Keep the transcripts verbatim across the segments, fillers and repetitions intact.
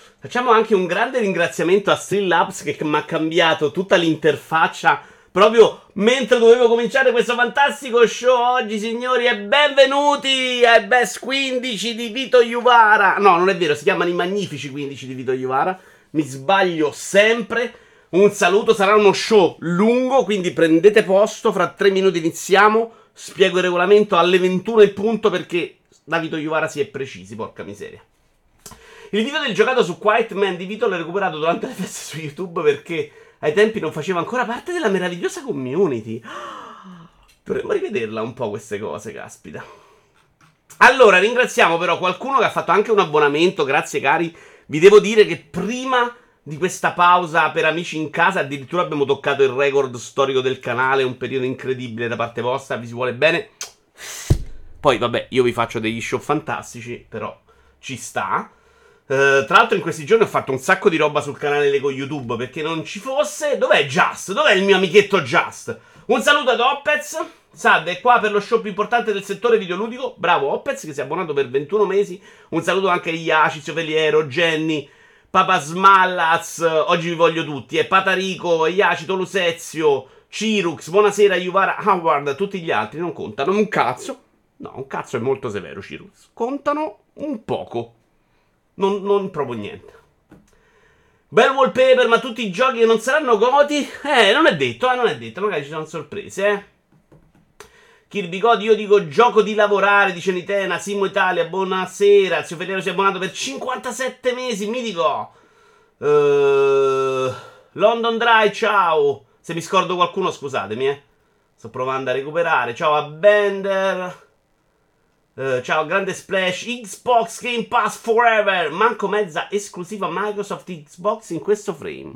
Facciamo anche un grande ringraziamento a Streamlabs che mi ha cambiato tutta l'interfaccia proprio mentre dovevo cominciare questo fantastico show oggi, signori, e benvenuti ai Best quindici di Vito Iuvara. No, non è vero, si chiamano i Magnifici quindici di Vito Iuvara. Mi sbaglio sempre. Un saluto, sarà uno show lungo, quindi prendete posto, fra tre minuti iniziamo. Spiego il regolamento alle ventuno in punto perché da Vito Iuvara si è precisi, porca miseria. Il video del giocato su Quiet Man di Vito l'ho recuperato durante le feste su YouTube perché ai tempi non faceva ancora parte della meravigliosa community. Dovremmo rivederla un po' queste cose, caspita. Allora, ringraziamo però qualcuno che ha fatto anche un abbonamento, grazie cari. Vi devo dire che prima di questa pausa per amici in casa addirittura abbiamo toccato il record storico del canale, un periodo incredibile da parte vostra, vi si vuole bene. Poi vabbè, io vi faccio degli show fantastici, però ci sta. Uh, tra l'altro in questi giorni ho fatto un sacco di roba sul canale Lego YouTube perché non ci fosse. Dov'è Just? Dov'è il mio amichetto Just? Un saluto ad Opez. Sad è qua per lo show più importante del settore videoludico. Bravo Opez che si è abbonato per ventuno mesi. Un saluto anche a Iaci, Feliero, Jenny, Papa Smallaz, oggi vi voglio tutti, e Patarico, Iaci, Tolusezio, Cirux, buonasera Iuvara, Howard, tutti gli altri non contano un cazzo. No, un cazzo è molto severo Cirux. Contano un poco. Non, non proprio niente. Bel wallpaper, ma tutti i giochi che non saranno goti? Eh, non è detto, eh, non è detto, magari ci sono sorprese, eh. Kirby Cody, io dico gioco di lavorare, dice Nitena, Simo Italia, buonasera, Zio Federico si è abbonato per cinquantasette mesi, mitico. Uh, London Dry, ciao. Se mi scordo qualcuno scusatemi, eh. Sto provando a recuperare, ciao a Bender. Uh, ciao, grande Splash, Xbox Game Pass Forever, manco mezza esclusiva Microsoft Xbox in questo frame.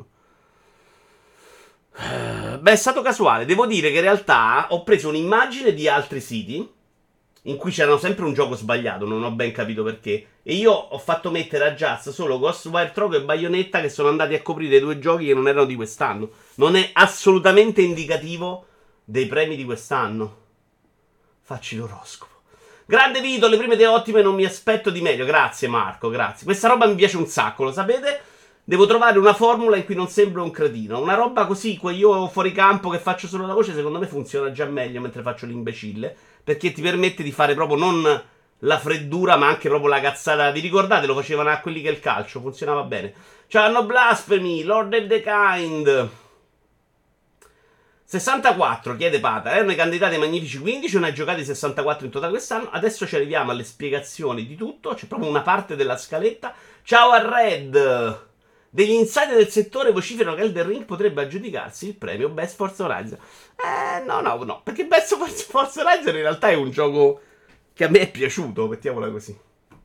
Uh, beh, è stato casuale, devo dire che in realtà ho preso un'immagine di altri siti in cui c'erano sempre un gioco sbagliato, non ho ben capito perché, e io ho fatto mettere a Just solo Ghostwire Tokyo e Bayonetta che sono andati a coprire due giochi che non erano di quest'anno. Non è assolutamente indicativo dei premi di quest'anno. Facci l'oroscopo. Grande Vito, le prime te ottime, non mi aspetto di meglio. Grazie Marco, grazie. Questa roba mi piace un sacco, lo sapete? Devo trovare una formula in cui non sembro un cretino. Una roba così, io fuori campo che faccio solo la voce, secondo me funziona già meglio mentre faccio l'imbecille. Perché ti permette di fare proprio non la freddura, ma anche proprio la cazzata. Vi ricordate? Lo facevano a quelli che è il calcio, funzionava bene. Ciao, no blasphemy, Lord of the Kind. sessantaquattro, chiede Pata, erano i candidati ai Magnifici quindici, non hai giocati sessantaquattro in totale quest'anno, adesso ci arriviamo alle spiegazioni di tutto, c'è proprio una parte della scaletta. Ciao a Red, degli insider del settore vociferano che Elden Ring potrebbe aggiudicarsi il premio Best Forza Horizon. Eh, no, no, no, perché Best Forza Horizon in realtà è un gioco che a me è piaciuto, mettiamola così.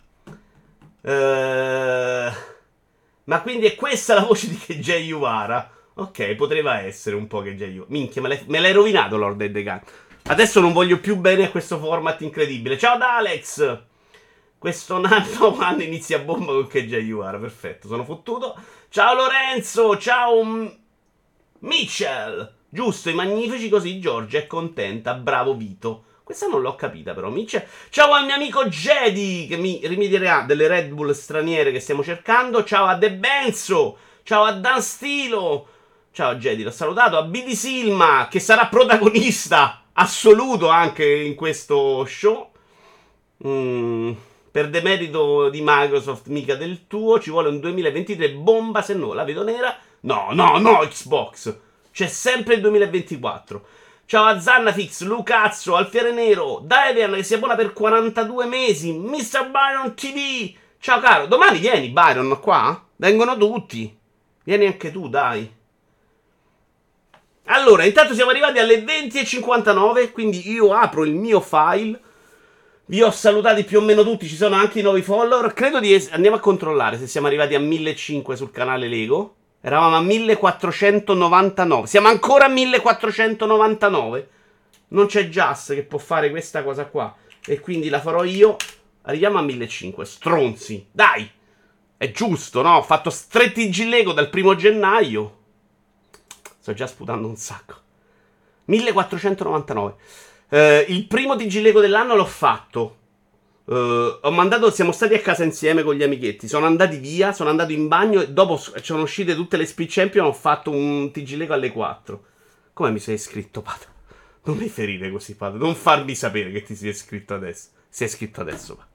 Uh, ma quindi è questa la voce di K J Iuvara? Ok, poteva essere un po' che già io. Minchia, me l'hai, me l'hai rovinato Lord of the Gun. Adesso non voglio più bene a questo format incredibile. Ciao ad Alex. Questo anno anno inizia a bomba con K J Iuvara. Perfetto, sono fottuto. Ciao Lorenzo. Ciao M- Mitchell. Giusto, i Magnifici così Giorgia è contenta. Bravo Vito. Questa non l'ho capita però Mitchell. Ciao al mio amico Jedi che mi rimedierà delle Red Bull straniere che stiamo cercando. Ciao a De Benzo. Ciao a Dan Stilo. Ciao Jedi, l'ho salutato. A B D Silma, che sarà protagonista assoluto anche in questo show. Mm, per demerito di Microsoft, mica del tuo. Ci vuole un duemilaventitré bomba, se no la vedo nera. No, no, no, Xbox. C'è sempre il duemilaventiquattro. Ciao a Zannafix, Lucazzo, Alfiere Nero, Davian che si abbona per quarantadue mesi. mister Byron T V. Ciao caro, domani vieni Byron qua? Vengono tutti. Vieni anche tu, dai. Allora, intanto siamo arrivati alle venti e cinquantanove, quindi io apro il mio file. Vi ho salutati più o meno tutti, ci sono anche i nuovi follower. Credo di es- andiamo a controllare se siamo arrivati a millecinquecento sul canale Lego. Eravamo a millequattrocentonovantanove. Siamo ancora a millequattrocentonovantanove. Non c'è Just che può fare questa cosa qua, e quindi la farò io. Arriviamo a millecinquecento. Stronzi, dai. È giusto, no? Ho fatto tre T G Lego dal primo gennaio. Sto già sputando un sacco. millequattrocentonovantanove. Eh, il primo T G Lego dell'anno l'ho fatto Uh, ho mandato, siamo stati a casa insieme con gli amichetti. Sono andati via, sono andato in bagno e dopo sono uscite tutte le Speed Champion. Ho fatto un T G Lego alle quattro. Come mi sei iscritto, Pato? Non mi ferire così, Pato. Non farmi sapere che ti sei iscritto adesso. Sei iscritto adesso, Pato.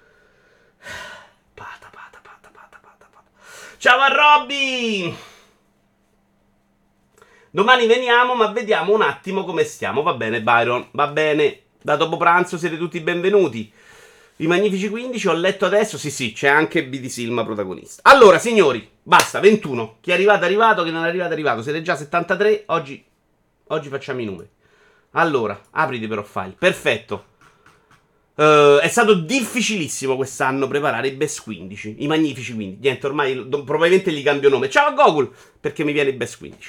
Pata, pata, pata, pata, pata, pata. Ciao a Robby! Domani veniamo, ma vediamo un attimo come stiamo. Va bene, Byron, va bene. Da dopo pranzo siete tutti benvenuti. I Magnifici quindici, ho letto adesso, sì sì, c'è anche B D Silma protagonista. Allora, signori, basta, ventuno. Chi è arrivato è arrivato, chi non è arrivato è arrivato. Siete già settantatré, oggi, oggi facciamo i numeri. Allora, apriti però file, perfetto. Uh, è stato difficilissimo quest'anno preparare i Best quindici, i Magnifici quindici. Niente, ormai do, probabilmente gli cambio nome. Ciao a Gogol, perché mi viene i Best quindici.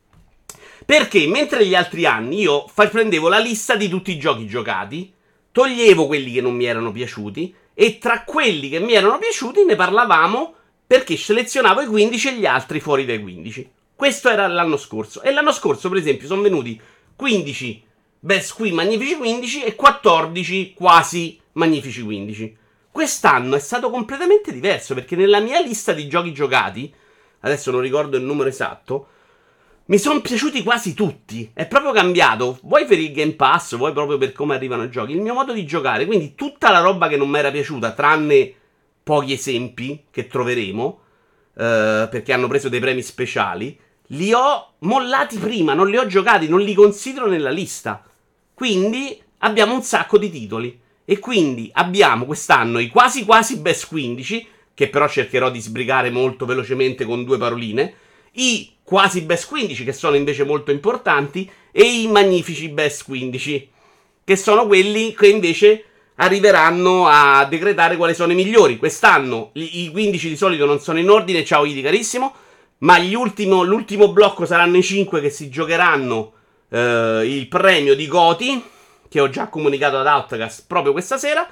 Perché mentre gli altri anni io fa- prendevo la lista di tutti i giochi giocati, toglievo quelli che non mi erano piaciuti e tra quelli che mi erano piaciuti ne parlavamo perché selezionavo i quindici e gli altri fuori dai quindici. Questo era l'anno scorso. E l'anno scorso, per esempio, sono venuti quindici Best qui Magnifici quindici e quattordici quasi Magnifici quindici. Quest'anno è stato completamente diverso perché nella mia lista di giochi giocati, adesso non ricordo il numero esatto, mi sono piaciuti quasi tutti. È proprio cambiato. Vuoi per il Game Pass, vuoi proprio per come arrivano i giochi. Il mio modo di giocare. Quindi tutta la roba che non mi era piaciuta, tranne pochi esempi che troveremo, eh, perché hanno preso dei premi speciali, li ho mollati prima, non li ho giocati, non li considero nella lista. Quindi abbiamo un sacco di titoli. E quindi abbiamo quest'anno i quasi quasi Best quindici, che però cercherò di sbrigare molto velocemente con due paroline, i quasi Best quindici, che sono invece molto importanti, e i Magnifici Best quindici, che sono quelli che invece arriveranno a decretare quali sono i migliori. Quest'anno i quindici di solito non sono in ordine, ciao Idi carissimo, ma gli ultimo, l'ultimo blocco saranno i cinque che si giocheranno eh, il premio di Goti, che ho già comunicato ad Outcast proprio questa sera,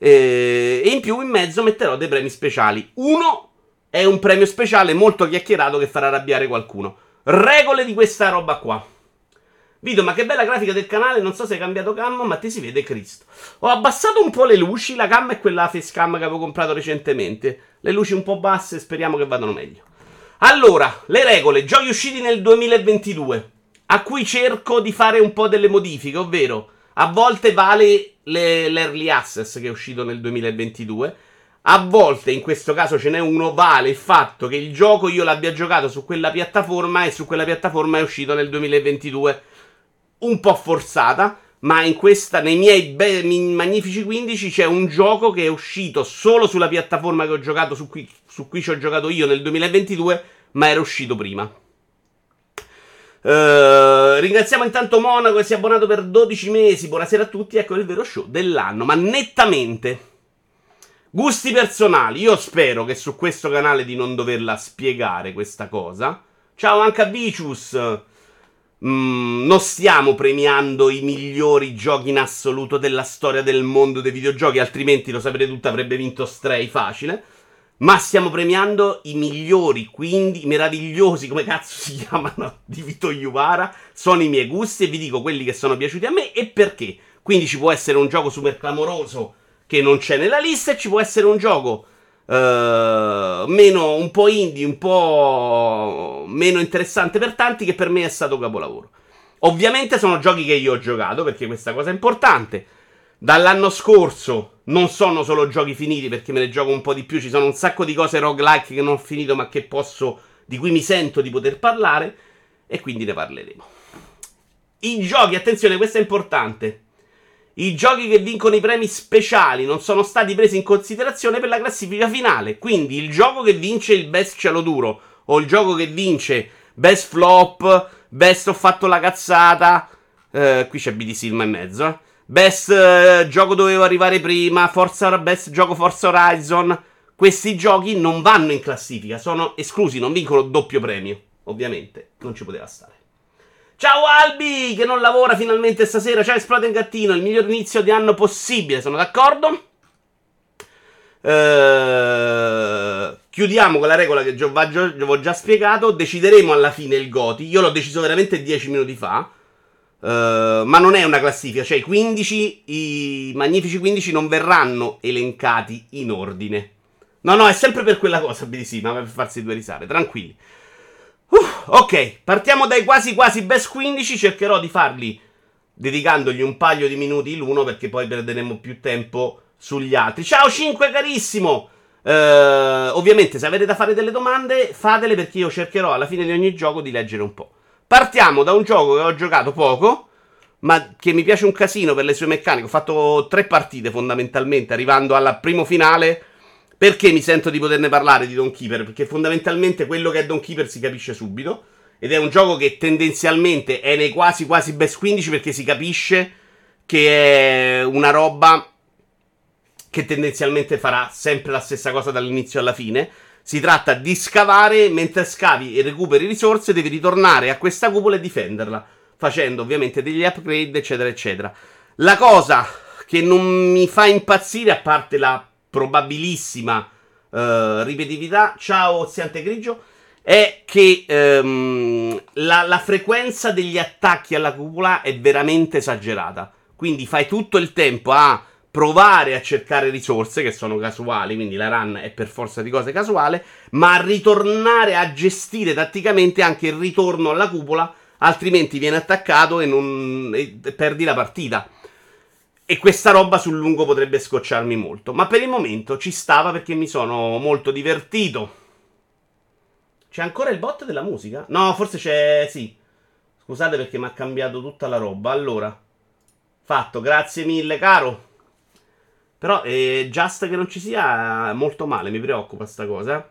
eh, e in più in mezzo metterò dei premi speciali. Uno è un premio speciale molto chiacchierato che farà arrabbiare qualcuno. Regole di questa roba qua. Vito, ma che bella grafica del canale, non so se hai cambiato cam, ma ti si vede Cristo. Ho abbassato un po' le luci, la cam è quella facecam che avevo comprato recentemente. Le luci un po' basse, speriamo che vadano meglio. Allora, le regole, giochi usciti nel duemilaventidue, a cui cerco di fare un po' delle modifiche, ovvero a volte vale le, l'Early Access che è uscito nel duemilaventidue, a volte, in questo caso ce n'è uno, vale il fatto che il gioco io l'abbia giocato su quella piattaforma e su quella piattaforma è uscito nel duemilaventidue. Un po' forzata, ma in questa, nei miei be- Magnifici quindici c'è un gioco che è uscito solo sulla piattaforma che ho giocato, su cui, su cui ci ho giocato io nel duemilaventidue, ma era uscito prima. Uh, ringraziamo intanto Monaco che si è abbonato per dodici mesi. Buonasera a tutti, ecco il vero show dell'anno, ma nettamente. Gusti personali, io spero che su questo canale di non doverla spiegare questa cosa. Ciao anche a Vicious. Mm, non stiamo premiando i migliori giochi in assoluto della storia del mondo dei videogiochi, altrimenti lo saprete tutto, avrebbe vinto Stray facile. Ma stiamo premiando i migliori, quindi i meravigliosi, come cazzo si chiamano, di Vito Iuvara. Sono i miei gusti e vi dico quelli che sono piaciuti a me e perché. Quindi ci può essere un gioco super clamoroso che non c'è nella lista e ci può essere un gioco uh, meno, un po' indie, un po' meno interessante per tanti, che per me è stato capolavoro. Ovviamente sono giochi che io ho giocato, perché questa cosa è importante. Dall'anno scorso non sono solo giochi finiti, perché me ne gioco un po' di più, ci sono un sacco di cose roguelike che non ho finito ma che posso, di cui mi sento di poter parlare, e quindi ne parleremo. I giochi, attenzione, questo è importante, i giochi che vincono i premi speciali non sono stati presi in considerazione per la classifica finale. Quindi il gioco che vince il Best Cielo Duro, o il gioco che vince Best Flop, Best Ho fatto la cazzata, eh, qui c'è B D Silma in mezzo, eh. Best eh, gioco dovevo arrivare prima, Forza, Best gioco Forza Horizon, questi giochi non vanno in classifica, sono esclusi, non vincono doppio premio. Ovviamente non ci poteva stare. Ciao Albi, che non lavora finalmente stasera. Ciao Esplode in Gattino, il miglior inizio di anno possibile, sono d'accordo. Uh, chiudiamo con la regola che vi ho già spiegato. Decideremo alla fine il Goti. Io l'ho deciso veramente dieci minuti fa. Uh, ma non è una classifica, cioè i quindici, i magnifici quindici non verranno elencati in ordine. No, no, è sempre per quella cosa, B D C, ma per farsi due risate, tranquilli. Uh, ok, partiamo dai quasi quasi best quindici, cercherò di farli dedicandogli un paio di minuti l'uno perché poi perderemo più tempo sugli altri. Ciao cinque carissimo! Uh, ovviamente se avete da fare delle domande fatele perché io cercherò alla fine di ogni gioco di leggere un po'. Partiamo da un gioco che ho giocato poco, ma che mi piace un casino per le sue meccaniche. Ho fatto tre partite fondamentalmente, arrivando al primo finale. Perché mi sento di poterne parlare di Dawn Keeper? Perché fondamentalmente quello che è Dawn Keeper si capisce subito. Ed è un gioco che tendenzialmente è nei quasi quasi best quindici perché si capisce che è una roba che tendenzialmente farà sempre la stessa cosa dall'inizio alla fine. Si tratta di scavare, mentre scavi e recuperi risorse devi ritornare a questa cupola e difenderla, facendo ovviamente degli upgrade eccetera eccetera. La cosa che non mi fa impazzire, a parte la probabilissima uh, ripetitività, ciao Oziante Grigio, è che um, la, la frequenza degli attacchi alla cupola è veramente esagerata. Quindi fai tutto il tempo a provare a cercare risorse che sono casuali, quindi la run è per forza di cose casuale, ma a ritornare a gestire tatticamente anche il ritorno alla cupola, altrimenti viene attaccato e, non, e perdi la partita. E questa roba sul lungo potrebbe scocciarmi molto, ma per il momento ci stava perché mi sono molto divertito. C'è ancora il bot della musica? No, forse c'è... sì. Scusate perché mi ha cambiato tutta la roba. Allora, fatto, grazie mille caro. Però è just che non ci sia molto male, mi preoccupa sta cosa.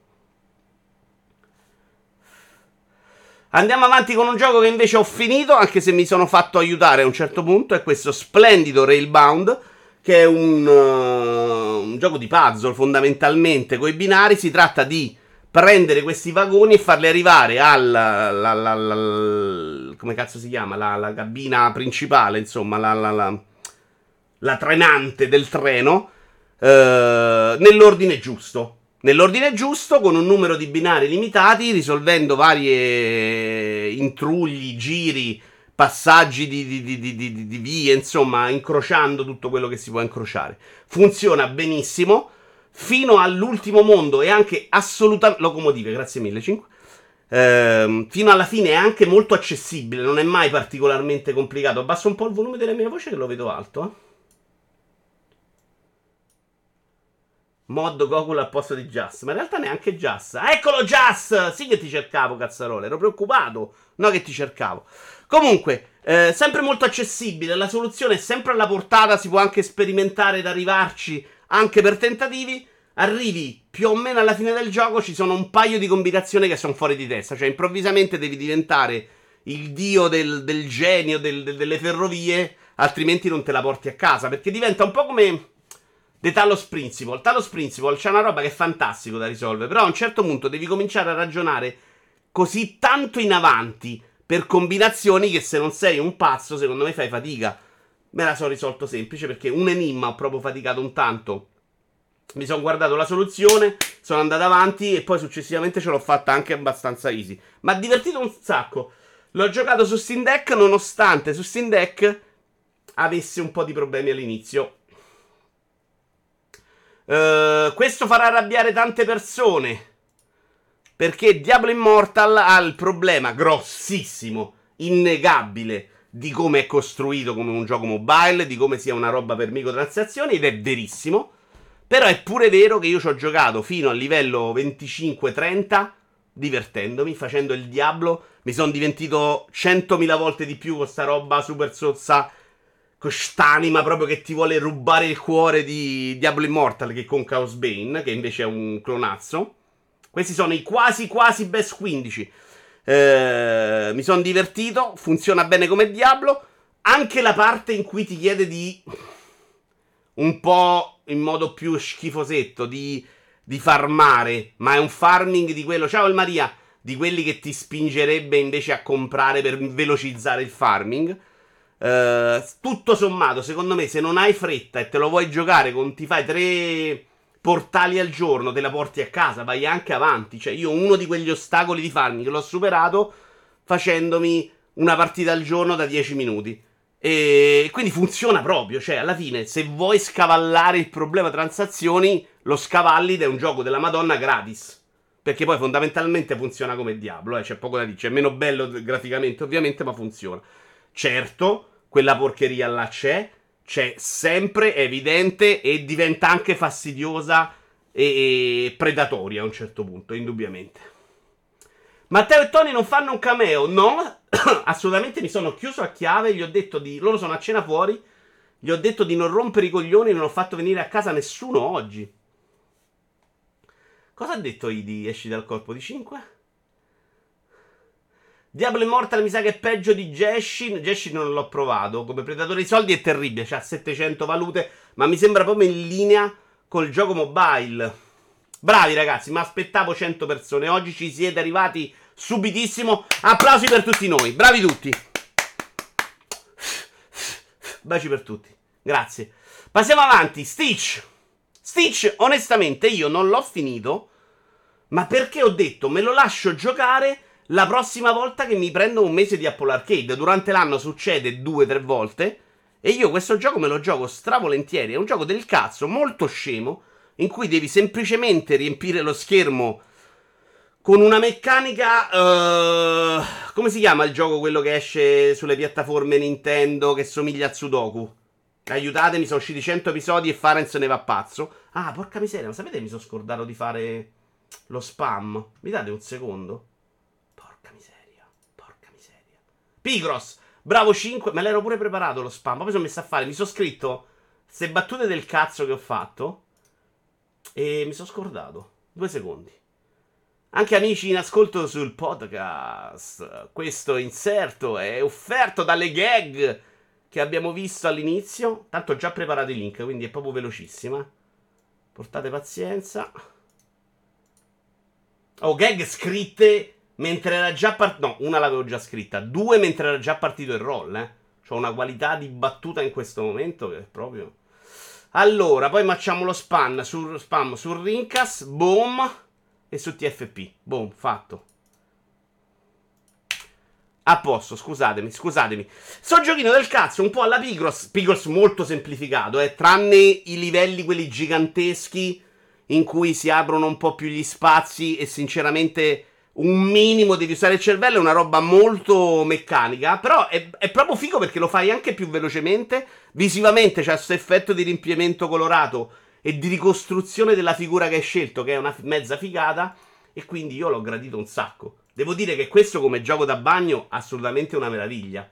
Andiamo avanti con un gioco che invece ho finito, anche se mi sono fatto aiutare a un certo punto. È questo splendido Railbound, che è un, uh, un gioco di puzzle fondamentalmente coi binari. Si tratta di prendere questi vagoni e farli arrivare al... La, la, la, la, come cazzo si chiama? La, la cabina principale, insomma, la... la, la la trenante del treno, eh, nell'ordine giusto. Nell'ordine giusto, con un numero di binari limitati, risolvendo varie intrugli, giri, passaggi di, di, di, di, di, di vie, insomma, incrociando tutto quello che si può incrociare. Funziona benissimo, fino all'ultimo mondo e anche assolutamente... Locomotive, grazie mille, cinque. Eh, fino alla fine è anche molto accessibile, non è mai particolarmente complicato. Abbasso un po' il volume della mia voce che lo vedo alto, eh. Mod Goku al posto di Just. Ma in realtà neanche Just. Eccolo Just! Sì che ti cercavo, cazzarola. Ero preoccupato. No che ti cercavo. Comunque, eh, sempre molto accessibile. La soluzione è sempre alla portata. Si può anche sperimentare ed arrivarci anche per tentativi. Arrivi più o meno alla fine del gioco. Ci sono un paio di combinazioni che sono fuori di testa. Cioè improvvisamente devi diventare il dio del, del genio del, del, delle ferrovie. Altrimenti non te la porti a casa. Perché diventa un po' come... The Talos Principle. Talos Principle c'è una roba che è fantastico da risolvere, però a un certo punto devi cominciare a ragionare così tanto in avanti per combinazioni che se non sei un pazzo, secondo me fai fatica. Me la sono risolto semplice perché un enigma ho proprio faticato un tanto. Mi sono guardato la soluzione, sono andato avanti e poi successivamente ce l'ho fatta anche abbastanza easy. Ma ha divertito un sacco. L'ho giocato su Steam Deck nonostante su Steam Deck avesse un po' di problemi all'inizio. Uh, questo farà arrabbiare tante persone perché Diablo Immortal ha il problema grossissimo, innegabile, di come è costruito come un gioco mobile, di come sia una roba per microtransazioni, ed è verissimo. Però è pure vero che io ci ho giocato fino al livello venticinque trenta divertendomi, facendo il Diablo. Mi sono divertito centomila volte di più con sta roba super sozza, quest'anima proprio che ti vuole rubare il cuore di Diablo Immortal, che con Chaos Bane, che invece è un clonazzo. Questi sono i quasi quasi best quindici. Eh, mi sono divertito, funziona bene come Diablo. Anche la parte in cui ti chiede di, un po' in modo più schifosetto, di, di farmare, ma è un farming di quello, ciao il Maria, di quelli che ti spingerebbe invece a comprare per velocizzare il farming. Uh, tutto sommato, secondo me, se non hai fretta e te lo vuoi giocare con, ti fai tre portali al giorno, te la porti a casa, vai anche avanti. Cioè io uno di quegli ostacoli di farming l'ho superato facendomi una partita al giorno da dieci minuti. E quindi funziona proprio. Cioè, alla fine, se vuoi scavallare il problema transazioni, lo scavalli ed è un gioco della Madonna gratis. Perché poi fondamentalmente funziona come Diablo, eh, c'è poco da dire. È meno bello graficamente, ovviamente, ma funziona. Certo, quella porcheria là c'è. C'è sempre, è evidente, e diventa anche fastidiosa e predatoria a un certo punto, indubbiamente. Matteo e Tony non fanno un cameo? No, assolutamente mi sono chiuso a chiave, gli ho detto di... Loro sono a cena fuori, gli ho detto di non rompere i coglioni, non ho fatto venire a casa nessuno oggi. Cosa ha detto Idi? Esci dal corpo di cinque? Diablo Immortal mi sa che è peggio di Jeshin. Jeshin non l'ho provato. Come predatore di soldi è terribile. C'ha settecento valute. Ma mi sembra proprio in linea col gioco mobile. Bravi ragazzi, mi aspettavo cento persone. Oggi ci siete arrivati subitissimo. Applausi per tutti noi. Bravi tutti. Baci per tutti. Grazie. Passiamo avanti. Stitch. Stitch, onestamente, io non l'ho finito. Ma perché ho detto me lo lascio giocare la prossima volta che mi prendo un mese di Apple Arcade. Durante l'anno succede due o tre volte. E io questo gioco me lo gioco stravolentieri. È un gioco del cazzo, molto scemo, in cui devi semplicemente riempire lo schermo con una meccanica... Uh, come si chiama il gioco, quello che esce sulle piattaforme Nintendo, che somiglia a Sudoku? Aiutatemi, sono usciti cento episodi e Faren se ne va pazzo. Ah, porca miseria, ma sapete mi sono scordato di fare lo spam? Mi date un secondo? Porca miseria, porca miseria. Picross, bravo cinque, me l'ero pure preparato lo spam, poi mi sono messo a fare, mi sono scritto queste battute del cazzo che ho fatto e mi sono scordato. Due secondi. Anche amici in ascolto sul podcast, questo inserto è offerto dalle gag che abbiamo visto all'inizio. Tanto ho già preparato i link, quindi è proprio velocissima. Portate pazienza. Ho gag scritte mentre era già partito. No, una l'avevo già scritta. Due mentre era già partito il roll, eh. C'ho una qualità di battuta in questo momento che è proprio... Allora, poi facciamo lo spam sul, spam sul Rincas. Boom. E su T F P. Boom, fatto. A posto, scusatemi, scusatemi. Sto giochino del cazzo, un po' alla Picross. Picross molto semplificato, eh. Tranne i livelli, quelli giganteschi, in cui si aprono un po' più gli spazi e sinceramente un minimo devi usare il cervello. È una roba molto meccanica. Però è, è proprio figo perché lo fai anche più velocemente. Visivamente c'è questo effetto di riempimento colorato e di ricostruzione della figura che hai scelto, che è una mezza figata. E quindi io l'ho gradito un sacco. Devo dire che questo come gioco da bagno assolutamente una meraviglia.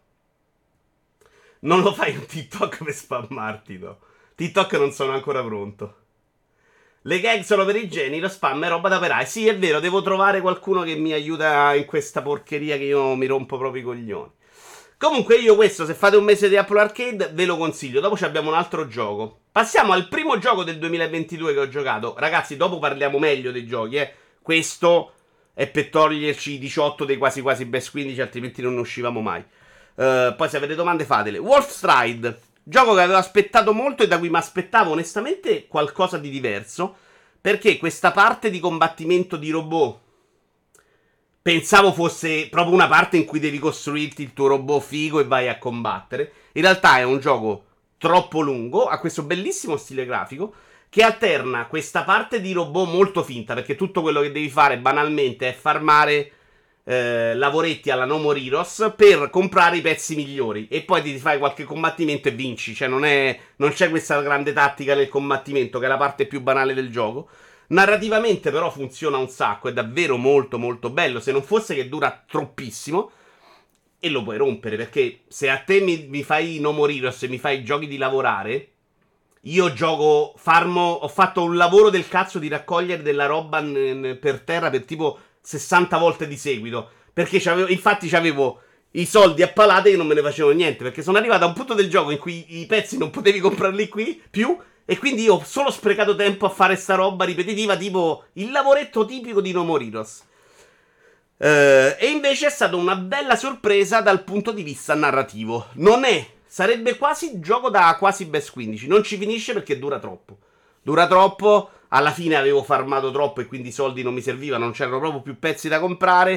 Non lo fai un TikTok per spammarti, no? TikTok non sono ancora pronto. Le gag sono per i geni, lo spam è roba da operai. Sì, è vero, devo trovare qualcuno che mi aiuta in questa porcheria che io mi rompo proprio i coglioni. Comunque io questo, se fate un mese di Apple Arcade, ve lo consiglio. Dopo abbiamo un altro gioco. Passiamo al primo gioco del duemilaventidue che ho giocato. Ragazzi, dopo parliamo meglio dei giochi, eh. Questo è per toglierci i diciotto dei quasi quasi best quindici, altrimenti non ne uscivamo mai. Uh, poi se avete domande fatele. Wolfstride, gioco che avevo aspettato molto e da cui mi aspettavo onestamente qualcosa di diverso, perché questa parte di combattimento di robot pensavo fosse proprio una parte in cui devi costruirti il tuo robot figo e vai a combattere. In realtà è un gioco troppo lungo, ha questo bellissimo stile grafico, che alterna questa parte di robot molto finta, perché tutto quello che devi fare banalmente è farmare eh, lavoretti alla No More Heroes per comprare i pezzi migliori, e poi ti fai qualche combattimento e vinci. Cioè non, è, non c'è questa grande tattica nel combattimento, che è la parte più banale del gioco. Narrativamente però funziona un sacco, è davvero molto molto bello, se non fosse che dura troppissimo. E lo puoi rompere, perché se a te mi, mi fai No More Heroes e mi fai giochi di lavorare, io gioco, farmo, ho fatto un lavoro del cazzo di raccogliere della roba n- n- per terra per tipo sessanta volte di seguito. Perché c'avevo, infatti c'avevo i soldi a palate e non me ne facevo niente, perché sono arrivato a un punto del gioco in cui i pezzi non potevi comprarli qui più, e quindi io ho solo sprecato tempo a fare sta roba ripetitiva, tipo il lavoretto tipico di No More Heroes. Uh, e invece è stata una bella sorpresa dal punto di vista narrativo. Non è... Sarebbe quasi gioco da quasi best quindici. Non ci finisce perché dura troppo. Dura troppo. Alla fine avevo farmato troppo e quindi i soldi non mi servivano. Non c'erano proprio più pezzi da comprare.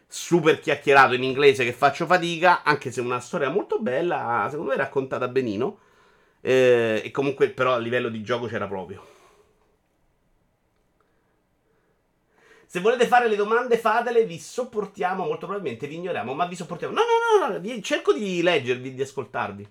super chiacchierato in inglese che faccio fatica, anche se è una storia molto bella, secondo me raccontata benino. Eh, e comunque però a livello di gioco c'era proprio. Se volete fare le domande fatele, vi sopportiamo, molto probabilmente vi ignoriamo, ma vi sopportiamo. No, no, no, no, cerco di leggervi, di ascoltarvi.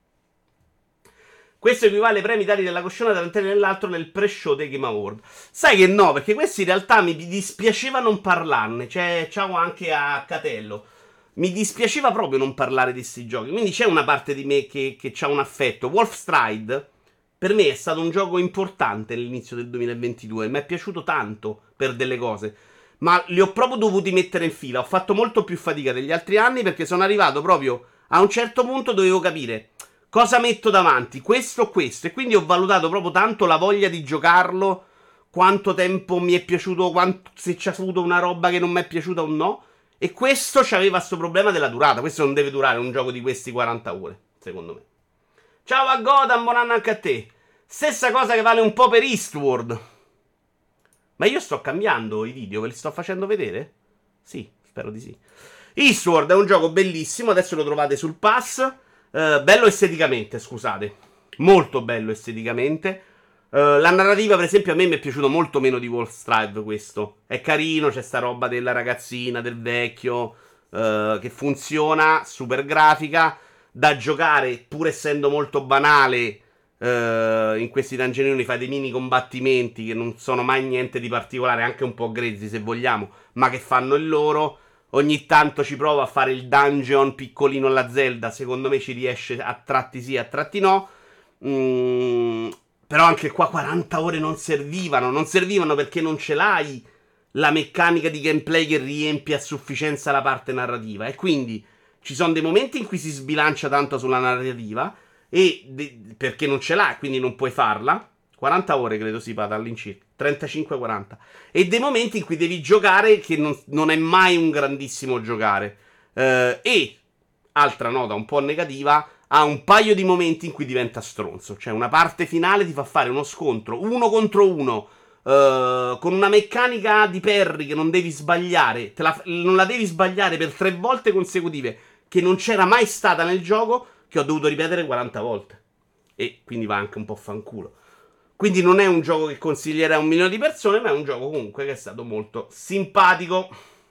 Questo equivale ai premi dati della cosciona tra un e nell'altro nel pre-show dei Game Award. Sai che no, perché questi in realtà mi dispiaceva non parlarne. Cioè, ciao anche a Catello. Mi dispiaceva proprio non parlare di questi giochi. Quindi c'è una parte di me che, che ha un affetto. Wolfstride, per me, è stato un gioco importante all'inizio del duemilaventidue. Mi è piaciuto tanto per delle cose. Ma li ho proprio dovuti mettere in fila. Ho fatto molto più fatica degli altri anni perché sono arrivato proprio a un certo punto dovevo capire cosa metto davanti, questo o questo. E quindi ho valutato proprio tanto la voglia di giocarlo, quanto tempo mi è piaciuto, quanto, se c'è avuto una roba che non mi è piaciuta o no. E questo c'aveva sto problema della durata. Questo non deve durare un gioco di questi quaranta ore, secondo me. Ciao a Gotham, buon anno anche a te. Stessa cosa che vale un po' per Eastward. Ma io sto cambiando i video, ve li sto facendo vedere? Sì, spero di sì. Eastward è un gioco bellissimo, adesso lo trovate sul pass. Uh, bello esteticamente, scusate. Molto bello esteticamente. Uh, la narrativa, per esempio, a me mi è piaciuto molto meno di Wolfstride questo. È carino, c'è sta roba della ragazzina, del vecchio, uh, che funziona, super grafica, da giocare, pur essendo molto banale. Uh, in questi dungeonini fai dei mini combattimenti che non sono mai niente di particolare, anche un po' grezzi se vogliamo, ma che fanno il loro. Ogni tanto ci provo a fare il dungeon piccolino alla Zelda. Secondo me ci riesce a tratti sì, a tratti no. Mm, però anche qua quaranta ore non servivano. Non servivano perché non ce l'hai la meccanica di gameplay che riempie a sufficienza la parte narrativa. E quindi ci sono dei momenti in cui si sbilancia tanto sulla narrativa. E de- perché non ce l'ha, quindi non puoi farla. quaranta ore credo si vada all'incirca, trentacinque quaranta. E dei momenti in cui devi giocare che non, non è mai un grandissimo giocare. Uh, e, altra nota un po' negativa, ha un paio di momenti in cui diventa stronzo. Cioè una parte finale ti fa fare uno scontro uno contro uno, uh, con una meccanica di parry che non devi sbagliare. Te la, non la devi sbagliare per tre volte consecutive, che non c'era mai stata nel gioco, che ho dovuto ripetere quaranta volte. E quindi va anche un po' fanculo. Quindi non è un gioco che consiglierei a un milione di persone, ma è un gioco comunque che è stato molto simpatico.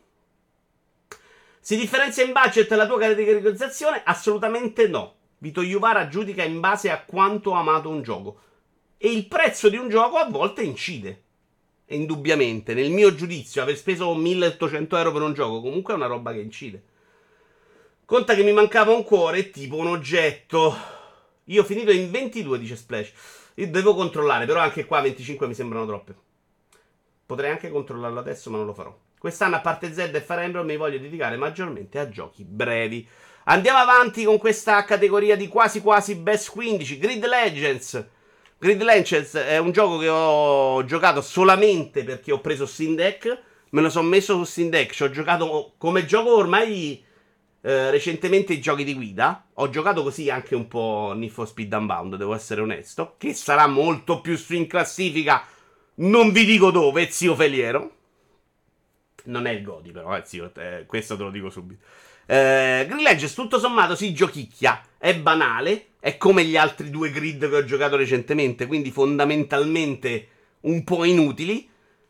Si differenzia in budget la tua categorizzazione? Assolutamente no. Vito Iuvara giudica in base a quanto ha amato un gioco. E il prezzo di un gioco a volte incide. E indubbiamente, nel mio giudizio, aver speso milleottocento euro per un gioco comunque è una roba che incide. Conta che mi mancava un cuore, tipo un oggetto. Io ho finito in ventidue, dice Splash. Io devo controllare, però anche qua venticinque mi sembrano troppe. Potrei anche controllarlo adesso, ma non lo farò. Quest'anno, a parte Zelda e Fire Emblem, mi voglio dedicare maggiormente a giochi brevi. Andiamo avanti con questa categoria di quasi quasi best quindici. Grid Legends. Grid Legends è un gioco che ho giocato solamente perché ho preso Steam Deck. Me lo sono messo su Steam Deck. Ci ho giocato come gioco ormai... Uh, recentemente i giochi di guida. Ho giocato così anche un po' Need for Speed Unbound, devo essere onesto, che sarà molto più su in classifica. Non vi dico dove, zio Feliero. Non è il Godi però, eh, zio, eh, questo te lo dico subito. eh, Grid Legends tutto sommato si giochicchia. È banale, è come gli altri due grid che ho giocato recentemente, quindi fondamentalmente un po' inutili,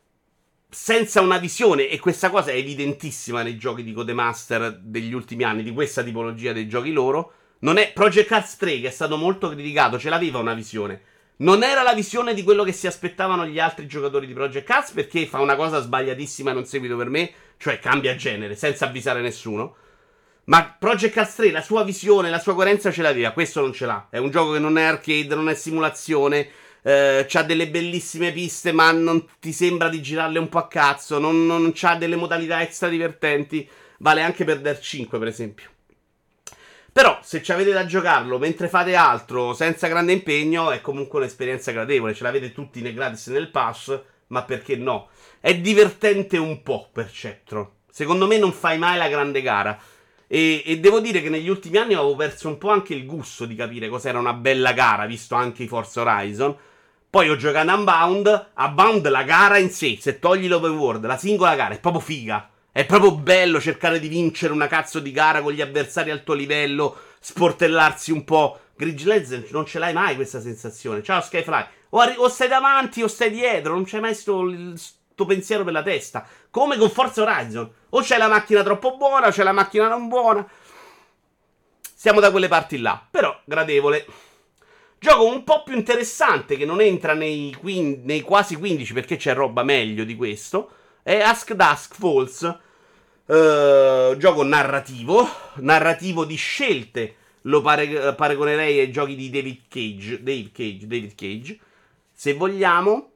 senza una visione, e questa cosa è evidentissima nei giochi di Codemaster degli ultimi anni, di questa tipologia dei giochi loro. Non è Project Cars tre, che è stato molto criticato, ce l'aveva una visione. Non era la visione di quello che si aspettavano gli altri giocatori di Project Cars, perché fa una cosa sbagliatissima e non seguito per me, cioè cambia genere senza avvisare nessuno. Ma Project Cars tre, la sua visione, la sua coerenza ce l'aveva, questo non ce l'ha. È un gioco che non è arcade, non è simulazione. Uh, c'ha delle bellissime piste, ma non ti sembra di girarle un po' a cazzo. Non, non c'ha delle modalità extra divertenti. Vale anche per Dirt cinque, per esempio. Però, se ci avete da giocarlo mentre fate altro, senza grande impegno, è comunque un'esperienza gradevole. Ce l'avete tutti nel gratis e nel pass, ma perché no? È divertente un po' per Sceptro. Secondo me non fai mai la grande gara. E, e devo dire che negli ultimi anni avevo perso un po' anche il gusto di capire cos'era una bella gara, visto anche i Forza Horizon. Poi ho giocato a Unbound. A Unbound la gara in sé, se togli l'open world, la singola gara è proprio figa. È proprio bello cercare di vincere una cazzo di gara con gli avversari al tuo livello, sportellarsi un po'. Gridge Legend non ce l'hai mai questa sensazione. Ciao Skyfly. O, arri- o stai davanti o stai dietro, non c'è mai sto, sto pensiero per la testa. Come con Forza Horizon. O c'è la macchina troppo buona o c'è la macchina non buona. Siamo da quelle parti là. Però gradevole. Gioco un po' più interessante, che non entra nei, quin- nei quasi quindici perché c'è roba meglio di questo, è Ask Dusk Falls. Uh, gioco narrativo, narrativo di scelte. Lo pare- paragonerei ai giochi di David Cage, David Cage, David Cage, se vogliamo,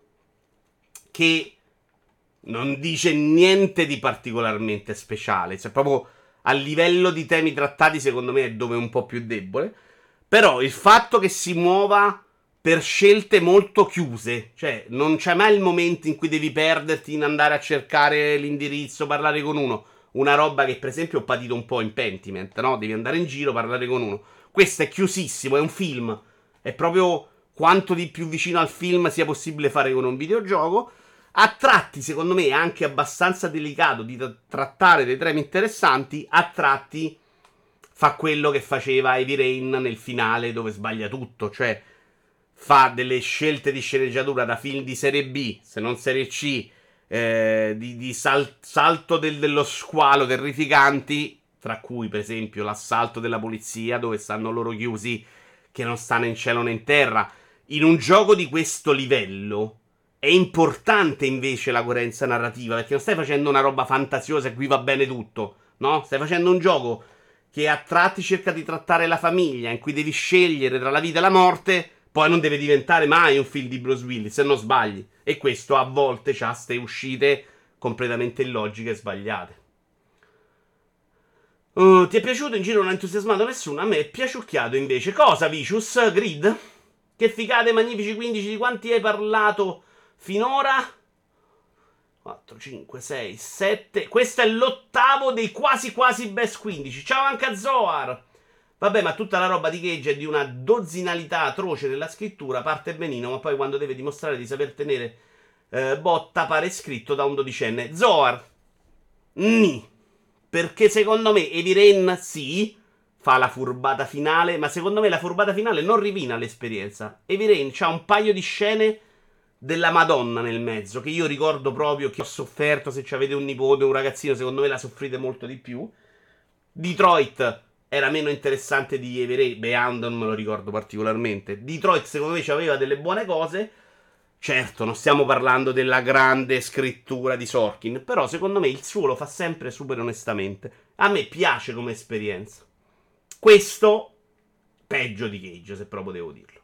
che non dice niente di particolarmente speciale. Cioè, proprio a livello di temi trattati, secondo me è dove è un po' più debole. Però il fatto che si muova per scelte molto chiuse, cioè non c'è mai il momento in cui devi perderti in andare a cercare l'indirizzo, parlare con uno. Una roba che per esempio ho patito un po' in Pentiment, no? Devi andare in giro, parlare con uno. Questo è chiusissimo, è un film. È proprio quanto di più vicino al film sia possibile fare con un videogioco. A tratti, secondo me, è anche abbastanza delicato di tra- trattare dei temi interessanti. A tratti fa quello che faceva Heavy Rain nel finale, dove sbaglia tutto. Cioè, fa delle scelte di sceneggiatura da film di serie B, se non serie C, eh, di, di sal- salto del- dello squalo terrificanti, tra cui per esempio l'assalto della polizia, dove stanno loro chiusi, che non stanno in cielo né in terra. In un gioco di questo livello è importante invece la coerenza narrativa, perché non stai facendo una roba fantasiosa e qui va bene tutto, no? Stai facendo un gioco che a tratti cerca di trattare la famiglia, in cui devi scegliere tra la vita e la morte. Poi non deve diventare mai un film di Bruce Willis, se non sbagli. E questo a volte ha ste uscite completamente illogiche e sbagliate. Uh, ti è piaciuto? In giro non ha entusiasmato nessuno. A me è piaciucchiato invece. Cosa, Vicious? Grid? Che figate, magnifici quindici. Di quanti hai parlato finora? quattro, cinque, sei, sette. Questo è l'ottavo dei quasi quasi best quindici. Ciao anche a Zoar. Vabbè, ma tutta la roba di Cage è di una dozzinalità atroce nella scrittura. Parte benino, ma poi quando deve dimostrare di saper tenere eh, botta pare scritto da un dodicenne. Zoar. Ni. Perché secondo me Heavy Rain sì, fa la furbata finale, ma secondo me la furbata finale non rovina l'esperienza. Heavy Rain c'ha un paio di scene della Madonna nel mezzo, che io ricordo proprio che ho sofferto. Se avete un nipote, un ragazzino, secondo me la soffrite molto di più. Detroit era meno interessante di Heavy Rain. Beyond non me lo ricordo particolarmente. Detroit secondo me aveva delle buone cose. Certo, non stiamo parlando della grande scrittura di Sorkin, però secondo me il suo lo fa sempre super onestamente. A me piace come esperienza. Questo peggio di Cage, se proprio devo dirlo.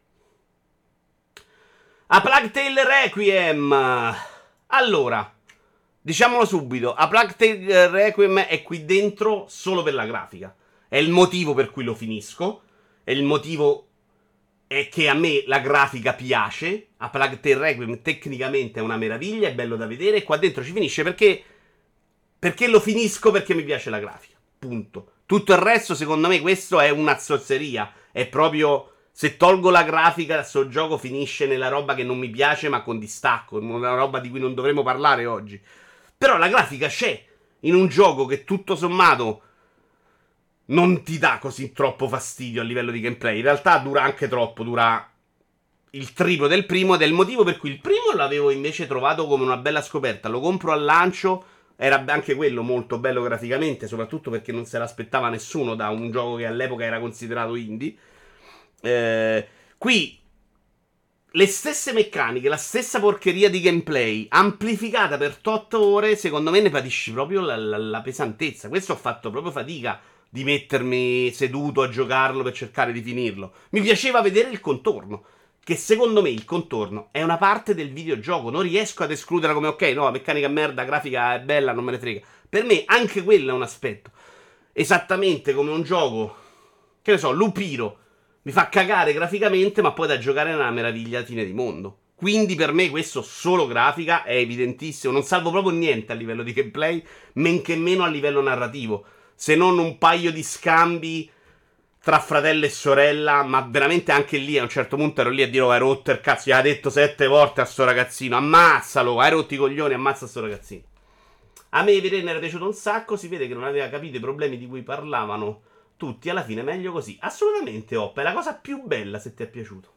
A Plague Tale Requiem. Allora, diciamolo subito, A Plague Tale Requiem è qui dentro solo per la grafica. È il motivo per cui lo finisco. È il motivo è che a me la grafica piace. A Plague Tale Requiem tecnicamente è una meraviglia, è bello da vedere. E qua dentro ci finisce perché Perché lo finisco perché mi piace la grafica. Punto. Tutto il resto, secondo me, questo è una zozzeria. È proprio... Se tolgo la grafica, questo gioco finisce nella roba che non mi piace, ma con distacco. Una roba di cui non dovremo parlare oggi. Però la grafica c'è in un gioco che tutto sommato non ti dà così troppo fastidio a livello di gameplay. In realtà dura anche troppo, dura il triplo del primo, ed è il motivo per cui il primo l'avevo invece trovato come una bella scoperta. Lo compro al lancio, era anche quello molto bello graficamente, soprattutto perché non se l'aspettava nessuno da un gioco che all'epoca era considerato indie. Eh, qui le stesse meccaniche, la stessa porcheria di gameplay amplificata per otto ore, secondo me ne patisci proprio la, la, la pesantezza. Questo ho fatto proprio fatica di mettermi seduto a giocarlo per cercare di finirlo. Mi piaceva vedere il contorno, che secondo me il contorno è una parte del videogioco. Non riesco ad escluderla come ok, no, la meccanica è merda, la grafica è bella, non me ne frega. Per me anche quello è un aspetto. Esattamente come un gioco, che ne so, Lupiro, mi fa cagare graficamente, ma poi da giocare è una meraviglia fine di mondo. Quindi per me questo solo grafica è evidentissimo. Non salvo proprio niente a livello di gameplay, men che meno a livello narrativo, se non un paio di scambi tra fratello e sorella. Ma veramente anche lì a un certo punto ero lì a dire: oh, hai rotto il cazzo, gli ha detto sette volte a sto ragazzino, ammazzalo, hai rotto i coglioni, ammazza sto ragazzino. A me Viren era piaciuto un sacco, si vede che non aveva capito i problemi di cui parlavano tutti, alla fine meglio così. Assolutamente, Oppa, è la cosa più bella se ti è piaciuto.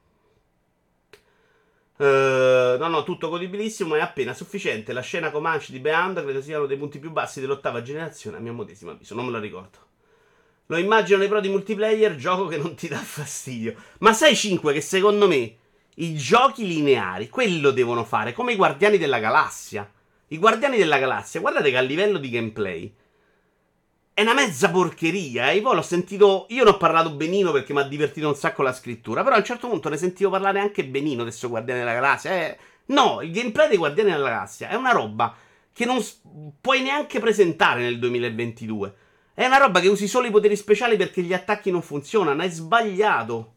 Uh, no, no, tutto godibilissimo, è appena sufficiente. La scena Comanche di Beyond credo siano dei punti più bassi dell'ottava generazione, a mio modesimo avviso, non me lo ricordo. Lo immagino nei pro di multiplayer, gioco che non ti dà fastidio. Ma sai cinque che secondo me i giochi lineari, quello devono fare, come i Guardiani della Galassia. I Guardiani della Galassia, guardate che a livello di gameplay è una mezza porcheria. E poi l'ho sentito, io ne ho parlato benino perché mi ha divertito un sacco la scrittura, però a un certo punto ne sentivo parlare anche benino di questo Guardiani della Galassia. Eh, no, il gameplay dei Guardiani della Galassia è una roba che non s- puoi neanche presentare nel duemilaventidue. È una roba che usi solo i poteri speciali perché gli attacchi non funzionano. È sbagliato.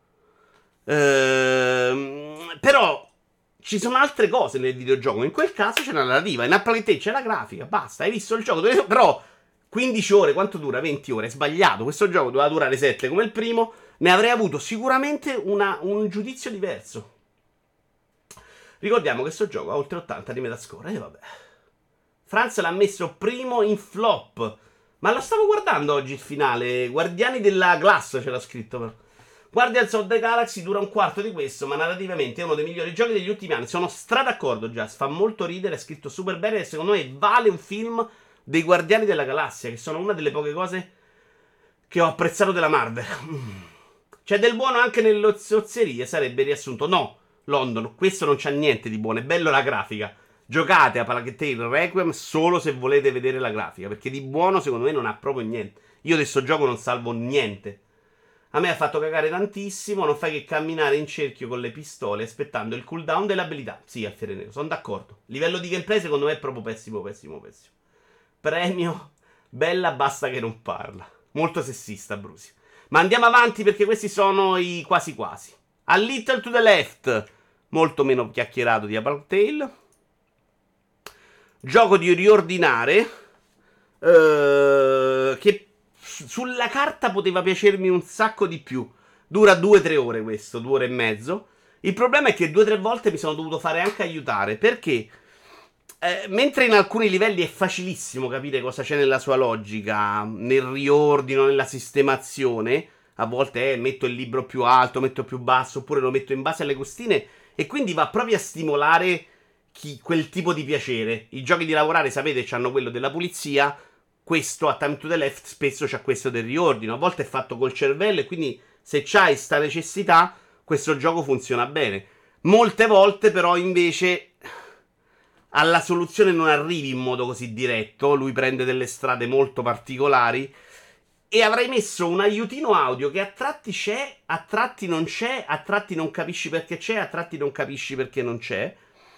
Ehm, però ci sono altre cose nel videogioco. In quel caso c'è la narrativa. In Apple Tale c'è la grafica. Basta, hai visto il gioco. Però quindici ore, quanto dura? venti ore. È sbagliato. Questo gioco doveva durare sette come il primo. Ne avrei avuto sicuramente una, un giudizio diverso. Ricordiamo che questo gioco ha oltre ottanta di Metascore. E vabbè. Franz l'ha messo primo in flop. Ma lo stavo guardando oggi il finale. Guardiani della Glass c'era scritto però. Guardians of the Galaxy dura un quarto di questo, ma narrativamente è uno dei migliori giochi degli ultimi anni. Sono stra d'accordo, Just. Fa molto ridere, è scritto super bene e secondo me vale un film dei Guardiani della Galassia, che sono una delle poche cose che ho apprezzato della Marvel. C'è del buono anche nelle zozzerie, sarebbe riassunto. No, London, questo non c'ha niente di buono, è bello la grafica. Giocate a Plague Tale Requiem solo se volete vedere la grafica, perché di buono secondo me non ha proprio niente. Io di sto gioco non salvo niente. A me ha fatto cagare tantissimo, non fai che camminare in cerchio con le pistole aspettando il cooldown delle abilità. Sì, a Fiere Nero, sono d'accordo. Livello di gameplay secondo me è proprio pessimo, pessimo, pessimo. Premio, bella basta che non parla. Molto sessista, Brusi. Ma andiamo avanti perché questi sono i quasi quasi. A Little to the Left, molto meno chiacchierato di A Plague Tale. Gioco di riordinare uh, che sulla carta poteva piacermi un sacco di più. Dura due tre ore questo, due ore e mezzo. Il problema è che due o tre volte mi sono dovuto fare anche aiutare, perché eh, mentre in alcuni livelli è facilissimo capire cosa c'è nella sua logica, nel riordino, nella sistemazione, a volte eh, metto il libro più alto, metto più basso, oppure lo metto in base alle costine, e quindi va proprio a stimolare chi, quel tipo di piacere. I giochi di lavorare, sapete, hanno quello della pulizia. Questo a Time to the Left spesso c'ha questo del riordino. A volte è fatto col cervello e quindi se c'hai sta necessità questo gioco funziona bene. Molte volte però invece alla soluzione non arrivi in modo così diretto. Lui prende delle strade molto particolari e avrei messo un aiutino audio che a tratti c'è, a tratti non c'è, a tratti non capisci perché c'è, a tratti non capisci perché non c'è.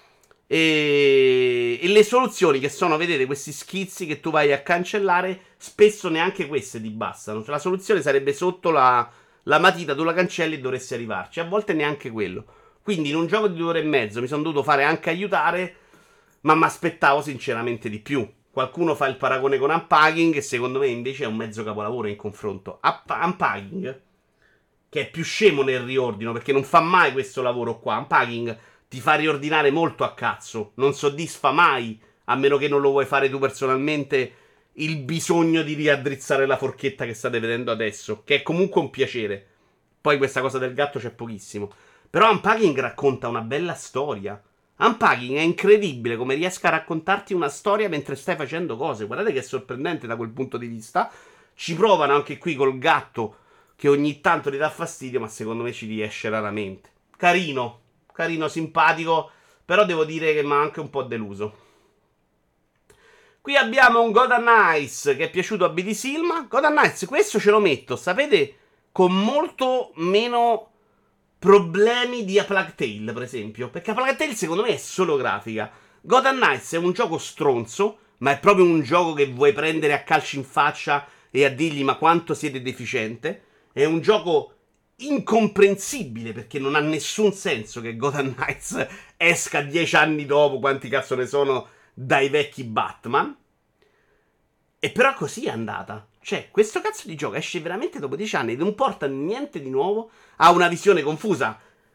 E... e le soluzioni che sono, vedete, questi schizzi che tu vai a cancellare, spesso neanche queste ti bastano. Cioè, la soluzione sarebbe sotto la, la matita, tu la cancelli e dovresti arrivarci. A volte neanche quello. Quindi in un gioco di due ore e mezzo mi sono dovuto fare anche aiutare, ma mi aspettavo sinceramente di più. Qualcuno fa il paragone con Unpacking, che secondo me invece è un mezzo capolavoro in confronto. Up- Unpacking, che è più scemo nel riordino, perché non fa mai questo lavoro qua. Unpacking ti fa riordinare molto a cazzo, non soddisfa mai, a meno che non lo vuoi fare tu personalmente, il bisogno di riaddrizzare la forchetta che state vedendo adesso, che è comunque un piacere. Poi questa cosa del gatto c'è pochissimo. Però Unpacking racconta una bella storia. Unpacking è incredibile come riesca a raccontarti una storia mentre stai facendo cose. Guardate che è sorprendente da quel punto di vista. Ci provano anche qui col gatto, che ogni tanto ti dà fastidio, ma secondo me ci riesce raramente. Carino. Carino, simpatico, però devo dire che mi ha anche un po' deluso. Qui abbiamo un Gotham Knights che è piaciuto a B D Silma. Gotham Knights, questo ce lo metto, sapete, con molto meno problemi di A Plague Tale, per esempio. Perché A Plague Tale secondo me è solo grafica. Gotham Knights è un gioco stronzo, ma è proprio un gioco che vuoi prendere a calci in faccia e a dirgli ma quanto siete deficiente. È un gioco incomprensibile perché non ha nessun senso che Gotham Knights esca dieci anni dopo, quanti cazzo ne sono, dai vecchi Batman. E però così è andata. Cioè, questo cazzo di gioco esce veramente dopo dieci anni e non porta niente di nuovo, ha una visione confusa.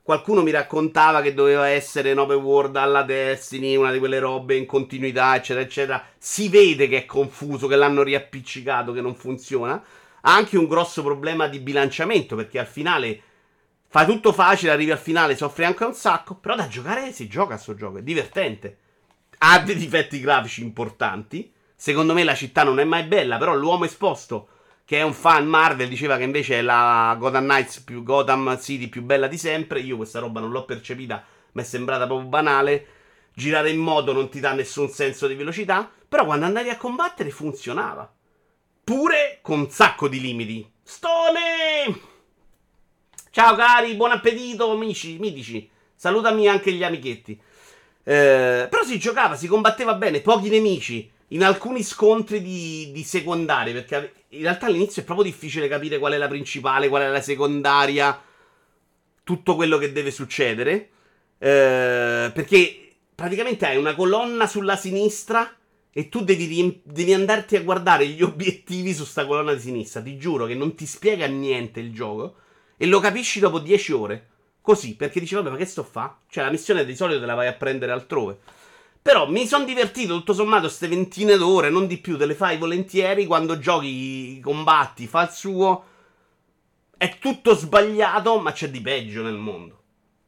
qualcuno mi raccontava che doveva essere un open world alla Destiny, una di quelle robe in continuità, eccetera, eccetera. Si vede che è confuso, che l'hanno riappiccicato, che non funziona. Ha anche un grosso problema di bilanciamento, perché al finale fai tutto facile, arrivi al finale, soffri anche un sacco, però da giocare si gioca a sto gioco, è divertente. Ha dei difetti grafici importanti. Secondo me la città non è mai bella, però l'uomo esposto, che è un fan Marvel, diceva che invece è la Gotham Knights più Gotham City più bella di sempre. Io questa roba non l'ho percepita, mi è sembrata proprio banale. Girare in moto non ti dà nessun senso di velocità, però quando andavi a combattere funzionava. Pure con un sacco di limiti. Stone! Ciao cari, buon appetito, amici, mitici. Salutami anche gli amichetti. Eh, però si giocava, si combatteva bene, pochi nemici. In alcuni scontri di, di secondarie, perché in realtà all'inizio è proprio difficile capire qual è la principale, qual è la secondaria, tutto quello che deve succedere. Eh, perché praticamente hai una colonna sulla sinistra e tu devi, riemp- devi andarti a guardare gli obiettivi su sta colonna di sinistra. Ti giuro che non ti spiega niente il gioco e lo capisci dopo dieci ore. Così, perché dici, vabbè, ma che sto a fa? Cioè, la missione di solito te la vai a prendere altrove. Però mi sono divertito, tutto sommato, queste ventine d'ore, non di più, te le fai volentieri. Quando giochi, combatti, fa il suo. È tutto sbagliato, ma c'è di peggio nel mondo.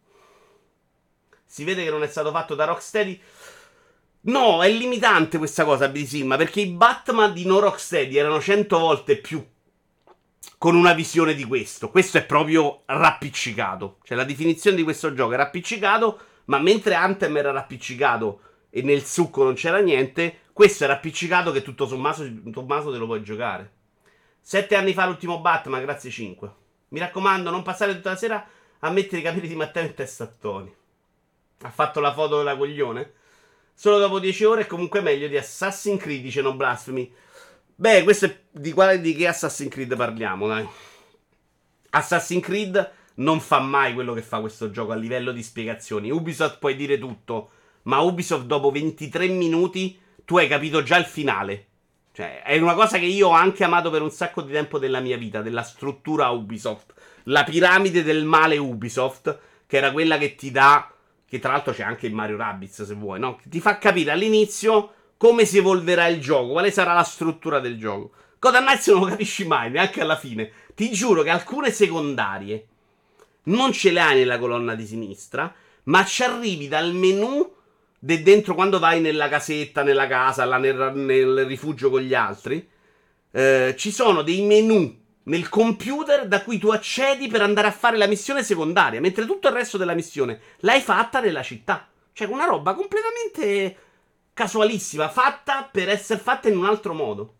Si vede che non è stato fatto da Rocksteady. No, è limitante questa cosa, B D Sim, perché i Batman di no Rocksteady erano cento volte più con una visione di questo. Questo è proprio rappiccicato. Cioè, la definizione di questo gioco è rappiccicato, ma mentre Anthem era rappiccicato e nel succo non c'era niente, questo è rappiccicato che tutto sommato, sommato te lo puoi giocare. Sette anni fa l'ultimo Batman, grazie cinque. Mi raccomando, non passare tutta la sera a mettere i capelli di Matteo in testa a Tony. Ha fatto la foto della coglione? Solo dopo dieci ore è comunque meglio di Assassin's Creed, dice No Blasphemy. Beh, questo è di quale di che Assassin's Creed parliamo, dai. Assassin's Creed non fa mai quello che fa questo gioco a livello di spiegazioni. Ubisoft puoi dire tutto, ma Ubisoft dopo ventitré minuti tu hai capito già il finale. Cioè, è una cosa che io ho anche amato per un sacco di tempo della mia vita, della struttura Ubisoft. La piramide del male Ubisoft, che era quella che ti dà, che tra l'altro c'è anche in Mario Rabbids se vuoi, no? Che ti fa capire all'inizio come si evolverà il gioco, quale sarà la struttura del gioco. Gotham Knights non lo capisci mai, neanche alla fine. Ti giuro che alcune secondarie non ce le hai nella colonna di sinistra, ma ci arrivi dal menu de dentro quando vai nella casetta, nella casa, là nel, nel rifugio con gli altri. Eh, ci sono dei menu nel computer da cui tu accedi per andare a fare la missione secondaria, mentre tutto il resto della missione l'hai fatta nella città. Cioè, una roba completamente casualissima, fatta per essere fatta in un altro modo.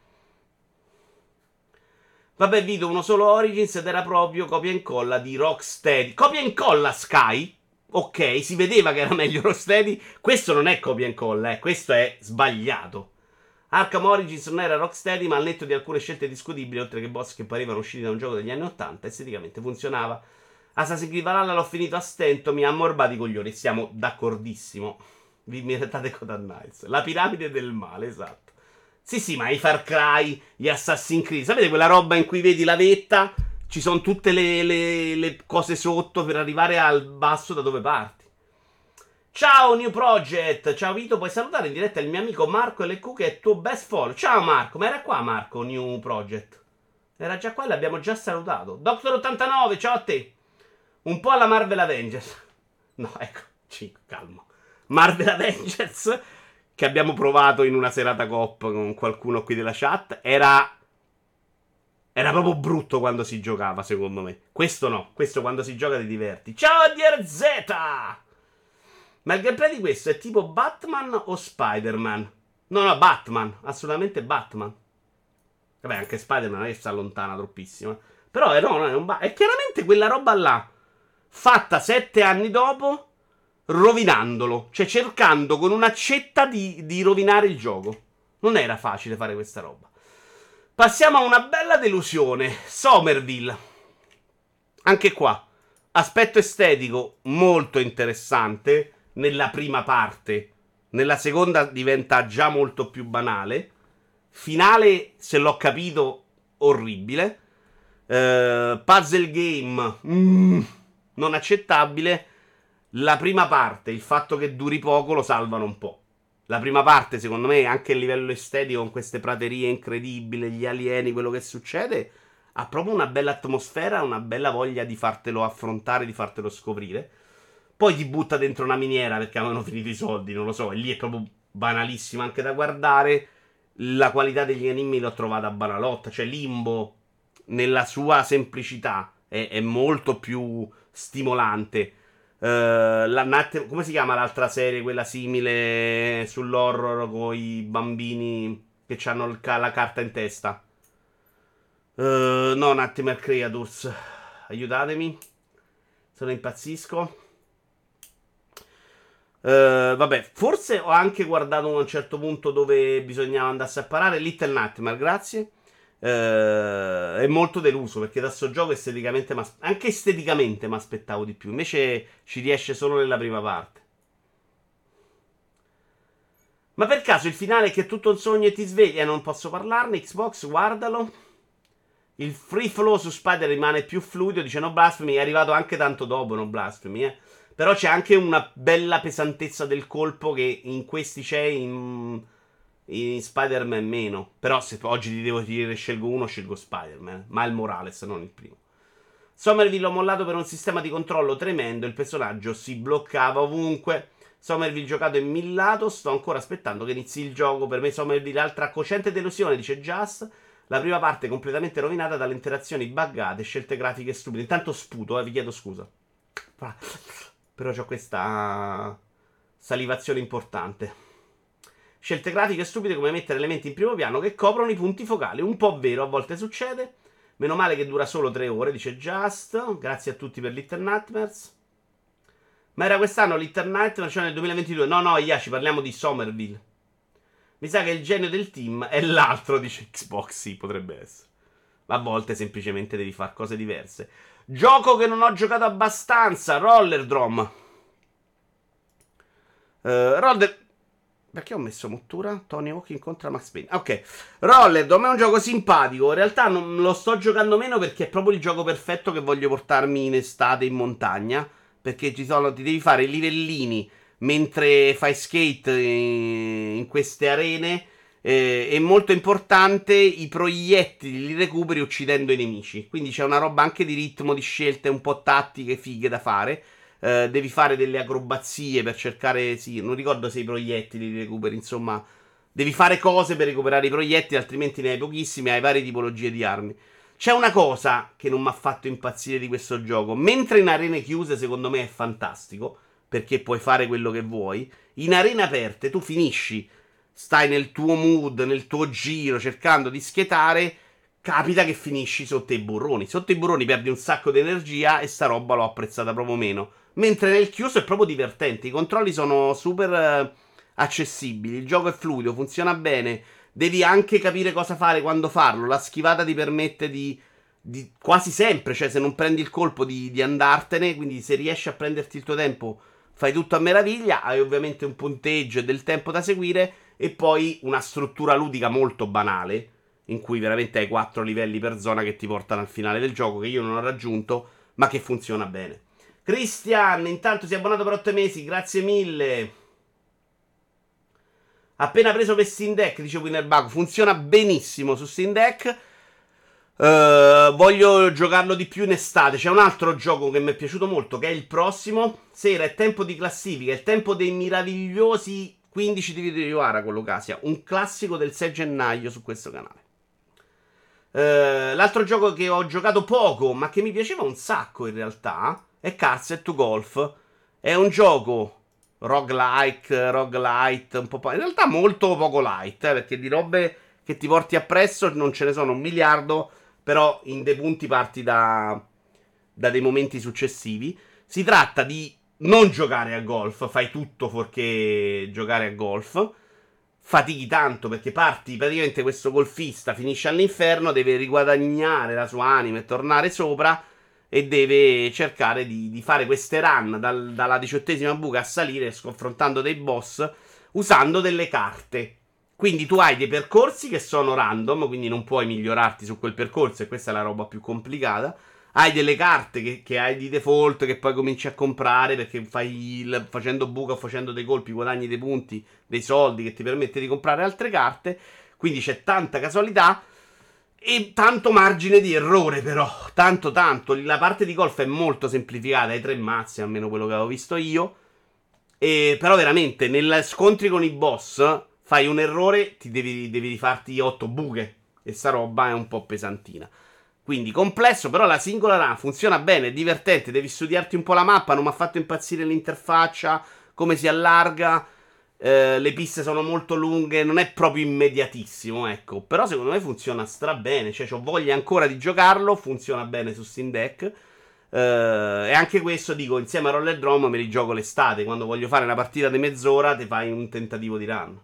Vabbè, Vito, uno solo Origins ed era proprio copia e incolla di Rocksteady. Copia e incolla Sky? Ok, si vedeva che era meglio Rocksteady. Questo non è copia e incolla, eh. Questo è sbagliato. Arkham Origins non era Rocksteady, ma al netto di alcune scelte discutibili, oltre che boss che parevano usciti da un gioco degli anni ottanta, esteticamente funzionava. Assassin's Creed Valhalla l'ho finito a stento, mi ha ammorbato i coglioni. Siamo d'accordissimo. Vi meritate Gotham Knights. La piramide del male, esatto. Sì, sì, ma i Far Cry, gli Assassin's Creed, sapete quella roba in cui vedi la vetta? Ci sono tutte le, le, le cose sotto per arrivare al basso da dove parti. Ciao New Project, ciao Vito, puoi salutare in diretta il mio amico Marco L Q che è tuo best follow. Ciao Marco, ma era qua Marco, New Project? Era già qua, l'abbiamo già salutato. Doctor ottantanove, ciao a te. Un po' alla Marvel Avengers. No, ecco, cinque, calmo. Marvel Avengers, che abbiamo provato in una serata coop con qualcuno qui della chat, era... Era proprio brutto quando si giocava, secondo me. Questo no, questo quando si gioca ti diverti. Ciao D R Z! Ma il gameplay di questo è tipo Batman o Spider-Man? No, no, Batman, assolutamente Batman. Vabbè, anche Spider-Man non è che si allontana troppissimo. Però è, no, no, è, un ba- è chiaramente quella roba là, fatta sette anni dopo, rovinandolo. Cioè cercando con un'accetta di, di rovinare il gioco. Non era facile fare questa roba. Passiamo a una bella delusione. Somerville. Anche qua, aspetto estetico molto interessante nella prima parte. Nella seconda diventa già molto più banale. Finale, se l'ho capito, orribile. Uh, puzzle game. Mm. non accettabile. La prima parte, il fatto che duri poco, lo salvano un po'. La prima parte, secondo me, anche a livello estetico, con queste praterie incredibili, gli alieni, quello che succede, ha proprio una bella atmosfera, una bella voglia di fartelo affrontare, di fartelo scoprire. Poi ti butta dentro una miniera perché avevano finito i soldi, non lo so, e lì è proprio banalissimo anche da guardare. La qualità degli enigmi l'ho trovata banalotta, cioè Limbo, nella sua semplicità, è, è molto più stimolante. Uh, la, Night- come si chiama l'altra serie, quella simile sull'horror con i bambini che hanno la carta in testa? Uh, no, Nightmare Creatures. Aiutatemi. Se no impazzisco. Uh, vabbè, forse ho anche guardato a un certo punto dove bisognava andarsi a parare. Little Nightmare, grazie. Uh, è molto deluso perché da sto gioco esteticamente, anche esteticamente mi aspettavo di più. Invece ci riesce solo nella prima parte. Ma per caso il finale è che è tutto un sogno e ti svegli e non posso parlarne? Xbox, guardalo. Il free flow su Spider rimane più fluido. Dice No Blasphemy. È arrivato anche tanto dopo No Blasphemy, eh. Però c'è anche una bella pesantezza del colpo che in questi c'è, in, in Spider-Man meno. Però se oggi ti devo dire scelgo uno, scelgo Spider-Man. Ma il Morales, non il primo. Somerville ho mollato per un sistema di controllo tremendo. Il personaggio si bloccava ovunque. Somerville giocato e millato. Sto ancora aspettando che inizi il gioco. Per me Somerville è altra cocente delusione, dice Just. La prima parte è completamente rovinata dalle interazioni buggate, scelte grafiche stupide. Intanto sputo, eh, vi chiedo scusa. Però c'ho questa salivazione importante. Scelte grafiche stupide come mettere elementi in primo piano che coprono i punti focali. Un po' vero, a volte succede. Meno male che dura solo tre ore, dice Just. Grazie a tutti per Little Nightmares. Ma era quest'anno Little Nightmares, cioè nel duemilaventidue? No, no, Iaci, parliamo di Somerville. Mi sa che il genio del team è l'altro, dice Xbox. Sì, potrebbe essere. Ma a volte semplicemente devi fare cose diverse. Gioco che non ho giocato abbastanza, Rollerdrome. Uh, Roller... Perché ho messo mottura? Tony Hawk incontra Max Payne. Ok, Rollerdrome è un gioco simpatico. In realtà non lo sto giocando meno perché è proprio il gioco perfetto che voglio portarmi in estate in montagna. Perché ci sono, ti devi fare i livellini mentre fai skate in queste arene. Eh, è molto importante i proiettili li recuperi uccidendo i nemici. Quindi c'è una roba anche di ritmo, di scelte un po' tattiche, fighe da fare. Eh, devi fare delle acrobazie per cercare. Sì, non ricordo se i proiettili li recuperi. Insomma, devi fare cose per recuperare i proiettili, altrimenti ne hai pochissimi. Hai varie tipologie di armi. C'è una cosa che non mi ha fatto impazzire di questo gioco. Mentre in arene chiuse, secondo me, è fantastico, perché puoi fare quello che vuoi. In arene aperte, tu finisci, stai nel tuo mood, nel tuo giro, cercando di schietare. Capita che finisci sotto i burroni. Sotto i burroni perdi un sacco di energia e sta roba l'ho apprezzata proprio meno. Mentre nel chiuso è proprio divertente. I controlli sono super eh, accessibili. Il gioco è fluido, funziona bene. Devi anche capire cosa fare, quando farlo. La schivata ti permette di, di quasi sempre, cioè se non prendi il colpo di, di andartene. Quindi se riesci a prenderti il tuo tempo fai tutto a meraviglia. Hai ovviamente un punteggio e del tempo da seguire. E poi una struttura ludica molto banale, in cui veramente hai quattro livelli per zona che ti portano al finale del gioco, che io non ho raggiunto, ma che funziona bene. Christian, intanto si è abbonato per otto mesi, grazie mille. Appena preso per Steam Deck, dice Winnerbago, funziona benissimo su Steam Deck. Uh, voglio giocarlo di più in estate. C'è un altro gioco che mi è piaciuto molto, che è il prossimo. Sera è tempo di classifica, è il tempo dei meravigliosi quindici di video di Iwara con l'Ocasia, un classico del sei gennaio su questo canale. Uh, l'altro gioco che ho giocato poco, ma che mi piaceva un sacco in realtà, è Cars to Golf. È un gioco roguelike, roguelite, un po' po'. In realtà molto poco light, eh, perché di robe che ti porti appresso non ce ne sono un miliardo, però in dei punti parti da, da dei momenti successivi. Si tratta di non giocare a golf, fai tutto fuorché giocare a golf. Fatichi tanto perché parti praticamente questo golfista, finisce all'inferno, deve riguadagnare la sua anima e tornare sopra. E deve cercare di, di fare queste run dal, dalla diciottesima buca a salire, sconfrontando dei boss, usando delle carte. Quindi tu hai dei percorsi che sono random, quindi non puoi migliorarti su quel percorso, e questa è la roba più complicata. hai delle carte che, che hai di default che poi cominci a comprare perché fai il, facendo buca o facendo dei colpi guadagni dei punti, dei soldi che ti permette di comprare altre carte. Quindi c'è tanta casualità e tanto margine di errore, però tanto tanto. La parte di golf è molto semplificata, hai tre mazzi, almeno quello che avevo visto io. E, però veramente nel scontri con i boss fai un errore, ti devi, devi rifarti otto buche e sta roba è un po' pesantina. Quindi complesso, però la singola run funziona bene, è divertente, devi studiarti un po' la mappa, non mi ha fatto impazzire l'interfaccia, come si allarga, eh, le piste sono molto lunghe, non è proprio immediatissimo, ecco. Però secondo me funziona stra bene, cioè ho voglia ancora di giocarlo, funziona bene su Steam Deck. Eh, e anche questo, dico, insieme a Roller Drum me li gioco l'estate, quando voglio fare una partita di mezz'ora, ti fai un tentativo di run.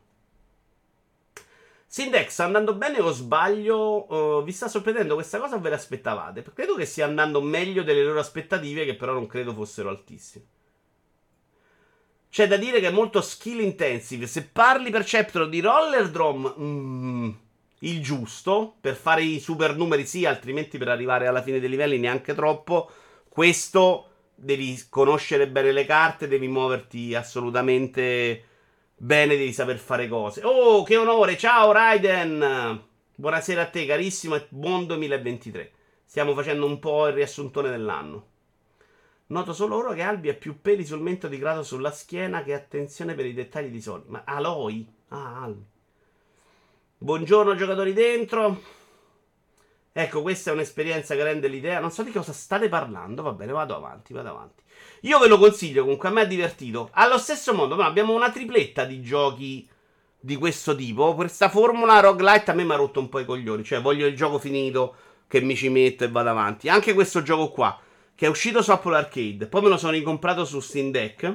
Sindex sta andando bene o sbaglio? Uh, vi sta sorprendendo questa cosa o ve l'aspettavate? Credo che stia andando meglio delle loro aspettative, che però non credo fossero altissime. C'è da dire che è molto skill intensive. Se parli Perceptor di Roller Drum, mm, il giusto. Per fare i super numeri sì, altrimenti per arrivare alla fine dei livelli neanche troppo. Questo devi conoscere bene le carte, devi muoverti assolutamente bene, devi saper fare cose. Oh, che onore! Ciao Raiden! Buonasera a te, carissimo, e buon duemilaventitré. Stiamo facendo un po' il riassuntone dell'anno. Noto solo ora che Albi ha più peli sul mento di grado sulla schiena che attenzione per i dettagli di Sony. Ma Aloy? Ah, Albi. Buongiorno giocatori dentro. Ecco, questa è un'esperienza che rende l'idea. Non so di cosa state parlando. Va bene, vado avanti, vado avanti. Io ve lo consiglio, comunque a me ha divertito. Allo stesso modo, no, abbiamo una tripletta di giochi di questo tipo. Questa formula roguelite a me mi ha rotto un po' i coglioni. Cioè, voglio il gioco finito, che mi ci metto e vado avanti. Anche questo gioco qua, che è uscito su Apple Arcade, poi me lo sono ricomprato su Steam Deck.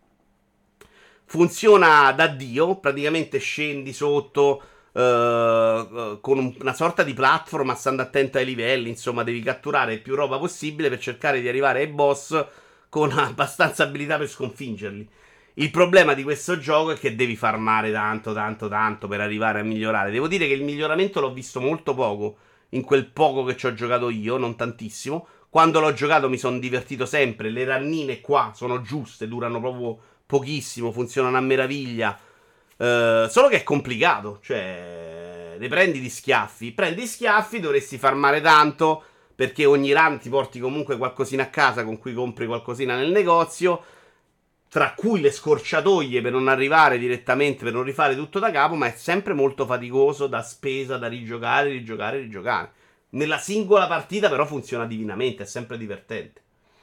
Funziona da Dio. Praticamente scendi sotto uh, uh, con una sorta di platform, stando attento ai livelli. Insomma, devi catturare più roba possibile per cercare di arrivare ai boss con abbastanza abilità per sconfiggerli. Il problema di questo gioco è che devi farmare tanto, tanto, tanto per arrivare a migliorare. Devo dire che il miglioramento l'ho visto molto poco, in quel poco che ci ho giocato io, non tantissimo. Quando l'ho giocato mi sono divertito sempre. Le rannine qua sono giuste, durano proprio pochissimo, funzionano a meraviglia. Uh, solo che è complicato, cioè ne prendi di schiaffi. Prendi schiaffi, dovresti farmare tanto, perché ogni run ti porti comunque qualcosina a casa con cui compri qualcosina nel negozio, tra cui le scorciatoie per non arrivare direttamente, per non rifare tutto da capo, ma è sempre molto faticoso, da spesa, da rigiocare, rigiocare, rigiocare. Nella singola partita però funziona divinamente, è sempre divertente.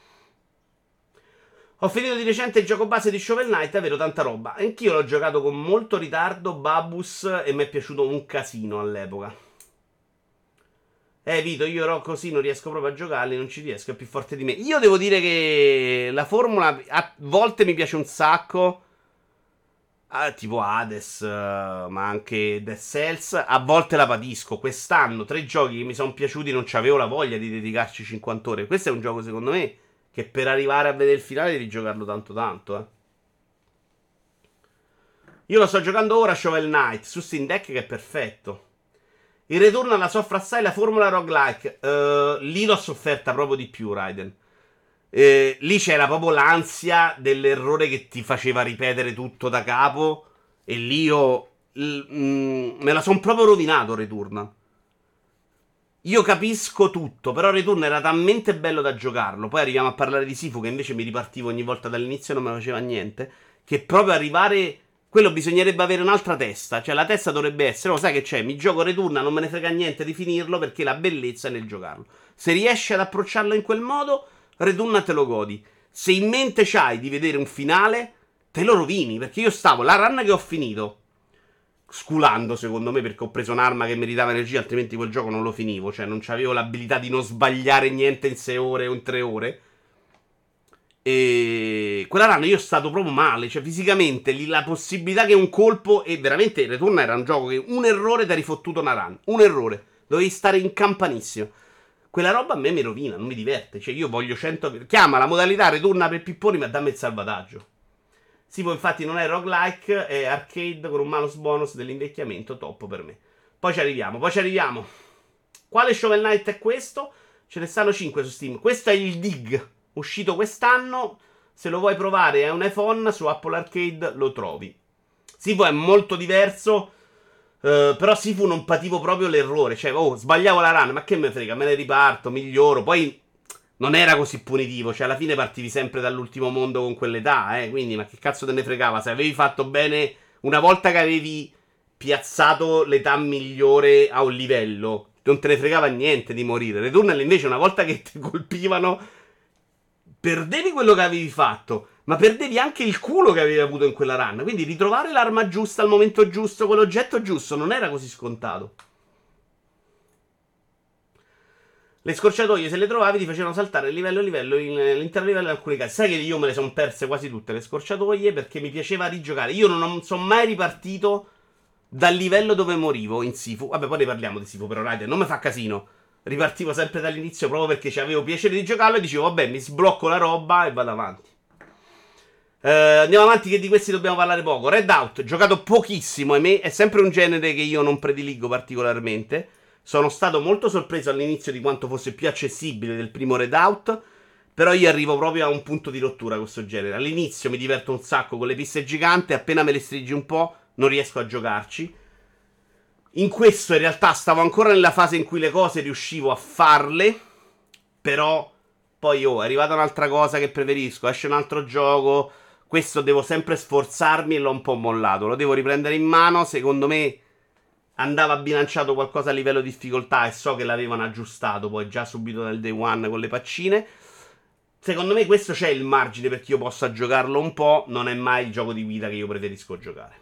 Ho finito di recente il gioco base di Shovel Knight, è vero, tanta roba. Anch'io l'ho giocato con molto ritardo, Babus, e mi è piaciuto un casino all'epoca. Eh, Vito, io ero così, non riesco proprio a giocarli, non ci riesco, è più forte di me. Io devo dire che la formula a volte mi piace un sacco, ah, tipo Hades, uh, ma anche Dead Cells, a volte la patisco. Quest'anno, tre giochi che mi sono piaciuti, non c'avevo la voglia di dedicarci cinquanta ore. Questo è un gioco, secondo me, che per arrivare a vedere il finale devi giocarlo tanto tanto, eh. Io lo sto giocando ora, Shovel Knight, su Steam Deck, che è perfetto. Il ritorno alla soffra assai la formula roguelike. Uh, lì l'ho sofferta proprio di più, Raiden. Eh, lì c'era proprio l'ansia dell'errore che ti faceva ripetere tutto da capo. E lì io l- mm, me la son proprio rovinato Returnal. Io capisco tutto, però Return era talmente bello da giocarlo. Poi arriviamo a parlare di Sifu, che invece mi ripartivo ogni volta dall'inizio e non me faceva niente. Che proprio arrivare... Quello bisognerebbe avere un'altra testa. Cioè la testa dovrebbe essere: oh, sai che c'è? Mi gioco Return, non me ne frega niente di finirlo, perché la bellezza è nel giocarlo. Se riesci ad approcciarlo in quel modo, Return te lo godi. Se in mente c'hai di vedere un finale, te lo rovini. Perché io stavo, la run che ho finito, sculando secondo me, perché ho preso un'arma che mi ridava energia, altrimenti quel gioco non lo finivo. Cioè non c'avevo l'abilità di non sbagliare niente in sei ore o in tre ore. E quella run io ho stato proprio male. Cioè fisicamente lì la possibilità che un colpo... E veramente Return era un gioco che un errore ti ha rifottuto una run. Un errore, dovevi stare in campanissimo. Quella roba a me mi rovina, non mi diverte. Cioè io voglio cento... Chiama la modalità Return per pipponi, ma dammi il salvataggio. Sipo infatti non è roguelike, è arcade con un malus bonus dell'invecchiamento, top per me. Poi ci arriviamo, poi ci arriviamo. Quale Shovel Knight è questo? Ce ne stanno cinque su Steam. Questo è il Dig, uscito quest'anno. Se lo vuoi provare è un iPhone, su Apple Arcade lo trovi. Sifu è molto diverso, uh, però Sifu non pativo proprio l'errore. Cioè, oh, sbagliavo la run, ma che me frega, me ne riparto, miglioro. Poi non era così punitivo, cioè alla fine partivi sempre dall'ultimo mondo con quell'età, eh. Quindi, ma che cazzo te ne fregava? Se avevi fatto bene, una volta che avevi piazzato l'età migliore a un livello, non te ne fregava niente di morire. Returnal invece, una volta che ti colpivano, perdevi quello che avevi fatto, ma perdevi anche il culo che avevi avuto in quella run. Quindi ritrovare l'arma giusta al momento giusto, quell'oggetto giusto, non era così scontato. Le scorciatoie, se le trovavi, ti facevano saltare livello a livello, l'intero livello in alcuni casi. Sai che io me le sono perse quasi tutte le scorciatoie perché mi piaceva rigiocare. Io non sono mai ripartito dal livello dove morivo in Sifu. Vabbè, poi ne parliamo di Sifu, però Rider, non mi fa casino. Ripartivo sempre dall'inizio proprio perché avevo piacere di giocarlo e dicevo, vabbè, mi sblocco la roba e vado avanti. Uh, andiamo avanti che di questi dobbiamo parlare poco. Redout, giocato pochissimo, ahimè, è sempre un genere che io non prediligo particolarmente. Sono stato molto sorpreso all'inizio di quanto fosse più accessibile del primo Redout, però io arrivo proprio a un punto di rottura con questo genere. All'inizio mi diverto un sacco con le piste giganti, appena me le stringi un po' non riesco a giocarci. In questo in realtà stavo ancora nella fase in cui le cose riuscivo a farle, però poi oh, è arrivata un'altra cosa che preferisco, esce un altro gioco, questo devo sempre sforzarmi e l'ho un po' mollato, lo devo riprendere in mano, secondo me andava bilanciato qualcosa a livello di difficoltà e so che l'avevano aggiustato poi già subito dal day one con le paccine. Secondo me questo c'è il margine perché io possa giocarlo un po', non è mai il gioco di guida che io preferisco giocare.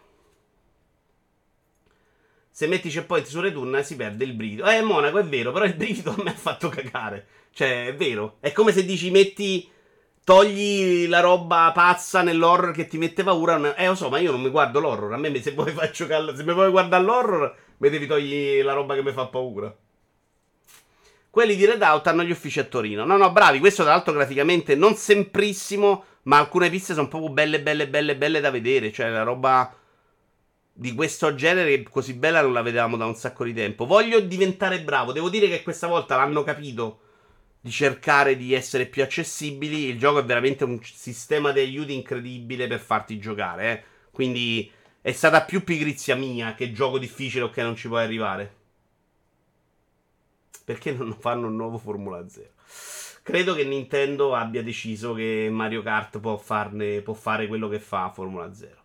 Se metti checkpoint su Return si perde il brivido. Eh, Monaco, è vero, però il brivido mi ha fatto cagare. Cioè, è vero. È come se dici metti... Togli la roba pazza nell'horror che ti mette paura. Eh, lo so, ma io non mi guardo l'horror. A me se vuoi far giocare... Se mi vuoi guardare l'horror, mi devi togliere la roba che mi fa paura. Quelli di Redout hanno gli uffici a Torino. No, no, bravi. Questo tra l'altro graficamente non semprissimo, ma alcune piste sono proprio belle, belle, belle, belle da vedere. Cioè, la roba... di questo genere così bella non la vedevamo da un sacco di tempo. Voglio diventare bravo. Devo dire che questa volta l'hanno capito di cercare di essere più accessibili. Il gioco è veramente un sistema di aiuti incredibile per farti giocare, eh. Quindi è stata più pigrizia mia che gioco difficile o che non ci puoi arrivare. Perché non fanno un nuovo Formula zero? Credo che Nintendo abbia deciso che Mario Kart può farne, può fare quello che fa Formula zero.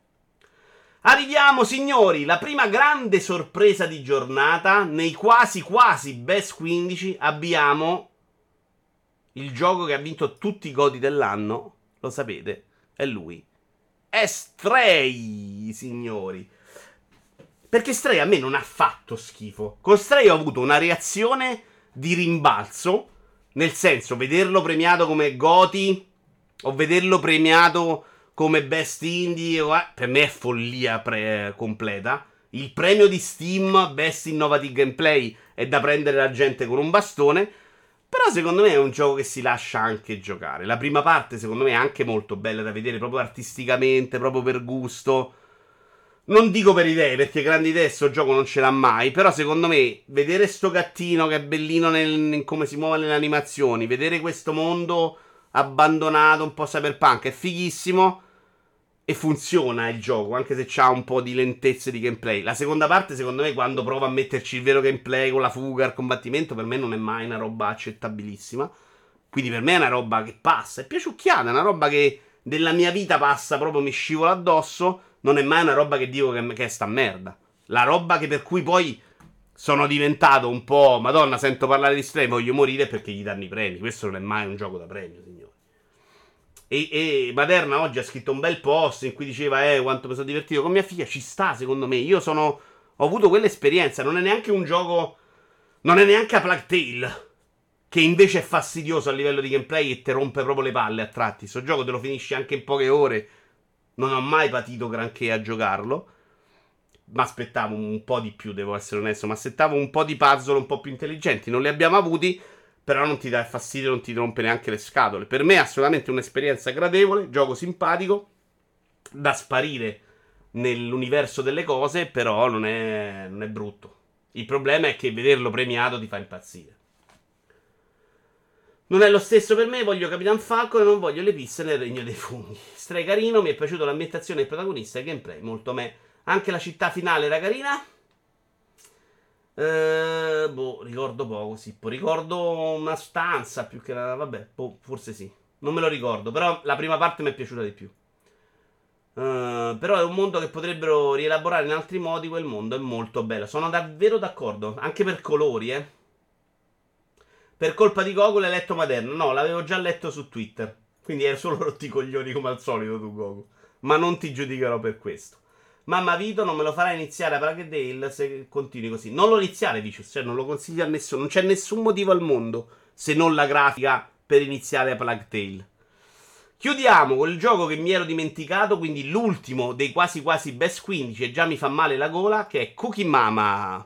Arriviamo, signori, la prima grande sorpresa di giornata. Nei quasi quasi best quindici abbiamo il gioco che ha vinto tutti i Goti dell'anno. Lo sapete, è lui. È Stray, signori. Perché Stray a me non ha fatto schifo. Con Stray ho avuto una reazione di rimbalzo. Nel senso, vederlo premiato come Goti o vederlo premiato come Best Indie, per me è follia pre- completa. Il premio di Steam Best Innovative Gameplay è da prendere la gente con un bastone. Però secondo me è un gioco che si lascia anche giocare. La prima parte secondo me è anche molto bella da vedere, proprio artisticamente, proprio per gusto. Non dico per idee, perché grandi idee sto gioco non ce l'ha mai. Però secondo me vedere sto gattino che è bellino nel, in come si muove nelle animazioni, vedere questo mondo abbandonato, un po' cyberpunk, è fighissimo. E funziona il gioco, anche se c'ha un po' di lentezze di gameplay. La seconda parte, secondo me, quando prova a metterci il vero gameplay con la fuga, il combattimento, per me non è mai una roba accettabilissima. Quindi per me è una roba che passa, è piaciucchiata, è una roba che della mia vita passa, proprio mi scivola addosso. Non è mai una roba che dico che, che è sta merda. La roba che per cui poi sono diventato un po', Madonna, sento parlare di Stray, voglio morire perché gli danno i premi. Questo non è mai un gioco da premio, signori. E, e Materna oggi ha scritto un bel post in cui diceva eh quanto mi sono divertito con mia figlia. Ci sta, secondo me. Io sono ho avuto quell'esperienza. Non è neanche un gioco, non è neanche a Plague Tale, che invece è fastidioso a livello di gameplay e te rompe proprio le palle a tratti. Sto gioco te lo finisci anche in poche ore. Non ho mai patito granché a giocarlo. Ma aspettavo un po' di più, devo essere onesto. Ma aspettavo un po' di puzzle un po' più intelligenti. Non li abbiamo avuti. Però non ti dà fastidio, non ti rompe neanche le scatole. Per me è assolutamente un'esperienza gradevole, gioco simpatico, da sparire nell'universo delle cose, però non è, non è brutto. Il problema è che vederlo premiato ti fa impazzire. Non è lo stesso per me, voglio Capitan Falcon e non voglio le piste nel regno dei funghi. Stra carino, mi è piaciuto l'ambientazione del protagonista e il gameplay, molto me. Anche la città finale era carina. Eh, boh, ricordo poco, sì. Poi ricordo una stanza più che la... Vabbè, boh, forse sì. Non me lo ricordo, però la prima parte mi è piaciuta di più. Uh, però è un mondo che potrebbero rielaborare in altri modi. Quel mondo è molto bello. Sono davvero d'accordo. Anche per colori, eh. Per colpa di Goku l'hai letto materno. No, l'avevo già letto su Twitter. Quindi eri solo rotti i coglioni come al solito tu, Goku. Ma non ti giudicherò per questo. Mamma Vito, non me lo farà iniziare a Plague Tale se continui così. Non lo iniziare, Vicious. Cioè, non lo consiglio a nessuno. Non c'è nessun motivo al mondo se non la grafica per iniziare a Plague Tale. Chiudiamo con il gioco che mi ero dimenticato, quindi l'ultimo dei quasi quasi best quindici e già mi fa male la gola, che è Cookie Mama.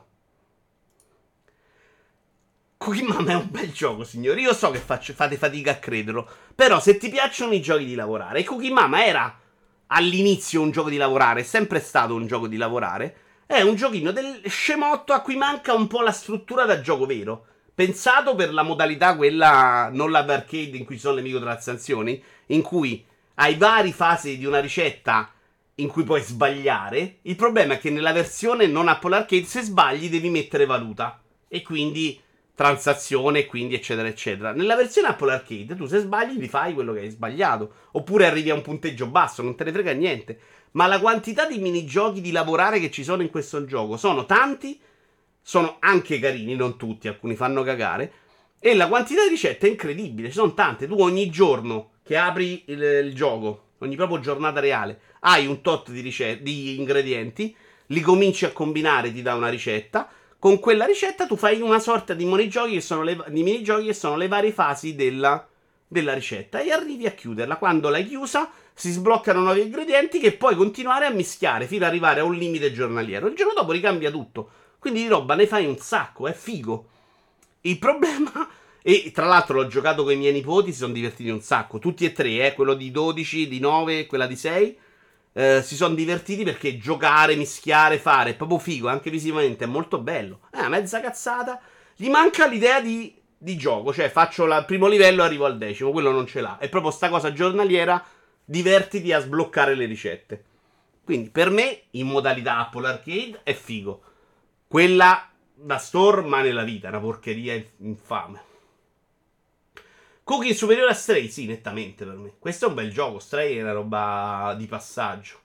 Cookie Mama è un bel gioco, signori. Io so che faccio, fate fatica a crederlo, però se ti piacciono i giochi di lavorare, Cookie Mama era all'inizio un gioco di lavorare, è sempre stato un gioco di lavorare, è un giochino del scemotto a cui manca un po' la struttura da gioco vero. Pensato per la modalità quella, non la arcade in cui ci sono le microtransazioni, in cui hai varie fasi di una ricetta in cui puoi sbagliare. Il problema è che nella versione non Apple Arcade, se sbagli devi mettere valuta e quindi transazione, quindi eccetera eccetera. Nella versione Apple Arcade tu se sbagli rifai quello che hai sbagliato, oppure arrivi a un punteggio basso, non te ne frega niente. Ma la quantità di minigiochi di lavorare che ci sono in questo gioco sono tanti. Sono anche carini, non tutti, alcuni fanno cagare. E la quantità di ricette è incredibile, ci sono tante. Tu ogni giorno che apri il, il gioco, ogni proprio giornata reale, hai un tot di, ricette, di ingredienti, li cominci a combinare, ti dà una ricetta. Con quella ricetta tu fai una sorta di minigiochi che sono le, di minigiochi che sono le varie fasi della, della ricetta. E arrivi a chiuderla. Quando l'hai chiusa si sbloccano nuovi ingredienti che puoi continuare a mischiare fino ad arrivare a un limite giornaliero. Il giorno dopo ricambia tutto. Quindi di roba ne fai un sacco, è figo. Il problema... E tra l'altro l'ho giocato con i miei nipoti, si sono divertiti un sacco. Tutti e tre, eh, quello di dodici, di nove e quella di sei. Eh, si sono divertiti perché giocare, mischiare, fare è proprio figo, anche visivamente è molto bello. È una mezza cazzata. Gli manca l'idea di, di gioco, cioè faccio il primo livello e arrivo al decimo, quello non ce l'ha. È proprio sta cosa giornaliera, divertiti a sbloccare le ricette. Quindi per me, in modalità Apple Arcade, è figo. Quella da store, ma nella vita, è una porcheria infame. Cookie superiore a Stray, sì, nettamente per me. Questo è un bel gioco, Stray è una roba di passaggio.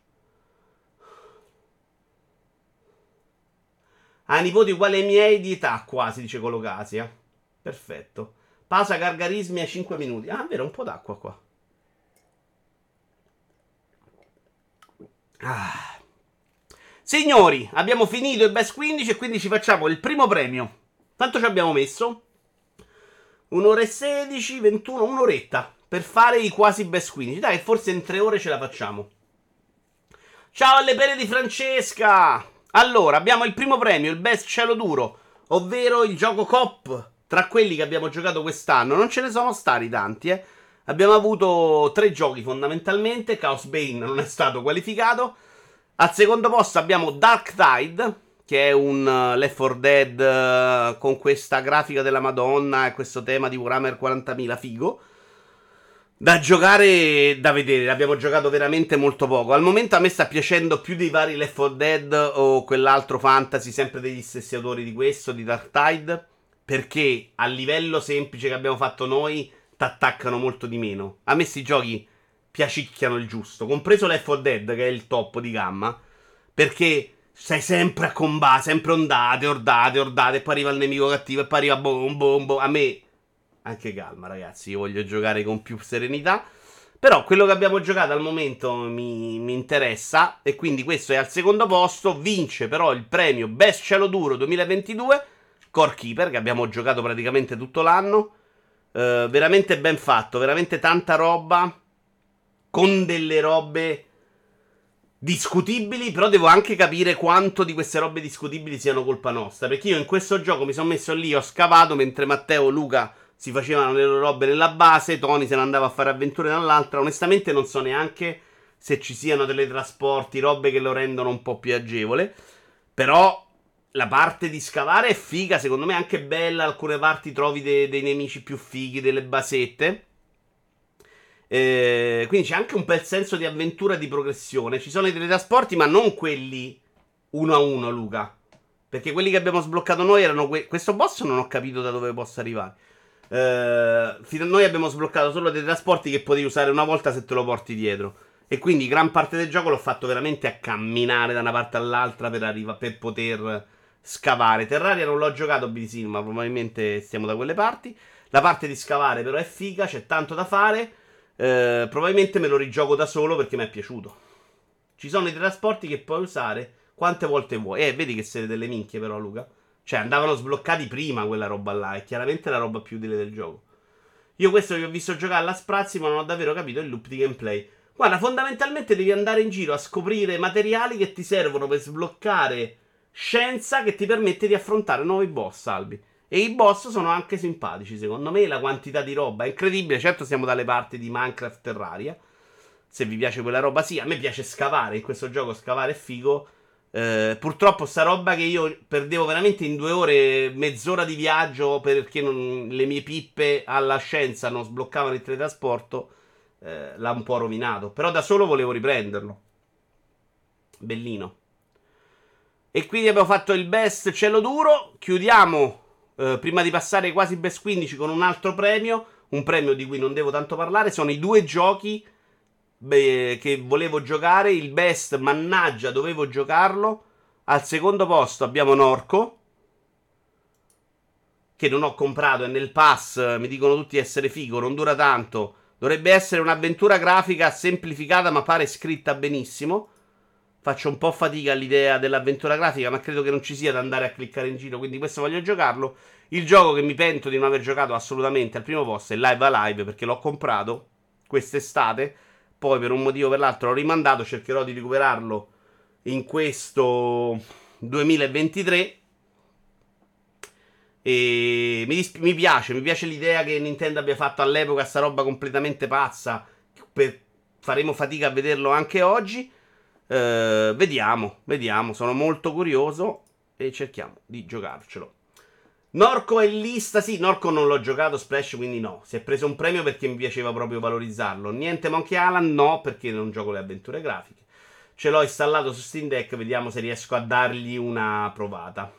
Ha nipoti uguali ai miei di età, quasi, dice Colocasia. Perfetto. Pausa gargarismi a cinque minuti. Ah, vero, un po' d'acqua qua. Ah... Signori, abbiamo finito il Best quindici e quindi ci facciamo il primo premio. Quanto ci abbiamo messo? Un'ora e sedici, ventuno, un'oretta per fare i quasi Best quindici. Dai, forse in tre ore ce la facciamo. Ciao alle pere di Francesca! Allora, abbiamo il primo premio, il Best Cielo Duro, ovvero il gioco coop. Tra quelli che abbiamo giocato quest'anno, non ce ne sono stati tanti, eh. Abbiamo avuto tre giochi fondamentalmente. Chaos Bane non è stato qualificato. Al secondo posto abbiamo Dark Tide, che è un uh, Left four Dead uh, con questa grafica della Madonna e questo tema di Warhammer quarantamila figo. Da giocare e da vedere, l'abbiamo giocato veramente molto poco. Al momento a me sta piacendo più dei vari Left four Dead o quell'altro fantasy, sempre degli stessi autori di questo, di Dark Tide, perché a livello semplice che abbiamo fatto noi t'attaccano molto di meno. A me sti giochi piacicchiano il giusto, compreso Left four Dead che è il top di gamma, perché sei sempre a combattere, sempre ondate, ordate, ordate, e poi arriva il nemico cattivo e poi arriva boom, boom, boom. A me, anche calma ragazzi, io voglio giocare con più serenità, però quello che abbiamo giocato al momento mi, mi interessa, e quindi questo è al secondo posto. Vince però il premio Best Cielo Duro duemilaventidue Core Keeper, che abbiamo giocato praticamente tutto l'anno. uh, Veramente ben fatto, veramente tanta roba, con delle robe discutibili, però devo anche capire quanto di queste robe discutibili siano colpa nostra, perché io in questo gioco mi sono messo lì, ho scavato, mentre Matteo e Luca si facevano le loro robe nella base, Tony se ne andava a fare avventure dall'altra. Onestamente non so neanche se ci siano teletrasporti, robe che lo rendono un po' più agevole, però la parte di scavare è figa, secondo me è anche bella. Alcune parti trovi de- dei nemici più fighi, delle basette. Eh, quindi c'è anche un bel senso di avventura e di progressione. Ci sono i teletrasporti, ma non quelli uno a uno, Luca. Perché quelli che abbiamo sbloccato noi erano que- questo boss non ho capito da dove possa arrivare. Eh, fino a noi abbiamo sbloccato solo dei trasporti che potevi usare una volta se te lo porti dietro. E quindi gran parte del gioco l'ho fatto veramente a camminare da una parte all'altra per, arriva- per poter scavare. Terraria non l'ho giocato B T C, ma probabilmente stiamo da quelle parti. La parte di scavare però è figa, c'è tanto da fare. Eh, probabilmente me lo rigioco da solo perché mi è piaciuto. Ci sono i trasporti che puoi usare quante volte vuoi. Eh, vedi che siete delle minchie però, Luca. Cioè, andavano sbloccati prima quella roba là. È chiaramente la roba più utile del gioco. Io questo che ho visto giocare alla sprazzi, ma non ho davvero capito il loop di gameplay. Guarda, fondamentalmente devi andare in giro a scoprire materiali che ti servono per sbloccare scienza che ti permette di affrontare nuovi boss, Albi. E i boss sono anche simpatici, secondo me. La quantità di roba è incredibile. Certo, siamo dalle parti di Minecraft Terraria. Se vi piace quella roba, sì. A me piace scavare. In questo gioco scavare è figo. Eh, purtroppo sta roba che io perdevo veramente in due ore, mezz'ora di viaggio perché non- le mie pippe alla scienza non sbloccavano il teletrasporto, eh, l'ha un po' rovinato. Però da solo volevo riprenderlo. Bellino. E quindi abbiamo fatto il best cielo duro. Chiudiamo, eh, prima di passare ai quasi best quindici, con un altro premio. Un premio di cui non devo tanto parlare. Sono i due giochi, beh, che volevo giocare. Il best, mannaggia, dovevo giocarlo. Al secondo posto abbiamo Norco, che non ho comprato, è nel pass. Mi dicono tutti essere figo, non dura tanto. Dovrebbe essere un'avventura grafica semplificata, ma pare scritta benissimo. Faccio un po' fatica all'idea dell'avventura grafica, ma credo che non ci sia da andare a cliccare in giro, quindi questo voglio giocarlo. Il gioco che mi pento di non aver giocato assolutamente al primo posto è Live Alive, perché l'ho comprato quest'estate, poi per un motivo o per l'altro l'ho rimandato. Cercherò di recuperarlo in questo duemilaventitré. E mi, dis- mi piace, mi piace l'idea che Nintendo abbia fatto all'epoca sta roba completamente pazza. Per- faremo fatica a vederlo anche oggi. Eh, vediamo, vediamo, sono molto curioso e cerchiamo di giocarcelo. Norco è in lista, sì, Norco non l'ho giocato, Splash, quindi no. Si è preso un premio perché mi piaceva proprio valorizzarlo. Niente Monkey Island, no, perché non gioco le avventure grafiche. Ce l'ho installato su Steam Deck, vediamo se riesco a dargli una provata.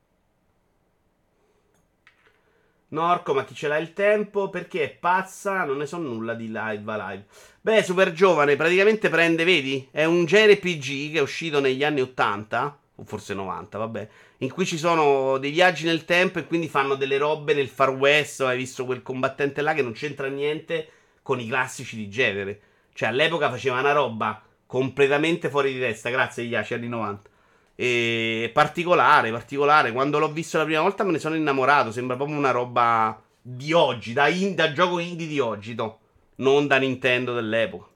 Norco, ma chi ce l'ha il tempo? Perché è pazza, non ne so nulla di Live Alive. Beh, super giovane, praticamente prende, vedi? È un J R P G che è uscito negli anni ottanta, o forse novanta, vabbè, in cui ci sono dei viaggi nel tempo e quindi fanno delle robe nel Far West. Hai visto quel combattente là che non c'entra niente con i classici di genere. Cioè, all'epoca faceva una roba completamente fuori di testa, grazie agli anni novanta. E particolare, particolare. Quando l'ho visto la prima volta me ne sono innamorato. Sembra proprio una roba di oggi, da, in- da gioco indie di oggi, no? Non da Nintendo dell'epoca.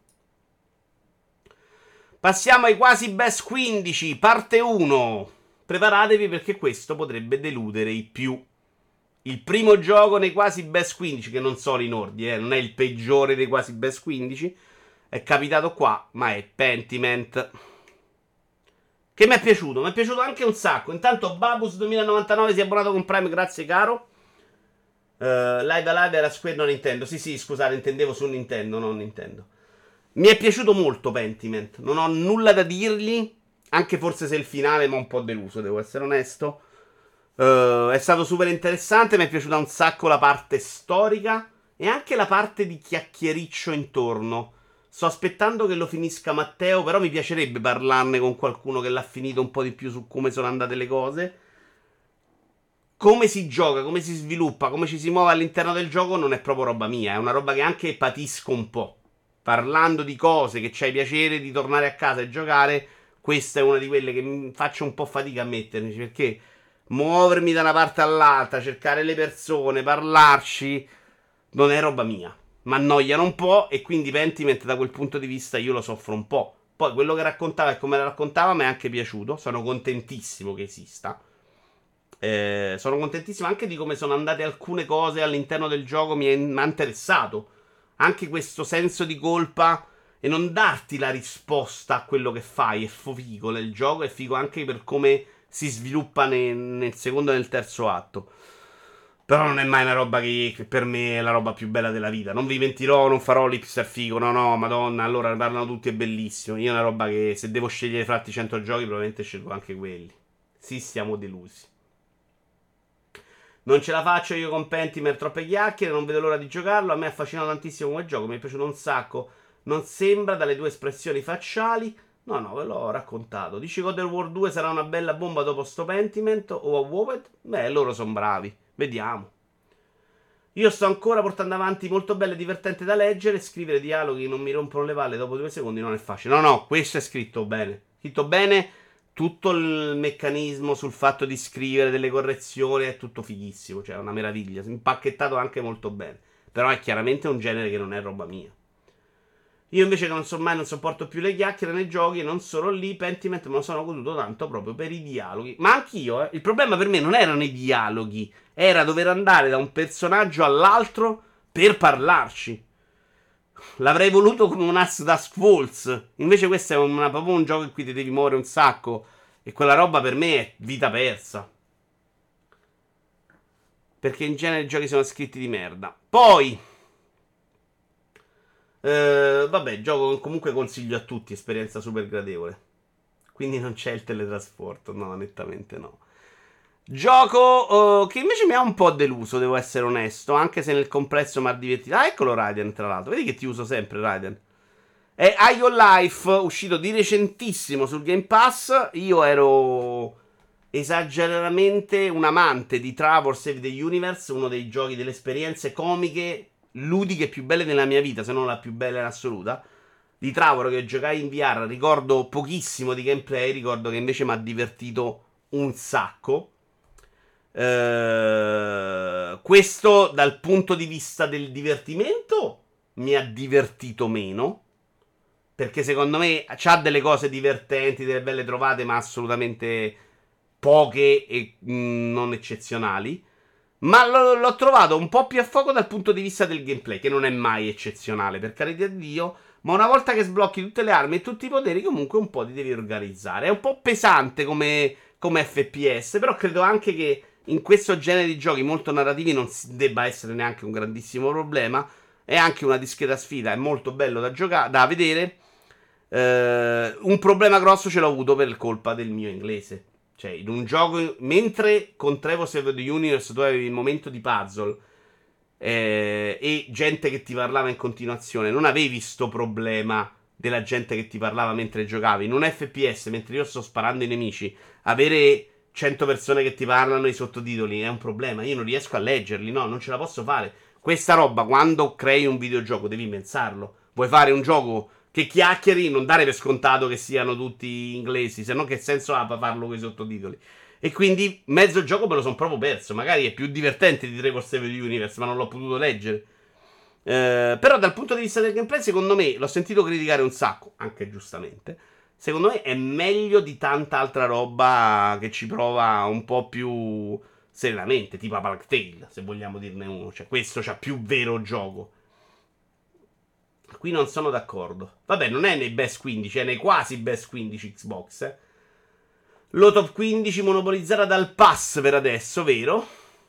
Passiamo ai quasi best quindici, parte uno. Preparatevi perché questo potrebbe deludere i più. Il primo gioco nei quasi best quindici, che non sono in ordine, eh, non è il peggiore dei quasi best quindici, è capitato qua, ma è Pentiment. Che mi è piaciuto, mi è piaciuto anche un sacco. Intanto Babus duemilanovantanove si è abbonato con Prime, grazie caro. Uh, Live Alive era Square, non Nintendo. Sì, sì, scusate, intendevo su Nintendo, non Nintendo. Mi è piaciuto molto Pentiment, non ho nulla da dirgli, anche forse se il finale mi ha un po' deluso, devo essere onesto. Uh, è stato super interessante, mi è piaciuta un sacco la parte storica e anche la parte di chiacchiericcio intorno. Sto aspettando che lo finisca Matteo, però mi piacerebbe parlarne con qualcuno che l'ha finito un po' di più su come sono andate le cose. Come si gioca, come si sviluppa, come ci si muove all'interno del gioco non è proprio roba mia, è una roba che anche patisco un po'. Parlando di cose che c'hai piacere di tornare a casa e giocare, questa è una di quelle che faccio un po' fatica a mettermi, perché muovermi da una parte all'altra, cercare le persone, parlarci, non è roba mia. Mi annoiano un po' e quindi Pentiment da quel punto di vista io lo soffro un po'. Poi quello che raccontava e come la raccontava mi è anche piaciuto, sono contentissimo che esista. Eh, sono contentissimo anche di come sono andate alcune cose all'interno del gioco, mi, è, mi ha interessato. Anche questo senso di colpa e non darti la risposta a quello che fai è figo nel gioco, è figo anche per come si sviluppa ne- nel secondo e nel terzo atto. Però non è mai una roba che, che per me è la roba più bella della vita. Non vi mentirò, non farò l'ipster figo, no, no, madonna, allora ne parlano tutti, è bellissimo. Io è una roba che se devo scegliere fra i cento giochi probabilmente scelgo anche quelli. Sì, siamo delusi. Non ce la faccio io con Pentiment, troppe chiacchiere, non vedo l'ora di giocarlo. A me ha affascinato tantissimo come gioco, mi è piaciuto un sacco. Non sembra dalle due espressioni facciali. No, no, ve l'ho raccontato. Dici God of War due sarà una bella bomba dopo sto Pentiment o a Woped? Beh, loro sono bravi. Vediamo. Io sto ancora portando avanti molto bello e divertente da leggere. Scrivere dialoghi che non mi rompono le palle dopo due secondi non è facile. No, no, questo è scritto bene. Scritto bene. Tutto il meccanismo sul fatto di scrivere delle correzioni è tutto fighissimo. Cioè, è una meraviglia. Impacchettato anche molto bene. Però è chiaramente un genere che non è roba mia. Io invece che non so mai, non sopporto più le chiacchiere nei giochi. E non solo lì, Pentiment me lo sono goduto tanto proprio per i dialoghi. Ma anch'io, eh. Il problema per me non erano i dialoghi. Era dover andare da un personaggio all'altro per parlarci. L'avrei voluto come un As Dusk Falls. Invece questo è una, proprio un gioco in cui ti devi muovere un sacco. E quella roba per me è vita persa. Perché in genere i giochi sono scritti di merda. Poi... Eh, vabbè, gioco che comunque consiglio a tutti, esperienza super gradevole. Quindi non c'è il teletrasporto, no, nettamente no. Gioco uh, che invece mi ha un po' deluso, devo essere onesto, anche se nel complesso mi ha divertito. Ah, eccolo Raiden, tra l'altro. Vedi che ti uso sempre, Raiden. È I O Life, uscito di recentissimo sul Game Pass. Io ero esageratamente un amante di Trevor Save the Universe, uno dei giochi delle esperienze comiche ludiche più belle della mia vita, se non la più bella in assoluta. Di Trevor che giocai in V R, ricordo pochissimo di gameplay, ricordo che invece mi ha divertito un sacco. Uh, questo dal punto di vista del divertimento mi ha divertito meno, perché secondo me c'ha delle cose divertenti, delle belle trovate, ma assolutamente poche e mh, non eccezionali. Ma l- l'ho trovato un po' più a fuoco dal punto di vista del gameplay, che non è mai eccezionale, per carità di Dio. Ma una volta che sblocchi tutte le armi e tutti i poteri, comunque un po' ti devi organizzare. È un po' pesante come, come F P S, però credo anche che in questo genere di giochi molto narrativi non debba essere neanche un grandissimo problema. È anche una discreta sfida, è molto bello da giocare, da vedere. Eh, un problema grosso ce l'ho avuto per colpa del mio inglese. Cioè, in un gioco, mentre con Trevor Save the Universe tu avevi il momento di puzzle eh, e gente che ti parlava in continuazione, non avevi sto problema della gente che ti parlava mentre giocavi. In un F P S, mentre io sto sparando i nemici, avere cento persone che ti parlano i sottotitoli è un problema. Io non riesco a leggerli, no, non ce la posso fare. Questa roba, quando crei un videogioco, devi pensarlo. Vuoi fare un gioco che chiacchieri, non dare per scontato che siano tutti inglesi, se no che senso ha farlo con i sottotitoli? E quindi mezzo gioco me lo sono proprio perso. Magari è più divertente di Trevor Save the Universe, ma non l'ho potuto leggere. Eh, però dal punto di vista del gameplay, secondo me, l'ho sentito criticare un sacco, anche giustamente. Secondo me è meglio di tanta altra roba che ci prova un po' più serenamente, tipo a Plague Tale, se vogliamo dirne uno. Cioè, questo c'ha più vero gioco. Qui non sono d'accordo. Vabbè, non è nei best quindici, è nei quasi best quindici Xbox, eh. Lo top quindici monopolizzata dal pass per adesso, vero?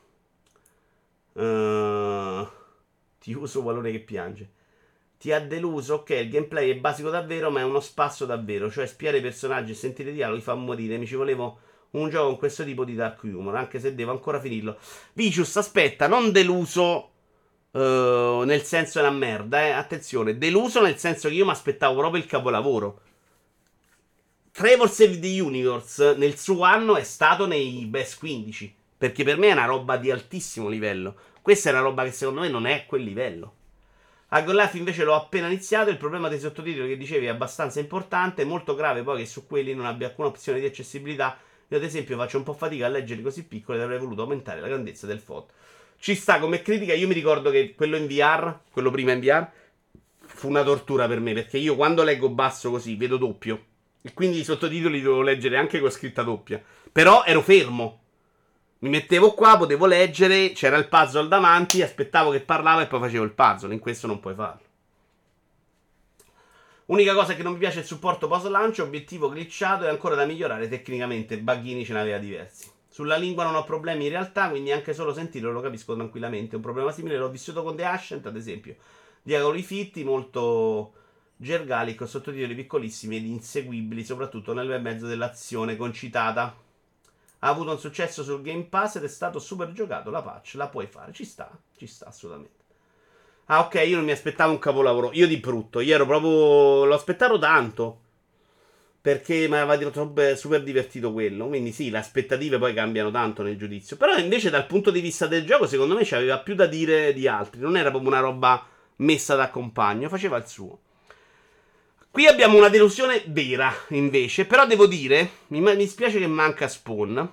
Uh, ti uso valore che piange. Ti ha deluso? Ok, il gameplay è basico davvero, ma è uno spasso davvero. Cioè, spiare i personaggi e sentire i dialoghi fa morire. Mi ci volevo un gioco con questo tipo di dark humor, anche se devo ancora finirlo. Vicious, aspetta, non deluso uh, nel senso è una merda, eh. Attenzione, deluso nel senso che io mi aspettavo proprio il capolavoro. Trevor Save the Universe nel suo anno è stato nei best quindici, perché per me è una roba di altissimo livello. Questa è una roba che secondo me non è a quel livello. A Golaf invece l'ho appena iniziato. Il problema dei sottotitoli che dicevi è abbastanza importante. È molto grave poi che su quelli non abbia alcuna opzione di accessibilità. Io ad esempio faccio un po' fatica a leggerli così piccoli ed avrei voluto aumentare la grandezza del font. Ci sta come critica. Io mi ricordo che quello in V R, quello prima in V R, fu una tortura per me, perché io quando leggo basso così vedo doppio e quindi i sottotitoli li dovevo leggere anche con scritta doppia. Però ero fermo, mi mettevo qua, potevo leggere, c'era il puzzle davanti, aspettavo che parlava e poi facevo il puzzle. In questo non puoi farlo. Unica cosa che non mi piace è il supporto post lancio, obiettivo glitchato e ancora da migliorare tecnicamente, buggini ce n'aveva diversi. Sulla lingua non ho problemi in realtà, quindi anche solo sentirlo lo capisco tranquillamente. Un problema simile l'ho vissuto con The Ascent, ad esempio. Dialoghi fitti, molto gergali, con sottotitoli piccolissimi ed inseguibili, soprattutto nel bel mezzo dell'azione concitata. Ha avuto un successo sul Game Pass ed è stato super giocato, la patch la puoi fare, ci sta, ci sta assolutamente. Ah, ok, io non mi aspettavo un capolavoro. Io di brutto, io ero proprio... L'ho aspettato tanto. Perché mi aveva detto super divertito quello. Quindi sì, le aspettative poi cambiano tanto nel giudizio. Però invece dal punto di vista del gioco, secondo me c'aveva più da dire di altri. Non era proprio una roba messa da compagno, faceva il suo. Qui abbiamo una delusione vera, invece. Però devo dire, mi, mi spiace che manca Spawn.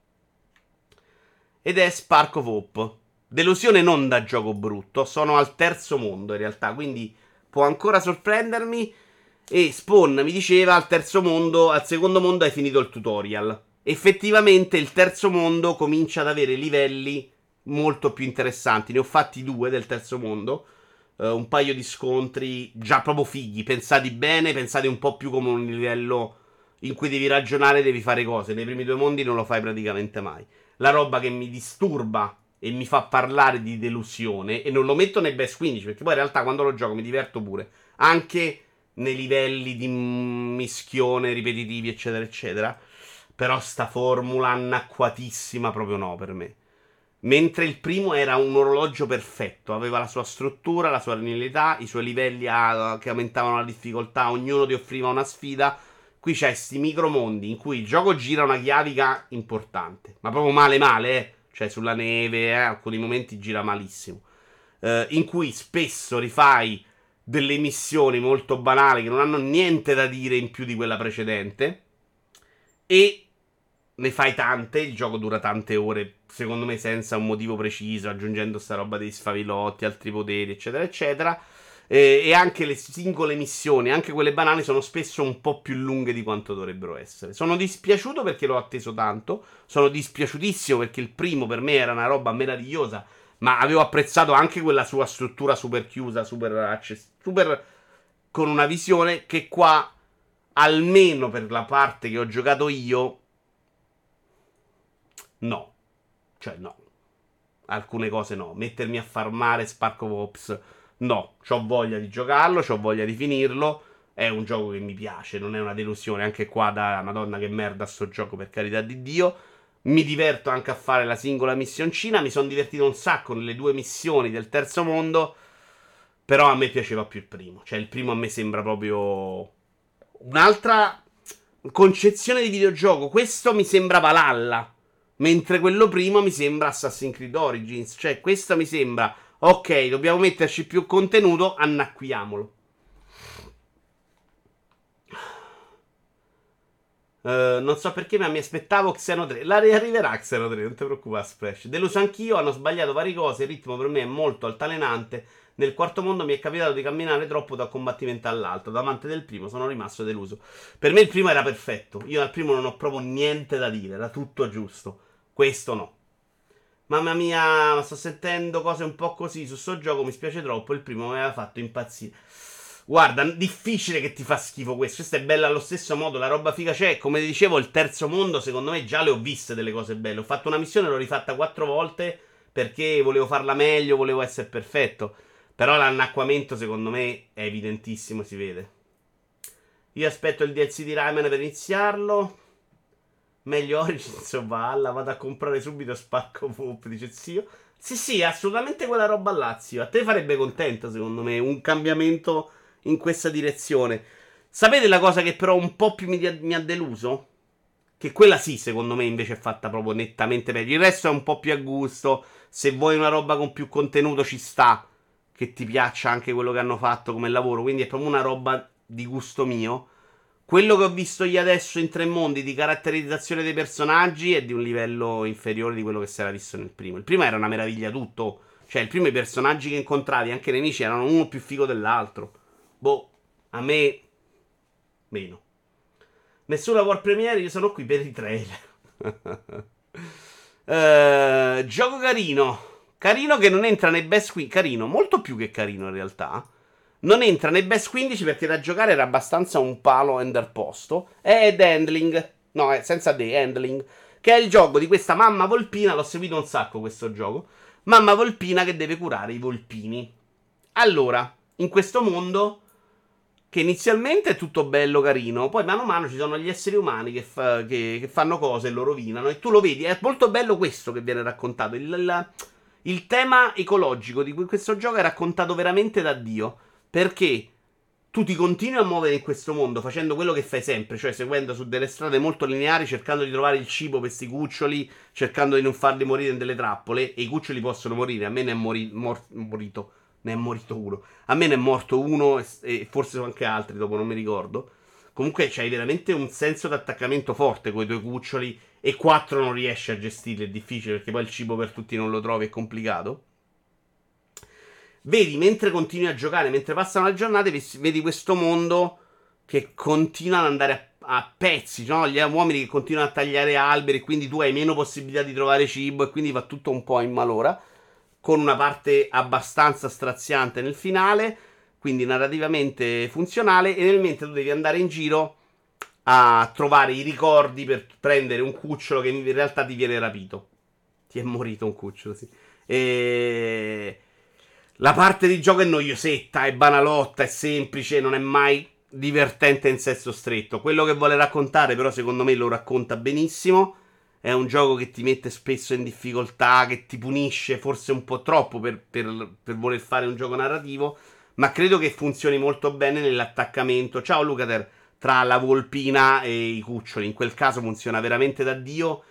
Ed è Spark of Hope. Delusione non da gioco brutto, sono al terzo mondo in realtà, quindi può ancora sorprendermi. E Spawn mi diceva al terzo mondo, al secondo mondo hai finito il tutorial. Effettivamente il terzo mondo comincia ad avere livelli molto più interessanti. Ne ho fatti due del terzo mondo, uh, un paio di scontri già proprio fighi, pensati bene, pensati un po' più come un livello in cui devi ragionare, devi fare cose. Nei primi due mondi non lo fai praticamente mai. La roba che mi disturba e mi fa parlare di delusione, e non lo metto nei best quindici, perché poi in realtà quando lo gioco mi diverto pure, anche nei livelli di mischione ripetitivi eccetera eccetera, però sta formula anacquatissima proprio no per me. Mentre il primo era un orologio perfetto, aveva la sua struttura, la sua linearità, i suoi livelli a, che aumentavano la difficoltà, ognuno ti offriva una sfida. Qui c'è sti micromondi in cui il gioco gira una chiavica importante, ma proprio male male, eh. Cioè sulla neve, eh, alcuni momenti gira malissimo. Eh, in cui spesso rifai delle missioni molto banali che non hanno niente da dire in più di quella precedente. E ne fai tante, il gioco dura tante ore, secondo me senza un motivo preciso, aggiungendo sta roba dei sfavilotti, altri poteri, eccetera, eccetera. E, e anche le singole missioni, anche quelle banali, sono spesso un po' più lunghe di quanto dovrebbero essere. Sono dispiaciuto perché l'ho atteso tanto. Sono dispiaciutissimo perché il primo per me era una roba meravigliosa, ma avevo apprezzato anche quella sua struttura super chiusa, super access- super con una visione che qua, almeno per la parte che ho giocato io, no. Cioè no. Alcune cose no. Mettermi a farmare Spark of Ops, no, c'ho voglia di giocarlo, c'ho voglia di finirlo. È un gioco che mi piace, non è una delusione. Anche qua, da Madonna che merda sto gioco, per carità di Dio. Mi diverto anche a fare la singola missioncina. Mi sono divertito un sacco nelle due missioni del terzo mondo. Però a me piaceva più il primo. Cioè il primo a me sembra proprio un'altra concezione di videogioco. Questo mi sembra Valhalla, mentre quello primo mi sembra Assassin's Creed Origins. Cioè questo mi sembra, ok, dobbiamo metterci più contenuto, annacquiamolo. Uh, non so perché, ma mi aspettavo Xeno tre. La arriverà Xeno tre, non ti preoccupare, Splash. Deluso anch'io, hanno sbagliato varie cose. Il ritmo per me è molto altalenante. Nel quarto mondo mi è capitato di camminare troppo da un combattimento all'altro. Da amante del primo sono rimasto deluso. Per me il primo era perfetto. Io al primo non ho proprio niente da dire, era tutto giusto. Questo no. Mamma mia, sto sentendo cose un po' così su sto gioco, mi spiace troppo. Il primo mi aveva fatto impazzire. Guarda, difficile che ti fa schifo questo. Questa è bella allo stesso modo. La roba figa c'è. Come dicevo, il terzo mondo, secondo me, già le ho viste delle cose belle. Ho fatto una missione e l'ho rifatta quattro volte perché volevo farla meglio, volevo essere perfetto. Però l'annacquamento, secondo me, è evidentissimo, si vede. Io aspetto il D L C di Rayman per iniziarlo. Meglio Origins o Valhalla. Vado a comprare subito Spark of Hope, dice zio. Sì, sì, assolutamente quella roba là, zio. A te farebbe contento, secondo me, un cambiamento in questa direzione. Sapete la cosa che però un po' più mi, mi ha deluso? Che quella sì, secondo me invece è fatta proprio nettamente meglio. Il resto è un po' più a gusto. Se vuoi una roba con più contenuto ci sta, che ti piaccia anche quello che hanno fatto come lavoro. Quindi è proprio una roba di gusto mio. Quello che ho visto io adesso in tre mondi di caratterizzazione dei personaggi è di un livello inferiore di quello che si era visto nel primo. Il primo era una meraviglia tutto. Cioè il primo i personaggi che incontravi, anche i nemici, erano uno più figo dell'altro. Boh, a me meno. Nessuna World Premiere, io sono qui per i trailer. uh, Gioco carino. Carino che non entra nei best qui. Carino, molto più che carino in realtà. Non entra nei best quindici perché da giocare era abbastanza un palo enderposto. Ed Handling, no, è senza D, Handling, che è il gioco di questa mamma volpina. L'ho seguito un sacco questo gioco. Mamma volpina che deve curare i volpini. Allora, in questo mondo, che inizialmente è tutto bello carino, poi mano a mano ci sono gli esseri umani che, fa, che, che fanno cose e lo rovinano. E tu lo vedi, è molto bello questo che viene raccontato. Il, il, il tema ecologico di questo gioco è raccontato veramente da Dio. Perché tu ti continui a muovere in questo mondo facendo quello che fai sempre, cioè seguendo su delle strade molto lineari, cercando di trovare il cibo per questi cuccioli, cercando di non farli morire in delle trappole. E i cuccioli possono morire. A me ne è mori- mor- morito. Ne è morito uno. A me ne è morto uno e, e forse anche altri, dopo non mi ricordo. Comunque c'hai veramente un senso di attaccamento forte con i tuoi cuccioli. E quattro non riesci a gestirli, è difficile perché poi il cibo per tutti non lo trovi, è complicato. Vedi, mentre continui a giocare, mentre passano le giornate, vedi questo mondo che continua ad andare a, a pezzi, no? Gli uomini che continuano a tagliare alberi, e quindi tu hai meno possibilità di trovare cibo e quindi va tutto un po' in malora, con una parte abbastanza straziante nel finale, quindi narrativamente funzionale, e nel mentre tu devi andare in giro a trovare i ricordi per prendere un cucciolo che in realtà ti viene rapito. Ti è morito un cucciolo, sì. E... la parte di gioco è noiosetta, è banalotta, è semplice, non è mai divertente in senso stretto. Quello che vuole raccontare, però, secondo me lo racconta benissimo. È un gioco che ti mette spesso in difficoltà, che ti punisce forse un po' troppo per, per, per voler fare un gioco narrativo. Ma credo che funzioni molto bene nell'attaccamento. Ciao Lucater, tra la volpina e i cuccioli. In quel caso funziona veramente da Dio.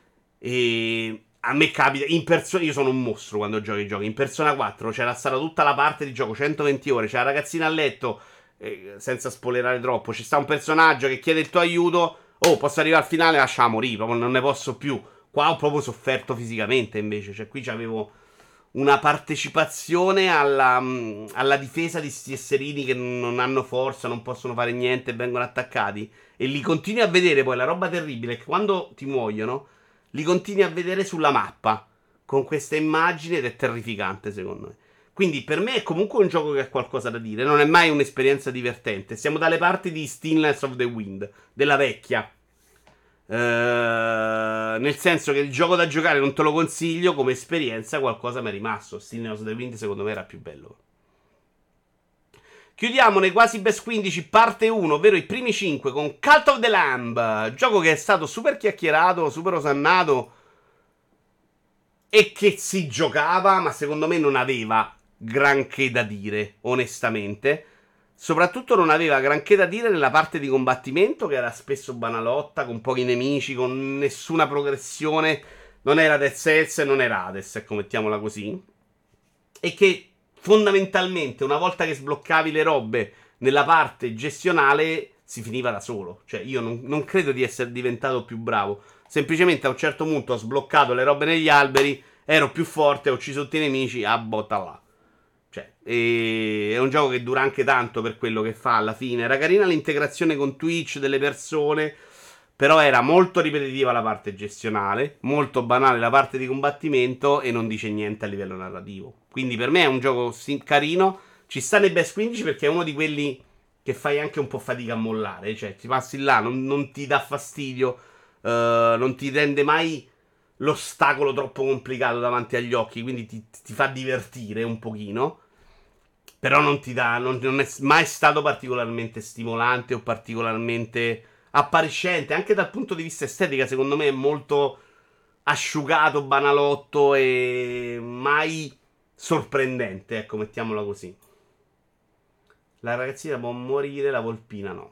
E a me capita, in persona, io sono un mostro quando gioco i giochi. In Persona quattro c'era stata tutta la parte di gioco, centoventi ore, c'è la ragazzina a letto, eh, senza spoilerare troppo, ci sta un personaggio che chiede il tuo aiuto, oh, posso arrivare al finale, lasciamo morire, proprio non ne posso più. Qua ho proprio sofferto fisicamente invece, cioè qui c'avevo una partecipazione alla, mh, alla difesa di questi esserini che non hanno forza, non possono fare niente e vengono attaccati. E li continui a vedere poi, la roba terribile è che quando ti muoiono li continui a vedere sulla mappa con queste immagini ed è terrificante secondo me. Quindi per me è comunque un gioco che ha qualcosa da dire, non è mai un'esperienza divertente. Siamo dalle parti di Stillness of the Wind, della vecchia. Uh, nel senso che il gioco da giocare non te lo consiglio, come esperienza qualcosa mi è rimasto. Stillness of the Wind secondo me era più bello. Chiudiamo nei quasi best quindici parte uno, ovvero i primi cinque, con Cult of the Lamb, gioco che è stato super chiacchierato, super osannato e che si giocava, ma secondo me non aveva granché da dire, onestamente. Soprattutto non aveva granché da dire nella parte di combattimento, che era spesso banalotta, con pochi nemici, con nessuna progressione. Non era Dead Cells e non era Hades, ecco, mettiamola così. E che fondamentalmente, una volta che sbloccavi le robe nella parte gestionale, si finiva da solo. Cioè, io non, non credo di essere diventato più bravo. Semplicemente a un certo punto ho sbloccato le robe negli alberi, ero più forte, ho ucciso tutti i nemici, a botta là. Cioè, e... è un gioco che dura anche tanto per quello che fa alla fine. Era carina l'integrazione con Twitch delle persone, però era molto ripetitiva la parte gestionale, molto banale la parte di combattimento e non dice niente a livello narrativo. Quindi per me è un gioco sim- carino, ci sta nei best quindici perché è uno di quelli che fai anche un po' fatica a mollare, cioè ti passi là, non, non ti dà fastidio, uh, non ti rende mai l'ostacolo troppo complicato davanti agli occhi, quindi ti, ti fa divertire un pochino, però non ti dà, non, non è mai stato particolarmente stimolante o particolarmente appariscente, anche dal punto di vista estetica secondo me è molto asciugato, banalotto e mai sorprendente, ecco, mettiamola così. La ragazzina può morire, la volpina no.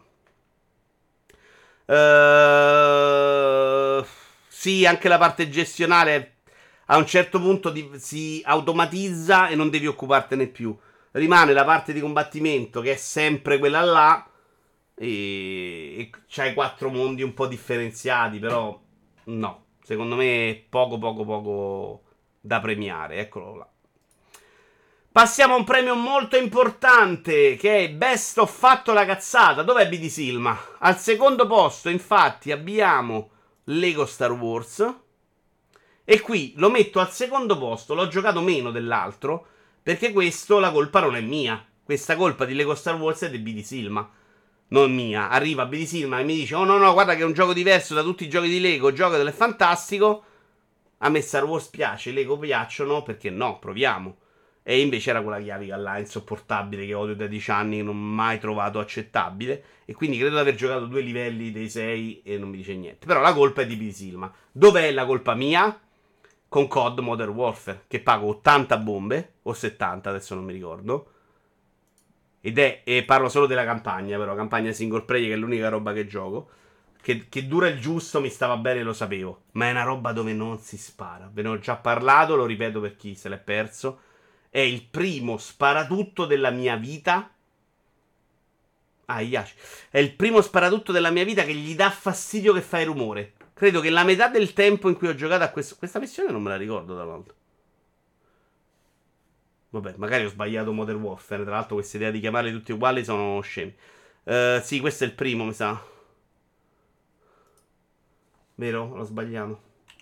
Uh, sì, anche la parte gestionale a un certo punto di, si automatizza e non devi occupartene più. Rimane la parte di combattimento che è sempre quella là. E, e c'hai quattro mondi un po' differenziati, però no, secondo me è poco poco poco da premiare, eccolo là. Passiamo a un premio molto importante, che è Best of Fatto la Cazzata. Dov'è B D Silma? Al secondo posto infatti abbiamo Lego Star Wars, e qui lo metto al secondo posto, l'ho giocato meno dell'altro perché questo la colpa non è mia, Questa colpa di Lego Star Wars è di B D Silma, non mia. Arriva B D Silma e mi dice: oh no no, guarda che è un gioco diverso da tutti i giochi di Lego, giocatelo, è fantastico. A me Star Wars piace, i Lego piacciono, perché no, proviamo. E invece era quella chiavica là, insopportabile, che odio da dieci anni, che non ho mai trovato accettabile. E quindi credo di aver giocato due livelli dei sei e non mi dice niente. Però la colpa è di B D Silma. Dov'è la colpa mia? Con C O D Modern Warfare, che pago ottanta bombe, o settanta, adesso non mi ricordo. Ed è, e parlo solo della campagna, però, campagna single player, che è l'unica roba che gioco. Che, che dura il giusto, mi stava bene, lo sapevo. Ma è una roba dove non si spara. Ve ne ho già parlato, lo ripeto per chi se l'è perso. È il primo sparatutto della mia vita. Ah, Iaci. È il primo sparatutto della mia vita che gli dà fastidio che fai rumore. Credo che la metà del tempo in cui ho giocato a questo... Questa missione non me la ricordo, tra l'altro. Vabbè, magari ho sbagliato Modern Warfare. Tra l'altro questa idea di chiamarli tutti uguali sono scemi. Uh, sì, questo è il primo, mi sa. Vero? L'ho sbagliato.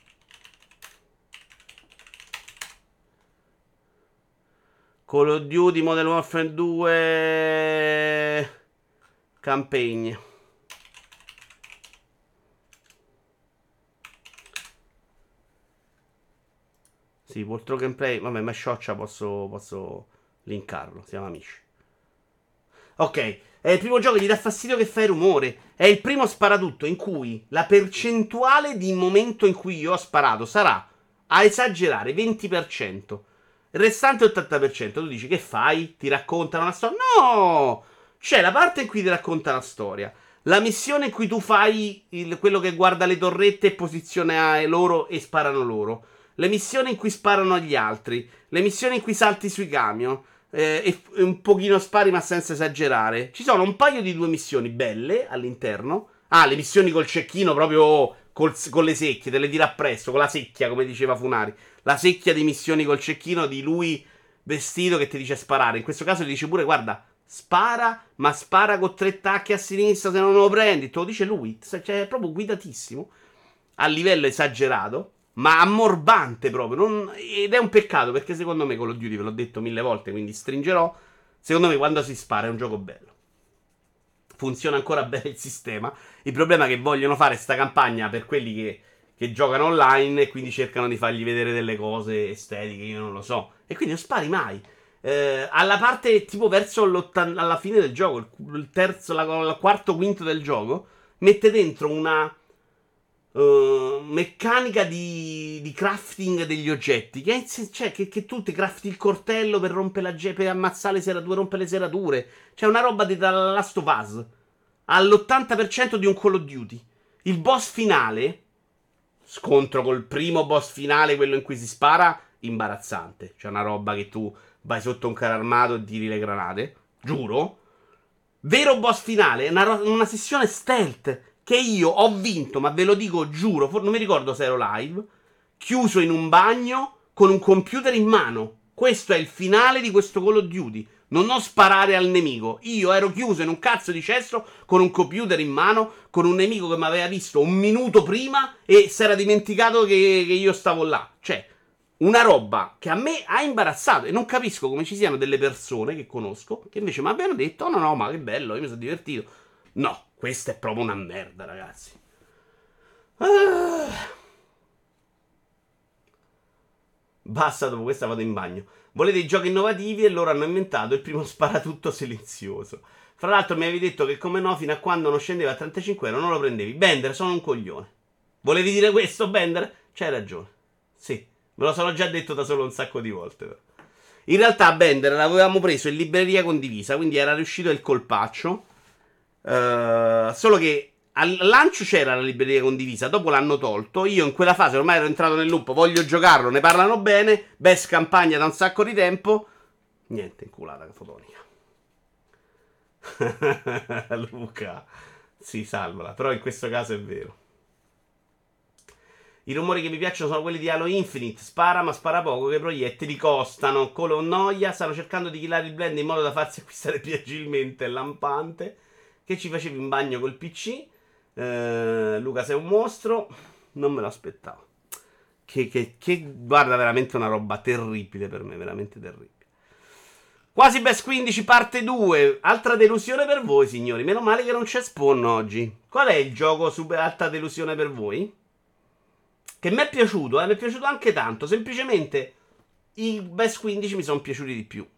Call of Duty Modern Warfare due Campaign. Sì, Voltro Gameplay. Vabbè, ma scioccia posso, posso linkarlo. Siamo amici. Ok, è il primo gioco che gli dà fastidio che fai rumore. È il primo sparatutto in cui la percentuale di momento in cui io ho sparato sarà, a esagerare, venti per cento. Il restante ottanta per cento. Tu dici, che fai? Ti raccontano una storia? No! C'è la parte in cui ti racconta una storia. La missione in cui tu fai il, quello che guarda le torrette e posiziona loro e sparano loro. Le missioni in cui sparano agli altri. Le missioni in cui salti sui camion. Eh, e un pochino spari, ma senza esagerare. Ci sono un paio di due missioni belle all'interno. Ah, le missioni col cecchino proprio col, con le secchie, te le dirà presto, con la secchia, come diceva Funari. La secchia di missioni col cecchino di lui vestito che ti dice sparare. In questo caso ti dice pure, guarda, spara, ma spara con tre tacchi a sinistra se non lo prendi. Te lo dice lui, cioè è proprio guidatissimo. A livello esagerato, ma ammorbante proprio. Non... Ed è un peccato, perché secondo me Call of Duty, ve l'ho detto mille volte, quindi stringerò. Secondo me quando si spara è un gioco bello. Funziona ancora bene il sistema. Il problema è che vogliono fare sta campagna per quelli che, che giocano online e quindi cercano di fargli vedere delle cose estetiche, io non lo so. E quindi non spari mai. Eh, alla parte tipo verso alla fine del gioco, il, il terzo, la, il quarto, quinto del gioco, mette dentro una... Uh, meccanica di, di crafting degli oggetti. Che, cioè, che, che tu ti crafti il coltello per rompere la ge- per ammazzare le serrature, rompere le serrature. C'è una roba di The Last of Us all'ottanta per cento di un Call of Duty. Il boss finale, scontro col primo boss finale, quello in cui si spara, imbarazzante. C'è una roba che tu vai sotto un carro armato e tiri le granate. Giuro. Vero boss finale, una, ro- una sessione stealth che io ho vinto, ma ve lo dico, giuro, non mi ricordo se ero live, chiuso in un bagno con un computer in mano. Questo è il finale di questo Call of Duty. Non ho sparare al nemico. Io ero chiuso in un cazzo di cesso con un computer in mano, con un nemico che mi aveva visto un minuto prima e si era dimenticato che, che io stavo là. Cioè, una roba che a me ha imbarazzato. E non capisco come ci siano delle persone che conosco che invece mi abbiano detto: oh, no, no, ma che bello, io mi sono divertito. No, questa è proprio una merda, ragazzi. Ah. Basta, dopo questa vado in bagno. Volete i giochi innovativi e loro hanno inventato il primo sparatutto silenzioso. Fra l'altro mi avevi detto che come no, fino a quando non scendeva a trentacinque euro non lo prendevi. Bender, sono un coglione. Volevi dire questo, Bender? C'hai ragione. Sì, me lo sono già detto da solo un sacco di volte, però. In realtà Bender l'avevamo preso in libreria condivisa, quindi era riuscito il colpaccio. Uh, solo che al lancio c'era la libreria condivisa, dopo l'hanno tolto. Io in quella fase ormai ero entrato nel loop, voglio giocarlo, ne parlano bene, best campagna da un sacco di tempo. Niente, inculata fotonica. Luca, sì, salvala, però in questo caso è vero. I rumori che mi piacciono sono quelli di Halo Infinite. Spara ma spara poco, che i proiettili costano. Colo noia, stanno cercando di killare il blend in modo da farsi acquistare più agilmente. È lampante. Che ci facevi in bagno col P C? Eh, Luca sei un mostro. Non me lo aspettavo. Che, che, che guarda, veramente una roba terribile per me, veramente terribile. Quasi Best quindici parte due. Altra delusione per voi, signori. Meno male che non c'è Spawn oggi. Qual è il gioco super alta delusione per voi? Che mi è piaciuto, eh? Mi è piaciuto anche tanto. Semplicemente i Best quindici mi sono piaciuti di più.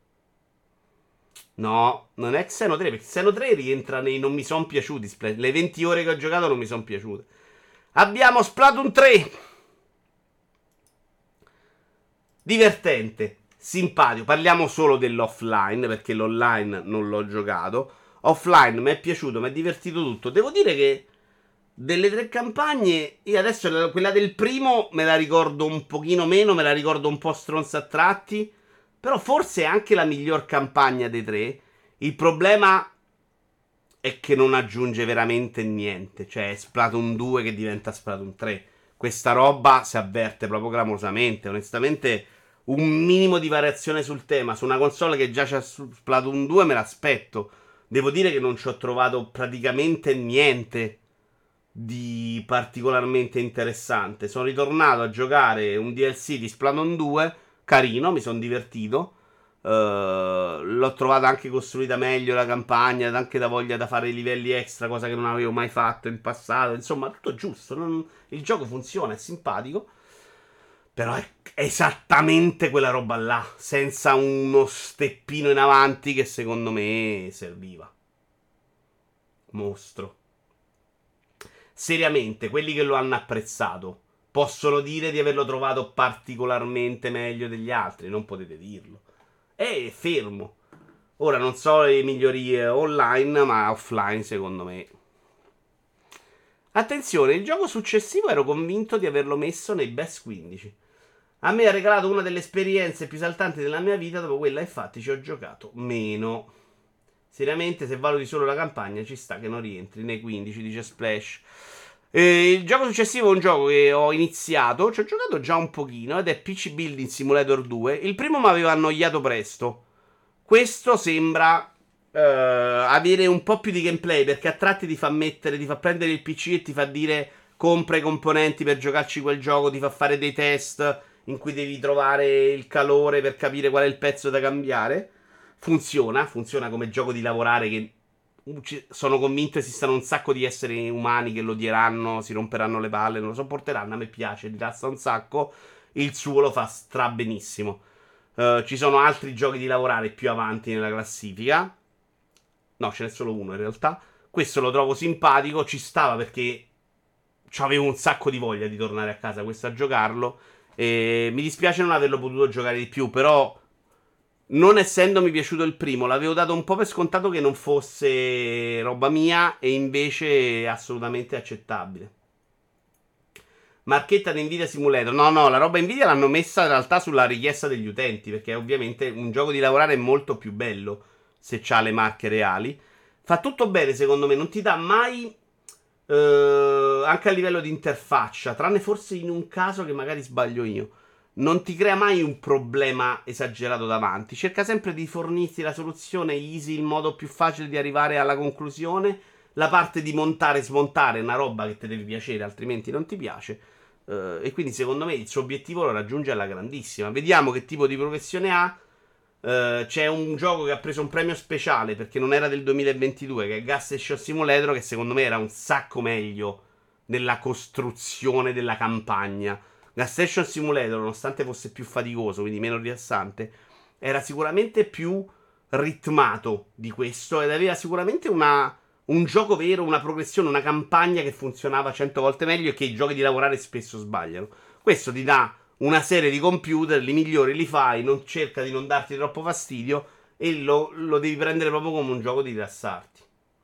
No, non è Xeno tre, perché Xeno tre rientra nei non mi sono piaciuti. Le venti ore che ho giocato non mi sono piaciute. Abbiamo Splatoon tre. Divertente, simpatico. Parliamo solo dell'offline, perché l'online non l'ho giocato. Offline mi è piaciuto, mi è divertito tutto. Devo dire che delle tre campagne, io adesso quella del primo me la ricordo un pochino meno, me la ricordo un po' stronza a tratti. Però forse è anche la miglior campagna dei tre. Il problema è che non aggiunge veramente niente. Cioè è Splatoon due che diventa Splatoon tre. Questa roba si avverte proprio clamorosamente. Onestamente un minimo di variazione sul tema su una console che già c'ha Splatoon due me l'aspetto. Devo dire che non ci ho trovato praticamente niente di particolarmente interessante. Sono ritornato a giocare un D L C di Splatoon due, carino, mi sono divertito. Uh, l'ho trovata anche costruita meglio la campagna, anche da voglia da fare i livelli extra, cosa che non avevo mai fatto in passato. Insomma, tutto giusto. Non... Il gioco funziona, è simpatico. Però è esattamente quella roba là, senza uno steppino in avanti che secondo me serviva. Mostro. Seriamente, quelli che lo hanno apprezzato possono dire di averlo trovato particolarmente meglio degli altri. Non potete dirlo. È fermo. Ora non so le migliorie online, ma offline secondo me. Attenzione, il gioco successivo ero convinto di averlo messo nei Best quindici. A me ha regalato una delle esperienze più saltanti della mia vita, dopo quella infatti ci ho giocato meno. Seriamente, se valuti solo la campagna, ci sta che non rientri nei quindici, dice Splash. Eh, il gioco successivo è un gioco che ho iniziato, ci ho giocato già un pochino, ed è P C Building Simulator due. Il primo mi aveva annoiato presto. Questo sembra uh, avere un po' più di gameplay, perché a tratti ti fa mettere, ti fa prendere il P C e ti fa dire compra i componenti per giocarci quel gioco, ti fa fare dei test in cui devi trovare il calore per capire qual è il pezzo da cambiare. Funziona, funziona come gioco di lavorare che sono convinto esistano un sacco di esseri umani che lo odieranno, si romperanno le palle, non lo sopporteranno. A me piace, rilassa un sacco. Il suo lo fa stra benissimo. Uh, ci sono altri giochi di lavorare più avanti nella classifica. No, ce n'è solo uno in realtà. Questo lo trovo simpatico, ci stava perché avevo un sacco di voglia di tornare a casa questo a giocarlo. E mi dispiace non averlo potuto giocare di più, però non essendomi piaciuto il primo, l'avevo dato un po' per scontato che non fosse roba mia, e invece è assolutamente accettabile. Marchetta di Nvidia Simulator. No, no, la roba Nvidia l'hanno messa in realtà sulla richiesta degli utenti, perché ovviamente un gioco di lavorare è molto più bello se c'ha le marche reali. Fa tutto bene secondo me, non ti dà mai eh, anche a livello di interfaccia, tranne forse in un caso che magari sbaglio io, non ti crea mai un problema esagerato davanti. Cerca sempre di fornirti la soluzione easy, il modo più facile di arrivare alla conclusione. La parte di montare e smontare è una roba che ti deve piacere, altrimenti non ti piace. Uh, e quindi secondo me il suo obiettivo lo raggiunge alla grandissima. Vediamo che tipo di progressione ha. Uh, c'è un gioco che ha preso un premio speciale perché non era del duemilaventidue, che è Gas Station Simulator, che secondo me era un sacco meglio nella costruzione della campagna. Gas Station Simulator, nonostante fosse più faticoso, quindi meno rilassante, era sicuramente più ritmato di questo ed aveva sicuramente una, un gioco vero, una progressione, una campagna che funzionava cento volte meglio e che i giochi di lavorare spesso sbagliano. Questo ti dà una serie di computer, li migliori li fai, non cerca di non darti troppo fastidio e lo, lo devi prendere proprio come un gioco di rilassarti.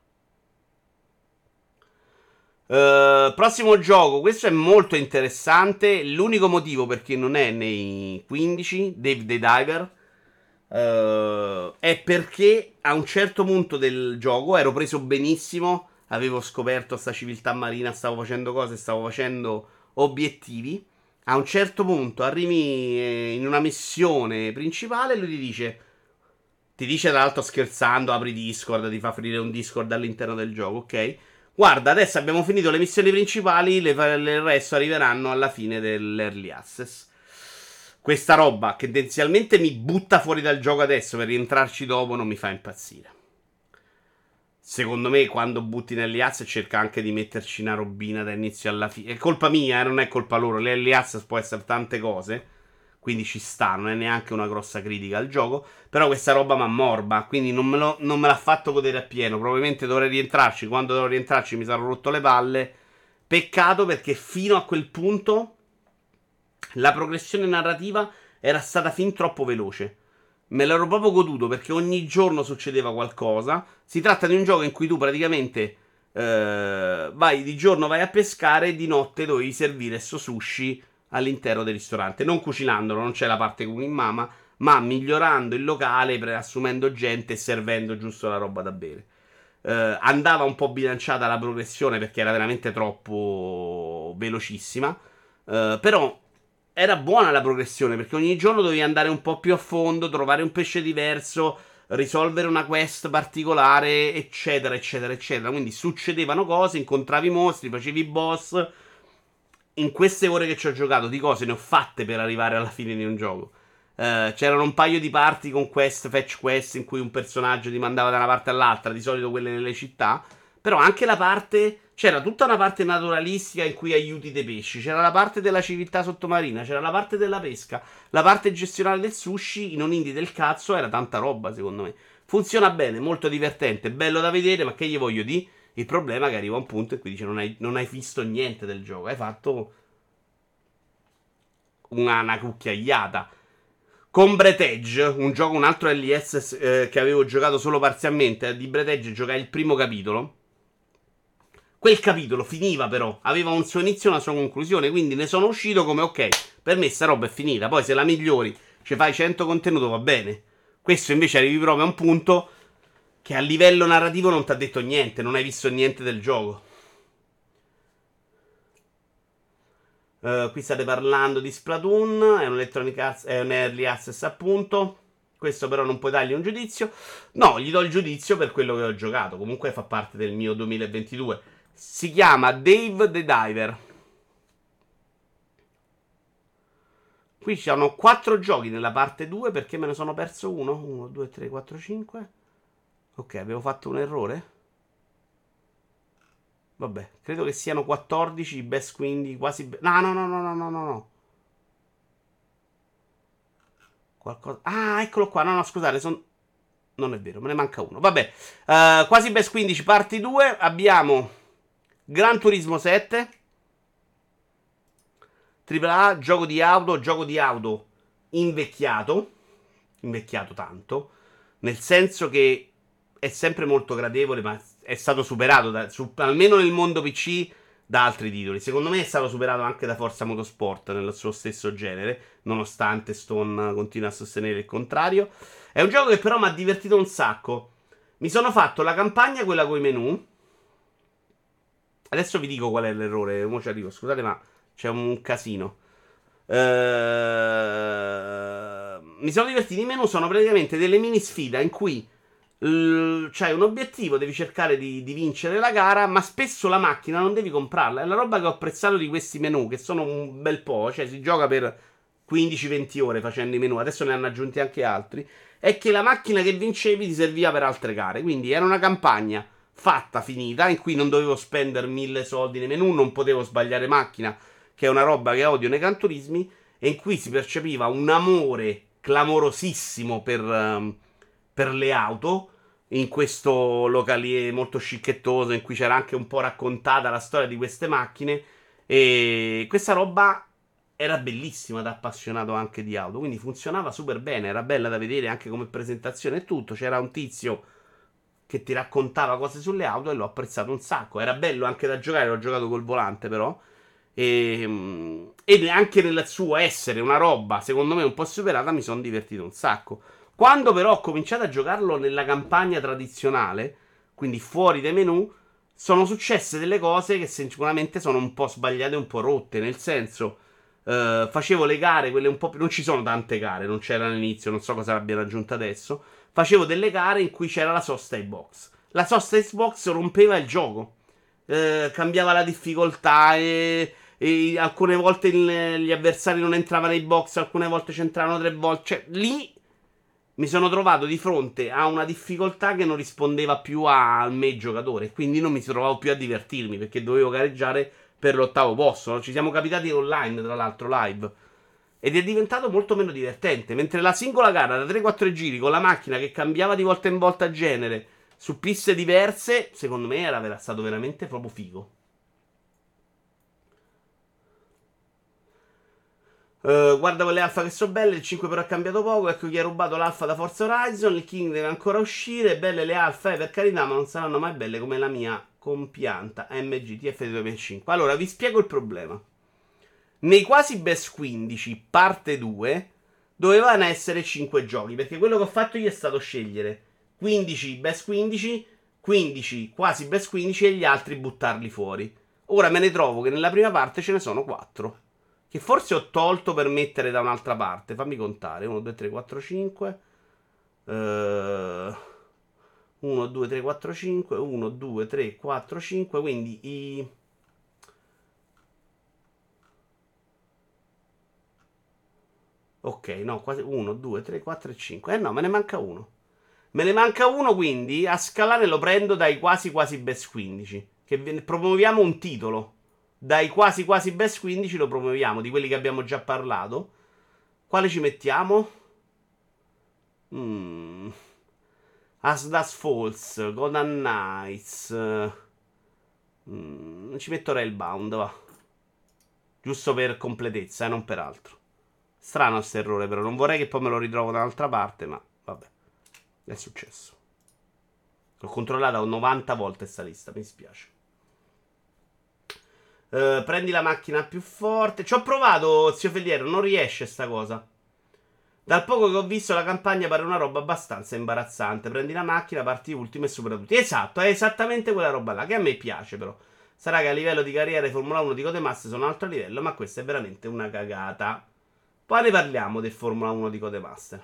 Uh, prossimo gioco, questo è molto interessante. L'unico motivo perché non è nei quindici, Dave the Diver, uh, è perché a un certo punto del gioco ero preso benissimo, avevo scoperto sta civiltà marina, stavo facendo cose, stavo facendo obiettivi. A un certo punto arrivi in una missione principale e lui ti dice, ti dice tra l'altro scherzando, apri Discord, ti fa aprire un Discord all'interno del gioco, ok? Guarda, adesso abbiamo finito le missioni principali, le, il resto arriveranno alla fine dell'Early Access. questa roba che tendenzialmente mi butta fuori dal gioco adesso per rientrarci dopo non mi fa impazzire. Secondo me quando butti nelleAz cerca anche di metterci una robina da inizio alla fine. È colpa mia, eh, non è colpa loro. Le Az può essere tante cose, quindi ci sta, non è neanche una grossa critica al gioco. Però questa roba mi ammorba, quindi non me, lo, non me l'ha fatto godere appieno. Probabilmente dovrei rientrarci. Quando dovrò rientrarci mi sarò rotto le palle. Peccato, perché fino a quel punto la progressione narrativa era stata fin troppo veloce. Me l'ero proprio goduto, perché ogni giorno succedeva qualcosa. Si tratta di un gioco in cui tu praticamente eh, vai di giorno vai a pescare e di notte dovevi servire sto sushi all'interno del ristorante, non cucinandolo, non c'è la parte con in mama, ma migliorando il locale, assumendo gente e servendo giusto la roba da bere. Eh, andava un po' bilanciata la progressione perché era veramente troppo velocissima, eh, però era buona la progressione, perché ogni giorno dovevi andare un po' più a fondo, trovare un pesce diverso, risolvere una quest particolare, eccetera, eccetera, eccetera. Quindi succedevano cose, incontravi mostri, facevi boss. In queste ore che ci ho giocato di cose ne ho fatte per arrivare alla fine di un gioco. Uh, c'erano un paio di parti con quest, fetch quest, in cui un personaggio ti mandava da una parte all'altra, di solito quelle nelle città. Però anche la parte... C'era tutta una parte naturalistica in cui aiuti dei pesci. C'era la parte della civiltà sottomarina. C'era la parte della pesca. La parte gestionale del sushi. In un indie del cazzo era tanta roba, secondo me. Funziona bene, molto divertente, bello da vedere, ma che gli voglio dire? Il problema è che arriva a un punto in cui dice non hai, non hai visto niente del gioco. Hai fatto una, una cucchiaiata. Con Breath Edge, un gioco, un altro L S eh, che avevo giocato solo parzialmente. Di Breath Edge giocai il primo capitolo. Quel capitolo finiva però, aveva un suo inizio e una sua conclusione, quindi ne sono uscito come ok, per me sta roba è finita, poi se la migliori, ci fai cento contenuto va bene. Questo invece arrivi proprio a un punto che a livello narrativo non ti ha detto niente, non hai visto niente del gioco. Uh, qui state parlando di Splatoon, è un Electronic Arts, è un Early Access appunto. Questo però non puoi dargli un giudizio. No, gli do il giudizio per quello che ho giocato, comunque fa parte del mio duemilaventidue. Si chiama Dave the Diver. Qui ci sono quattro giochi nella parte due, perché me ne sono perso uno. uno, due, tre, quattro, cinque. Ok, avevo fatto un errore. Vabbè, credo che siano quattordici, best quindi quasi... Be- no, no, no, no, no, no, no, no. Qualcosa... Ah, eccolo qua. No, no, scusate, sono... Non è vero, me ne manca uno. Vabbè, uh, quasi best quindici, parti due. Abbiamo Gran Turismo sette. tripla A, gioco di auto, gioco di auto invecchiato. Invecchiato tanto. Nel senso che è sempre molto gradevole, ma è stato superato, da, su, almeno nel mondo P C, da altri titoli. Secondo me è stato superato anche da Forza Motorsport nel suo stesso genere, nonostante Stone continua a sostenere il contrario. È un gioco che però mi ha divertito un sacco. Mi sono fatto la campagna, quella con i menu. Adesso vi dico qual è l'errore, mo ci arrivo, scusate ma c'è un casino. Ehm... Mi sono divertito. I menu sono praticamente delle mini sfida in cui L- c'hai un obiettivo, devi cercare di, di vincere la gara, ma spesso la macchina non devi comprarla. È la roba che ho apprezzato di questi menu, che sono un bel po', cioè si gioca per quindici venti ore facendo i menu, adesso ne hanno aggiunti anche altri, è che la macchina che vincevi ti serviva per altre gare, quindi era una campagna fatta, finita, in cui non dovevo spendere mille soldi nei menu, non potevo sbagliare macchina, che è una roba che odio nei Gran Turismi, e in cui si percepiva un amore clamorosissimo per... Um, per le auto, in questo locale molto scicchettoso, in cui c'era anche un po' raccontata la storia di queste macchine, e questa roba era bellissima da appassionato anche di auto, quindi funzionava super bene, era bella da vedere anche come presentazione e tutto. C'era un tizio che ti raccontava cose sulle auto e l'ho apprezzato un sacco, era bello anche da giocare, l'ho giocato col volante però, e, ed anche nel suo essere una roba secondo me un po' superata mi sono divertito un sacco. Quando però ho cominciato a giocarlo nella campagna tradizionale, quindi fuori dai menu, sono successe delle cose che sicuramente sono un po' sbagliate, un po' rotte, nel senso, eh, facevo le gare, quelle un po' più... Non ci sono tante gare, non c'era all'inizio, non so cosa abbiano aggiunto adesso. Facevo delle gare in cui c'era la sosta Xbox. La sosta Xbox rompeva il gioco, eh, cambiava la difficoltà e... e alcune volte il, gli avversari non entravano nei box, alcune volte c'entravano tre volte. Cioè, lì mi sono trovato di fronte a una difficoltà che non rispondeva più al me giocatore. Quindi non mi trovavo più a divertirmi perché dovevo gareggiare per l'ottavo posto. No? Ci siamo capitati online, tra l'altro, live. Ed è diventato molto meno divertente. Mentre la singola gara da tre quattro giri con la macchina che cambiava di volta in volta genere su piste diverse, secondo me era, era stato veramente proprio figo. Uh, guarda quelle alfa che sono belle. Il cinque però ha cambiato poco. Ecco chi ha rubato l'alfa da Forza Horizon. Il King deve ancora uscire. Belle le alfa, eh, per carità, ma non saranno mai belle come la mia compianta M G T F duemilacinque. Allora vi spiego il problema. Nei quasi best quindici parte due dovevano essere cinque giochi, perché quello che ho fatto io è stato scegliere quindici best quindici, quindici quasi best quindici e gli altri buttarli fuori. Ora me ne trovo che nella prima parte ce ne sono quattro, che forse ho tolto per mettere da un'altra parte. Fammi contare: uno, due, tre, quattro, cinque. uh, uno, due, tre, quattro, cinque. uno, due, tre, quattro, cinque. Quindi i ok, no, quasi uno, due, tre, quattro e cinque. Eh no, me ne manca uno. Me ne manca uno, quindi a scalare lo prendo dai quasi quasi best quindici. Che promuoviamo un titolo. Dai quasi quasi best quindici lo promuoviamo, di quelli che abbiamo già parlato. Quale ci mettiamo? Mm. Asdas Falls, Gotham Knights. Mm. Ci metto Railbound, va. Giusto per completezza, e eh, non per altro. Strano sto errore, però non vorrei che poi me lo ritrovo da un'altra parte, ma vabbè, è successo. L'ho controllata novanta volte sta lista, mi spiace. Uh, prendi la macchina più forte. Ci ho provato, zio Felliero, non riesce sta cosa. Dal poco che ho visto la campagna pare una roba abbastanza imbarazzante. Prendi la macchina, parti ultimo e supera tutti. Esatto, è esattamente quella roba là, che a me piace però. Sarà che a livello di carriera Formula uno di Codemasters sono a un altro livello, ma questa è veramente una cagata. Poi ne parliamo del Formula uno di Codemaster.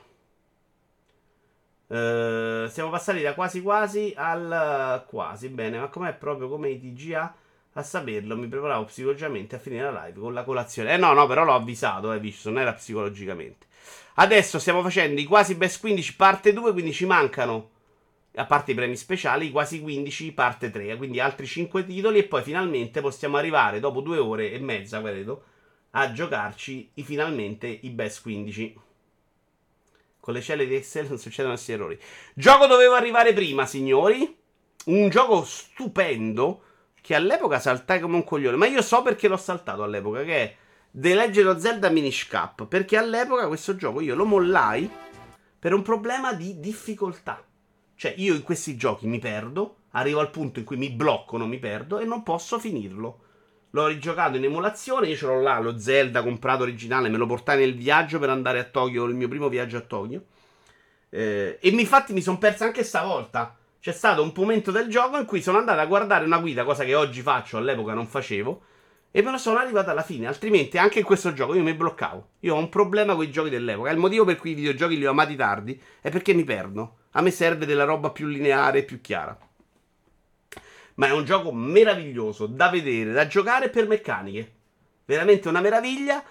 Uh, siamo passati da quasi quasi al quasi. Bene, ma com'è proprio come i T G A? A saperlo, mi preparavo psicologicamente a finire la live con la colazione. Eh no, no, però l'ho avvisato, hai visto, non era psicologicamente. Adesso stiamo facendo i quasi best quindici parte due, quindi ci mancano, a parte i premi speciali, i quasi quindici parte tre, quindi altri cinque titoli e poi finalmente possiamo arrivare, dopo due ore e mezza, credo, a giocarci i, finalmente i best quindici. Con le celle di Excel non succedono questi errori. Gioco doveva arrivare prima, signori. Un gioco stupendo che all'epoca saltai come un coglione. Ma io so perché l'ho saltato all'epoca, che è The Legend of Zelda Minish Cap. Perché all'epoca questo gioco io lo mollai per un problema di difficoltà. Cioè io in questi giochi mi perdo, arrivo al punto in cui mi blocco, non mi perdo e non posso finirlo. L'ho rigiocato in emulazione, io ce l'ho là, lo Zelda comprato originale, me lo portai nel viaggio per andare a Tokyo, il mio primo viaggio a Tokyo. Eh, e infatti mi sono perso anche stavolta. C'è stato un momento del gioco in cui sono andato a guardare una guida, cosa che oggi faccio, all'epoca non facevo, e me ne sono arrivato alla fine. Altrimenti anche in questo gioco io mi bloccavo. Io ho un problema con i giochi dell'epoca. Il motivo per cui i videogiochi li ho amati tardi è perché mi perdo. A me serve della roba più lineare e più chiara. Ma è un gioco meraviglioso da vedere, da giocare per meccaniche. Veramente una meraviglia.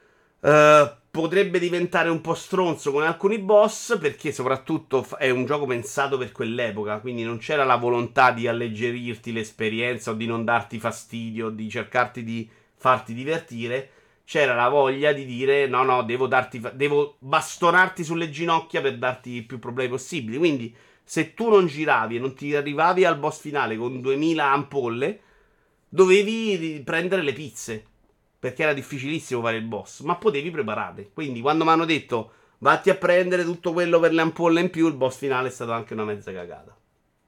Uh, potrebbe diventare un po' stronzo con alcuni boss, perché soprattutto è un gioco pensato per quell'epoca, quindi non c'era la volontà di alleggerirti l'esperienza o di non darti fastidio, di cercarti di farti divertire. C'era la voglia di dire no no, devo darti fa- devo bastonarti sulle ginocchia per darti più problemi possibili. Quindi se tu non giravi e non ti arrivavi al boss finale con duemila ampolle, dovevi prendere le pizze, perché era difficilissimo fare il boss, ma potevi preparare. Quindi quando mi hanno detto vatti a prendere tutto quello per le ampolle in più, il boss finale è stato anche una mezza cagata.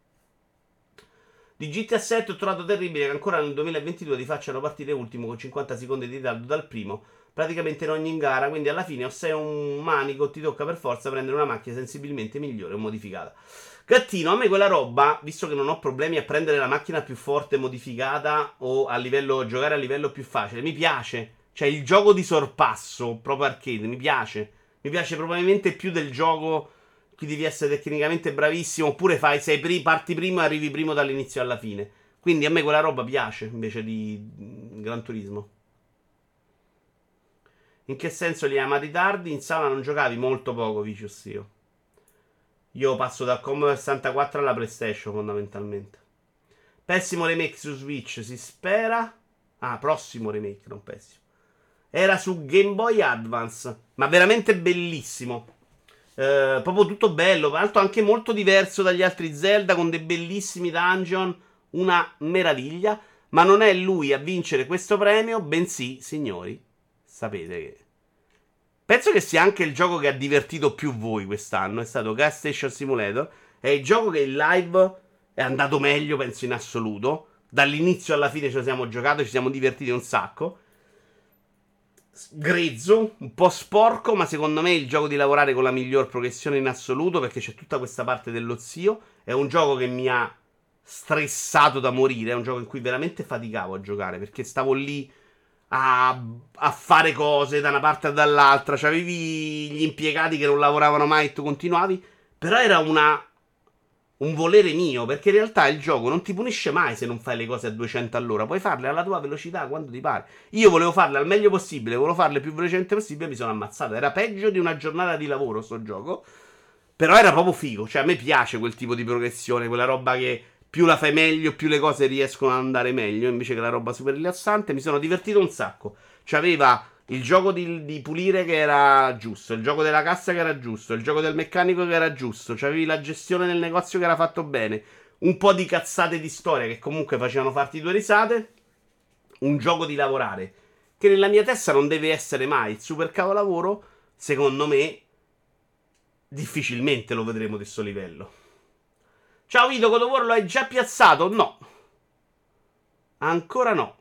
Di G T A sette ho trovato terribile che ancora nel duemilaventidue ti facciano partire ultimo con cinquanta secondi di ritardo dal primo, praticamente in ogni gara, quindi alla fine o sei un manico ti tocca per forza prendere una macchina sensibilmente migliore o modificata. Gattino, a me quella roba, visto che non ho problemi a prendere la macchina più forte modificata o a livello giocare a livello più facile, mi piace. Cioè il gioco di sorpasso, proprio arcade, mi piace. Mi piace probabilmente più del gioco qui devi essere tecnicamente bravissimo, oppure fai, sei pri- parti primo e arrivi primo dall'inizio alla fine. Quindi a me quella roba piace, invece di Gran Turismo. In che senso li hai amati tardi? In sala non giocavi molto poco, Vicious io. Io passo dal Commodore sessantaquattro alla PlayStation fondamentalmente. Pessimo remake su Switch, si spera. Ah, prossimo remake, non pessimo. Era su Game Boy Advance, ma veramente bellissimo. Eh, proprio tutto bello, tra l'altro anche molto diverso dagli altri Zelda, con dei bellissimi dungeon, una meraviglia. Ma non è lui a vincere questo premio, bensì, signori, sapete che... penso che sia anche il gioco che ha divertito più voi quest'anno, è stato Gas Station Simulator. È il gioco che in live è andato meglio, penso, in assoluto. Dall'inizio alla fine ce lo siamo giocato, ci siamo divertiti un sacco. Grezzo, un po' sporco, ma secondo me è il gioco di lavorare con la miglior progressione in assoluto, perché c'è tutta questa parte dello zio. È un gioco che mi ha stressato da morire, è un gioco in cui veramente faticavo a giocare, perché stavo lì a, a fare cose da una parte e dall'altra, c'avevi gli impiegati che non lavoravano mai e tu continuavi, però era una... un volere mio, perché in realtà il gioco non ti punisce mai se non fai le cose a duecento all'ora. Puoi farle alla tua velocità quando ti pare. Io volevo farle al meglio possibile, volevo farle il più velocemente possibile e mi sono ammazzato. Era peggio di una giornata di lavoro sto gioco, però era proprio figo. Cioè a me piace quel tipo di progressione, quella roba che più la fai meglio, più le cose riescono ad andare meglio, invece che la roba super rilassante. Mi sono divertito un sacco. C'aveva il gioco di, di pulire che era giusto, il gioco della cassa che era giusto, il gioco del meccanico che era giusto, c'avevi la gestione del negozio che era fatto bene, un po' di cazzate di storia che comunque facevano farti due risate, un gioco di lavorare che nella mia testa non deve essere mai il super capolavoro. Secondo me difficilmente lo vedremo di questo livello. Ciao Vito, God of War lo hai già piazzato? No, ancora no.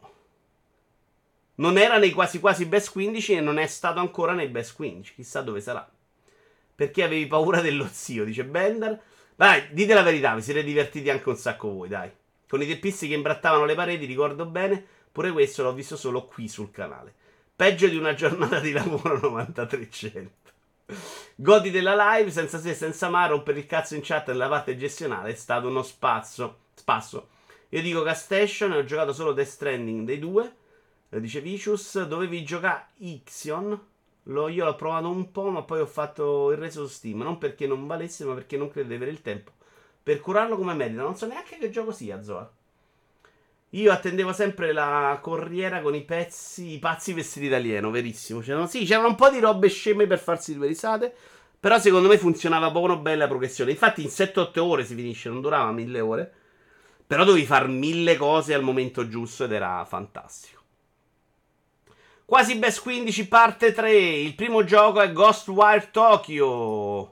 Non era nei quasi quasi best quindici e non è stato ancora nei best quindici. Chissà dove sarà. Perché avevi paura dello zio, dice Bender. Dai, dite la verità, vi siete divertiti anche un sacco voi, dai. Con i teppisti che imbrattavano le pareti, ricordo bene. Pure questo l'ho visto solo qui sul canale. Peggio di una giornata di lavoro novantatrecento. Godi della live, senza se senza ma, rompere il cazzo in chat nella parte gestionale è stato uno spazzo. Spasso. Io dico Gas Station e ho giocato solo Death Stranding dei due. Dice Vicious, dovevi giocare Ixion. Lo, io l'ho provato un po', ma poi ho fatto il reso su Steam. Non perché non valesse, ma perché non credo di avere il tempo per curarlo come merita. Non so neanche che gioco sia, Zoa. Io attendevo sempre la corriera con i pezzi, i pazzi vestiti da alieno, verissimo. C'erano, sì, c'erano un po' di robe sceme per farsi due risate, però secondo me funzionava buono, bella la progressione. Infatti in sette otto ore si finisce, non durava mille ore. Però dovevi fare mille cose al momento giusto ed era fantastico. Quasi Best quindici parte tre. Il primo gioco è Ghostwire Tokyo.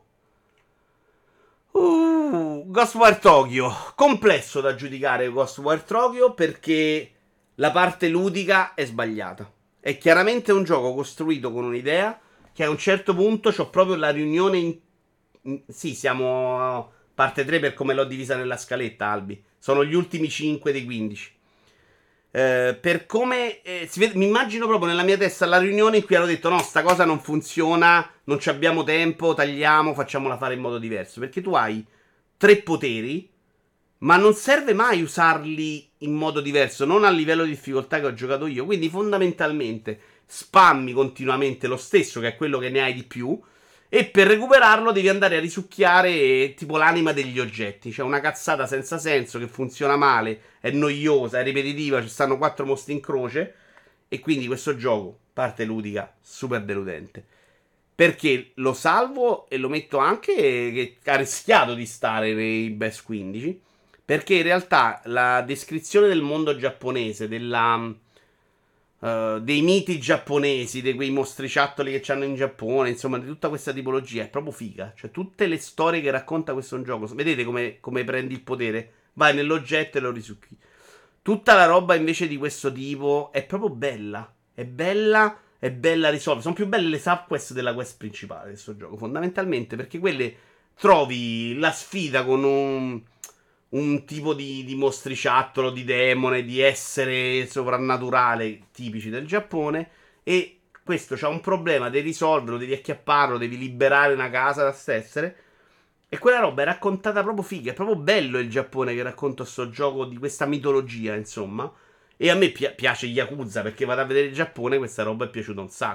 Uh, Ghostwire Tokyo. Complesso da giudicare Ghostwire Tokyo perché la parte ludica è sbagliata. È chiaramente un gioco costruito con un'idea che a un certo punto c'ho proprio la riunione in... in... Sì, siamo parte tre per come l'ho divisa nella scaletta, Albi. Sono gli ultimi cinque dei quindici. Eh, per come eh, si vede, mi immagino proprio nella mia testa la riunione in cui hanno detto no, sta cosa non funziona, non ci abbiamo tempo, tagliamo, facciamola fare in modo diverso, perché tu hai tre poteri ma non serve mai usarli in modo diverso, non a livello di difficoltà che ho giocato io, quindi fondamentalmente spammi continuamente lo stesso, che è quello che ne hai di più, e per recuperarlo devi andare a risucchiare tipo l'anima degli oggetti. C'è una cazzata senza senso che funziona male, è noiosa, è ripetitiva, ci stanno quattro mostri in croce. E quindi questo gioco, parte ludica, super deludente. Perché lo salvo e lo metto anche che ha rischiato di stare nei best quindici. Perché in realtà la descrizione del mondo giapponese, della... Uh, dei miti giapponesi, di quei mostriciattoli che c'hanno in Giappone, insomma, di tutta questa tipologia, è proprio figa. Cioè, tutte le storie che racconta questo gioco, vedete come, come prendi il potere? Vai nell'oggetto e lo risucchi. Tutta la roba invece di questo tipo è proprio bella. È bella, è bella risolvere. Sono più belle le subquest della quest principale di questo gioco, fondamentalmente, perché quelle trovi la sfida con un... un tipo di, di mostriciattolo, di demone, di essere sovrannaturale tipici del Giappone, e questo c'ha un problema, devi risolverlo, devi acchiapparlo, devi liberare una casa da stessere, e quella roba è raccontata proprio figa, è proprio bello il Giappone che racconta sto gioco di questa mitologia, insomma, e a me pi- piace Yakuza, perché vado a vedere il Giappone, questa roba è piaciuta un sacco.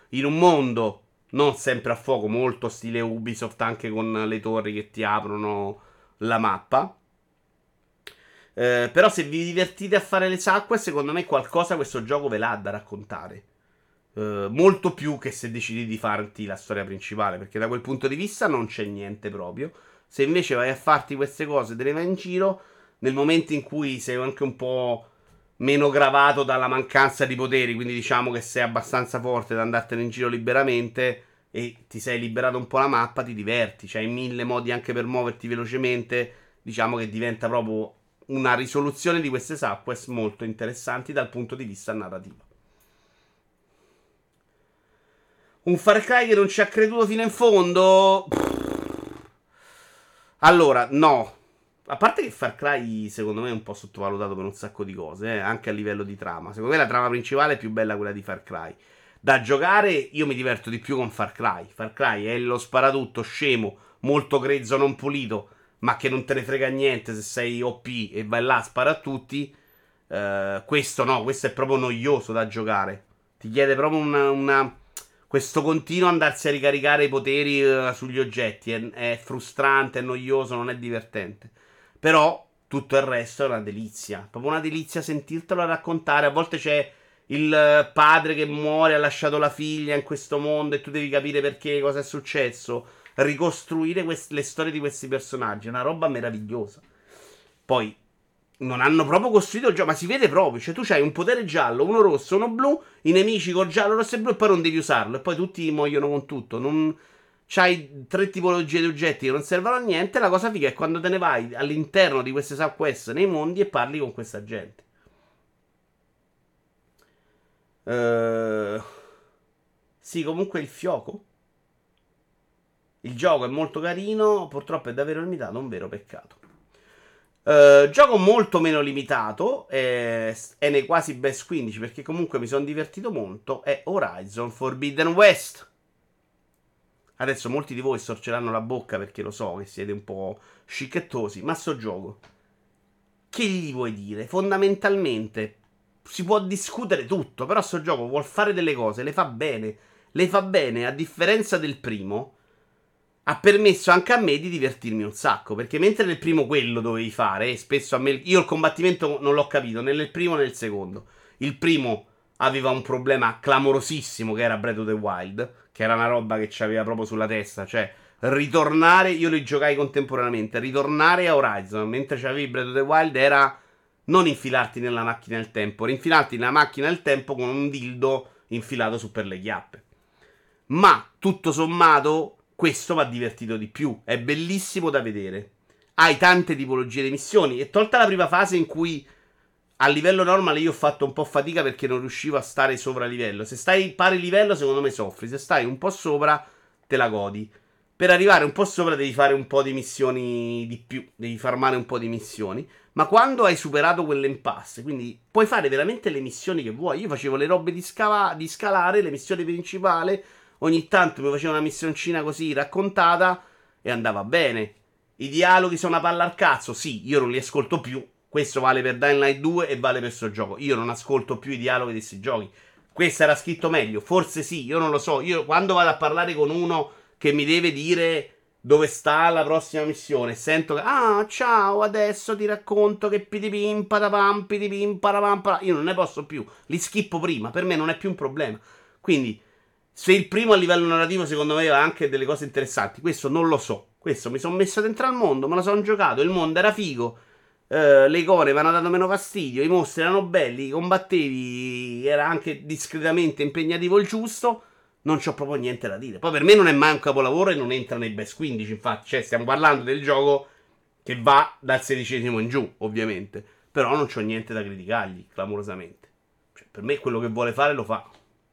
in un mondo non sempre a fuoco, molto stile Ubisoft, anche con le torri che ti aprono la mappa. Eh, però se vi divertite a fare le side, secondo me qualcosa questo gioco ve l'ha da raccontare. Eh, molto più che se decidi di farti la storia principale, perché da quel punto di vista non c'è niente proprio. Se invece vai a farti queste cose, te ne vai in giro, nel momento in cui sei anche un po' meno gravato dalla mancanza di poteri, quindi diciamo che sei abbastanza forte da andartene in giro liberamente e ti sei liberato un po' la mappa, ti diverti, c'hai mille modi anche per muoverti velocemente, diciamo che diventa proprio una risoluzione di queste subquest molto interessanti dal punto di vista narrativo. Un Far Cry che non ci ha creduto fino in fondo? Allora, no. A parte che Far Cry secondo me è un po' sottovalutato per un sacco di cose, eh, anche a livello di trama. Secondo me la trama principale è più bella quella di Far Cry. Da giocare io mi diverto di più con Far Cry. Far Cry è lo sparatutto scemo, molto grezzo, non pulito, ma che non te ne frega niente se sei O P e vai là a spara a tutti. Uh, questo no, questo è proprio noioso da giocare. Ti chiede proprio una, una questo continuo andarsi a ricaricare i poteri uh, sugli oggetti. È, è frustrante, è noioso, non è divertente. Però tutto il resto è una delizia. Proprio una delizia sentirtelo raccontare. A volte c'è il padre che muore, ha lasciato la figlia in questo mondo e tu devi capire perché, cosa è successo. Ricostruire quest- le storie di questi personaggi è una roba meravigliosa. Poi non hanno proprio costruito il gioco, ma si vede proprio. Cioè tu c'hai un potere giallo, uno rosso, uno blu, i nemici col giallo, rosso e blu, e poi non devi usarlo, e poi tutti muoiono con tutto. Non c'hai tre tipologie di oggetti che non servono a niente. La cosa figa è quando te ne vai all'interno di queste subquest nei mondi e parli con questa gente. Uh, sì, comunque il fioco. Il gioco è molto carino, purtroppo è davvero limitato, un vero peccato. Uh, gioco molto meno limitato, è, è nei quasi best quindici, perché comunque mi sono divertito molto, è Horizon Forbidden West. Adesso molti di voi storceranno la bocca perché lo so che siete un po' scicchettosi, ma sto gioco, che gli vuoi dire? Fondamentalmente si può discutere tutto, però sto gioco vuol fare delle cose, le fa bene, le fa bene, a differenza del primo. Ha permesso anche a me di divertirmi un sacco, perché mentre nel primo quello dovevi fare, e spesso a me io il combattimento non l'ho capito né nel primo né nel secondo. Il primo aveva un problema clamorosissimo che era Breath of the Wild, che era una roba che ci aveva proprio sulla testa, cioè ritornare, io li giocai contemporaneamente, ritornare a Horizon mentre c'avevi Breath of the Wild era non infilarti nella macchina del tempo, rinfilarti nella macchina del tempo con un dildo infilato su per le chiappe. Ma tutto sommato questo mi ha divertito di più. È bellissimo da vedere. Hai tante tipologie di missioni. E tolta la prima fase in cui a livello normale io ho fatto un po' fatica perché non riuscivo a stare sopra livello. Se stai pari livello secondo me soffri. Se stai un po' sopra te la godi. Per arrivare un po' sopra devi fare un po' di missioni di più. Devi farmare un po' di missioni. Ma quando hai superato quell'impasse, quindi puoi fare veramente le missioni che vuoi. Io facevo le robe di, scava- di scalare, le missioni principali. Ogni tanto mi facevo una missioncina così raccontata e andava bene. I dialoghi sono una palla al cazzo? Sì, io non li ascolto più. Questo vale per Dying Light due e vale per questo gioco. Io non ascolto più i dialoghi di questi giochi. Questo era scritto meglio? Forse sì, io non lo so. Io quando vado a parlare con uno che mi deve dire dove sta la prossima missione, sento che ah, ciao, adesso ti racconto che pitipim patapam pitipim patapam patapam. Io non ne posso più. Li schippo prima, per me non è più un problema. Quindi se il primo a livello narrativo secondo me aveva anche delle cose interessanti, questo non lo so. Questo mi sono messo dentro al mondo, me lo sono giocato, il mondo era figo, eh, le icone mi hanno dato meno fastidio, i mostri erano belli, combattevi, era anche discretamente impegnativo il giusto, non c'ho proprio niente da dire. Poi per me non è mai un capolavoro e non entra nei best quindici, infatti, cioè stiamo parlando del gioco che va dal sedicesimo in giù, ovviamente, però non c'ho niente da criticargli, clamorosamente. Cioè, per me quello che vuole fare lo fa.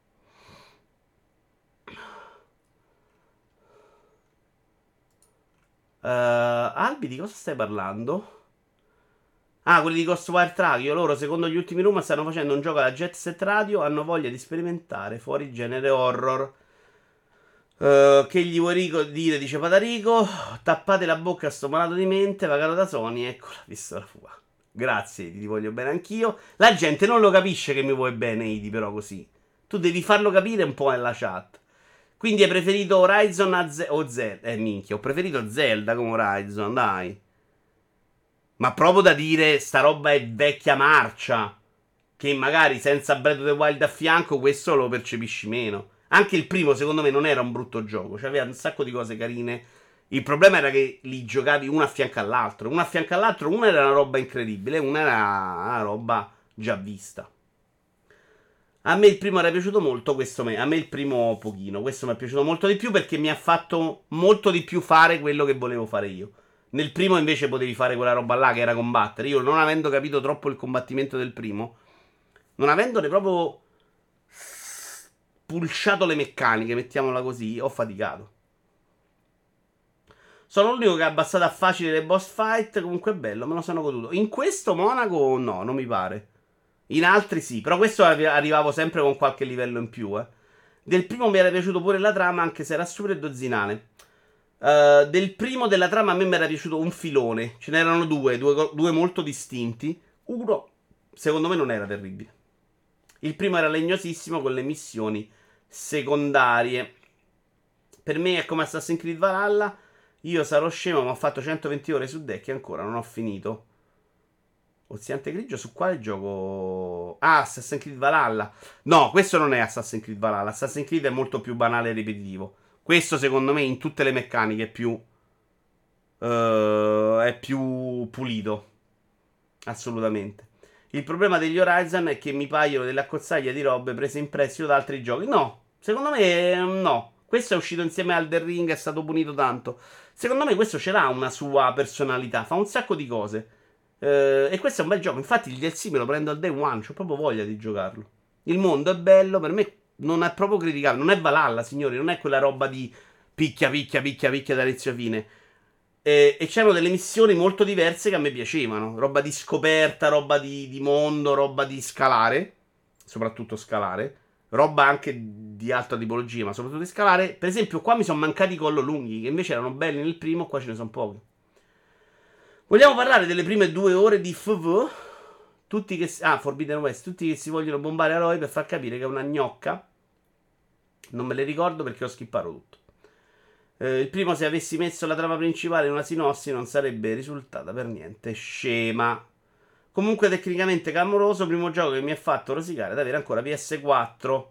Uh, Albi, di cosa stai parlando? Ah, quelli di Ghostwire Tokyo. Loro, secondo gli ultimi rumor, stanno facendo un gioco alla Jet Set Radio. Hanno voglia di sperimentare fuori genere horror. Uh, che gli vuoi rico dire? Dice Patarico. Tappate la bocca a sto malato di mente. Pagato da Sony. Eccola, visto la fuga. Grazie, ti voglio bene anch'io. La gente non lo capisce che mi vuoi bene, Idi, però così. Tu devi farlo capire un po' nella chat. Quindi hai preferito Horizon a Ze- o Zelda? Eh, minchia, ho preferito Zelda come Horizon, dai. Ma proprio da dire, sta roba è vecchia marcia. Che magari senza Breath of the Wild a fianco questo lo percepisci meno. Anche il primo, secondo me, non era un brutto gioco. Cioè, aveva un sacco di cose carine. Il problema era che li giocavi uno a fianco all'altro. Uno a fianco all'altro, una era una roba incredibile, una era una roba già vista. A me il primo era piaciuto molto, questo me. A me il primo pochino. Questo mi è piaciuto molto di più perché mi ha fatto molto di più fare quello che volevo fare io. Nel primo invece potevi fare quella roba là che era combattere. Io non avendo capito troppo il combattimento del primo, non avendone proprio pulciato le meccaniche, mettiamola così, ho faticato. Sono l'unico che ha abbassato a facile le boss fight. Comunque è bello, me lo sono goduto. In questo Monaco no, non mi pare. In altri sì, però questo arri- arrivavo sempre con qualche livello in più, eh. Del primo mi era piaciuto pure la trama, anche se era super dozzinale. Uh, del primo della trama a me mi era piaciuto un filone. Ce n'erano due, due, due molto distinti. Uno, secondo me, non era terribile. Il primo era legnosissimo con le missioni secondarie. Per me è come Assassin's Creed Valhalla. Io sarò scemo, ma ho fatto centoventi ore su deck e ancora non ho finito. Oziante grigio su quale gioco? Ah, Assassin's Creed Valhalla. No, questo non è Assassin's Creed Valhalla. Assassin's Creed è molto più banale e ripetitivo. Questo secondo me in tutte le meccaniche è più uh, è più pulito. Assolutamente. Il problema degli Horizon è che mi paiono delle accozzaglie di robe prese in prestito da altri giochi. No, secondo me no. Questo è uscito insieme al The Ring, è stato punito tanto. Secondo me questo ce l'ha una sua personalità, fa un sacco di cose. Eh, e questo è un bel gioco. Infatti il D L C me lo prendo al day one, ho proprio voglia di giocarlo. Il mondo è bello, per me non è proprio criticabile. Non è Valhalla, signori, non è quella roba di picchia, picchia, picchia, picchia da inizio a fine. E, e c'erano delle missioni molto diverse che a me piacevano. Roba di scoperta, roba di, di mondo, roba di scalare. Soprattutto scalare. Roba anche di altra tipologia, ma soprattutto di scalare. Per esempio, qua mi sono mancati i collo lunghi, che invece erano belli nel primo, qua ce ne sono pochi. Vogliamo parlare delle prime due ore di F V? Tutti che... Ah, Forbidden West. Tutti che si vogliono bombare a Roy per far capire che è una gnocca. Non me le ricordo perché ho skippato tutto. Eh, il primo, se avessi messo la trama principale in una sinossi, non sarebbe risultata per niente scema. Comunque, tecnicamente clamoroso. Primo gioco che mi ha fatto rosicare ad avere ancora P S quattro.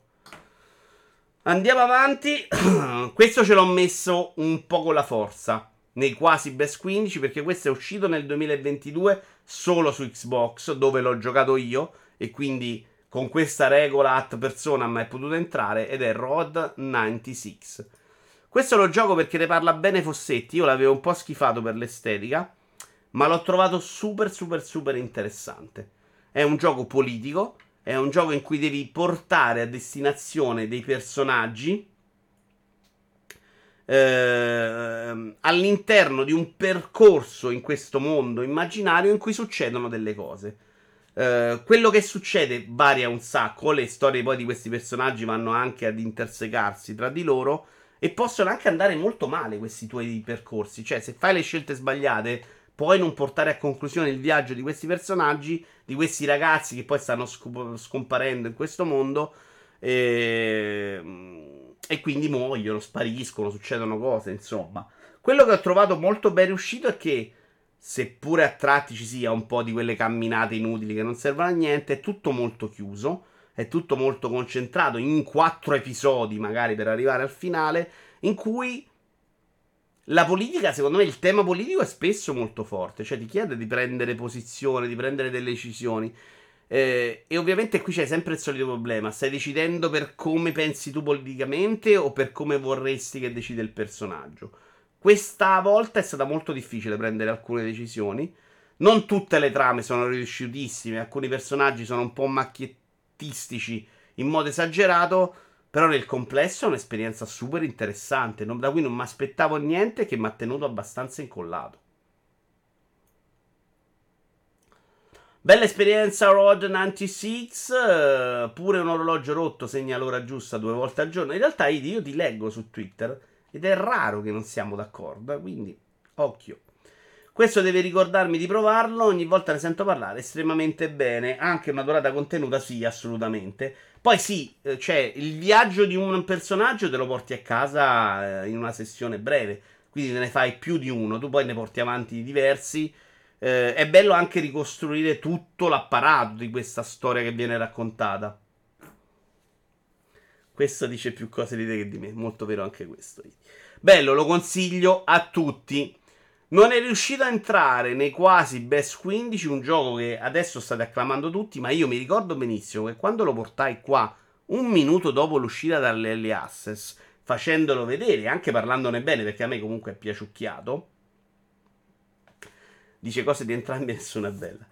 Andiamo avanti. Questo ce l'ho messo un po' con la forza nei quasi best quindici, perché questo è uscito nel duemilaventidue solo su Xbox, dove l'ho giocato io, e quindi con questa regola ad personam è potuto entrare, ed è Road novantasei. Questo lo gioco perché ne parla bene Fossetti. Io l'avevo un po' schifato per l'estetica, ma l'ho trovato super super super interessante. È un gioco politico, è un gioco in cui devi portare a destinazione dei personaggi eh, all'interno di un percorso in questo mondo immaginario in cui succedono delle cose. Eh, quello che succede varia un sacco. Le storie poi di questi personaggi vanno anche ad intersecarsi tra di loro e possono anche andare molto male questi tuoi percorsi. Cioè, se fai le scelte sbagliate, puoi non portare a conclusione il viaggio di questi personaggi, di questi ragazzi che poi stanno sc- scomparendo in questo mondo. E... e quindi muoiono, spariscono, succedono cose, insomma. Quello che ho trovato molto ben riuscito è che, seppure a tratti ci sia un po' di quelle camminate inutili che non servono a niente, è tutto molto chiuso, è tutto molto concentrato in quattro episodi, magari per arrivare al finale, in cui la politica, secondo me, il tema politico è spesso molto forte, cioè ti chiede di prendere posizione, di prendere delle decisioni. Eh, e ovviamente qui c'è sempre il solito problema. Stai decidendo per come pensi tu politicamente o per come vorresti che decida il personaggio. Questa volta è stata molto difficile prendere alcune decisioni. Non tutte le trame sono riuscitissime. Alcuni personaggi sono un po' macchiettistici in modo esagerato. Però nel complesso è un'esperienza super interessante. Non- da cui non mi aspettavo niente, che mi ha tenuto abbastanza incollato. Bella esperienza Road novantasei, eh, pure un orologio rotto segna l'ora giusta due volte al giorno. In realtà Idi, io ti leggo su Twitter ed è raro che non siamo d'accordo, eh, quindi occhio. Questo deve ricordarmi di provarlo, ogni volta ne sento parlare estremamente bene, anche una durata contenuta, sì, assolutamente. Poi sì, eh, cioè il viaggio di un personaggio te lo porti a casa eh, in una sessione breve, quindi te ne fai più di uno, tu poi ne porti avanti diversi. Eh, è bello anche ricostruire tutto l'apparato di questa storia che viene raccontata. Questo dice più cose di te che di me, molto vero anche questo. Bello, lo consiglio a tutti. Non è riuscito a entrare nei quasi best quindici, un gioco che adesso state acclamando tutti, ma io mi ricordo benissimo che quando lo portai qua, un minuto dopo l'uscita dall'Early Access, facendolo vedere, anche parlandone bene, perché a me comunque è piaciucchiato, dice cose di entrambi, nessuna è bella.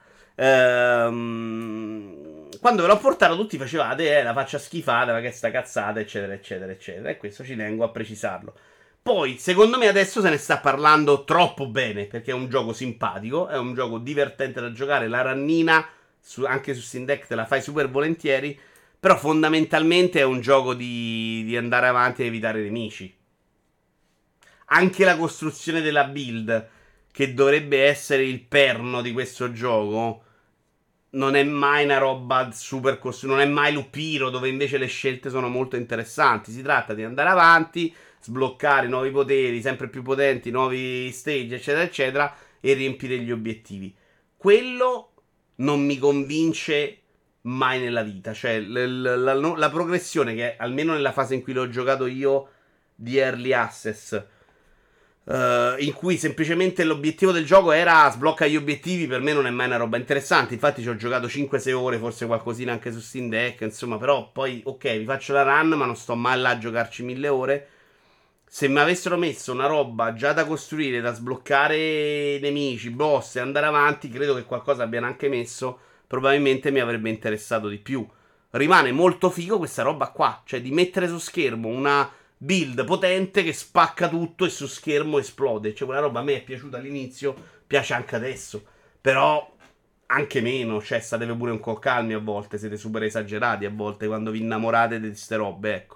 Ehm, quando ve l'ho portato tutti facevate eh, la faccia schifata, ma che sta cazzata, eccetera, eccetera, eccetera. E questo ci tengo a precisarlo. Poi, secondo me adesso se ne sta parlando troppo bene, perché è un gioco simpatico, è un gioco divertente da giocare, la rannina, su, anche su Steam Deck te la fai super volentieri, però fondamentalmente è un gioco di, di andare avanti e evitare nemici. Anche la costruzione della build, che dovrebbe essere il perno di questo gioco, non è mai una roba super costruita, non è mai Lupiro, dove invece le scelte sono molto interessanti. Si tratta di andare avanti, sbloccare nuovi poteri, sempre più potenti, nuovi stage, eccetera, eccetera, e riempire gli obiettivi. Quello non mi convince mai nella vita. Cioè, l- l- la, la progressione, che almeno nella fase in cui l'ho giocato io, di Early Access, Uh, in cui semplicemente l'obiettivo del gioco era sblocca gli obiettivi, per me non è mai una roba interessante. Infatti ci ho giocato cinque sei ore, forse qualcosina anche su Steam Deck, insomma, però poi ok, vi faccio la run, ma non sto mai là a giocarci mille ore. Se mi avessero messo una roba già da costruire, da sbloccare nemici, boss e andare avanti, credo che qualcosa abbiano anche messo, probabilmente mi avrebbe interessato di più. Rimane molto figo questa roba qua, cioè di mettere su schermo una build potente che spacca tutto e su schermo esplode. Cioè, quella roba a me è piaciuta all'inizio, piace anche adesso. Però anche meno, cioè, state pure un po' calmi a volte, siete super esagerati a volte quando vi innamorate di queste robe, ecco.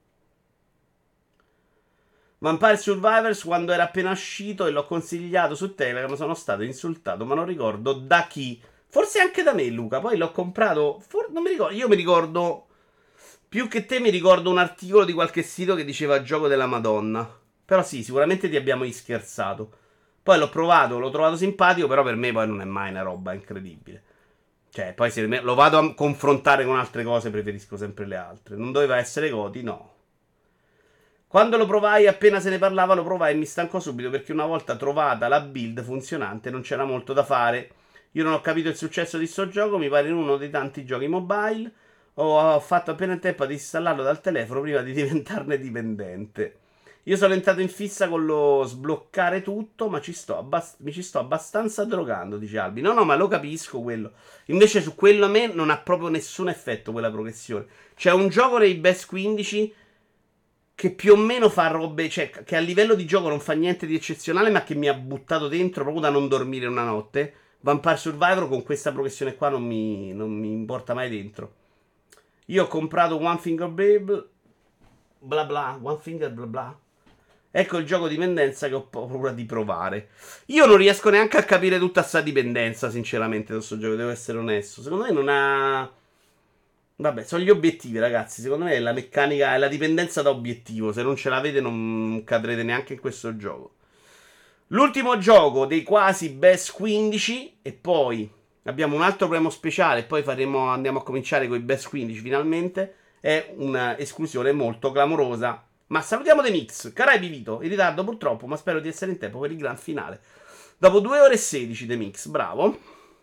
Vampire Survivors, quando era appena uscito e l'ho consigliato su Telegram, sono stato insultato, ma non ricordo da chi. Forse anche da me, Luca. Poi l'ho comprato. For- non mi ricordo. Io mi ricordo. Più che te mi ricordo un articolo di qualche sito che diceva gioco della Madonna. Però sì, sicuramente ti abbiamo scherzato. Poi l'ho provato, l'ho trovato simpatico, però per me poi non è mai una roba incredibile. Cioè, poi se lo vado a confrontare con altre cose, preferisco sempre le altre. Non doveva essere Goti, no. Quando lo provai, appena se ne parlava, lo provai e mi stancò subito perché una volta trovata la build funzionante non c'era molto da fare. Io non ho capito il successo di sto gioco, mi pare in uno dei tanti giochi mobile. Ho fatto appena il tempo ad installarlo dal telefono prima di diventarne dipendente. Io sono entrato in fissa con lo sbloccare tutto, ma ci sto abbast- mi ci sto abbastanza drogando, dice Albi. No, no, ma lo capisco quello. Invece su quello a me non ha proprio nessun effetto quella progressione. C'è un gioco dei Best quindici che più o meno fa robe, cioè che a livello di gioco non fa niente di eccezionale, ma che mi ha buttato dentro proprio da non dormire una notte. Vampire Survivor con questa progressione qua non mi, non mi importa mai dentro. Io ho comprato One Finger Babe, bla bla, One Finger bla bla. Ecco il gioco dipendenza che ho paura di provare. Io non riesco neanche a capire tutta sta dipendenza, sinceramente, da questo gioco, devo essere onesto. Secondo me non ha... Vabbè, sono gli obiettivi, ragazzi. Secondo me la meccanica è la dipendenza da obiettivo. Se non ce l'avete non cadrete neanche in questo gioco. L'ultimo gioco dei quasi best quindici e poi abbiamo un altro premio speciale e poi faremo, andiamo a cominciare con i best quindici finalmente. È un'esclusione molto clamorosa. Ma salutiamo The Mix. Caraibi Vito, in ritardo purtroppo, ma spero di essere in tempo per il gran finale. Dopo due ore e sedici The Mix, bravo.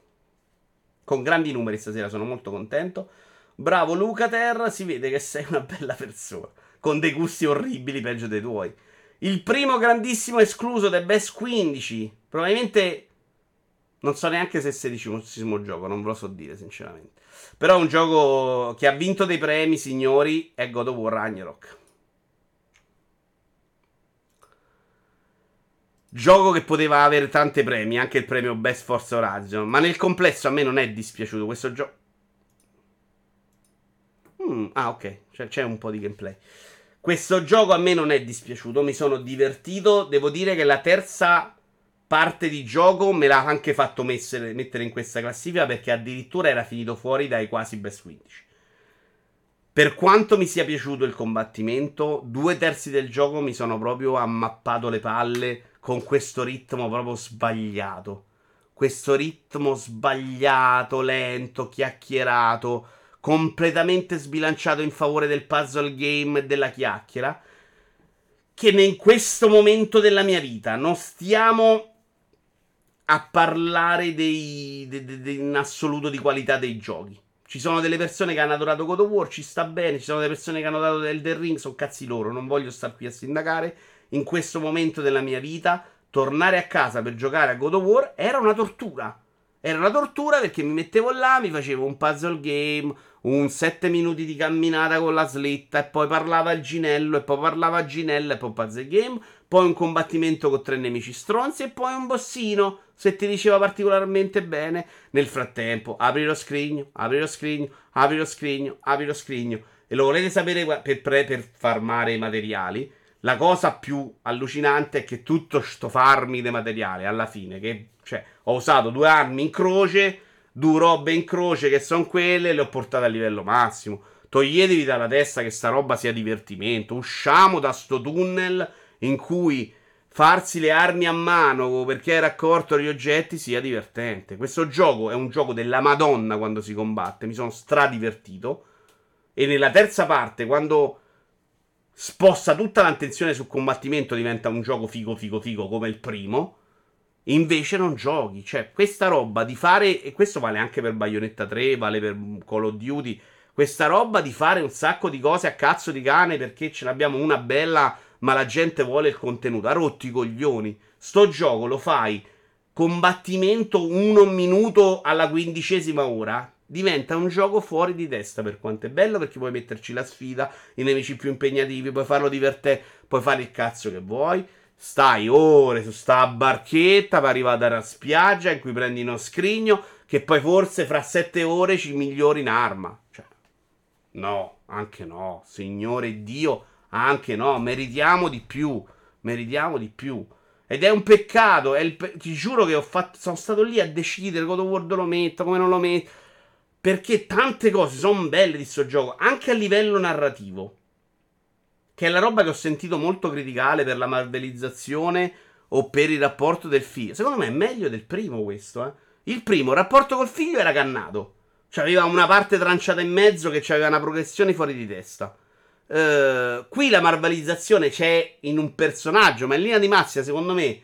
Con grandi numeri stasera, sono molto contento. Bravo Lucater, si vede che sei una bella persona. Con dei gusti orribili, peggio dei tuoi. Il primo grandissimo escluso del Best quindici. Probabilmente non so neanche se è il sedicesimo gioco, non ve lo so dire sinceramente. Però è un gioco che ha vinto dei premi, signori, è God of War Ragnarok. Gioco che poteva avere tanti premi, anche il premio Best Forza Horizon. Ma nel complesso a me non è dispiaciuto questo gioco. Mm, ah, ok, cioè, c'è un po' di gameplay. Questo gioco a me non è dispiaciuto, mi sono divertito. Devo dire che la terza parte di gioco me l'ha anche fatto messere, mettere in questa classifica perché addirittura era finito fuori dai quasi best quindici. Per quanto mi sia piaciuto il combattimento, due terzi del gioco mi sono proprio ammappato le palle con questo ritmo proprio sbagliato. Questo ritmo sbagliato, lento, chiacchierato, completamente sbilanciato in favore del puzzle game e della chiacchiera. Che in questo momento della mia vita non stiamo a parlare dei, de, de, de, in assoluto di qualità dei giochi. Ci sono delle persone che hanno adorato God of War, ci sta bene. Ci sono delle persone che hanno adorato Elden Ring, sono cazzi loro, non voglio star qui a sindacare. In questo momento della mia vita, tornare a casa per giocare a God of War era una tortura. Era una tortura perché mi mettevo là, mi facevo un puzzle game, un sette minuti di camminata con la slitta, e poi parlava il ginello, e poi parlava il ginello, e poi un puzzle game, poi un combattimento con tre nemici stronzi, e poi un bossino, se ti diceva particolarmente bene. Nel frattempo, apri lo scrigno, apri lo scrigno, apri lo scrigno, apri lo scrigno. E lo volete sapere per, pre, per farmare i materiali? La cosa più allucinante è che tutto sto farmi dei materiali, alla fine, che, cioè, ho usato due armi in croce, due robe in croce che sono quelle, le ho portate a livello massimo. Toglietevi dalla testa che sta roba sia divertimento. Usciamo da sto tunnel in cui farsi le armi a mano perché hai raccolto gli oggetti sia divertente. Questo gioco è un gioco della Madonna quando si combatte. Mi sono stradivertito. E nella terza parte, quando sposta tutta l'attenzione sul combattimento, diventa un gioco figo figo figo come il primo. Invece non giochi. Cioè, questa roba di fare, e questo vale anche per Bayonetta tre, vale per Call of Duty, questa roba di fare un sacco di cose a cazzo di cane perché ce l'abbiamo una bella, ma la gente vuole il contenuto. Ha rotto i coglioni. Sto gioco lo fai combattimento uno minuto alla quindicesima ora. Diventa un gioco fuori di testa, per quanto è bello, perché puoi metterci la sfida, i nemici più impegnativi, puoi farlo divertente, puoi fare il cazzo che vuoi. Stai ore su sta barchetta per arrivare alla spiaggia in cui prendi uno scrigno che poi forse fra sette ore ci migliori in arma. Cioè, no, anche no, Signore Dio, anche no, meritiamo di più, meritiamo di più. Ed è un peccato, è il pe- ti giuro che ho fatto, sono stato lì a decidere God of War lo metto, come non lo metto, perché tante cose sono belle di sto gioco, anche a livello narrativo, che è la roba che ho sentito molto criticare per la marvelizzazione o per il rapporto del figlio. Secondo me è meglio del primo questo, eh. Il primo, il rapporto col figlio era cannato. Cioè aveva una parte tranciata in mezzo che aveva una progressione fuori di testa. Uh, qui la marvelizzazione c'è in un personaggio, ma in linea di massima, secondo me,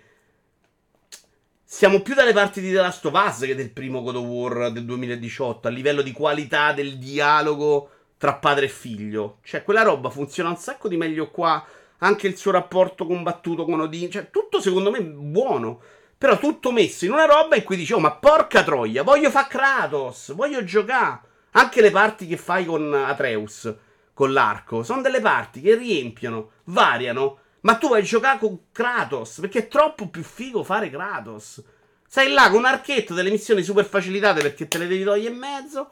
siamo più dalle parti di The Last of Us che del primo God of War del duemiladiciotto, a livello di qualità del dialogo tra padre e figlio. Cioè, quella roba funziona un sacco di meglio qua. Anche il suo rapporto combattuto con Odin. Cioè, tutto secondo me buono. Però tutto messo in una roba in cui dicevo, oh, ma porca troia, voglio fare Kratos, voglio giocare. Anche le parti che fai con Atreus, con l'arco, sono delle parti che riempiono, variano. Ma tu vai a giocare con Kratos, perché è troppo più figo fare Kratos. Sei là con un archetto, delle missioni super facilitate perché te le devi togliere in mezzo.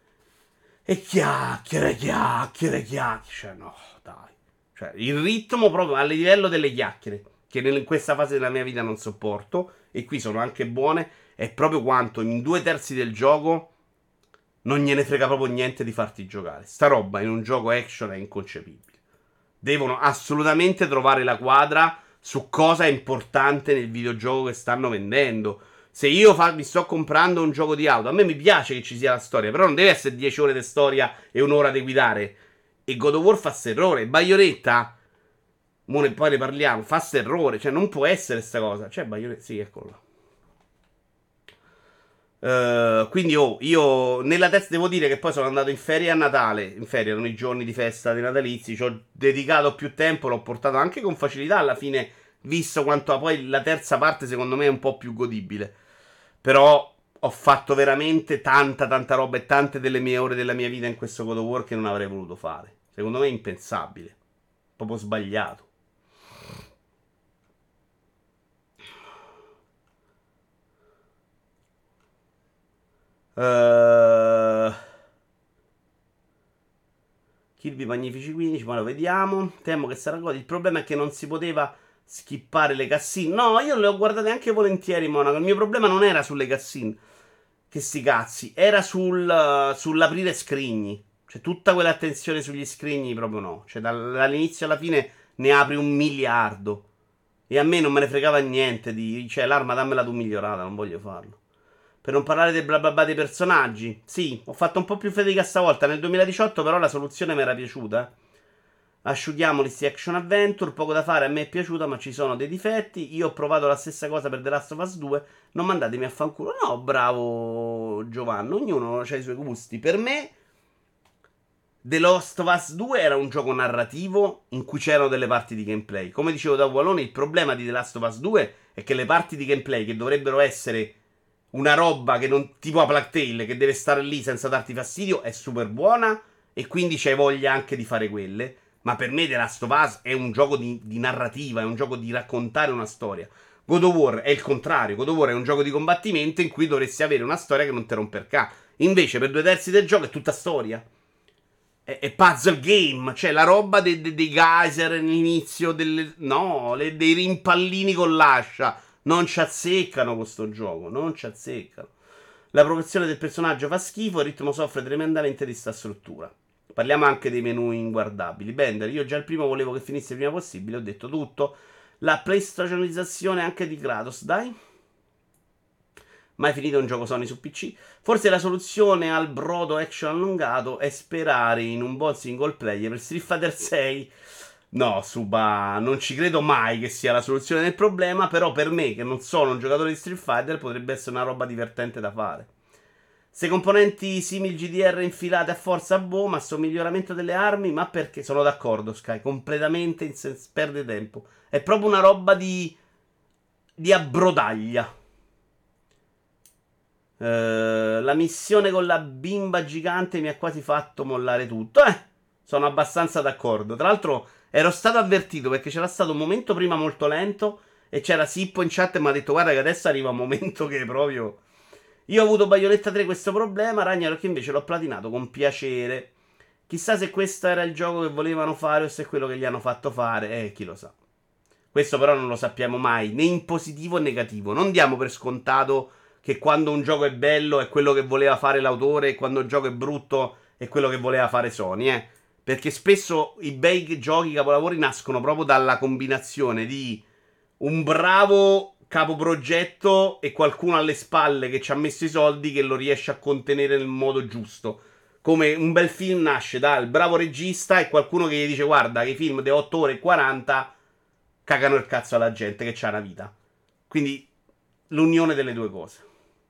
E chiacchiere, chiacchiere, chiacchiere. Cioè, no, dai. Cioè, il ritmo proprio a livello delle chiacchiere, che in questa fase della mia vita non sopporto, e qui sono anche buone, è proprio quanto in due terzi del gioco non gliene frega proprio niente di farti giocare. Sta roba in un gioco action è inconcepibile. Devono assolutamente trovare la quadra su cosa è importante nel videogioco che stanno vendendo. Se io fa, mi sto comprando un gioco di auto, a me mi piace che ci sia la storia, però non deve essere dieci ore di storia e un'ora di guidare. E God of War fa sto errore. Bayonetta, mo ne, poi ne parliamo, fa sto errore. Cioè non può essere sta cosa. Cioè Bayonetta, sì, eccolo là. Uh, quindi oh, io nella testa devo dire che poi sono andato in ferie a Natale. In ferie erano i giorni di festa dei natalizi. Ci ho dedicato più tempo, l'ho portato anche con facilità alla fine, visto quanto poi la terza parte secondo me è un po' più godibile. Però ho fatto veramente tanta tanta roba e tante delle mie ore della mia vita in questo God of War che non avrei voluto fare. Secondo me è impensabile, proprio sbagliato. Uh... Kirby Magnifici quindici, poi lo vediamo. Temo che sarà godi. Il problema è che non si poteva skippare le cutscene. No, io le ho guardate anche volentieri, Monaco. Il mio problema non era sulle cutscene, che sti cazzi, era sul, uh, sull'aprire scrigni. Cioè, tutta quell'attenzione sugli scrigni proprio no. Cioè, dall'inizio alla fine ne apri un miliardo. E a me non me ne fregava niente di... Cioè, l'arma dammela tu migliorata, non voglio farlo. Per non parlare del bla bla bla dei personaggi. Sì, ho fatto un po' più fatica stavolta. Nel duemiladiciotto però la soluzione mi era piaciuta. Asciughiamoli sti action adventure, poco da fare, a me è piaciuta ma ci sono dei difetti. Io ho provato la stessa cosa per The Last of Us due, non mandatemi a fanculo. No, bravo Giovanni, ognuno ha i suoi gusti. Per me The Last of Us due era un gioco narrativo in cui c'erano delle parti di gameplay. Come dicevo da Wallone, il problema di The Last of Us due è che le parti di gameplay che dovrebbero essere una roba che non, tipo a Plague Tale, che deve stare lì senza darti fastidio, è super buona e quindi c'hai voglia anche di fare quelle. Ma per me The Last of Us è un gioco di, di narrativa, è un gioco di raccontare una storia. God of War è il contrario. God of War è un gioco di combattimento in cui dovresti avere una storia che non ti rompe il ca. Invece per due terzi del gioco è tutta storia. È, è puzzle game. Cioè la roba dei, dei, dei geyser all'inizio delle, no, le, dei rimpallini con l'ascia. Non ci azzeccano questo gioco. Non ci azzeccano. La progressione del personaggio fa schifo. Il ritmo soffre tremendamente di sta struttura. Parliamo anche dei menu inguardabili. Bender, io già il primo volevo che finisse il prima possibile, ho detto tutto. La PlayStationizzazione anche di Kratos, dai. Mai finito un gioco Sony su P C. Forse la soluzione al brodo action allungato è sperare in un buon single player per Street Fighter sei. No, Suba, non ci credo mai che sia la soluzione del problema, però per me, che non sono un giocatore di Street Fighter, potrebbe essere una roba divertente da fare. Se componenti simili G D R infilate a forza, boh, ma sto miglioramento delle armi, ma perché? Sono d'accordo, Sky, completamente in senso, perde tempo. È proprio una roba di di abbrodaglia. Uh, la missione con la bimba gigante mi ha quasi fatto mollare tutto. Eh, sono abbastanza d'accordo. Tra l'altro ero stato avvertito perché c'era stato un momento prima molto lento e c'era Sippo in chat e mi ha detto guarda che adesso arriva un momento che proprio... Io ho avuto Bayonetta tre questo problema, Ragnarok invece l'ho platinato con piacere. Chissà se questo era il gioco che volevano fare o se è quello che gli hanno fatto fare, eh, chi lo sa. Questo però non lo sappiamo mai, né in positivo né negativo. Non diamo per scontato che quando un gioco è bello è quello che voleva fare l'autore e quando un gioco è brutto è quello che voleva fare Sony, eh. Perché spesso i bei giochi, i capolavori nascono proprio dalla combinazione di un bravo capoprogetto e qualcuno alle spalle che ci ha messo i soldi che lo riesce a contenere nel modo giusto. Come un bel film nasce dal bravo regista e qualcuno che gli dice guarda che i film di otto ore e quaranta cagano il cazzo alla gente che c'ha una vita. Quindi l'unione delle due cose.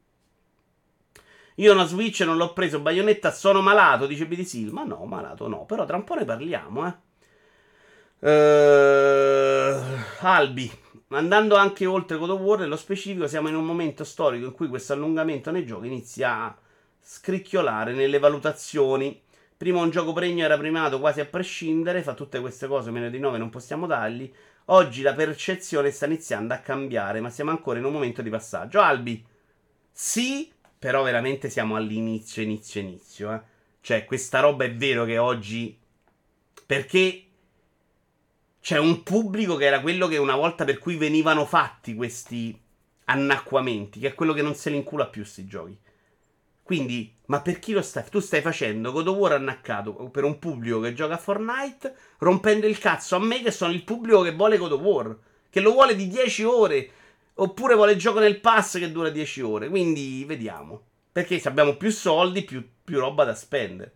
Io una Switch non l'ho preso, Bayonetta, sono malato, dice B D Sil. Ma no, malato no, però tra un po' ne parliamo, eh. Uh, Albi. Andando anche oltre God of War, nello specifico siamo in un momento storico in cui questo allungamento nei giochi inizia a scricchiolare nelle valutazioni. Prima un gioco pregno era primato quasi a prescindere, fa tutte queste cose, meno di nove non possiamo dargli. Oggi la percezione sta iniziando a cambiare, ma siamo ancora in un momento di passaggio. Albi, sì, però veramente siamo all'inizio, inizio, inizio, eh. Cioè, questa roba è vero che oggi... Perché... c'è un pubblico che era quello che una volta per cui venivano fatti questi annacquamenti, che è quello che non se li incula più sti giochi. Quindi, ma per chi lo stai? Tu stai facendo God of War annaccato per un pubblico che gioca a Fortnite, rompendo il cazzo a me che sono il pubblico che vuole God of War, che lo vuole di dieci ore, oppure vuole il gioco nel pass che dura dieci ore. Quindi, vediamo. Perché se abbiamo più soldi, più, più roba da spendere.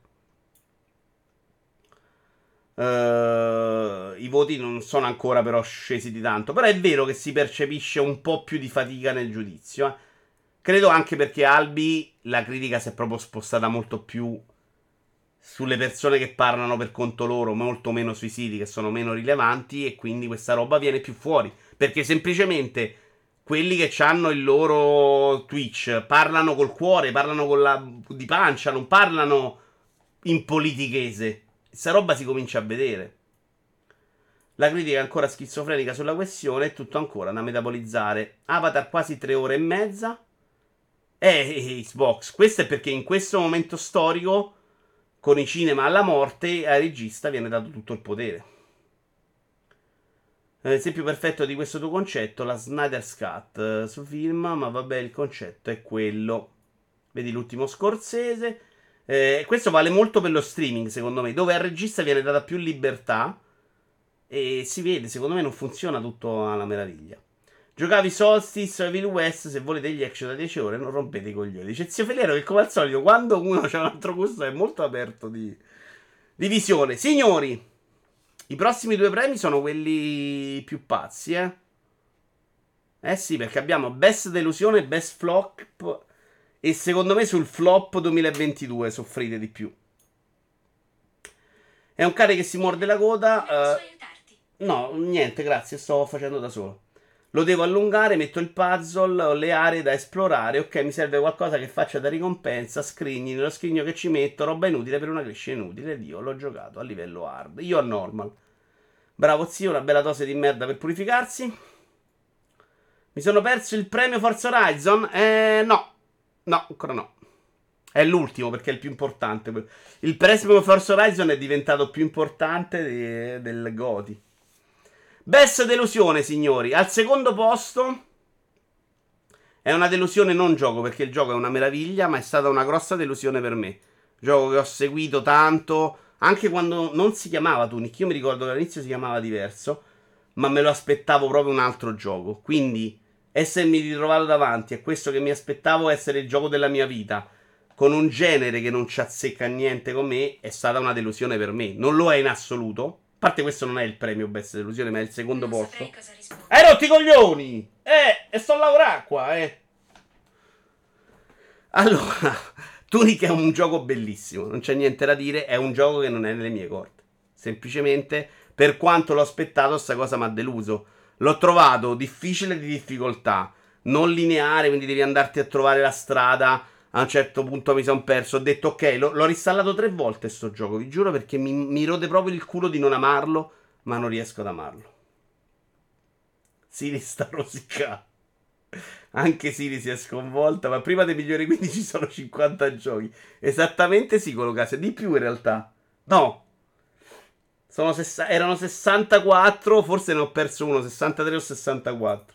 Uh, I voti non sono ancora però scesi di tanto. Però è vero che si percepisce un po' più di fatica nel giudizio, eh. Credo anche perché Albi la critica si è proprio spostata molto più sulle persone che parlano per conto loro, molto meno sui siti che sono meno rilevanti, e quindi questa roba viene più fuori. Perché semplicemente quelli che hanno il loro Twitch parlano col cuore, parlano con la di pancia, non parlano in politichese. Questa roba si comincia a vedere. La critica è ancora schizofrenica sulla questione, è tutto ancora da metabolizzare. Avatar quasi tre ore e mezza. Eh, Xbox, questo è perché in questo momento storico, con i cinema alla morte, al regista viene dato tutto il potere. L'esempio perfetto di questo tuo concetto, la Snyder's Cut eh, su film, ma vabbè, il concetto è quello. Vedi l'ultimo Scorsese. Eh, questo vale molto per lo streaming, secondo me, dove al regista viene data più libertà e si vede, secondo me non funziona tutto alla meraviglia. Giocavi Solstice o Evil West, se volete gli action da dieci ore non rompete i coglioni. Dice Zio Feliero che come al solito quando uno c'ha un altro gusto è molto aperto di, di visione. Signori, i prossimi due premi sono quelli più pazzi, eh. Eh sì, perché abbiamo Best Delusione e Best Flop. E secondo me sul Flop duemilaventidue soffrite di più. È un cane che si morde la coda. Posso eh, aiutarti? No, niente, grazie, sto facendo da solo. Lo devo allungare, metto il puzzle, ho le aree da esplorare. Ok, mi serve qualcosa che faccia da ricompensa. Scrigni, nello scrigno che ci metto, roba inutile per una crescita inutile. Ed io l'ho giocato a livello hard. Io a normal. Bravo zio, una bella dose di merda per purificarsi. Mi sono perso il premio Forza Horizon? Eh, no. No, ancora no. È l'ultimo perché è il più importante. Il premio Forza Horizon è diventato più importante de- del Goti. Best delusione, signori. Al secondo posto è una delusione non gioco, perché il gioco è una meraviglia, ma è stata una grossa delusione per me. Gioco che ho seguito tanto, anche quando non si chiamava Tunic. Io mi ricordo che all'inizio si chiamava diverso, ma me lo aspettavo proprio un altro gioco. Quindi essermi ritrovato davanti a questo che mi aspettavo essere il gioco della mia vita, con un genere che non ci azzecca niente con me, è stata una delusione per me. Non lo è in assoluto. A parte questo non è il premio Best Delusione, ma è il secondo Non posto. saprei cosa rispondere. Hai rotto i coglioni! Eh, e sto a lavorare qua, eh. Allora, Tunic è un gioco bellissimo, non c'è niente da dire, è un gioco che non è nelle mie corde. Semplicemente, per quanto l'ho aspettato, sta cosa mi ha deluso. L'ho trovato difficile di difficoltà, non lineare, quindi devi andarti a trovare la strada. A un certo punto mi sono perso. Ho detto ok, lo, l'ho installato tre volte sto gioco, vi giuro, perché mi, mi rode proprio il culo di non amarlo, ma non riesco ad amarlo. Siri sta rosicando. Anche Siri si è sconvolta, ma prima dei migliori quindici sono cinquanta giochi. Esattamente sì, collocasse. Di più in realtà. No. Sono sessa- erano sessantaquattro, forse ne ho perso uno, sessantatré o sessantaquattro.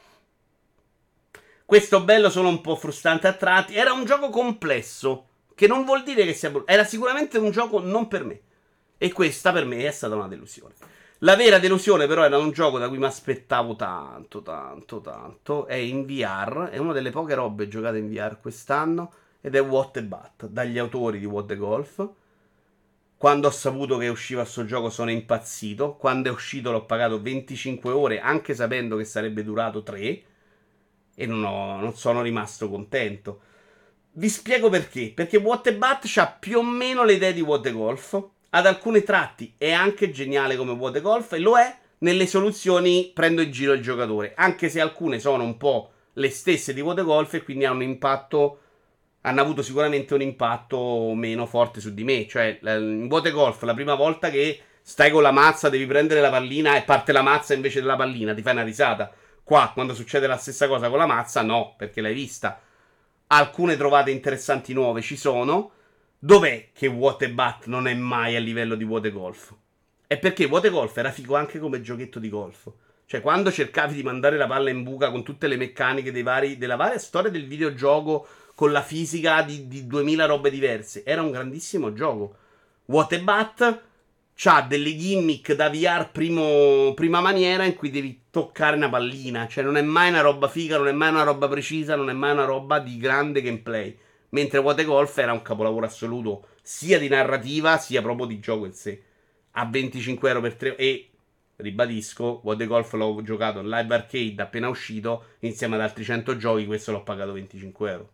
Questo bello solo un po' frustrante a tratti. Era un gioco complesso, che non vuol dire che sia brutto. Era sicuramente un gioco non per me. E questa per me è stata una delusione. La vera delusione però era un gioco da cui mi aspettavo tanto, tanto, tanto. È in V R, è una delle poche robe giocate in V R quest'anno. Ed è What the Bat, dagli autori di What the Golf. Quando ho saputo che usciva sto gioco sono impazzito. Quando è uscito l'ho pagato venticinque ore, anche sapendo che sarebbe durato tre. E non, ho, non sono rimasto contento. Vi spiego perché. Perché What the Bat ha più o meno le idee di What the Golf. Ad alcuni tratti è anche geniale come What the Golf. E lo è nelle soluzioni prendo in giro il giocatore. Anche se alcune sono un po' le stesse di What the Golf e quindi hanno un impatto. Hanno avuto sicuramente un impatto meno forte su di me. Cioè, in What the Golf, la prima volta che stai con la mazza, devi prendere la pallina e parte la mazza invece della pallina, ti fai una risata. Qua, quando succede la stessa cosa con la mazza, no, perché l'hai vista. Alcune trovate interessanti nuove ci sono. Dov'è che What the Bat non è mai a livello di What the Golf? È perché What the Golf era figo anche come giochetto di golf. Cioè, quando cercavi di mandare la palla in buca con tutte le meccaniche dei vari, della varia storia del videogioco, con la fisica di, di duemila robe diverse, era un grandissimo gioco. What the Bat c'ha delle gimmick da V R primo, prima maniera in cui devi toccare una pallina. Cioè non è mai una roba figa, non è mai una roba precisa, non è mai una roba di grande gameplay. Mentre What the Golf era un capolavoro assoluto, sia di narrativa sia proprio di gioco in sé. A venticinque euro per tre. E ribadisco, What the Golf l'ho giocato in live arcade appena uscito, insieme ad altri cento giochi. Questo l'ho pagato venticinque euro.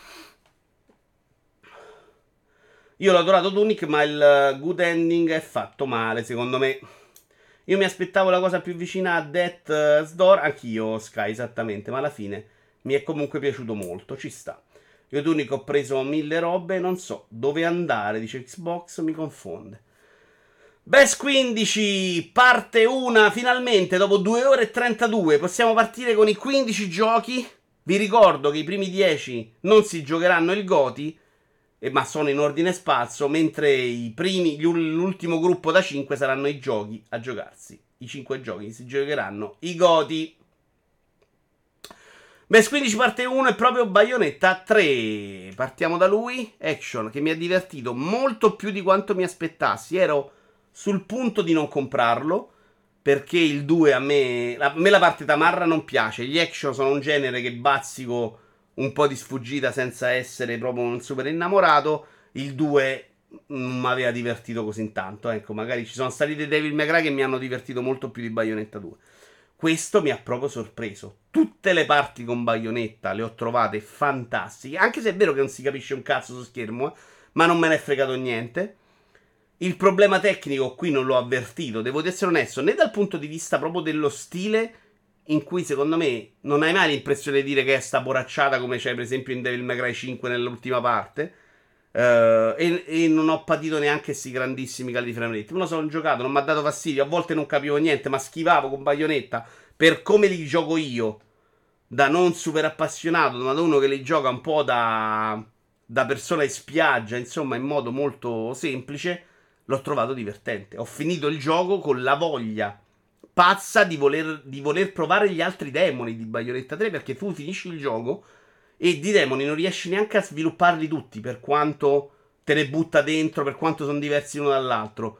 Io l'ho adorato Tunic, ma il good ending è fatto male, secondo me. Io mi aspettavo la cosa più vicina a Death's Door, anch'io, Sky, esattamente, ma alla fine mi è comunque piaciuto molto, ci sta. Io Tunic ho preso mille robe, non so dove andare, dice Xbox, mi confonde. Best quindici, parte uno, finalmente, dopo due ore e trentadue, possiamo partire con i quindici giochi. Vi ricordo che i primi dieci non si giocheranno il Goti, ma sono in ordine sparso, mentre i primi, l'ultimo gruppo da cinque saranno i giochi a giocarsi i cinque giochi che si giocheranno i Goti. Best quindici parte uno è proprio Bayonetta tre. Partiamo da lui. Action, che mi ha divertito molto più di quanto mi aspettassi. Ero sul punto di non comprarlo, perché il due a me, a me la parte tamarra non piace. Gli action sono un genere che bazzico un po' di sfuggita senza essere proprio un super innamorato. Il due non mi aveva divertito così tanto. Ecco, magari ci sono stati dei Devil May Cry che mi hanno divertito molto più di Bayonetta due. Questo mi ha proprio sorpreso. Tutte le parti con Bayonetta le ho trovate fantastiche. Anche se è vero che non si capisce un cazzo su schermo, eh, ma non me ne è fregato niente. Il problema tecnico qui non l'ho avvertito, devo essere onesto, né dal punto di vista proprio dello stile, in cui secondo me non hai mai l'impressione di dire che è sta boracciata come c'è per esempio in Devil May Cry cinque nell'ultima parte. Uh, e, e non ho patito neanche questi grandissimi cali di frame rate. Me lo sono giocato, non mi ha dato fastidio. A volte non capivo niente, ma schivavo con Bayonetta per come li gioco io, da non super appassionato, ma da uno che li gioca un po' da, da persona in spiaggia, insomma, in modo molto semplice. L'ho trovato divertente. Ho finito il gioco con la voglia pazza di voler, di voler provare gli altri demoni di Bayonetta tre, perché tu finisci il gioco e di demoni non riesci neanche a svilupparli tutti, per quanto te ne butta dentro, per quanto sono diversi l'uno dall'altro.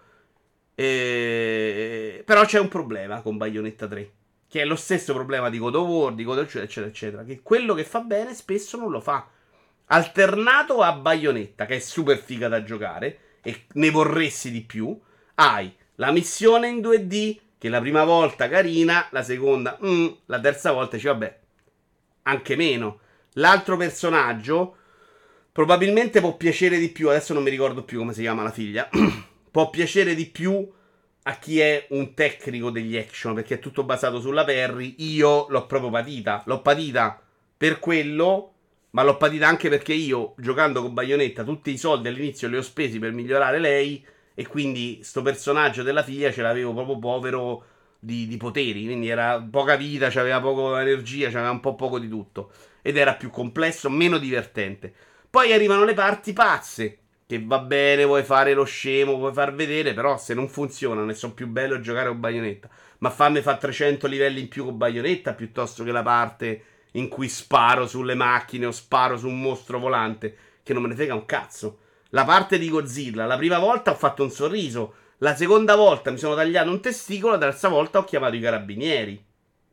E... Però c'è un problema con Bayonetta tre, che è lo stesso problema di God of War, di God of War, eccetera, eccetera. Che quello che fa bene spesso non lo fa. Alternato a Bayonetta, che è super figa da giocare, e ne vorresti di più, hai la missione in due D, che la prima volta carina, la seconda, mm, la terza volta dici vabbè, anche meno. L'altro personaggio probabilmente può piacere di più, adesso non mi ricordo più come si chiama la figlia, può piacere di più a chi è un tecnico degli action, perché è tutto basato sulla parry. Io l'ho proprio patita, l'ho patita per quello, ma l'ho patita anche perché io, giocando con Bayonetta, tutti i soldi all'inizio li ho spesi per migliorare lei, e quindi sto personaggio della figlia ce l'avevo proprio povero di, di poteri, quindi era poca vita, c'aveva poca energia, c'aveva un po' poco di tutto, ed era più complesso, meno divertente. Poi arrivano le parti pazze, che va bene, vuoi fare lo scemo, vuoi far vedere, però se non funzionano e sono più bello giocare con Bayonetta. Ma fammi fa trecento livelli in più con Bayonetta, piuttosto che la parte in cui sparo sulle macchine o sparo su un mostro volante, che non me ne frega un cazzo. La parte di Godzilla, la prima volta ho fatto un sorriso, la seconda volta mi sono tagliato un testicolo, la terza volta ho chiamato i carabinieri.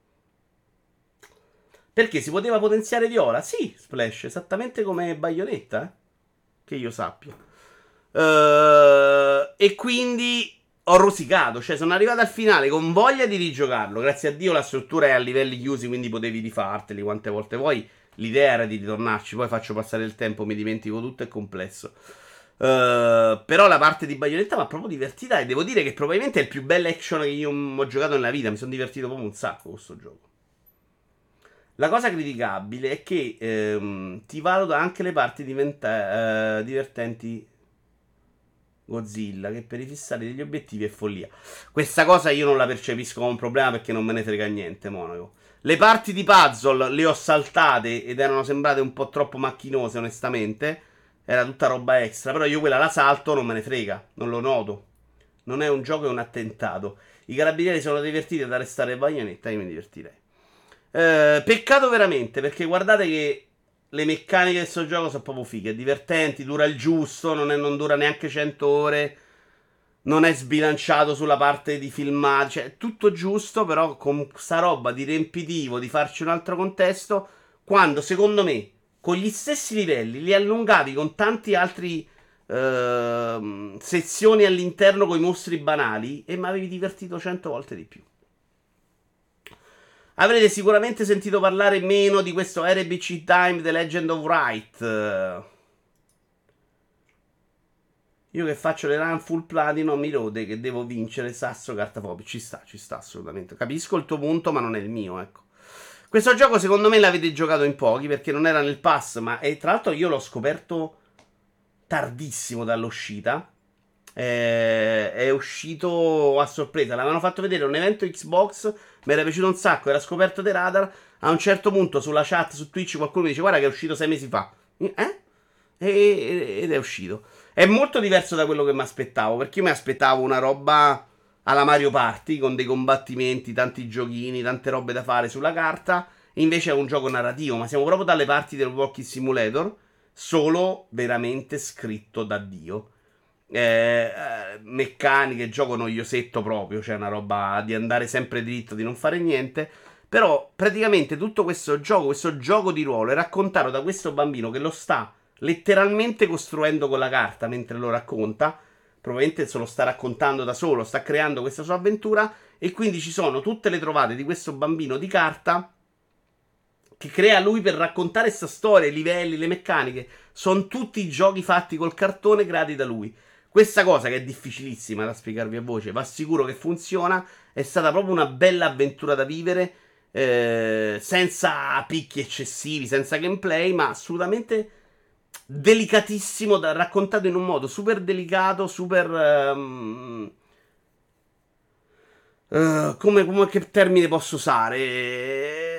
Perché si poteva potenziare Viola? Sì, Splash, esattamente come Bayonetta, eh? Che io sappia. Uh, e quindi ho rosicato, cioè sono arrivato al finale con voglia di rigiocarlo. Grazie a Dio la struttura è a livelli chiusi, quindi potevi rifarteli quante volte vuoi. L'idea era di ritornarci, poi faccio passare il tempo, mi dimentico tutto, è complesso. Uh, però la parte di Bayonetta mi ha proprio divertita, e devo dire che probabilmente è il più bel action che io ho giocato nella vita. Mi sono divertito proprio un sacco con questo gioco. La cosa criticabile è che ehm, ti valuta anche le parti diventa- eh, divertenti Godzilla, che per i fissati degli obiettivi è follia. Questa cosa io non la percepisco come un problema, perché non me ne frega niente, Monaco. Le parti di puzzle le ho saltate ed erano sembrate un po' troppo macchinose, onestamente. Era tutta roba extra, però io quella la salto, non me ne frega, non lo noto. Non è un gioco, è un attentato. I carabinieri sono divertiti ad arrestare Bayonetta, io mi divertirei. Eh, peccato veramente, perché guardate che le meccaniche di questo gioco sono proprio fighe, divertenti, dura il giusto, non, è, non dura neanche cento ore, non è sbilanciato sulla parte di filmati, cioè è tutto giusto, però con sta roba di riempitivo, di farci un altro contesto, quando secondo me con gli stessi livelli li allungavi con tanti altri eh, sezioni all'interno con i mostri banali, e mi avevi divertito cento volte di più. Avrete sicuramente sentito parlare meno di questo R B C Time The Legend of Wright. Io che faccio le run full platino mi rode che devo vincere sasso carta pop. Ci sta, ci sta assolutamente. Capisco il tuo punto, ma non è il mio, ecco. Questo gioco secondo me l'avete giocato in pochi, perché non era nel pass, ma e tra l'altro io l'ho scoperto tardissimo dall'uscita. Eh, è uscito a sorpresa. L'avevano fatto vedere un evento Xbox, mi era piaciuto un sacco, era scoperto dei radar. A un certo punto sulla chat su Twitch qualcuno mi dice guarda che è uscito sei mesi fa. Eh? E, ed è uscito. È molto diverso da quello che mi aspettavo, perché io mi aspettavo una roba alla Mario Party, con dei combattimenti, tanti giochini, tante robe da fare sulla carta. Invece è un gioco narrativo, ma siamo proprio dalle parti del Walking Simulator, solo veramente scritto da Dio. Eh, eh, meccaniche, gioco noiosetto proprio, cioè una roba di andare sempre dritto, di non fare niente. Però praticamente tutto questo gioco, questo gioco di ruolo è raccontato da questo bambino che lo sta letteralmente costruendo con la carta mentre lo racconta. Probabilmente se lo sta raccontando da solo, sta creando questa sua avventura. E quindi ci sono tutte le trovate di questo bambino di carta che crea lui per raccontare questa storia, i livelli, le meccaniche. Sono tutti giochi fatti col cartone creati da lui. Questa cosa, che è difficilissima da spiegarvi a voce, va sicuro che funziona. È stata proprio una bella avventura da vivere, eh, senza picchi eccessivi, senza gameplay, ma assolutamente delicatissimo, da, raccontato in un modo super delicato, super... Um, uh, come, come che termine posso usare?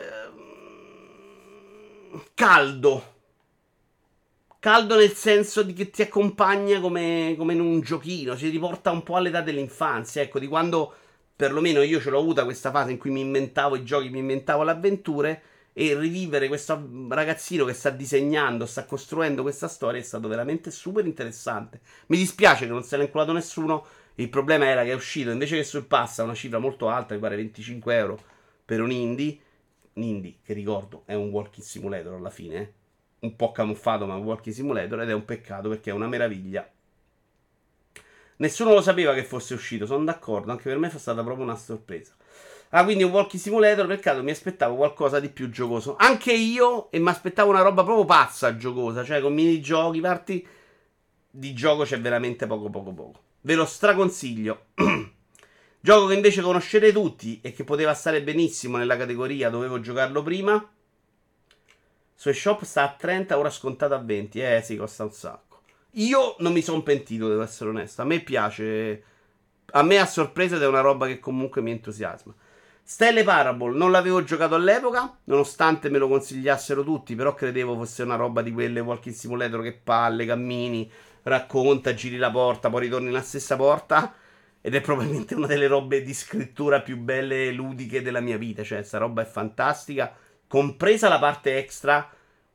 Caldo. Caldo nel senso di che ti accompagna come, come in un giochino, ci riporta un po' all'età dell'infanzia, ecco, di quando perlomeno io ce l'ho avuta questa fase in cui mi inventavo i giochi, mi inventavo le avventure, e rivivere questo ragazzino che sta disegnando, sta costruendo questa storia è stato veramente super interessante. Mi dispiace che non se l'ha inculato nessuno, il problema era che è uscito, invece che sul pass a una cifra molto alta, mi pare venticinque euro per un indie, un indie che ricordo è un walking simulator alla fine, eh? Un po' camuffato, ma un walking simulator, ed è un peccato perché è una meraviglia. Nessuno lo sapeva che fosse uscito, sono d'accordo, anche per me è stata proprio una sorpresa. Ah, quindi un walking simulator, peccato, mi aspettavo qualcosa di più giocoso. Anche io, e mi aspettavo una roba proprio pazza giocosa, cioè con minigiochi, parti di gioco c'è veramente poco poco poco. Ve lo straconsiglio. Gioco che invece conoscete tutti e che poteva stare benissimo nella categoria, dovevo giocarlo prima. Su eShop sta a trenta, ora scontato a venti. Eh sì, costa un sacco. Io non mi sono pentito, devo essere onesto. A me piace. A me a sorpresa ed è una roba che comunque mi entusiasma. Stelle Parable non l'avevo giocato all'epoca, nonostante me lo consigliassero tutti, però credevo fosse una roba di quelle walking simulator che palle, cammini, racconta, giri la porta, poi ritorni nella stessa porta. Ed è probabilmente una delle robe di scrittura più belle e ludiche della mia vita. Cioè, sta roba è fantastica, compresa la parte extra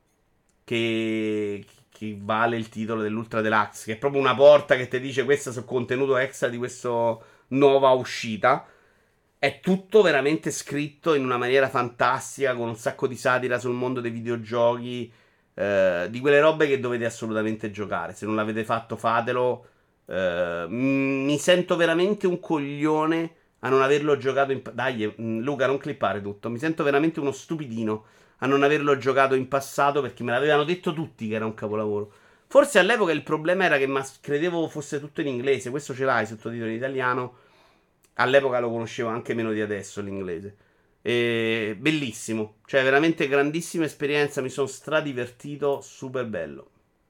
che, che vale il titolo dell'Ultra Deluxe, che è proprio una porta che ti dice questo sul contenuto extra di questa nuova uscita. È tutto veramente scritto in una maniera fantastica, con un sacco di satira sul mondo dei videogiochi, eh, di quelle robe che dovete assolutamente giocare. Se non l'avete fatto, fatelo. Eh, mi sento veramente un coglione a non averlo giocato in... Dai, Luca, non clippare tutto. Mi sento veramente uno stupidino a non averlo giocato in passato, perché me l'avevano detto tutti che era un capolavoro. Forse all'epoca il problema era che credevo fosse tutto in inglese. Questo ce l'hai sottotitolo in italiano. All'epoca lo conoscevo anche meno di adesso l'inglese. E... bellissimo. Cioè veramente grandissima esperienza. Mi sono stradivertito. Super bello.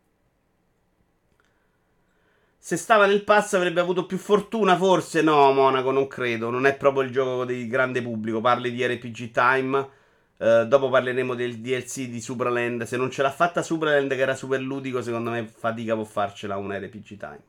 Se stava nel pass avrebbe avuto più fortuna, forse. No, Monaco, non credo. Non è proprio il gioco di grande pubblico. Parli di R P G Time. Uh, dopo parleremo del D L C di Supraland. Se non ce l'ha fatta Supraland, che era super ludico, secondo me fatica può farcela un R P G Time.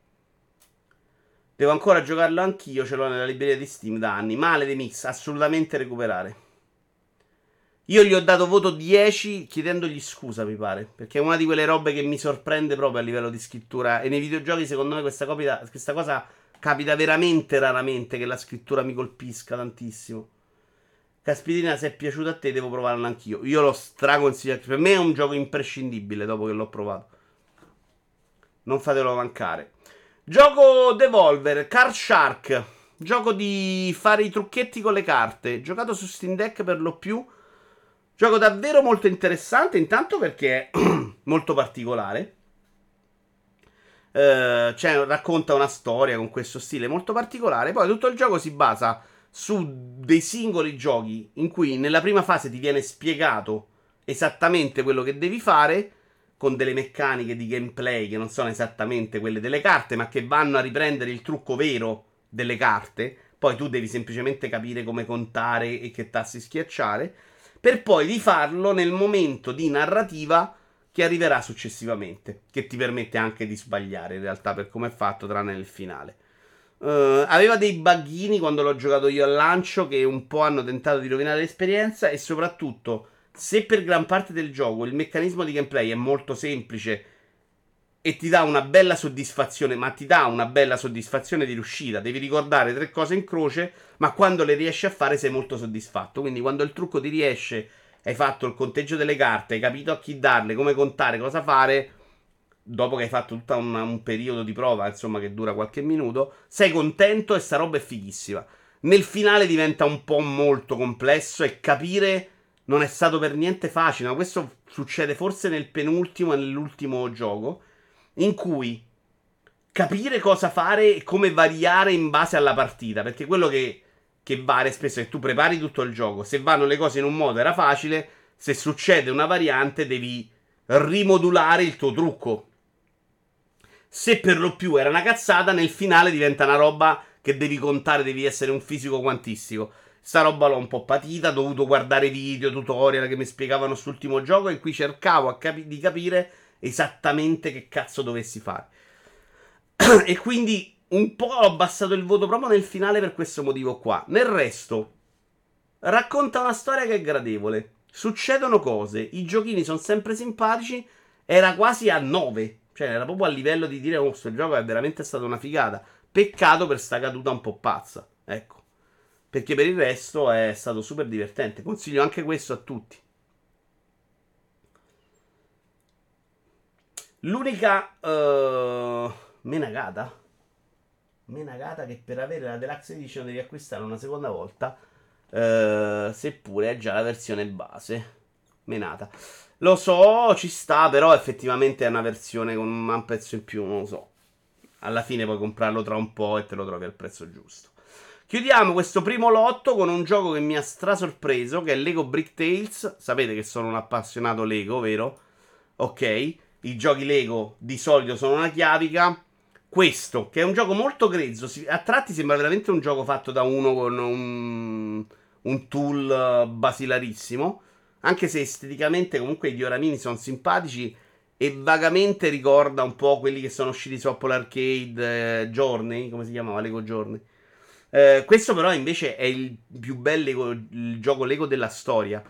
Devo ancora giocarlo anch'io. Ce l'ho nella libreria di Steam da anni. Male dei mix, assolutamente recuperare. Io gli ho dato voto dieci chiedendogli scusa, mi pare, perché è una di quelle robe che mi sorprende proprio a livello di scrittura. E nei videogiochi secondo me questa, copita, questa cosa capita veramente raramente, che la scrittura mi colpisca tantissimo. Caspitina, se è piaciuto a te devo provarlo anch'io. Io l'ho straconsigliato. Per me è un gioco imprescindibile dopo che l'ho provato. Non fatelo mancare. Gioco Devolver, Card Shark. Gioco di fare i trucchetti con le carte. Giocato su Steam Deck per lo più. Gioco davvero molto interessante, intanto perché è molto particolare. Eh, cioè, racconta una storia con questo stile molto particolare. Poi tutto il gioco si basa su dei singoli giochi in cui nella prima fase ti viene spiegato esattamente quello che devi fare, con delle meccaniche di gameplay che non sono esattamente quelle delle carte, ma che vanno a riprendere il trucco vero delle carte. Poi tu devi semplicemente capire come contare e che tassi schiacciare, per poi rifarlo nel momento di narrativa che arriverà successivamente, che ti permette anche di sbagliare in realtà per come è fatto, tranne nel finale. Uh, aveva dei buggini quando l'ho giocato io al lancio che un po' hanno tentato di rovinare l'esperienza. E soprattutto, se per gran parte del gioco il meccanismo di gameplay è molto semplice e ti dà una bella soddisfazione, ma ti dà una bella soddisfazione di riuscita, devi ricordare tre cose in croce, ma quando le riesci a fare sei molto soddisfatto. Quindi quando il trucco ti riesce, hai fatto il conteggio delle carte, hai capito a chi darle, come contare, cosa fare, dopo che hai fatto tutto un, un periodo di prova, insomma, che dura qualche minuto, sei contento e sta roba è fighissima. Nel finale diventa un po' molto complesso e capire non è stato per niente facile, ma questo succede forse nel penultimo e nell'ultimo gioco, in cui capire cosa fare e come variare in base alla partita, perché quello che, che varia spesso è che tu prepari tutto il gioco, se vanno le cose in un modo era facile, se succede una variante devi rimodulare il tuo trucco. Se per lo più era una cazzata, nel finale diventa una roba che devi contare, devi essere un fisico quantistico. Sta roba l'ho un po' patita, ho dovuto guardare video, tutorial che mi spiegavano quest'ultimo gioco in cui cercavo capi- di capire esattamente che cazzo dovessi fare. E quindi un po' ho abbassato il voto proprio nel finale per questo motivo qua. Nel resto, racconta una storia che è gradevole. Succedono cose, i giochini sono sempre simpatici, era quasi a nove. Cioè, era proprio a livello di dire, oh, questo gioco è veramente stata una figata. Peccato per sta caduta un po' pazza. Ecco. Perché per il resto è stato super divertente. Consiglio anche questo a tutti. L'unica uh, menagata menagata che per avere la Deluxe Edition devi acquistare una seconda volta, uh, seppure è già la versione base. Menata. Lo so, ci sta, però effettivamente è una versione con un prezzo in più, non lo so. Alla fine puoi comprarlo tra un po' e te lo trovi al prezzo giusto. Chiudiamo questo primo lotto con un gioco che mi ha strasorpreso, che è Lego Brick Tales. Sapete che sono un appassionato Lego, vero? Ok, i giochi Lego di solito sono una chiavica. Questo, che è un gioco molto grezzo, a tratti sembra veramente un gioco fatto da uno con un, un tool basilarissimo. Anche se esteticamente comunque i dioramini sono simpatici e vagamente ricorda un po' quelli che sono usciti su Apple Arcade, eh, Journey, come si chiamava? Lego Journey. Eh, questo però invece è il più bel Lego, il gioco Lego della storia.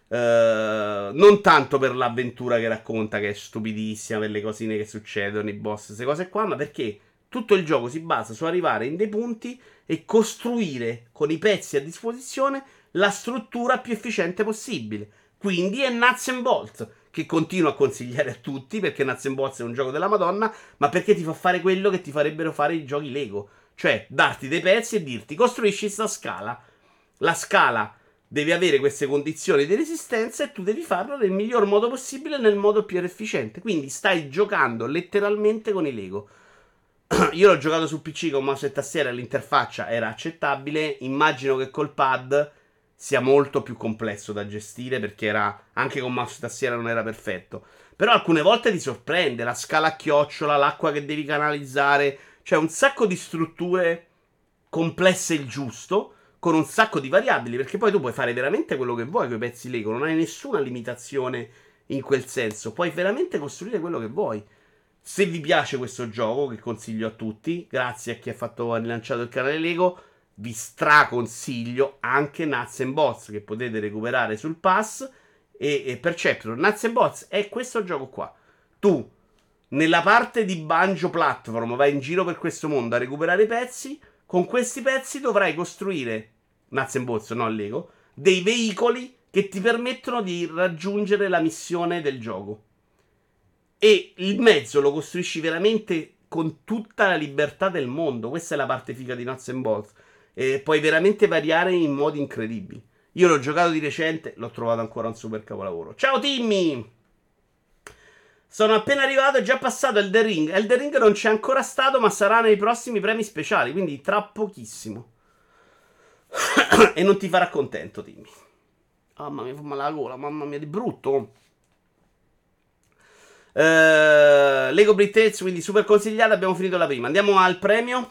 Eh, non tanto per l'avventura che racconta, che è stupidissima, per le cosine che succedono, i boss, queste cose qua, ma perché tutto il gioco si basa su arrivare in dei punti e costruire con i pezzi a disposizione la struttura più efficiente possibile. Quindi è Nuts and Bolts, che continuo a consigliare a tutti, perché Nuts and Bolts è un gioco della Madonna, ma perché ti fa fare quello che ti farebbero fare i giochi Lego. Cioè, darti dei pezzi e dirti, costruisci sta scala. La scala deve avere queste condizioni di resistenza e tu devi farlo nel miglior modo possibile, nel modo più efficiente. Quindi stai giocando letteralmente con i Lego. Io l'ho giocato su P C con mouse e tastiera, l'interfaccia era accettabile. Immagino che col pad sia molto più complesso da gestire, perché era anche con mouse e tastiera non era perfetto. Però alcune volte ti sorprende la scala a chiocciola, l'acqua che devi canalizzare, cioè un sacco di strutture complesse il giusto, con un sacco di variabili, perché poi tu puoi fare veramente quello che vuoi con i pezzi Lego, non hai nessuna limitazione in quel senso, puoi veramente costruire quello che vuoi. Se vi piace questo gioco, che consiglio a tutti, grazie a chi ha fatto ha rilanciato il canale Lego, vi straconsiglio anche Nuts and Bolts, che potete recuperare sul pass, e, e Perceptor. Nuts and Bolts è questo gioco qua. Tu, nella parte di Banjo Platform, vai in giro per questo mondo a recuperare i pezzi. Con questi pezzi dovrai costruire, Nuts and Bolts, no Lego, dei veicoli che ti permettono di raggiungere la missione del gioco. E il mezzo lo costruisci veramente con tutta la libertà del mondo. Questa è la parte figa di Nuts and Bolts. E puoi veramente variare in modi incredibili. Io l'ho giocato di recente, l'ho trovato ancora un super capolavoro. Ciao Timmy! Sono appena arrivato, è già passato Elden Ring. Elden Ring non c'è ancora stato, ma sarà nei prossimi premi speciali, quindi tra pochissimo. E non ti farà contento, Timmy. Mamma mia, fa male la gola, mamma mia, di brutto. Uh, Lego Brick Tales, quindi super consigliata. Abbiamo finito la prima. Andiamo al premio.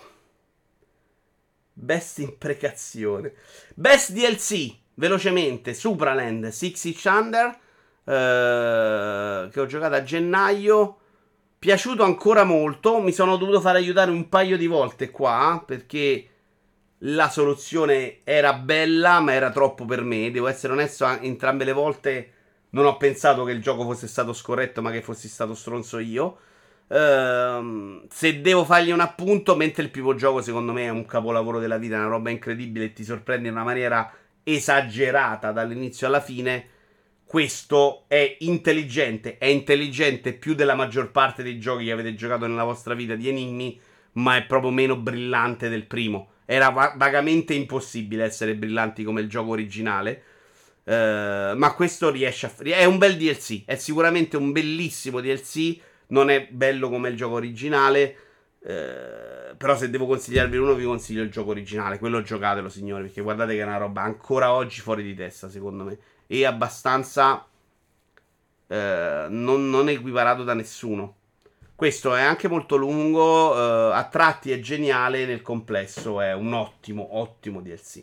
Best imprecazione. Best D L C. Velocemente. Supraland, Six Inch Under. Uh, che ho giocato a gennaio. Piaciuto ancora molto. Mi sono dovuto fare aiutare un paio di volte qua, perché la soluzione era bella, ma era troppo per me. Devo essere onesto, entrambe le volte non ho pensato che il gioco fosse stato scorretto, ma che fossi stato stronzo io. Ehm, se devo fargli un appunto, mentre il primo gioco secondo me è un capolavoro della vita, è una roba incredibile e ti sorprende in una maniera esagerata dall'inizio alla fine. Questo è intelligente, è intelligente più della maggior parte dei giochi che avete giocato nella vostra vita di Enigmi, ma è proprio meno brillante del primo. Era va- vagamente impossibile essere brillanti come il gioco originale. Eh, ma questo riesce a... f- è un bel D L C, è sicuramente un bellissimo D L C. Non è bello come il gioco originale. Eh, però se devo consigliarvi uno, vi consiglio il gioco originale. Quello giocatelo, signori, perché guardate che è una roba ancora oggi fuori di testa, secondo me. E abbastanza eh, non, non equiparato da nessuno. Questo è anche molto lungo. Eh, a tratti è geniale. Nel complesso è un ottimo, ottimo D L C.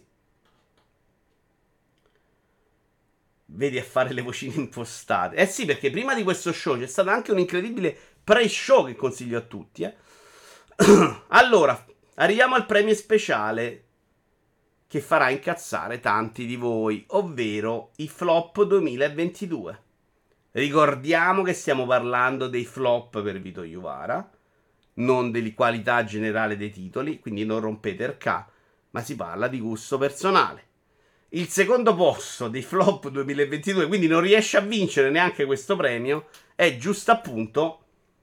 Vedi a fare le vocine impostate. Eh sì, perché prima di questo show c'è stato anche un incredibile pre-show che consiglio a tutti. Eh. Allora, arriviamo al premio speciale che farà incazzare tanti di voi, ovvero i flop duemilaventidue. Ricordiamo che stiamo parlando dei flop per Vito Iuvara, non della qualità generale dei titoli, quindi non rompete il K, ma si parla di gusto personale. Il secondo posto dei flop duemilaventidue, quindi non riesce a vincere neanche questo premio, è giusto appunto...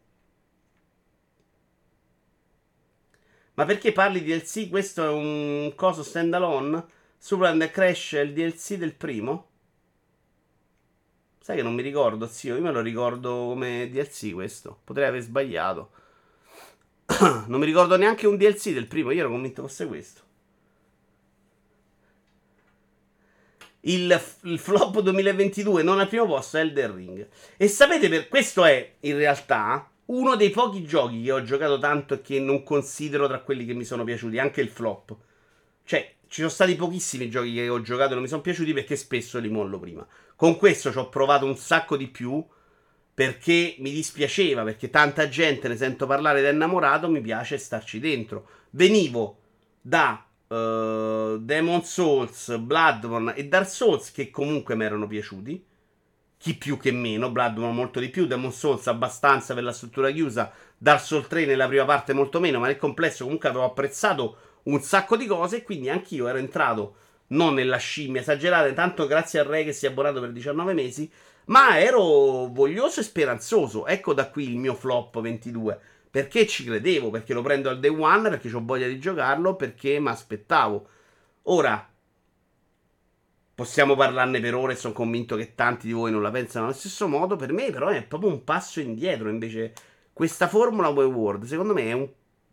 Ma perché parli di D L C? Questo è un coso standalone? Super and Crash è il D L C del primo? Sai che non mi ricordo, zio. Io me lo ricordo come D L C questo. Potrei aver sbagliato. Non mi ricordo neanche un D L C del primo. Io ero convinto fosse questo. Il, il flop duemilaventidue non al primo posto è Elden Ring. E sapete, per questo è in realtà uno dei pochi giochi che ho giocato tanto e che non considero tra quelli che mi sono piaciuti. Anche il flop. Cioè, ci sono stati pochissimi giochi che ho giocato e non mi sono piaciuti perché spesso li mollo prima. Con questo ci ho provato un sacco di più perché mi dispiaceva, perché tanta gente ne sento parlare ed è innamorato, mi piace starci dentro. Venivo da uh, Demon Souls, Bloodborne e Dark Souls che comunque mi erano piaciuti. Chi più che meno, Bloodborne molto di più, Demon Souls abbastanza per la struttura chiusa, Dark Souls tre nella prima parte molto meno, ma nel complesso comunque avevo apprezzato un sacco di cose e quindi anch'io ero entrato non nella scimmia esagerata, tanto grazie al re che si è abbonato per diciannove mesi, ma ero voglioso e speranzoso. Ecco da qui il mio flop ventidue, perché ci credevo, perché lo prendo al day one, perché ho voglia di giocarlo, perché mi aspettavo. Ora possiamo parlarne per ore e sono convinto che tanti di voi non la pensano allo stesso modo. Per me però è proprio un passo indietro. Invece questa formula Way World secondo me è un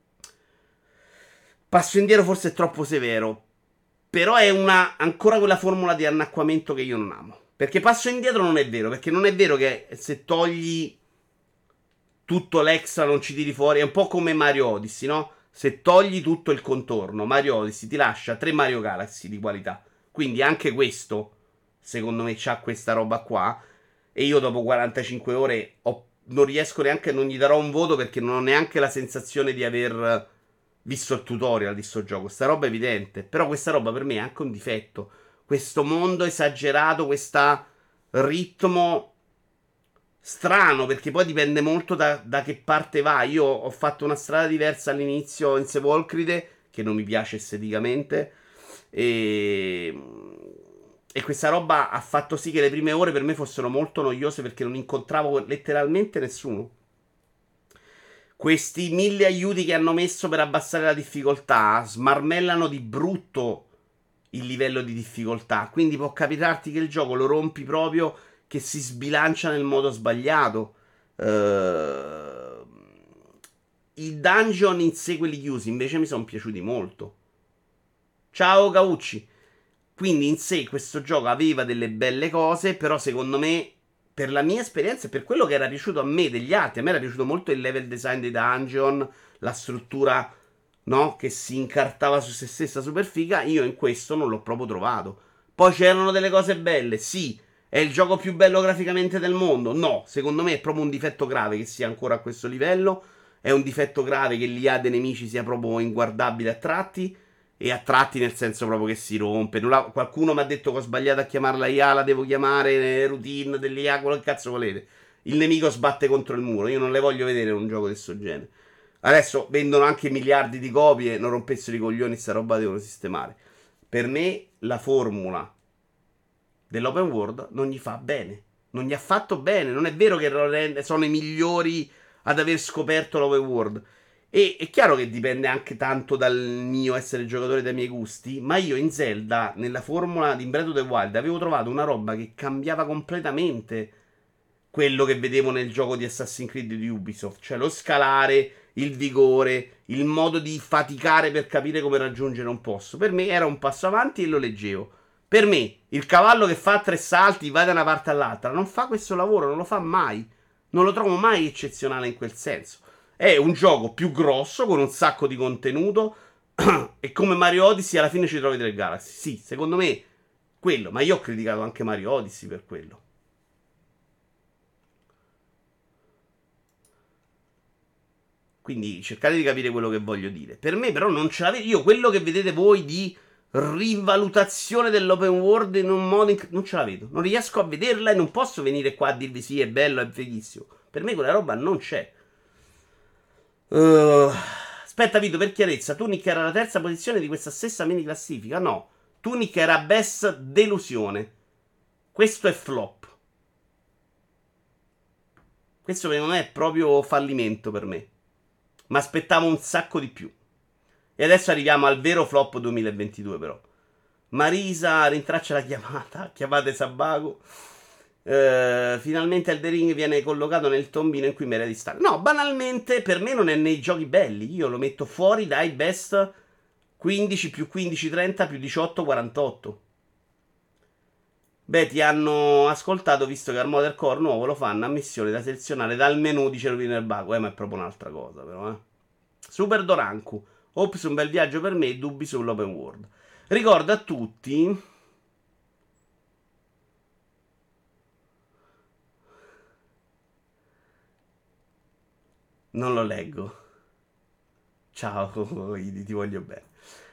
passo indietro, forse è troppo severo, però è una ancora quella formula di annacquamento che io non amo. Perché passo indietro non è vero, perché non è vero che se togli tutto l'extra non ci tiri fuori. È un po' come Mario Odyssey, no? Se togli tutto il contorno, Mario Odyssey ti lascia tre Mario Galaxy di qualità. Quindi anche questo, secondo me, c'ha questa roba qua. E io dopo quarantacinque ore ho, non riesco neanche, non gli darò un voto perché non ho neanche la sensazione di aver visto il tutorial di sto gioco. Sta roba è evidente. Però questa roba per me è anche un difetto. Questo mondo esagerato, questo ritmo strano, perché poi dipende molto da, da che parte vai. Io ho fatto una strada diversa all'inizio in Sepolcride, che non mi piace esteticamente. E, e questa roba ha fatto sì che le prime ore per me fossero molto noiose perché non incontravo letteralmente nessuno. Questi mille aiuti che hanno messo per abbassare la difficoltà smarmellano di brutto il livello di difficoltà. Quindi può capitarti che il gioco lo rompi proprio, che si sbilancia nel modo sbagliato. Uh, I dungeon in sé, quelli chiusi, invece mi sono piaciuti molto. Ciao Caucci. Quindi in sé questo gioco aveva delle belle cose, però secondo me, per la mia esperienza e per quello che era piaciuto a me degli altri, a me era piaciuto molto il level design dei dungeon, la struttura, no, che si incartava su se stessa super figa. Io in questo non l'ho proprio trovato. Poi c'erano delle cose belle, sì, È il gioco più bello graficamente del mondo? No, secondo me è proprio un difetto grave che sia ancora a questo livello. È un difetto grave che l'I A dei nemici sia proprio inguardabile a tratti. E a tratti nel senso proprio che si rompe. Non la- Qualcuno mi ha detto che ho sbagliato a chiamarla I A, la devo chiamare routine dell'I A, quello che cazzo volete. Il nemico sbatte contro il muro. Io non le voglio vedere in un gioco di questo genere. Adesso vendono anche miliardi di copie. Non rompessero i coglioni, sta roba devono sistemare. Per me la formula dell'open world non gli fa bene. Non gli ha fatto bene. Non è vero che lo rende- sono i migliori ad aver scoperto l'open world. E è chiaro che dipende anche tanto dal mio essere giocatore, dai miei gusti. Ma io in Zelda, nella formula di Breath of the Wild, avevo trovato una roba che cambiava completamente quello che vedevo nel gioco di Assassin's Creed di Ubisoft. Cioè lo scalare, il vigore, il modo di faticare per capire come raggiungere un posto. Per me era un passo avanti e lo leggevo. Per me, il cavallo che fa tre salti, va da una parte all'altra, non fa questo lavoro, non lo fa mai. Non lo trovo mai eccezionale in quel senso. È un gioco più grosso, con un sacco di contenuto. E come Mario Odyssey alla fine ci trovi tre Galaxy. Sì, secondo me quello. Ma io ho criticato anche Mario Odyssey per quello. Quindi cercate di capire quello che voglio dire. Per me, però, non ce l'avete. Io quello che vedete voi di rivalutazione dell'open world in un modo. Inc- non ce la vedo. Non riesco a vederla e non posso venire qua a dirvi sì, è bello, è fighissimo. Per me quella roba non c'è. Uh, aspetta, Vito, per chiarezza, Tunic era la terza posizione di questa stessa mini classifica? No, Tunic era best delusione. Questo è flop. Questo secondo me è proprio fallimento per me. Ma aspettavo un sacco di più. E adesso arriviamo al vero flop duemilaventidue, però. Marisa rintraccia la chiamata. Chiamate Sabago. Uh, finalmente Elden Ring viene collocato nel tombino in cui merita di stare. No, banalmente per me non è nei giochi belli. Io lo metto fuori dai best quindici più quindici trenta più diciotto quarantotto. Beh, ti hanno ascoltato visto che al Modern Core nuovo lo fanno a missione da selezionare dal menu di Roviner Bago. Eh, ma è proprio un'altra cosa, però, eh. Super Doranku. Ops, un bel viaggio per me e dubbi sull'open world. Ricordo a tutti. Non lo leggo. Ciao, Idi, ti voglio bene.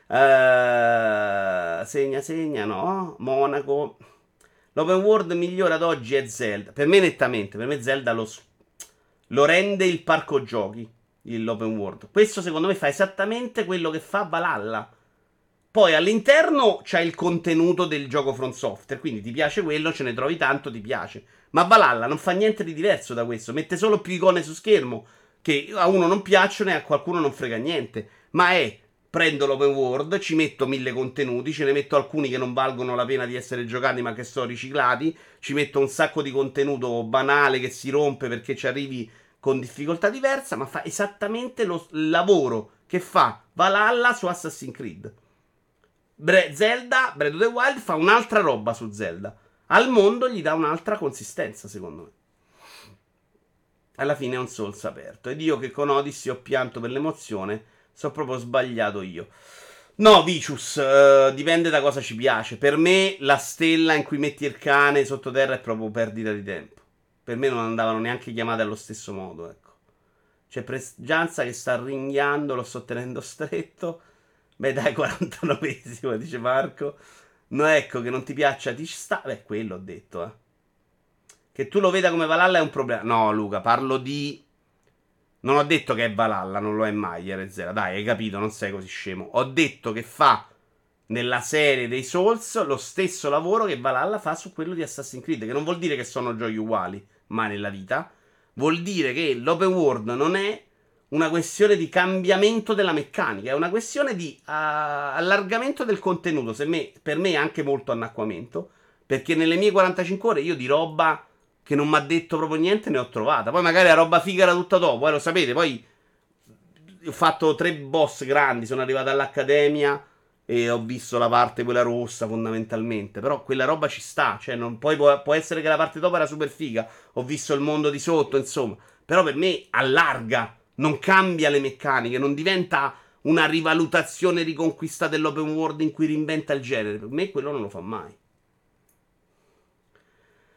Eh, segna, segna, no. Monaco. L'open world migliore ad oggi è Zelda. Per me nettamente, per me Zelda lo, lo rende il parco giochi, l'open world. Questo secondo me fa esattamente quello che fa Valhalla. Poi all'interno c'è il contenuto del gioco From Software, quindi ti piace quello, ce ne trovi tanto, ti piace. Ma Valhalla non fa niente di diverso da questo, mette solo più icone su schermo, che a uno non piacciono e a qualcuno non frega niente. Ma è, prendo l'open world, ci metto mille contenuti, ce ne metto alcuni che non valgono la pena di essere giocati ma che sono riciclati, ci metto un sacco di contenuto banale che si rompe perché ci arrivi con difficoltà diversa, ma fa esattamente lo lavoro che fa Valhalla su Assassin's Creed. Bre- Zelda, Breath of the Wild fa un'altra roba su Zelda. Al mondo gli dà un'altra consistenza, secondo me. Alla fine è un Souls aperto. Ed io che con Odyssey ho pianto per l'emozione, so proprio sbagliato io. No, Vicious, eh, dipende da cosa ci piace. Per me la stella in cui metti il cane sottoterra è proprio perdita di tempo. Per me non andavano neanche chiamate allo stesso modo, ecco. C'è Pregianza che sta ringhiando, lo sto tenendo stretto. Beh, dai, quarantanovesimo, dice Marco. No, ecco, che non ti piaccia, ti ci sta. Beh, quello ho detto, eh. Che tu lo veda come Valhalla è un problema. No, Luca, parlo di. Non ho detto che è Valhalla, non lo è mai, R zero. Dai, hai capito, non sei così scemo. Ho detto che fa nella serie dei Souls lo stesso lavoro che Valhalla fa su quello di Assassin's Creed. Che non vuol dire che sono giochi uguali, mai nella vita. Vuol dire che l'open world non è una questione di cambiamento della meccanica, è una questione di uh, allargamento del contenuto. Se me, per me è anche molto annacquamento, perché nelle mie quarantacinque ore io di roba che non mi ha detto proprio niente ne ho trovata. Poi magari la roba figa era tutta dopo, eh, lo sapete. Poi ho fatto tre boss grandi, sono arrivato all'accademia e ho visto la parte quella rossa fondamentalmente. Però quella roba ci sta, cioè non, poi può, può essere che la parte dopo era super figa. Ho visto il mondo di sotto, insomma. Però per me allarga, non cambia le meccaniche, non diventa una rivalutazione riconquista dell'open world in cui reinventa il genere. Per me quello non lo fa mai.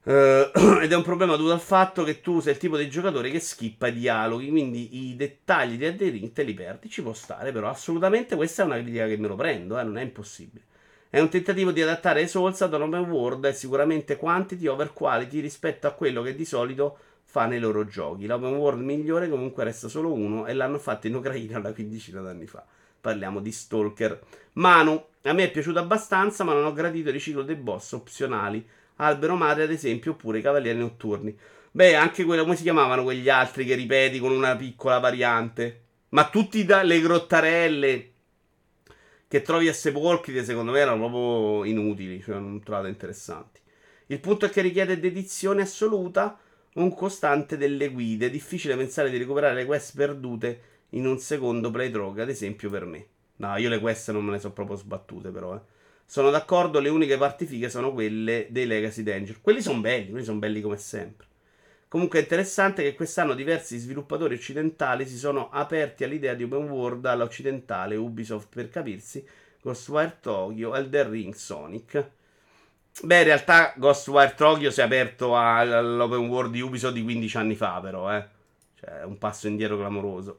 Eh, ed è un problema dovuto al fatto che tu sei il tipo di giocatore che skippa i dialoghi, quindi i dettagli di Elden Ring te li perdi. Ci può stare, però assolutamente questa è una critica che me lo prendo, eh, non è impossibile. È un tentativo di adattare Souls ad un open world e sicuramente quantity over quality rispetto a quello che di solito fa nei loro giochi. L'open world migliore comunque resta solo uno e l'hanno fatto in Ucraina una quindicina d'anni fa. Parliamo di Stalker. Manu, a me è piaciuto abbastanza, ma non ho gradito il riciclo dei boss opzionali. Albero Madre, ad esempio, oppure i Cavalieri Notturni. Beh, anche quello, come si chiamavano quegli altri che ripeti con una piccola variante? Ma tutti dalle grottarelle che trovi a Sepolcride, secondo me, erano proprio inutili, cioè non trovate interessanti. Il punto è che richiede dedizione assoluta, un costante delle guide. È difficile pensare di recuperare le quest perdute in un secondo playthrough, ad esempio per me. No, io le quest non me le so proprio sbattute, però, eh. Sono d'accordo, le uniche parti fighe sono quelle dei Legacy Danger. Quelli sono belli, quelli sono belli come sempre. Comunque è interessante che quest'anno diversi sviluppatori occidentali si sono aperti all'idea di open world all'occidentale, Ubisoft per capirsi, Ghostwire Tokyo, Elden Ring, Sonic. Beh, in realtà Ghostwire Tokyo si è aperto all'open world di Ubisoft di quindici anni fa, però, eh. Cioè, è un passo indietro clamoroso.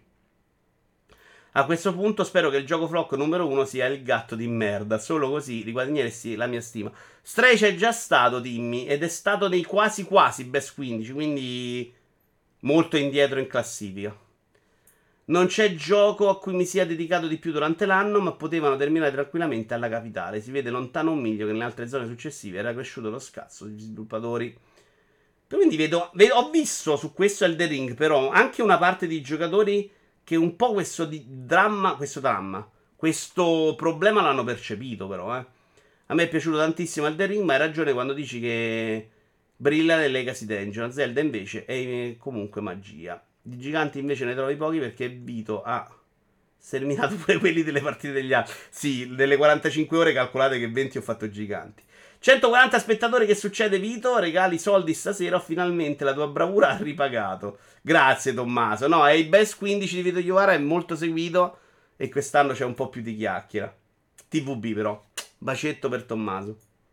A questo punto spero che il gioco flop numero uno sia il gatto di merda. Solo così riguadagneresti la mia stima. Stray c'è già stato, Timmy, ed è stato nei quasi quasi best quindici, quindi molto indietro in classifica. Non c'è gioco a cui mi sia dedicato di più durante l'anno, ma potevano terminare tranquillamente alla capitale. Si vede lontano un miglio che nelle altre zone successive era cresciuto lo scasso degli sviluppatori. Quindi vedo, vedo, ho visto su questo Elden Ring, però, anche una parte di giocatori che un po' questo di dramma, questo dramma, questo problema l'hanno percepito, però, eh. A me è piaciuto tantissimo Elden Ring, ma hai ragione quando dici che brilla nel Legacy Dungeon. Zelda invece è comunque magia. Di giganti invece ne trovi pochi perché Vito ha sterminato pure quelli delle partite degli altri. Sì, delle quarantacinque ore calcolate che venti ho fatto giganti. centoquaranta spettatori, che succede Vito? Regali soldi stasera, o finalmente la tua bravura ha ripagato. Grazie Tommaso. No, è il best quindici di Vito Iovara, è molto seguito e quest'anno c'è un po' più di chiacchiera. T V B però. Bacetto per Tommaso.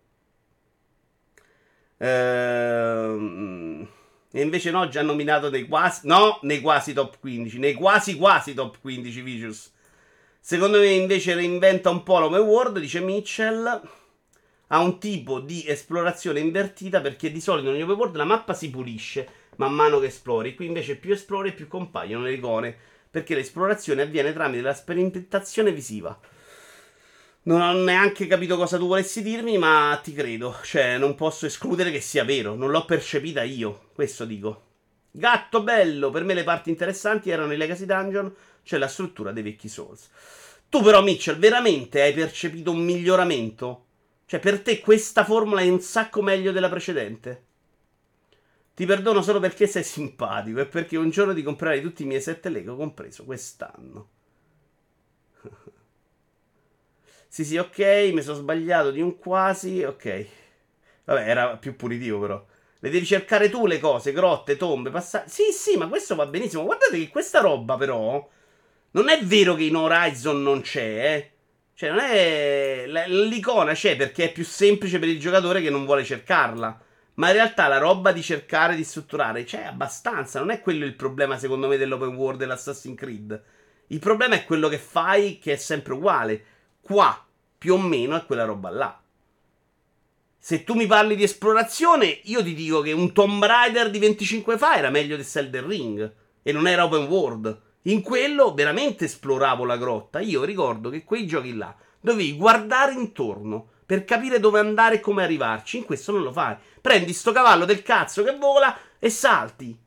Ehm... E invece no, già nominato nei quasi... No, nei quasi top quindici. Nei quasi quasi top quindici Vicious. Secondo me invece reinventa un po' l'open world, dice Mitchell. Ha un tipo di esplorazione invertita perché di solito negli open world la mappa si pulisce man mano che esplori. Qui invece più esplori più compaiono le icone, perché l'esplorazione avviene tramite la sperimentazione visiva. Non ho neanche capito cosa tu volessi dirmi, ma ti credo. Cioè, non posso escludere che sia vero. Non l'ho percepita io. Questo dico. Gatto bello. Per me le parti interessanti erano i Legacy Dungeon, cioè la struttura dei vecchi Souls. Tu però, Mitchell, veramente hai percepito un miglioramento? Cioè, per te questa formula è un sacco meglio della precedente? Ti perdono solo perché sei simpatico e perché un giorno ti comprerai tutti i miei sette Lego, compreso quest'anno. Sì, sì, ok, mi sono sbagliato di un quasi, ok. Vabbè, era più punitivo però. Le devi cercare tu le cose, grotte, tombe, passaggi. Sì, sì, ma questo va benissimo. Guardate che questa roba però non è vero che in Horizon non c'è, eh. Cioè, non è... L'icona c'è perché è più semplice per il giocatore che non vuole cercarla. Ma in realtà la roba di cercare, di strutturare, c'è abbastanza. Non è quello il problema, secondo me, dell'open world dell'Assassin's Creed. Il problema è quello che fai, che è sempre uguale. Qua, più o meno, è quella roba là. Se tu mi parli di esplorazione, io ti dico che un Tomb Raider di venticinque fa era meglio del Elden Ring. E non era open world. In quello veramente esploravo la grotta. Io ricordo che quei giochi là dovevi guardare intorno per capire dove andare e come arrivarci. In questo non lo fai. Prendi sto cavallo del cazzo che vola e salti.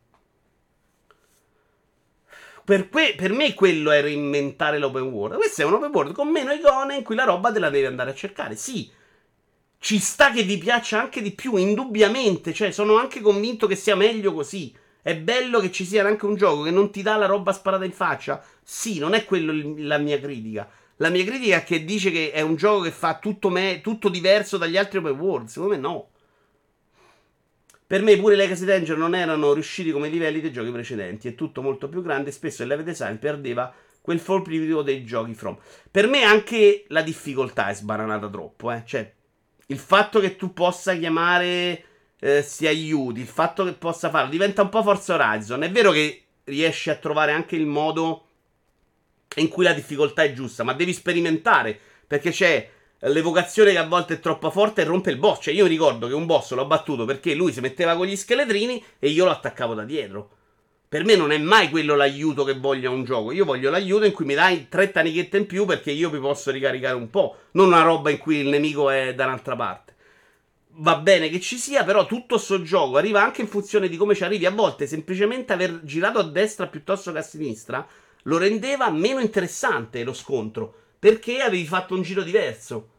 Per, que- per me quello è reinventare l'open world. Questo è un open world con meno icone in cui la roba te la devi andare a cercare. Sì, ci sta che vi piaccia anche di più, indubbiamente. Cioè, sono anche convinto che sia meglio così. È bello che ci sia anche un gioco che non ti dà la roba sparata in faccia. Sì, non è quello il- la mia critica. La mia critica è che dice che è un gioco che fa tutto, me- tutto diverso dagli altri open world. Secondo me no. Per me pure i Legacy Dungeon non erano riusciti come livelli dei giochi precedenti. È tutto molto più grande e spesso il level design perdeva quel folklore dei giochi From. Per me anche la difficoltà è sbananata troppo, eh. Cioè, il fatto che tu possa chiamare eh, si aiuti, il fatto che possa farlo, diventa un po' Forza Horizon. È vero che riesci a trovare anche il modo in cui la difficoltà è giusta, ma devi sperimentare, perché c'è l'evocazione che a volte è troppo forte e rompe il boss. Cioè io mi ricordo che un boss l'ho battuto perché lui si metteva con gli scheletrini e io lo attaccavo da dietro. Per me non è mai quello l'aiuto che voglio a un gioco. Io voglio l'aiuto in cui mi dai tre tanichette in più perché io mi posso ricaricare un po', non una roba in cui il nemico è da un'altra parte. Va bene che ci sia, però tutto sto gioco arriva anche in funzione di come ci arrivi. A volte semplicemente aver girato a destra piuttosto che a sinistra lo rendeva meno interessante lo scontro, perché avevi fatto un giro diverso.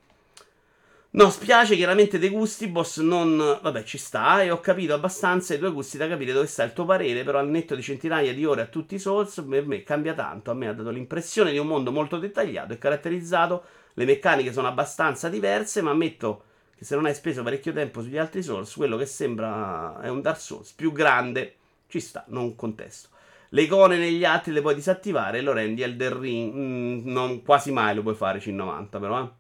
No, spiace, chiaramente dei gusti, boss non... Vabbè, ci sta, e ho capito abbastanza i tuoi gusti da capire dove sta il tuo parere, però al netto di centinaia di ore a tutti i Souls, per me cambia tanto. A me ha dato l'impressione di un mondo molto dettagliato e caratterizzato, le meccaniche sono abbastanza diverse, ma ammetto che se non hai speso parecchio tempo sugli altri Souls, quello che sembra è un Dark Souls più grande, ci sta, non contesto. Le icone negli altri le puoi disattivare e lo rendi Elden Ring. Mm, non quasi mai lo puoi fare C novanta, però, eh.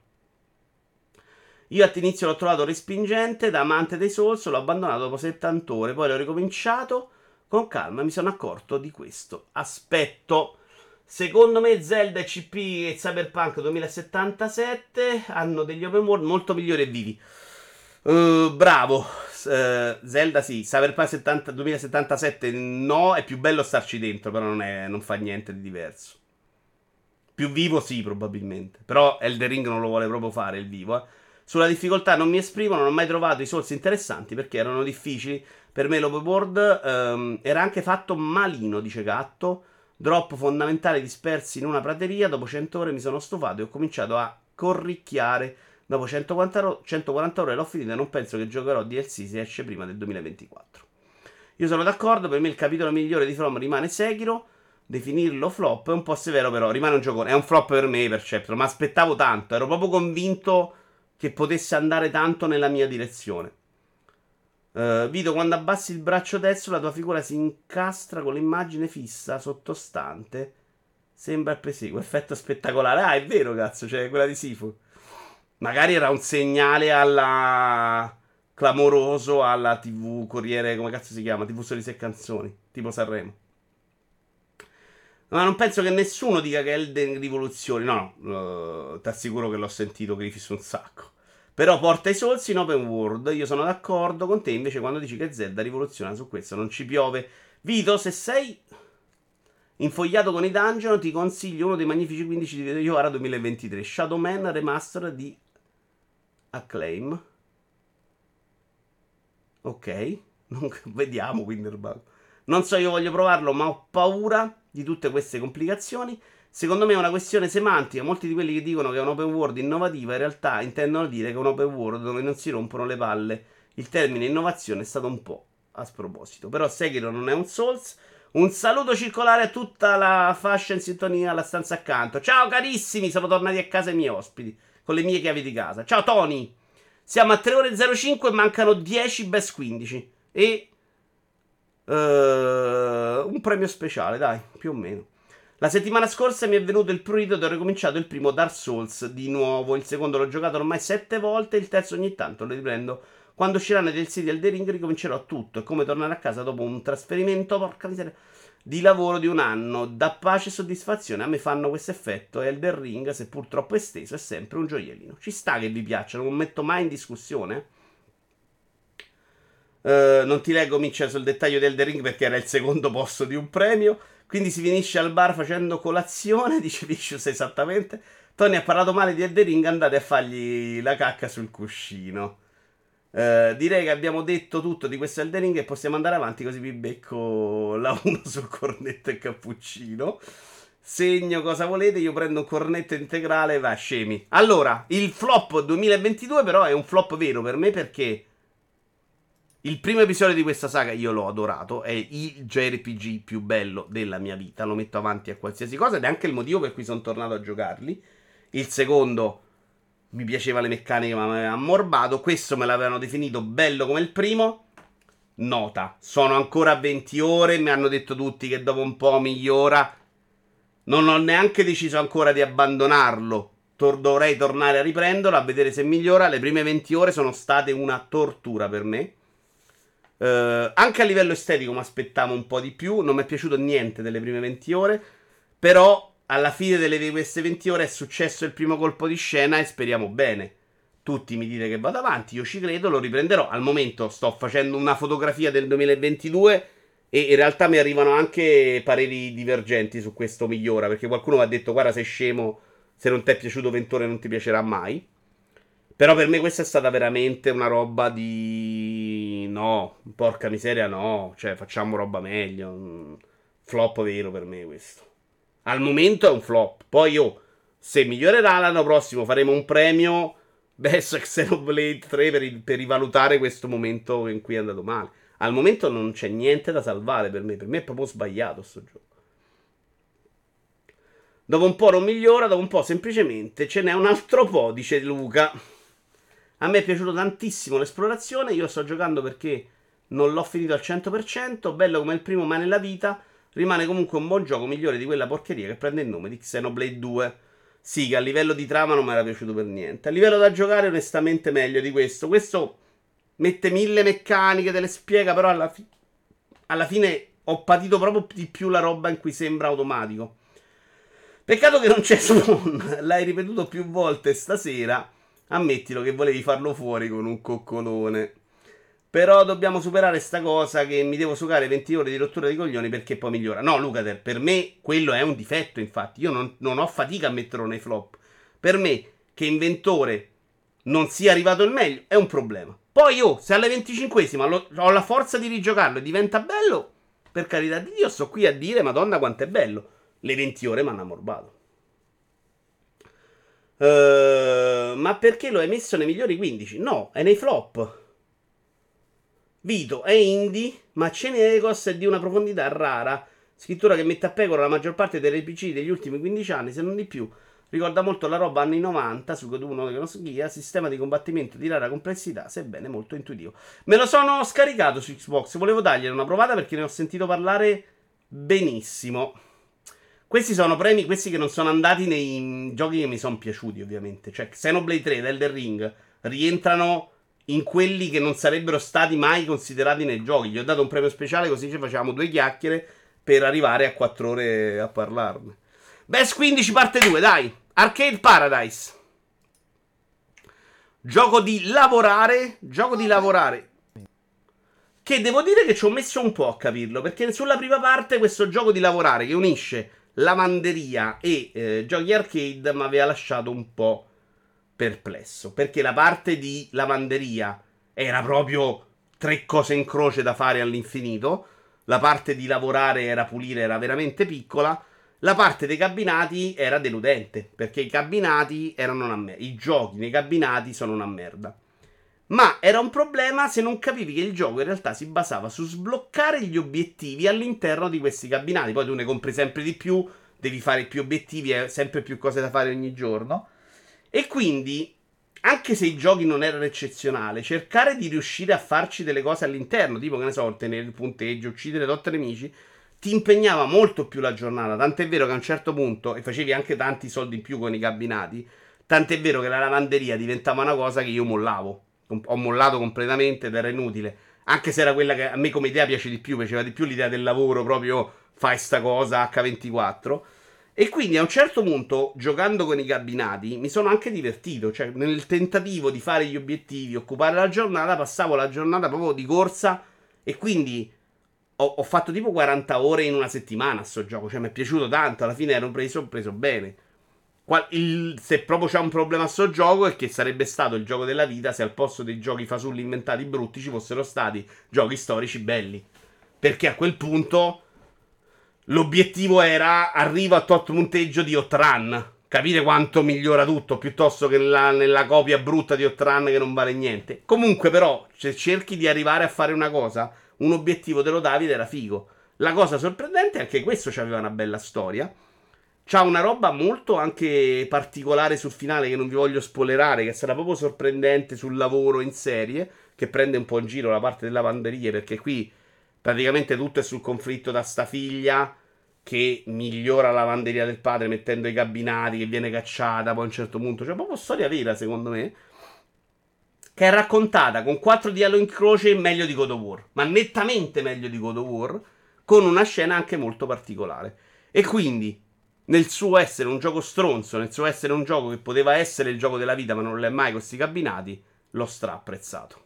Io all'inizio l'ho trovato respingente, da amante dei Souls, l'ho abbandonato dopo settanta ore, poi l'ho ricominciato con calma, mi sono accorto di questo aspetto. Secondo me Zelda, C P e Cyberpunk duemilasettantasette hanno degli open world molto migliori e vivi. Uh, bravo. Uh, Zelda sì, Cyberpunk settanta, duemilasettantasette no, è più bello starci dentro, però non, è, non fa niente di diverso. Più vivo sì, probabilmente. Però Elden Ring non lo vuole proprio fare il vivo, eh. Sulla difficoltà non mi esprimo, non ho mai trovato i Souls interessanti perché erano difficili. Per me l'open world um, era anche fatto malino, dice Gatto. Drop fondamentali dispersi in una prateria. Dopo cento ore mi sono stufato e ho cominciato a corricchiare. Dopo centoquaranta ore l'ho finita e non penso che giocherò D L C se esce prima del duemilaventiquattro. Io sono d'accordo, per me il capitolo migliore di From rimane Sekiro. Definirlo flop è un po' severo, però rimane un gioco. È un flop per me, per certo, ma aspettavo tanto. Ero proprio convinto che potesse andare tanto nella mia direzione. Uh, Vito, quando abbassi il braccio destro la tua figura si incastra con l'immagine fissa sottostante. Sembra il proseguo. Effetto spettacolare. Ah, è vero, cazzo, cioè quella di Sifu. Magari era un segnale alla... clamoroso alla T V Corriere, come cazzo si chiama? T V Sorrisi e Canzoni, tipo Sanremo. Ma non penso che nessuno dica che Elden rivoluzioni. No, no, uh, ti assicuro che l'ho sentito Griffiths un sacco. Però porta i Souls in open world. Io sono d'accordo con te invece quando dici che Zelda rivoluziona su questo. Non ci piove. Vito, se sei infogliato con i dungeon, ti consiglio uno dei magnifici quindici di Video Yovara duemilaventitré. Shadow Man Remaster di Acclaim. Ok. Vediamo Winterbug. Non so, io voglio provarlo, ma ho paura di tutte queste complicazioni. Secondo me è una questione semantica. Molti di quelli che dicono che è un open world innovativa in realtà intendono dire che è un open world dove non si rompono le palle. Il termine innovazione è stato un po' a sproposito. Però Sekiro non è un Souls. Un saluto circolare a tutta la fascia in sintonia alla stanza accanto. Ciao carissimi, sono tornati a casa i miei ospiti con le mie chiavi di casa. Ciao Tony. Siamo a tre ore e zero cinque e mancano dieci best quindici. E... Uh, un premio speciale, dai, più o meno. La settimana scorsa mi è venuto il prurito ed ho ricominciato il primo Dark Souls di nuovo. Il secondo l'ho giocato ormai sette volte. Il terzo ogni tanto lo riprendo. Quando usciranno del sito del The Ring ricomincerò tutto. È come tornare a casa dopo un trasferimento, porca miseria, di lavoro di un anno. Da pace e soddisfazione. A me fanno questo effetto. E Elden Ring, seppur troppo esteso, è sempre un gioiellino. Ci sta che vi piacciono, non metto mai in discussione. Uh, non ti leggo Mitchell sul dettaglio del Elden Ring perché era il secondo posto di un premio. Quindi si finisce al bar facendo colazione, dice Vicious esattamente. Tony ha parlato male di Elden Ring, andate a fargli la cacca sul cuscino. Uh, direi che abbiamo detto tutto di questo Elden Ring e possiamo andare avanti, così vi becco la uno sul cornetto e cappuccino. Segno cosa volete, io prendo un cornetto integrale e va, scemi. Allora, il flop duemilaventidue però è un flop vero per me perché... il primo episodio di questa saga io l'ho adorato, è il J R P G più bello della mia vita, lo metto avanti a qualsiasi cosa ed è anche il motivo per cui sono tornato a giocarli. Il secondo mi piaceva le meccaniche ma mi aveva ammorbato, questo me l'avevano definito bello come il primo. Nota, sono ancora a venti ore, mi hanno detto tutti che dopo un po' migliora, non ho neanche deciso ancora di abbandonarlo. Tor- dovrei tornare a riprenderlo, a vedere se migliora. Le prime venti ore sono state una tortura per me. Uh, anche a livello estetico mi aspettavo un po' di più. Non mi è piaciuto niente delle prime venti ore. Però alla fine delle queste venti ore è successo il primo colpo di scena e speriamo bene. Tutti mi dite che vado avanti, io ci credo, lo riprenderò. Al momento sto facendo una fotografia del duemilaventidue e in realtà mi arrivano anche pareri divergenti su questo migliora, perché qualcuno mi ha detto guarda sei scemo, se non ti è piaciuto venti ore non ti piacerà mai. Però per me questa è stata veramente una roba di... No, porca miseria no, cioè facciamo roba meglio. Flop vero per me questo. Al momento è un flop. Poi oh, se migliorerà l'anno prossimo faremo un premio Best Xenoblade tre per, per rivalutare questo momento in cui è andato male. Al momento non c'è niente da salvare per me. Per me è proprio sbagliato sto gioco. Dopo un po' non migliora, dopo un po' semplicemente ce n'è un altro po', dice Luca. A me è piaciuto tantissimo l'esplorazione. Io sto giocando perché non l'ho finito al cento per cento. Bello come il primo, ma nella vita rimane comunque un buon gioco, migliore di quella porcheria che prende il nome di Xenoblade due. Sì, che a livello di trama non mi era piaciuto per niente. A livello da giocare, onestamente, meglio di questo. Questo mette mille meccaniche, te le spiega, però alla, fi- alla fine ho patito proprio di più la roba in cui sembra automatico. Peccato che non c'è Spawn. L'hai ripetuto più volte stasera. Ammettilo che volevi farlo fuori con un coccolone. Però dobbiamo superare sta cosa che mi devo sucare venti ore di rottura di coglioni perché poi migliora. No, Lucater, per me quello è un difetto, infatti. Io non, non ho fatica a metterlo nei flop. Per me, che inventore non sia arrivato il meglio, è un problema. Poi io, se alle venticinquesima lo, ho la forza di rigiocarlo e diventa bello, per carità di Dio, sto qui a dire, Madonna, quanto è bello. Le venti ore mi hanno ammorbato. Uh, ma perché lo hai messo nei migliori quindici? No, è nei flop. Vito è indie, ma Cenegos è di una profondità rara. Scrittura che mette a pecora la maggior parte dei R P G degli ultimi quindici anni, se non di più. Ricorda molto la roba anni novanta, su cui uno che non si guia, sistema di combattimento di rara complessità, sebbene molto intuitivo. Me lo sono scaricato su Xbox, volevo dargliene una provata perché ne ho sentito parlare benissimo. Questi sono premi, questi che non sono andati nei giochi che mi sono piaciuti, ovviamente. Cioè, Xenoblade tre ed Elden Ring rientrano in quelli che non sarebbero stati mai considerati nei giochi. Gli ho dato un premio speciale così ci facciamo due chiacchiere per arrivare a quattro ore a parlarne. Best quindici parte due, dai. Arcade Paradise. Gioco di lavorare, gioco di lavorare. Che devo dire che ci ho messo un po' a capirlo, perché sulla prima parte questo gioco di lavorare che unisce lavanderia e eh, giochi arcade mi aveva lasciato un po' perplesso, perché la parte di lavanderia era proprio tre cose in croce da fare all'infinito, la parte di lavorare era pulire, era veramente piccola, la parte dei cabinati era deludente, perché i cabinati erano una merda, i giochi nei cabinati sono una merda. Ma era un problema se non capivi che il gioco in realtà si basava su sbloccare gli obiettivi all'interno di questi cabinati. Poi tu ne compri sempre di più, devi fare più obiettivi, hai sempre più cose da fare ogni giorno. E quindi, anche se i giochi non erano eccezionali, cercare di riuscire a farci delle cose all'interno, tipo che ne so, ottenere il punteggio, uccidere otto nemici, ti impegnava molto più la giornata. Tant'è vero che a un certo punto, e facevi anche tanti soldi in più con i cabinati, tant'è vero che la lavanderia diventava una cosa che io mollavo. Ho mollato completamente ed era inutile. Anche se era quella che a me come idea piace di più, piaceva di più l'idea del lavoro, proprio fai sta cosa acca ventiquattro. E quindi a un certo punto, giocando con i cabinati, mi sono anche divertito. Cioè, nel tentativo di fare gli obiettivi, occupare la giornata, passavo la giornata proprio di corsa. E quindi ho, ho fatto tipo quaranta ore in una settimana a sto gioco. Cioè, mi è piaciuto tanto. Alla fine ero preso, preso bene. Il, se proprio c'è un problema a sto gioco è che sarebbe stato il gioco della vita se al posto dei giochi fasulli inventati brutti ci fossero stati giochi storici belli, perché a quel punto l'obiettivo era arriva a tot punteggio di Outrun, capire quanto migliora tutto piuttosto che nella, nella copia brutta di Outrun che non vale niente. Comunque però se cerchi di arrivare a fare una cosa, un obiettivo te lo davi ed era figo. La cosa sorprendente è che questo c'aveva una bella storia. C'ha una roba molto anche particolare sul finale che non vi voglio spoilerare, che sarà proprio sorprendente sul lavoro in serie, che prende un po' in giro la parte delle lavanderie, perché qui praticamente tutto è sul conflitto da sta figlia che migliora la lavanderia del padre mettendo i cabinati, che viene cacciata poi a un certo punto. Cioè proprio storia vera secondo me. che è raccontata con quattro dialoghi in croce meglio di God of War, ma nettamente meglio di God of War, con una scena anche molto particolare. E quindi, nel suo essere un gioco stronzo, nel suo essere un gioco che poteva essere il gioco della vita, ma non l'è mai con questi cabinati, l'ho stra apprezzato.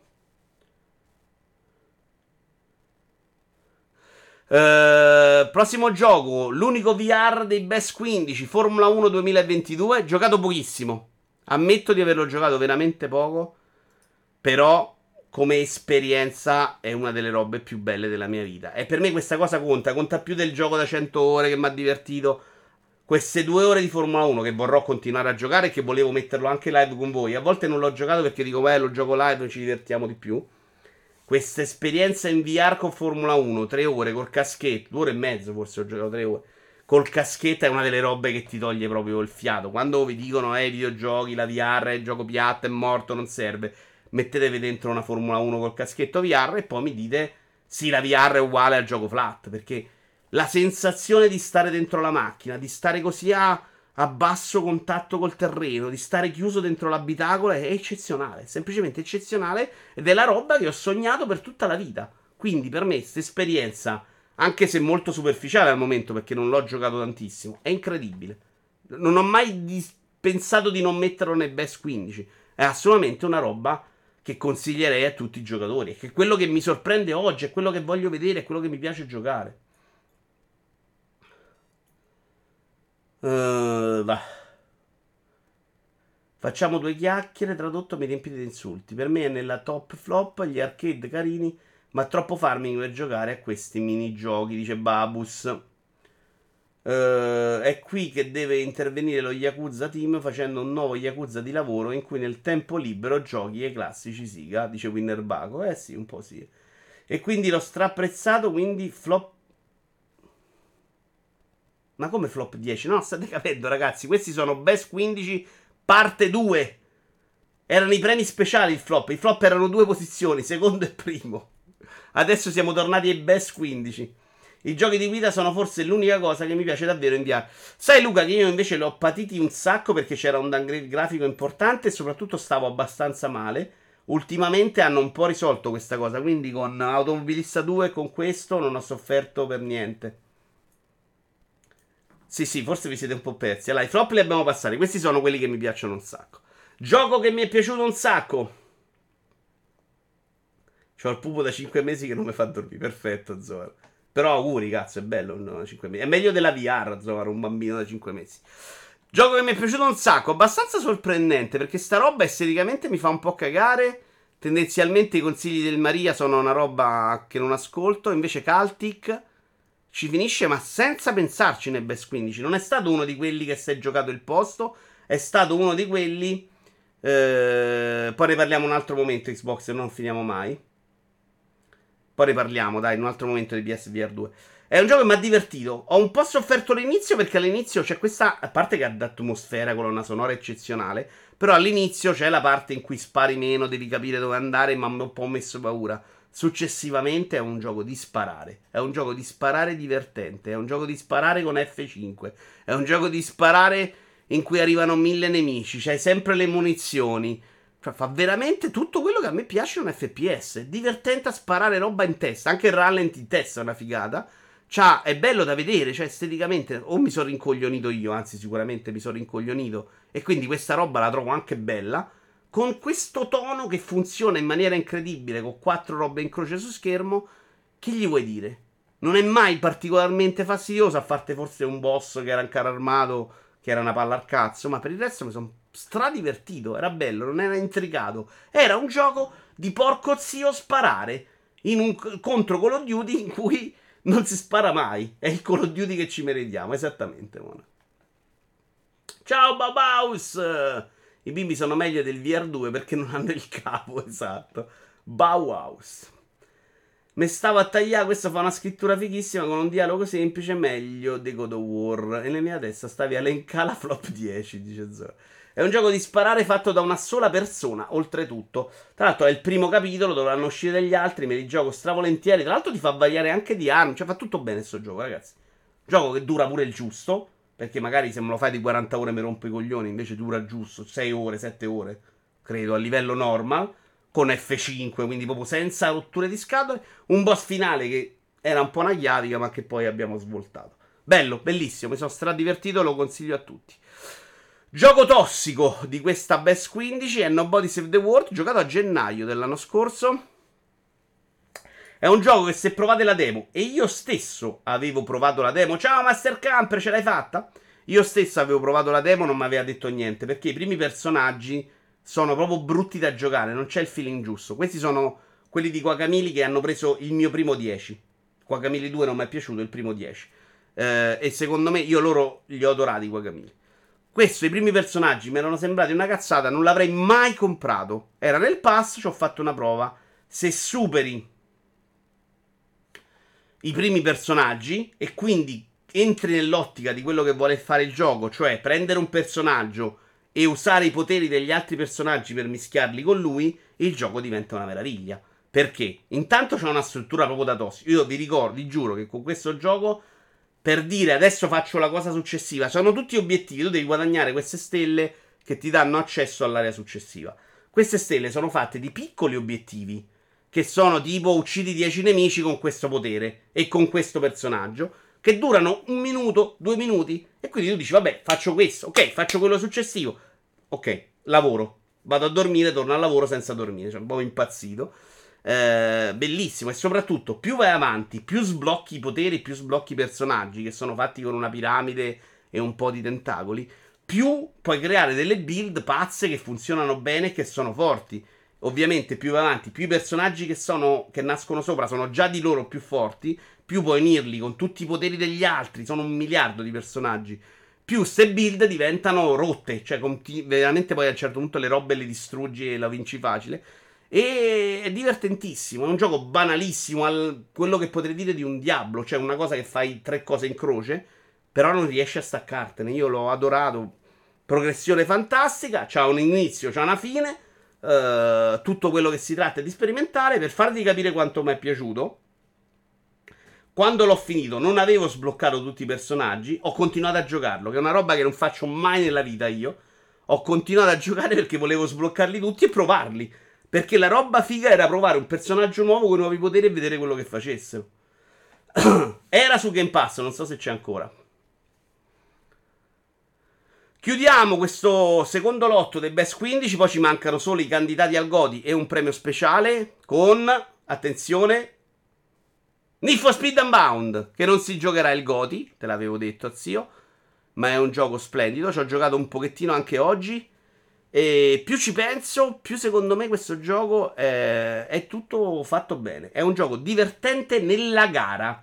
Uh, prossimo gioco, l'unico V R dei Best quindici, Formula uno duemilaventidue, giocato pochissimo. Ammetto di averlo giocato veramente poco, però come esperienza è una delle robe più belle della mia vita. E per me questa cosa conta, conta più del gioco da cento ore che mi ha divertito. Queste due ore di Formula uno che vorrò continuare a giocare e che volevo metterlo anche live con voi. A volte non l'ho giocato perché dico, beh, lo gioco live e ci divertiamo di più. Questa esperienza in V R con Formula uno, tre ore col caschetto, due ore e mezzo forse ho giocato tre ore. Col caschetto è una delle robe che ti toglie proprio il fiato. Quando vi dicono, eh, i videogiochi, la V R è gioco piatto, è morto, non serve. Mettetevi dentro una Formula uno col caschetto V R e poi mi dite, sì, la V R è uguale al gioco flat. Perché la sensazione di stare dentro la macchina, di stare così a, a basso contatto col terreno, di stare chiuso dentro l'abitacolo è eccezionale, semplicemente eccezionale, ed è la roba che ho sognato per tutta la vita. Quindi per me questa esperienza, anche se molto superficiale al momento perché non l'ho giocato tantissimo, è incredibile. Non ho mai di- pensato di non metterlo nei Best quindici. È assolutamente una roba che consiglierei a tutti i giocatori. Che è quello che mi sorprende oggi, è quello che voglio vedere, è quello che mi piace giocare. Uh, va. Facciamo due chiacchiere, tradotto mi riempite di insulti. Per me è nella top flop, gli arcade carini, ma troppo farming per giocare a questi minigiochi, dice Babus. Uh, è qui che deve intervenire lo Yakuza Team facendo un nuovo Yakuza di lavoro in cui nel tempo libero giochi ai classici Siga, dice Winnerbago. Eh sì, un po' sì. E quindi l'ho strapprezzato, quindi flop. Ma come flop dieci? No, state capendo, ragazzi. Questi sono Best quindici parte due. Erano i premi speciali il flop. I flop erano due posizioni, secondo e primo. Adesso siamo tornati ai Best quindici. I giochi di guida sono forse l'unica cosa che mi piace davvero in V R. Sai, Luca, che io invece li ho patiti un sacco perché c'era un downgrade grafico importante e soprattutto stavo abbastanza male. Ultimamente hanno un po' risolto questa cosa. Quindi con Automobilista due e con questo non ho sofferto per niente. Sì, sì, forse vi siete un po' persi. Allora, i flop li abbiamo passati. Questi sono quelli che mi piacciono un sacco. Gioco che mi è piaciuto un sacco. C'ho il pupo da cinque mesi che non mi fa dormire. Perfetto, Zoro. Però auguri, cazzo, è bello. No, cinque mesi. È meglio della V R, Zoro, un bambino da cinque mesi. Gioco che mi è piaciuto un sacco. Abbastanza sorprendente, perché sta roba esteticamente mi fa un po' cagare. Tendenzialmente i consigli del Maria sono una roba che non ascolto. Invece Caltic ci finisce, ma senza pensarci nei Best quindici. Non è stato uno di quelli che si è giocato il posto, è stato uno di quelli. Eh, poi ne parliamo un altro momento. Xbox, non finiamo mai. Poi ne parliamo, dai, in un altro momento di P S V R due. È un gioco che mi ha divertito. Ho un po' sofferto all'inizio perché all'inizio c'è questa. A parte che ha d'atmosfera, colonna sonora eccezionale. Però all'inizio c'è la parte in cui spari meno, devi capire dove andare, ma mi ha un po' messo paura. Successivamente è un gioco di sparare. È un gioco di sparare divertente. È un gioco di sparare con F cinque. È un gioco di sparare in cui arrivano mille nemici. C'hai sempre le munizioni. Cioè, fa veramente tutto quello che a me piace un F P S. È divertente a sparare roba in testa. Anche il rallent in testa è una figata. Cioè, è bello da vedere. Cioè, esteticamente, o mi sono rincoglionito io. Anzi, sicuramente mi sono rincoglionito. E quindi questa roba la trovo anche bella. Con questo tono che funziona in maniera incredibile, con quattro robe in croce su schermo, che gli vuoi dire? Non è mai particolarmente fastidioso, a parte forse un boss che era un carro armato, che era una palla al cazzo, ma per il resto mi sono stradivertito, era bello, non era intricato. Era un gioco di porco zio sparare, in un contro Call of Duty in cui non si spara mai. È il Call of Duty che ci meritiamo, esattamente, Mona. Ciao Babaus! I bimbi sono meglio del V R due perché non hanno il capo, esatto. Bauhaus. Me stavo a tagliare, questo fa una scrittura fighissima con un dialogo semplice, meglio di God of War. E nella mia testa stavi a elencare la flop dieci, dice Zoro. È un gioco di sparare fatto da una sola persona, oltretutto. Tra l'altro è il primo capitolo, dovranno uscire degli altri, me li gioco stravolentieri. Tra l'altro ti fa variare anche di armi, cioè fa tutto bene sto gioco, ragazzi. Gioco che dura pure il giusto. Perché magari se me lo fai di quaranta ore mi rompo i coglioni, invece dura giusto sei ore, sette ore, credo, a livello normal. con F cinque, quindi proprio senza rotture di scatole. Un boss finale che era un po' una chiavica, ma che poi abbiamo svoltato. Bello, bellissimo, mi sono stradivertito, lo consiglio a tutti. Gioco tossico di questa Best quindici è Nobody Save the World, giocato a gennaio dell'anno scorso. È un gioco che se provate la demo, e io stesso avevo provato la demo. Ciao Master Camper, ce l'hai fatta? Io stesso avevo provato la demo, non mi aveva detto niente, perché i primi personaggi sono proprio brutti da giocare, non c'è il feeling giusto. Questi sono quelli di Guacamole che hanno preso il mio primo dieci. Guacamole due non mi è piaciuto, il primo dieci. Eh, e secondo me, io loro li ho adorati Guacamole. Questo, i primi personaggi mi erano sembrati una cazzata, non l'avrei mai comprato. Era nel pass, ci ho fatto una prova. Se superi i primi personaggi e quindi entri nell'ottica di quello che vuole fare il gioco, cioè prendere un personaggio e usare i poteri degli altri personaggi per mischiarli con lui, il gioco diventa una meraviglia. Perché? Intanto c'è una struttura proprio da tossico. Io vi ricordo, vi giuro che con questo gioco, per dire adesso faccio la cosa successiva, sono tutti obiettivi, tu devi guadagnare queste stelle che ti danno accesso all'area successiva. Queste stelle sono fatte di piccoli obiettivi, che sono tipo uccidi dieci nemici con questo potere e con questo personaggio, che durano un minuto, due minuti, e quindi tu dici vabbè, faccio questo, ok, faccio quello successivo, ok, lavoro, vado a dormire, torno al lavoro senza dormire, cioè un po' impazzito. Eh, bellissimo. E soprattutto più vai avanti, più sblocchi i poteri, più sblocchi i personaggi, che sono fatti con una piramide e un po' di tentacoli, più puoi creare delle build pazze che funzionano bene e che sono forti. Ovviamente più vai avanti, più i personaggi che, sono, che nascono sopra sono già di loro più forti, più puoi unirli con tutti i poteri degli altri. Sono un miliardo di personaggi. Più ste build diventano rotte, cioè conti- veramente poi a un certo punto le robe le distruggi e la vinci facile. E è divertentissimo, è un gioco banalissimo, al quello che potrei dire di un Diablo, cioè una cosa che fai tre cose in croce, però non riesci a staccartene. Io l'ho adorato, progressione fantastica, c'ha un inizio, c'ha una fine, uh, tutto quello che si tratta è di sperimentare. Per farvi capire quanto mi è piaciuto, quando l'ho finito non avevo sbloccato tutti i personaggi, ho continuato a giocarlo, che è una roba che non faccio mai nella vita io. Ho continuato a giocare perché volevo sbloccarli tutti e provarli. Perché la roba figa era provare un personaggio nuovo con nuovi poteri e vedere quello che facessero. Era su Game Pass, non so se c'è ancora. Chiudiamo questo secondo lotto dei Best quindici. Poi ci mancano solo i candidati al Goti e un premio speciale con, attenzione, Need for Speed Unbound, che non si giocherà il Goti, te l'avevo detto, zio, ma è un gioco splendido. Ci ho giocato un pochettino anche oggi. E più ci penso, più secondo me questo gioco è, è tutto fatto bene. È un gioco divertente nella gara.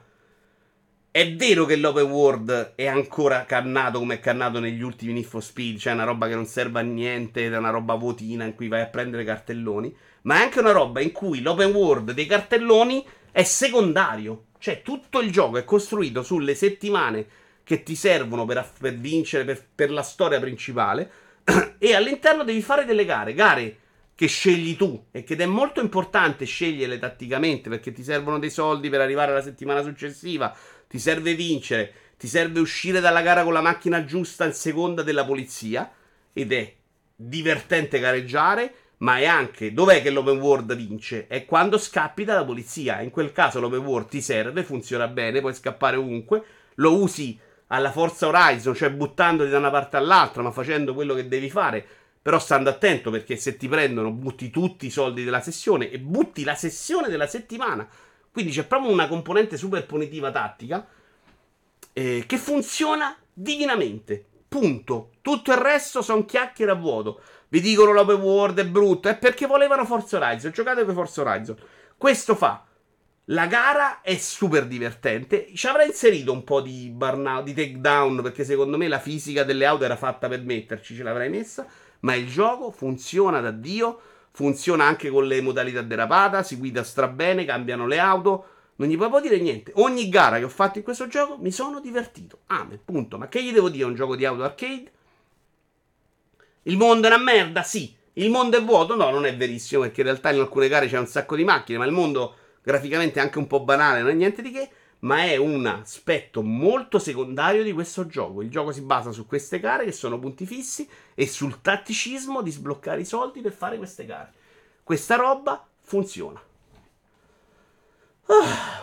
È vero che l'open world è ancora cannato come è cannato negli ultimi Need for Speed, cioè una roba che non serve a niente, è una roba vuotina in cui vai a prendere cartelloni, ma è anche una roba in cui l'open world dei cartelloni è secondario. Cioè tutto il gioco è costruito sulle settimane che ti servono per, per vincere, per, per la storia principale. E all'interno devi fare delle gare, gare che scegli tu, e che è molto importante sceglierle tatticamente, perché ti servono dei soldi per arrivare alla settimana successiva, ti serve vincere, ti serve uscire dalla gara con la macchina giusta in seconda della polizia, ed è divertente gareggiare, ma è anche, dov'è che l'open world vince? È quando scappi dalla polizia. In quel caso l'open world ti serve, funziona bene, puoi scappare ovunque, lo usi alla Forza Horizon, cioè buttandoti da una parte all'altra, ma facendo quello che devi fare. Però stando attento, perché se ti prendono butti tutti i soldi della sessione e butti la sessione della settimana. Quindi c'è proprio una componente super punitiva tattica eh, che funziona divinamente. Punto. Tutto il resto sono chiacchiere a vuoto. Vi dicono l'open world è brutto, è perché volevano Forza Horizon. Giocate per Forza Horizon. Questo fa. La gara è super divertente. Ci avrei inserito un po' di burnout, di takedown, perché secondo me la fisica delle auto era fatta per metterci, ce l'avrei messa. Ma il gioco funziona da Dio. Funziona anche con le modalità derapata. Si guida strabene, cambiano le auto. Non gli puoi dire niente. Ogni gara che ho fatto in questo gioco mi sono divertito. Amen, punto. Ma che gli devo dire a un gioco di auto arcade? Il mondo è una merda? Sì. Il mondo è vuoto? No, non è verissimo, perché in realtà in alcune gare c'è un sacco di macchine, ma il mondo graficamente è anche un po' banale, non è niente di che, ma è un aspetto molto secondario di questo gioco. Il gioco si basa su queste gare che sono punti fissi e sul tatticismo di sbloccare i soldi per fare queste gare. questa roba funziona. Ah.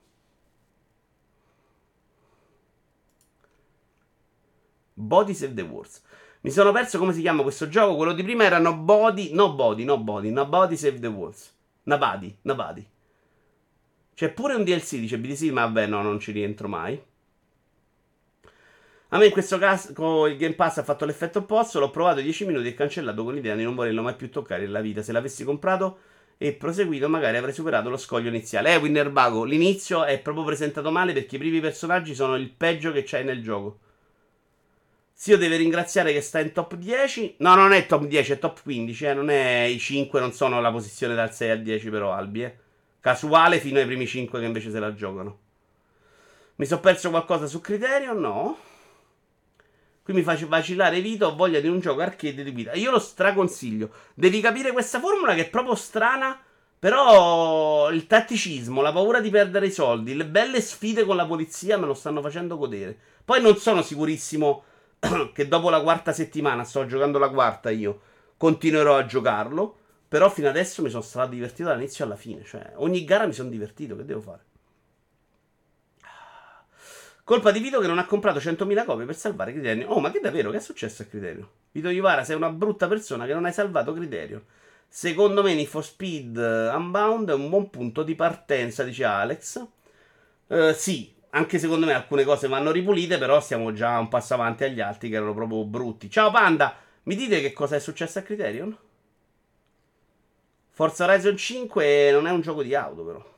Body Save the Wars. Mi sono perso come si chiama questo gioco. Quello di prima era No Body. No Body, No Body. No Body Save the Wars. Nobody, Nobody. C'è pure un D L C, dice B D C, ma vabbè, no, non ci rientro mai. A me in questo caso con il Game Pass ha fatto l'effetto opposto. L'ho provato dieci minuti e cancellato con l'idea di non volerlo mai più toccare nella vita. Se l'avessi comprato e proseguito, magari avrei superato lo scoglio iniziale. Eh, Winnerbago, l'inizio è proprio presentato male perché i primi personaggi sono il peggio che c'hai nel gioco. Zio deve ringraziare che sta in top dieci. No, non è top dieci, è top quindici. Eh. Non è i cinque, non sono la posizione dal sei al dieci, però Albi. Eh. Casuale fino ai primi cinque che invece se la giocano. Mi sono perso qualcosa su Criterion? No. Qui mi face vacillare Vito. Ho voglia di un gioco arcade di guida. Io lo straconsiglio. Devi capire questa formula che è proprio strana. Però il tatticismo, la paura di perdere i soldi, le belle sfide con la polizia me lo stanno facendo godere. Poi non sono sicurissimo che dopo la quarta settimana, sto giocando la quarta io, continuerò a giocarlo. Però fino adesso mi sono stato divertito dall'inizio alla fine. Cioè, ogni gara mi sono divertito, che devo fare? Colpa di Vito che non ha comprato centomila copie per salvare Criterion. Oh, ma che davvero? Che è successo a Criterion? Vito Iuvara, sei una brutta persona che non hai salvato Criterion. Secondo me Need for Speed Unbound è un buon punto di partenza, dice Alex. Uh, sì, anche secondo me alcune cose vanno ripulite, però siamo già un passo avanti agli altri che erano proprio brutti. Ciao Panda, mi dite che cosa è successo a Criterion? Forza Horizon cinque non è un gioco di auto, però.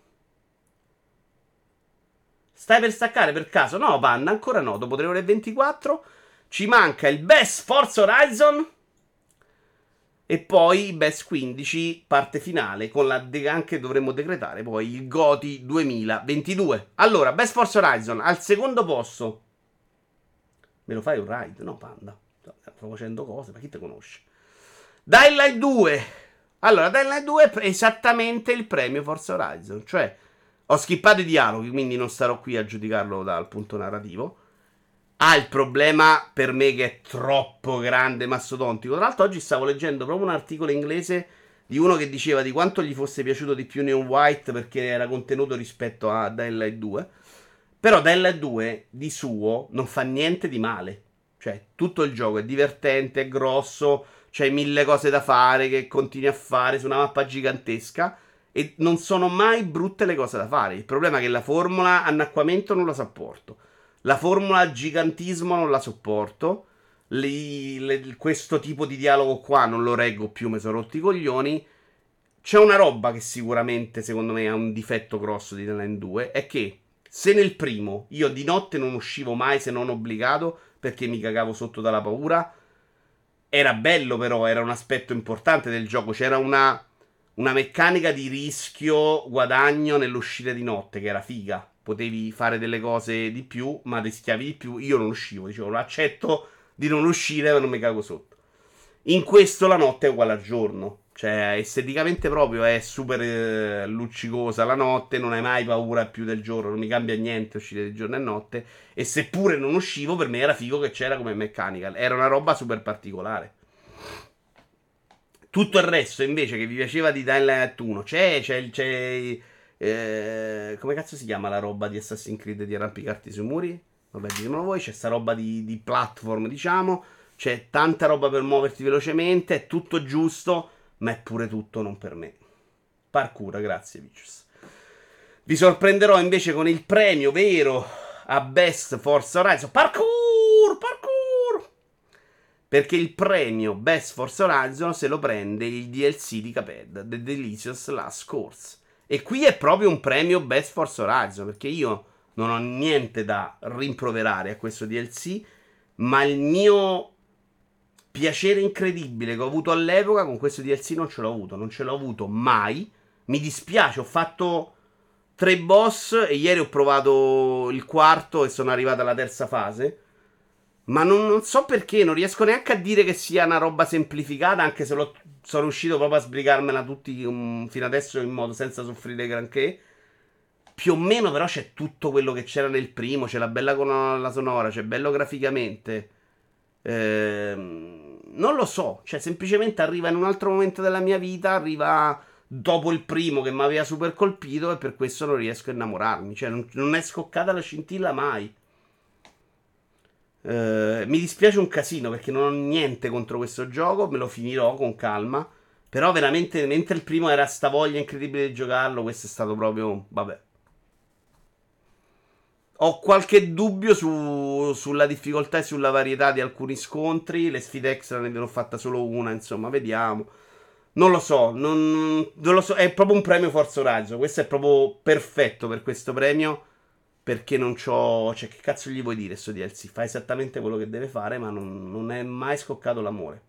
Stai per staccare per caso? No, Panda, ancora no. Dopo tre ore e ventiquattro ci manca il Best Forza Horizon e poi il Best quindici, parte finale, con la de- anche dovremmo decretare poi il GOTY duemilaventidue. Allora, Best Forza Horizon al secondo posto. Me lo fai un ride? No, Panda. Sto facendo cose, ma chi te conosce? Dying Light due. Allora, Dying Light due è esattamente il premio Forza Horizon, cioè ho skippato i dialoghi, quindi non starò qui a giudicarlo dal punto narrativo. Ha il problema per me che è troppo grande, mastodontico. Tra l'altro oggi stavo leggendo proprio un articolo inglese di uno che diceva di quanto gli fosse piaciuto di più Neon White perché era contenuto rispetto a Dying Light due. Però Dying Light due di suo non fa niente di male. Cioè, tutto il gioco è divertente, è grosso, c'hai mille cose da fare che continui a fare su una mappa gigantesca. E non sono mai brutte le cose da fare. Il problema è che la formula annacquamento non la sopporto. La formula gigantismo non la sopporto. Le, le, questo tipo di dialogo qua non lo reggo più, mi sono rotti i coglioni. C'è una roba che sicuramente secondo me ha un difetto grosso di Dying due. È che se nel primo io di notte non uscivo mai se non obbligato perché mi cagavo sotto dalla paura, era bello, però era un aspetto importante del gioco. C'era una Una meccanica di rischio guadagno nell'uscire di notte che era figa. Potevi fare delle cose di più, ma rischiavi di più. Io non uscivo, dicevo, accetto di non uscire, ma non mi cago sotto. In questo la notte è uguale al giorno. Cioè, esteticamente proprio è super eh, luccicosa la notte, non hai mai paura più del giorno, non mi cambia niente uscire di giorno e notte. E seppure non uscivo, per me era figo che c'era come meccanica. Era una roba super particolare. Tutto il resto invece che vi piaceva di Dying Light uno c'è, c'è, c'è eh, come cazzo si chiama la roba di Assassin's Creed di arrampicarti sui muri? Vabbè, ditemelo voi, c'è sta roba di, di platform, diciamo, c'è tanta roba per muoverti velocemente, è tutto giusto, ma è pure tutto non per me. Parkour, grazie Vicious. Vi sorprenderò invece con il premio vero a Best Forza Horizon. Parkour, parkour! Perché il premio Best Forza Horizon se lo prende il D L C di Cuphead, The Delicious Last Course. E qui è proprio un premio Best Forza Horizon, perché io non ho niente da rimproverare a questo D L C, ma il mio piacere incredibile che ho avuto all'epoca con questo D L C non ce l'ho avuto, non ce l'ho avuto mai. Mi dispiace, ho fatto tre boss e ieri ho provato il quarto e sono arrivato alla terza fase. Ma non, non so perché, non riesco neanche a dire che sia una roba semplificata, anche se lo, sono riuscito proprio a sbrigarmela tutti um, fino adesso in modo senza soffrire granché. Più o meno però c'è tutto quello che c'era nel primo, c'è la bella colonna sonora, c'è bello graficamente. Ehm, non lo so, cioè semplicemente arriva in un altro momento della mia vita, arriva dopo il primo che mi aveva super colpito e per questo non riesco a innamorarmi, cioè non, non è scoccata la scintilla mai. Eh, mi dispiace un casino perché non ho niente contro questo gioco, me lo finirò con calma, però veramente mentre il primo era sta voglia incredibile di giocarlo, questo è stato proprio, vabbè. Ho qualche dubbio su, sulla difficoltà e sulla varietà di alcuni scontri. Le sfide extra ne ho fatta solo una, insomma, vediamo. Non lo so, non, non lo so. È proprio un premio Forza Horizon. Questo è proprio perfetto per questo premio. Perché non c'ho. Cioè, che cazzo gli vuoi dire sto D L C? Fa esattamente quello che deve fare, ma non, non è mai scoccato l'amore.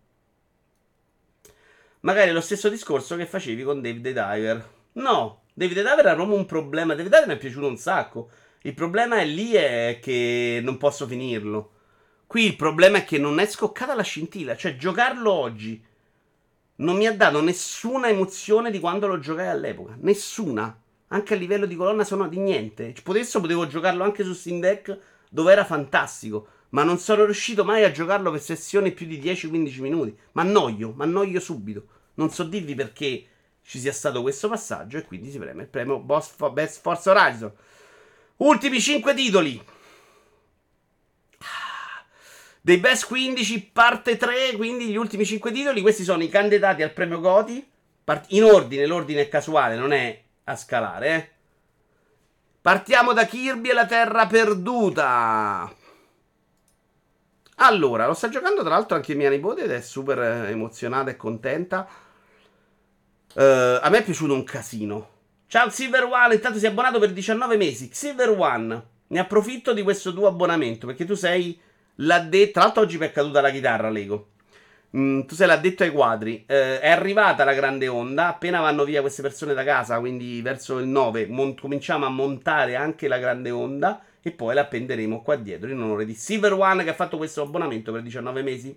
Magari è lo stesso discorso che facevi con David the Diver. No, David the Diver era proprio un problema. David the Diver mi è piaciuto un sacco. Il problema è lì è che non posso finirlo. Qui il problema è che non è scoccata la scintilla. Cioè, giocarlo oggi non mi ha dato nessuna emozione di quando lo giocai all'epoca. Nessuna. Anche a livello di colonna sonora, di niente. Adesso potevo giocarlo anche su Steam Deck, dove era fantastico. Ma non sono riuscito mai a giocarlo per sessioni più di dieci quindici minuti. Ma annoio, ma annoio subito. Non so dirvi perché ci sia stato questo passaggio. E quindi si preme il premio Boss for Best Forza Horizon. Ultimi cinque titoli. Dei Best quindici, parte tre. Quindi gli ultimi cinque titoli. Questi sono i candidati al premio Goti. In ordine, l'ordine è casuale, non è a scalare, eh. Partiamo da Kirby e la Terra Perduta. Allora, lo sta giocando tra l'altro anche mia nipote ed è super emozionata e contenta. Uh, a me è piaciuto un casino. Ciao Silver One, intanto sei abbonato per diciannove mesi. Silver One, ne approfitto di questo tuo abbonamento perché tu sei l'addetto. Tra l'altro oggi mi è caduta la chitarra, Lego. Mm, tu sei l'addetto ai quadri. Eh, è arrivata la grande onda. Appena vanno via queste persone da casa, quindi verso il nove, mon- cominciamo a montare anche la grande onda. E poi la appenderemo qua dietro in onore di Silver One che ha fatto questo abbonamento per diciannove mesi.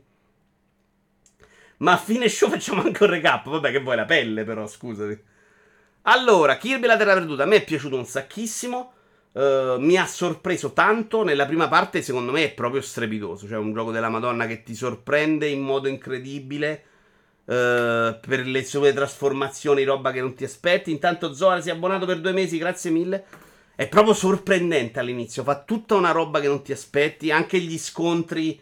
Ma a fine show facciamo anche un recap. Vabbè, che vuoi la pelle, però, scusati. Allora, Kirby la Terra Perduta. A me è piaciuto un sacchissimo. Uh, mi ha sorpreso tanto. Nella prima parte, secondo me, è proprio strepitoso. Cioè, un gioco della Madonna che ti sorprende in modo incredibile. Uh, per le sue trasformazioni, roba che non ti aspetti. Intanto, Zola si è abbonato per due mesi. Grazie mille. È proprio sorprendente all'inizio. Fa tutta una roba che non ti aspetti. Anche gli scontri.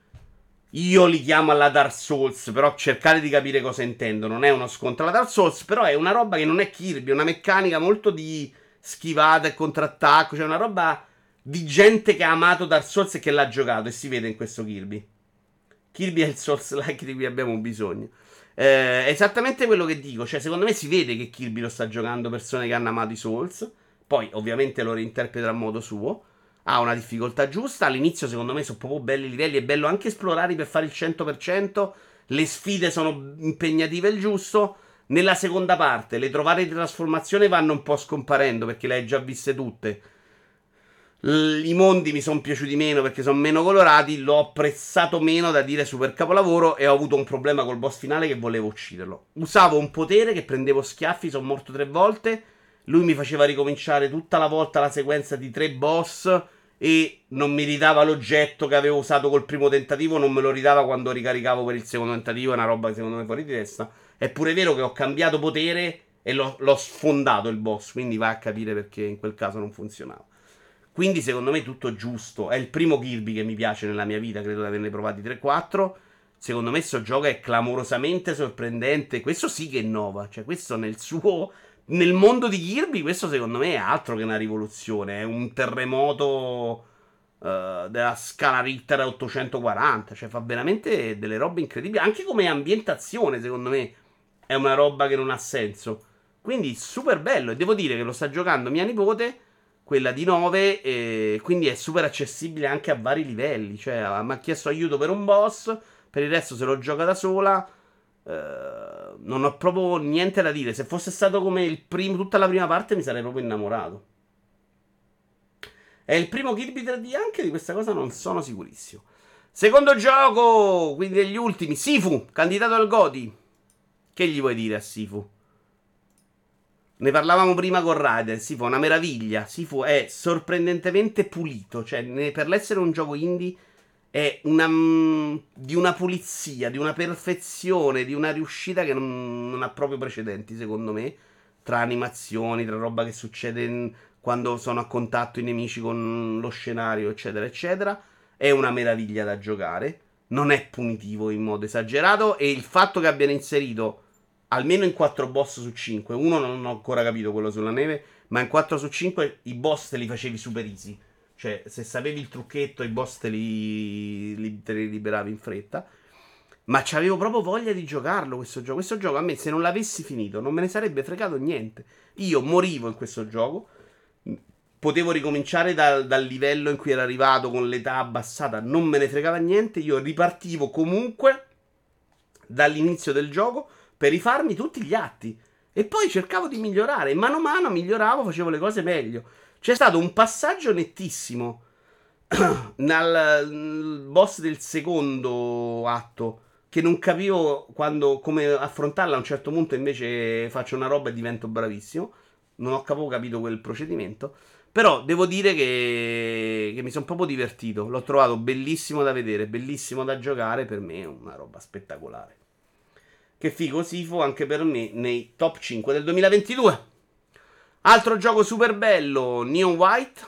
Io li chiamo alla Dark Souls, però cercate di capire cosa intendo. Non è uno scontro alla Dark Souls, però è una roba che non è Kirby, è una meccanica molto di schivata e contrattacco, cioè una roba di gente che ha amato Dark Souls e che l'ha giocato e si vede in questo Kirby. Kirby è il Souls-like di cui abbiamo bisogno. Eh, è esattamente quello che dico, cioè secondo me si vede che Kirby lo sta giocando persone che hanno amato i Souls, poi ovviamente lo reinterpreta a modo suo. Ha una difficoltà giusta. All'inizio, secondo me, sono proprio belli i livelli. È bello anche esplorare per fare il cento per cento. Le sfide sono impegnative il giusto. Nella seconda parte, le trovate di trasformazione vanno un po' scomparendo perché le hai già viste tutte. L- I mondi mi sono piaciuti meno perché sono meno colorati. L'ho apprezzato meno da dire super capolavoro. E ho avuto un problema col boss finale che volevo ucciderlo. Usavo un potere che prendevo schiaffi. Sono morto tre volte. Lui mi faceva ricominciare tutta la volta la sequenza di tre boss e non mi ridava l'oggetto che avevo usato col primo tentativo, non me lo ridava quando ricaricavo per il secondo tentativo, è una roba che secondo me è fuori di testa. È pure vero che ho cambiato potere e l'ho, l'ho sfondato il boss, quindi vai a capire perché in quel caso non funzionava. Quindi secondo me tutto giusto, è il primo Kirby che mi piace nella mia vita, credo di averne provati tre quattro. Secondo me questo gioco è clamorosamente sorprendente, questo sì che innova, cioè questo nel suo... Nel mondo di Kirby questo secondo me è altro che una rivoluzione. È un terremoto uh, della scala Richter a ottocentoquaranta. Cioè fa veramente delle robe incredibili. Anche come ambientazione secondo me è una roba che non ha senso. Quindi super bello. E devo dire che lo sta giocando mia nipote, quella di nove, e quindi è super accessibile anche a vari livelli. Cioè mi ha chiesto aiuto per un boss, per il resto se lo gioca da sola. Uh, non ho proprio niente da dire. Se fosse stato come il primo, tutta la prima parte, mi sarei proprio innamorato. È il primo Kirby tre D, anche di questa cosa non sono sicurissimo. Secondo gioco, quindi degli ultimi, Sifu, candidato al Goti. Che gli vuoi dire a Sifu? Ne parlavamo prima con Raiden. Sifu è una meraviglia. Sifu è sorprendentemente pulito. Cioè, per l'essere un gioco indie è una, mh, di una pulizia, di una perfezione, di una riuscita che non, non ha proprio precedenti, secondo me. Tra animazioni, tra roba che succede in- quando sono a contatto i nemici con lo scenario, eccetera, eccetera. È una meraviglia da giocare. Non è punitivo in modo esagerato. E il fatto che abbiano inserito almeno in quattro boss su cinque, uno non ho ancora capito quello sulla neve, ma in quattro su cinque i boss te li facevi super easy. Cioè, se sapevi il trucchetto, i boss te li, li- te li liberavi in fretta. Ma c'avevo proprio voglia di giocarlo questo gioco. Questo gioco a me, se non l'avessi finito, non me ne sarebbe fregato niente. Io morivo in questo gioco. Potevo ricominciare dal, dal livello in cui era arrivato con l'età abbassata. Non me ne fregava niente. Io ripartivo comunque dall'inizio del gioco per rifarmi tutti gli atti. E poi cercavo di migliorare. Mano a mano miglioravo, facevo le cose meglio. C'è stato un passaggio nettissimo nel boss del secondo atto che non capivo quando, come affrontarla. A un certo punto invece faccio una roba e divento bravissimo. Non ho proprio capito quel procedimento. Però devo dire che, che mi sono proprio divertito. L'ho trovato bellissimo da vedere, bellissimo da giocare. Per me è una roba spettacolare. Che figo Sifo anche per me nei top cinque del duemilaventidue. Altro gioco super bello, Neon White.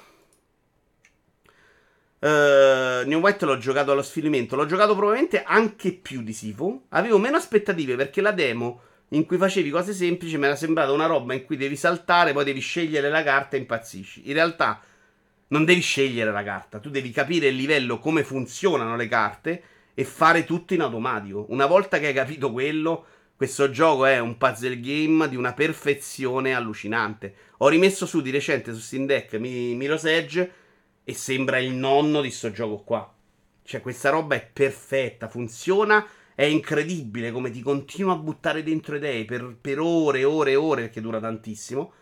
Uh, Neon White l'ho giocato allo sfinimento. L'ho giocato probabilmente anche più di Sifo. Avevo meno aspettative perché la demo in cui facevi cose semplici mi era sembrata una roba in cui devi saltare, poi devi scegliere la carta e impazzisci. In realtà non devi scegliere la carta, tu devi capire il livello, come funzionano le carte e fare tutto in automatico. Una volta che hai capito quello, questo gioco è un puzzle game di una perfezione allucinante. Ho rimesso su di recente su Steam Deck Mirror's Edge e sembra il nonno di sto gioco qua. Cioè, questa roba è perfetta, funziona, è incredibile come ti continua a buttare dentro idee per, per ore e ore e ore, perché dura tantissimo.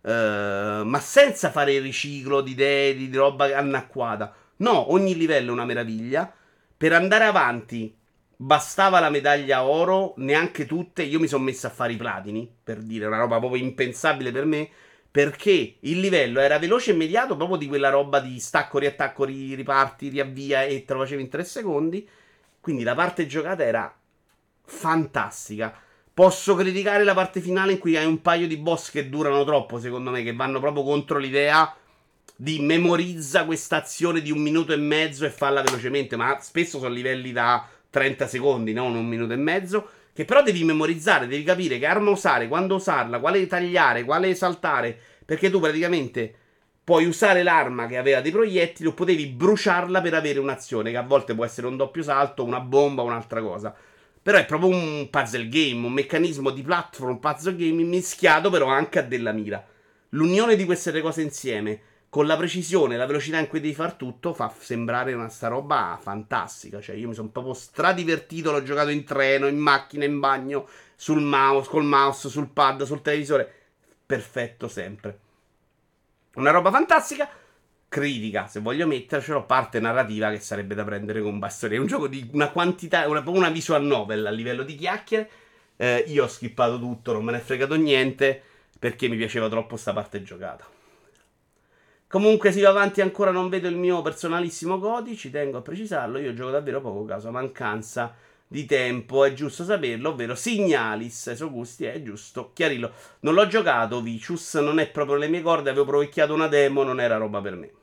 Uh, ma senza fare il riciclo di idee, di roba anacquata. No, ogni livello è una meraviglia. Per andare avanti bastava la medaglia oro, neanche tutte. Io mi sono messo a fare i platini, per dire, una roba proprio impensabile per me, perché il livello era veloce e immediato, proprio di quella roba di stacco, riattacco, ri- riparti, riavvia e te lo facevi in tre secondi. Quindi la parte giocata era fantastica. Posso criticare la parte finale in cui hai un paio di boss che durano troppo, secondo me, che vanno proprio contro l'idea di memorizza questa azione di un minuto e mezzo e falla velocemente, ma spesso sono livelli da trenta secondi, non un minuto e mezzo, che però devi memorizzare, devi capire che arma usare, quando usarla, quale tagliare, quale saltare, perché tu praticamente puoi usare l'arma che aveva dei proiettili o potevi bruciarla per avere un'azione, che a volte può essere un doppio salto, una bomba o un'altra cosa. Però è proprio un puzzle game, un meccanismo di platform, puzzle game mischiato però anche a della mira. L'unione di queste tre cose insieme, con la precisione e la velocità in cui devi far tutto, fa sembrare una sta roba fantastica. Cioè, io mi sono proprio stradivertito, l'ho giocato in treno, in macchina, in bagno, sul mouse, col mouse, sul pad, sul televisore. Perfetto sempre. Una roba fantastica. Critica, se voglio mettercelo, parte narrativa che sarebbe da prendere con bastone. È un gioco di una quantità, una, proprio una visual novel a livello di chiacchiere. Eh, io ho skippato tutto, non me ne è fregato niente, perché mi piaceva troppo sta parte giocata. Comunque si va avanti, ancora non vedo il mio personalissimo Goti, ci tengo a precisarlo, io gioco davvero poco caso, a mancanza di tempo, è giusto saperlo, ovvero Signalis, ai suoi gusti, è giusto chiarirlo. Non l'ho giocato, Vicious, non è proprio le mie corde, avevo provecchiato una demo, non era roba per me.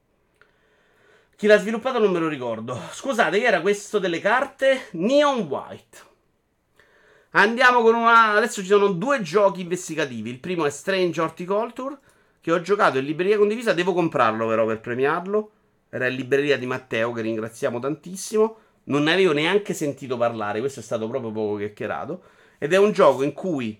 Chi l'ha sviluppato non me lo ricordo. Scusate, che era questo delle carte? Neon White. Andiamo con una... Adesso ci sono due giochi investigativi. Il primo è Strange Horticulture, che ho giocato in libreria condivisa. Devo comprarlo però per premiarlo. Era in libreria di Matteo, che ringraziamo tantissimo. Non ne avevo neanche sentito parlare. Questo è stato proprio poco chiacchierato. Ed è un gioco in cui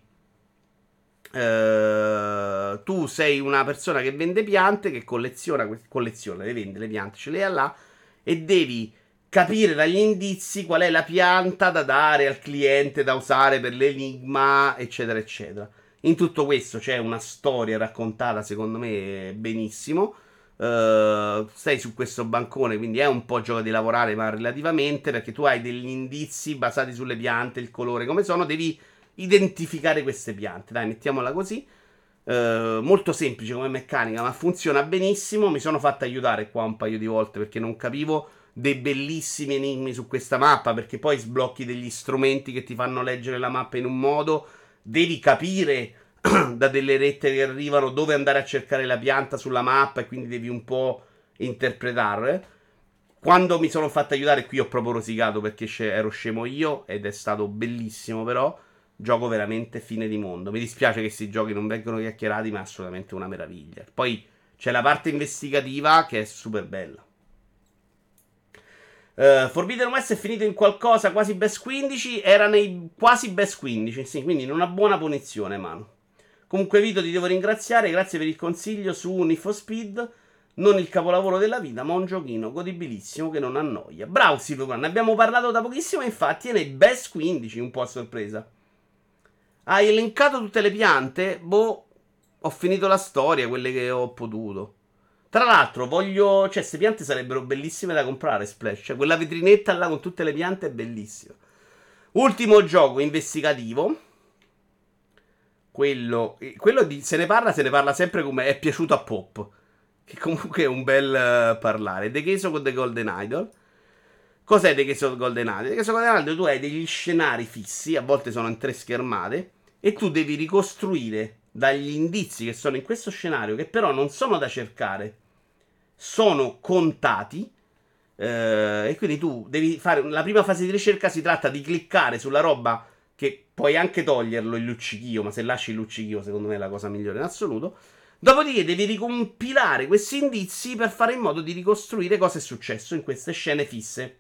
Uh, tu sei una persona che vende piante, che colleziona, colleziona, le vende le piante, ce le ha là, e devi capire dagli indizi qual è la pianta da dare al cliente, da usare per l'enigma, eccetera, eccetera. In tutto questo c'è una storia raccontata, secondo me, benissimo. Uh, sei su questo bancone, quindi è un po' gioco di lavorare, ma relativamente, perché tu hai degli indizi basati sulle piante, il colore, come sono, devi identificare queste piante, dai, mettiamola così. Uh, molto semplice come meccanica, ma funziona benissimo. Mi sono fatto aiutare qua un paio di volte perché non capivo dei bellissimi enigmi su questa mappa, perché poi sblocchi degli strumenti che ti fanno leggere la mappa in un modo, devi capire da delle rette che arrivano dove andare a cercare la pianta sulla mappa e quindi devi un po' interpretare. Quando mi sono fatto aiutare qui ho proprio rosicato perché ero scemo io ed è stato bellissimo, però gioco veramente fine di mondo. Mi dispiace che questi giochi non vengono chiacchierati, ma è assolutamente una meraviglia. Poi c'è la parte investigativa che è super bella. Uh, Forbidden West è finito in qualcosa quasi best quindici. Era nei quasi best quindici, sì, quindi in una buona punizione, mano. Comunque Vito ti devo ringraziare, grazie per il consiglio su Need for Speed. Non il capolavoro della vita, ma un giochino godibilissimo che non annoia. Bravo Silvio, ne abbiamo parlato da pochissimo, infatti è nei best quindici, un po' a sorpresa. Hai elencato tutte le piante? Boh, ho finito la storia, quelle che ho potuto. Tra l'altro voglio... Cioè, queste piante sarebbero bellissime da comprare, Splash. Cioè, quella vetrinetta là con tutte le piante è bellissima. Ultimo gioco investigativo. Quello... Quello di... Se ne parla, se ne parla sempre come è piaciuto a Pop. Che comunque è un bel uh, parlare. The Case of the Golden Idol. Cos'è The Case of the Golden Idol? The Case of the Golden Idol, tu hai degli scenari fissi, a volte sono in tre schermate, e tu devi ricostruire dagli indizi che sono in questo scenario, che però non sono da cercare, sono contati, eh, e quindi tu devi fare... La prima fase di ricerca si tratta di cliccare sulla roba, che puoi anche toglierlo il luccichio, ma se lasci il luccichio secondo me è la cosa migliore in assoluto. Dopodiché devi ricompilare questi indizi per fare in modo di ricostruire cosa è successo in queste scene fisse.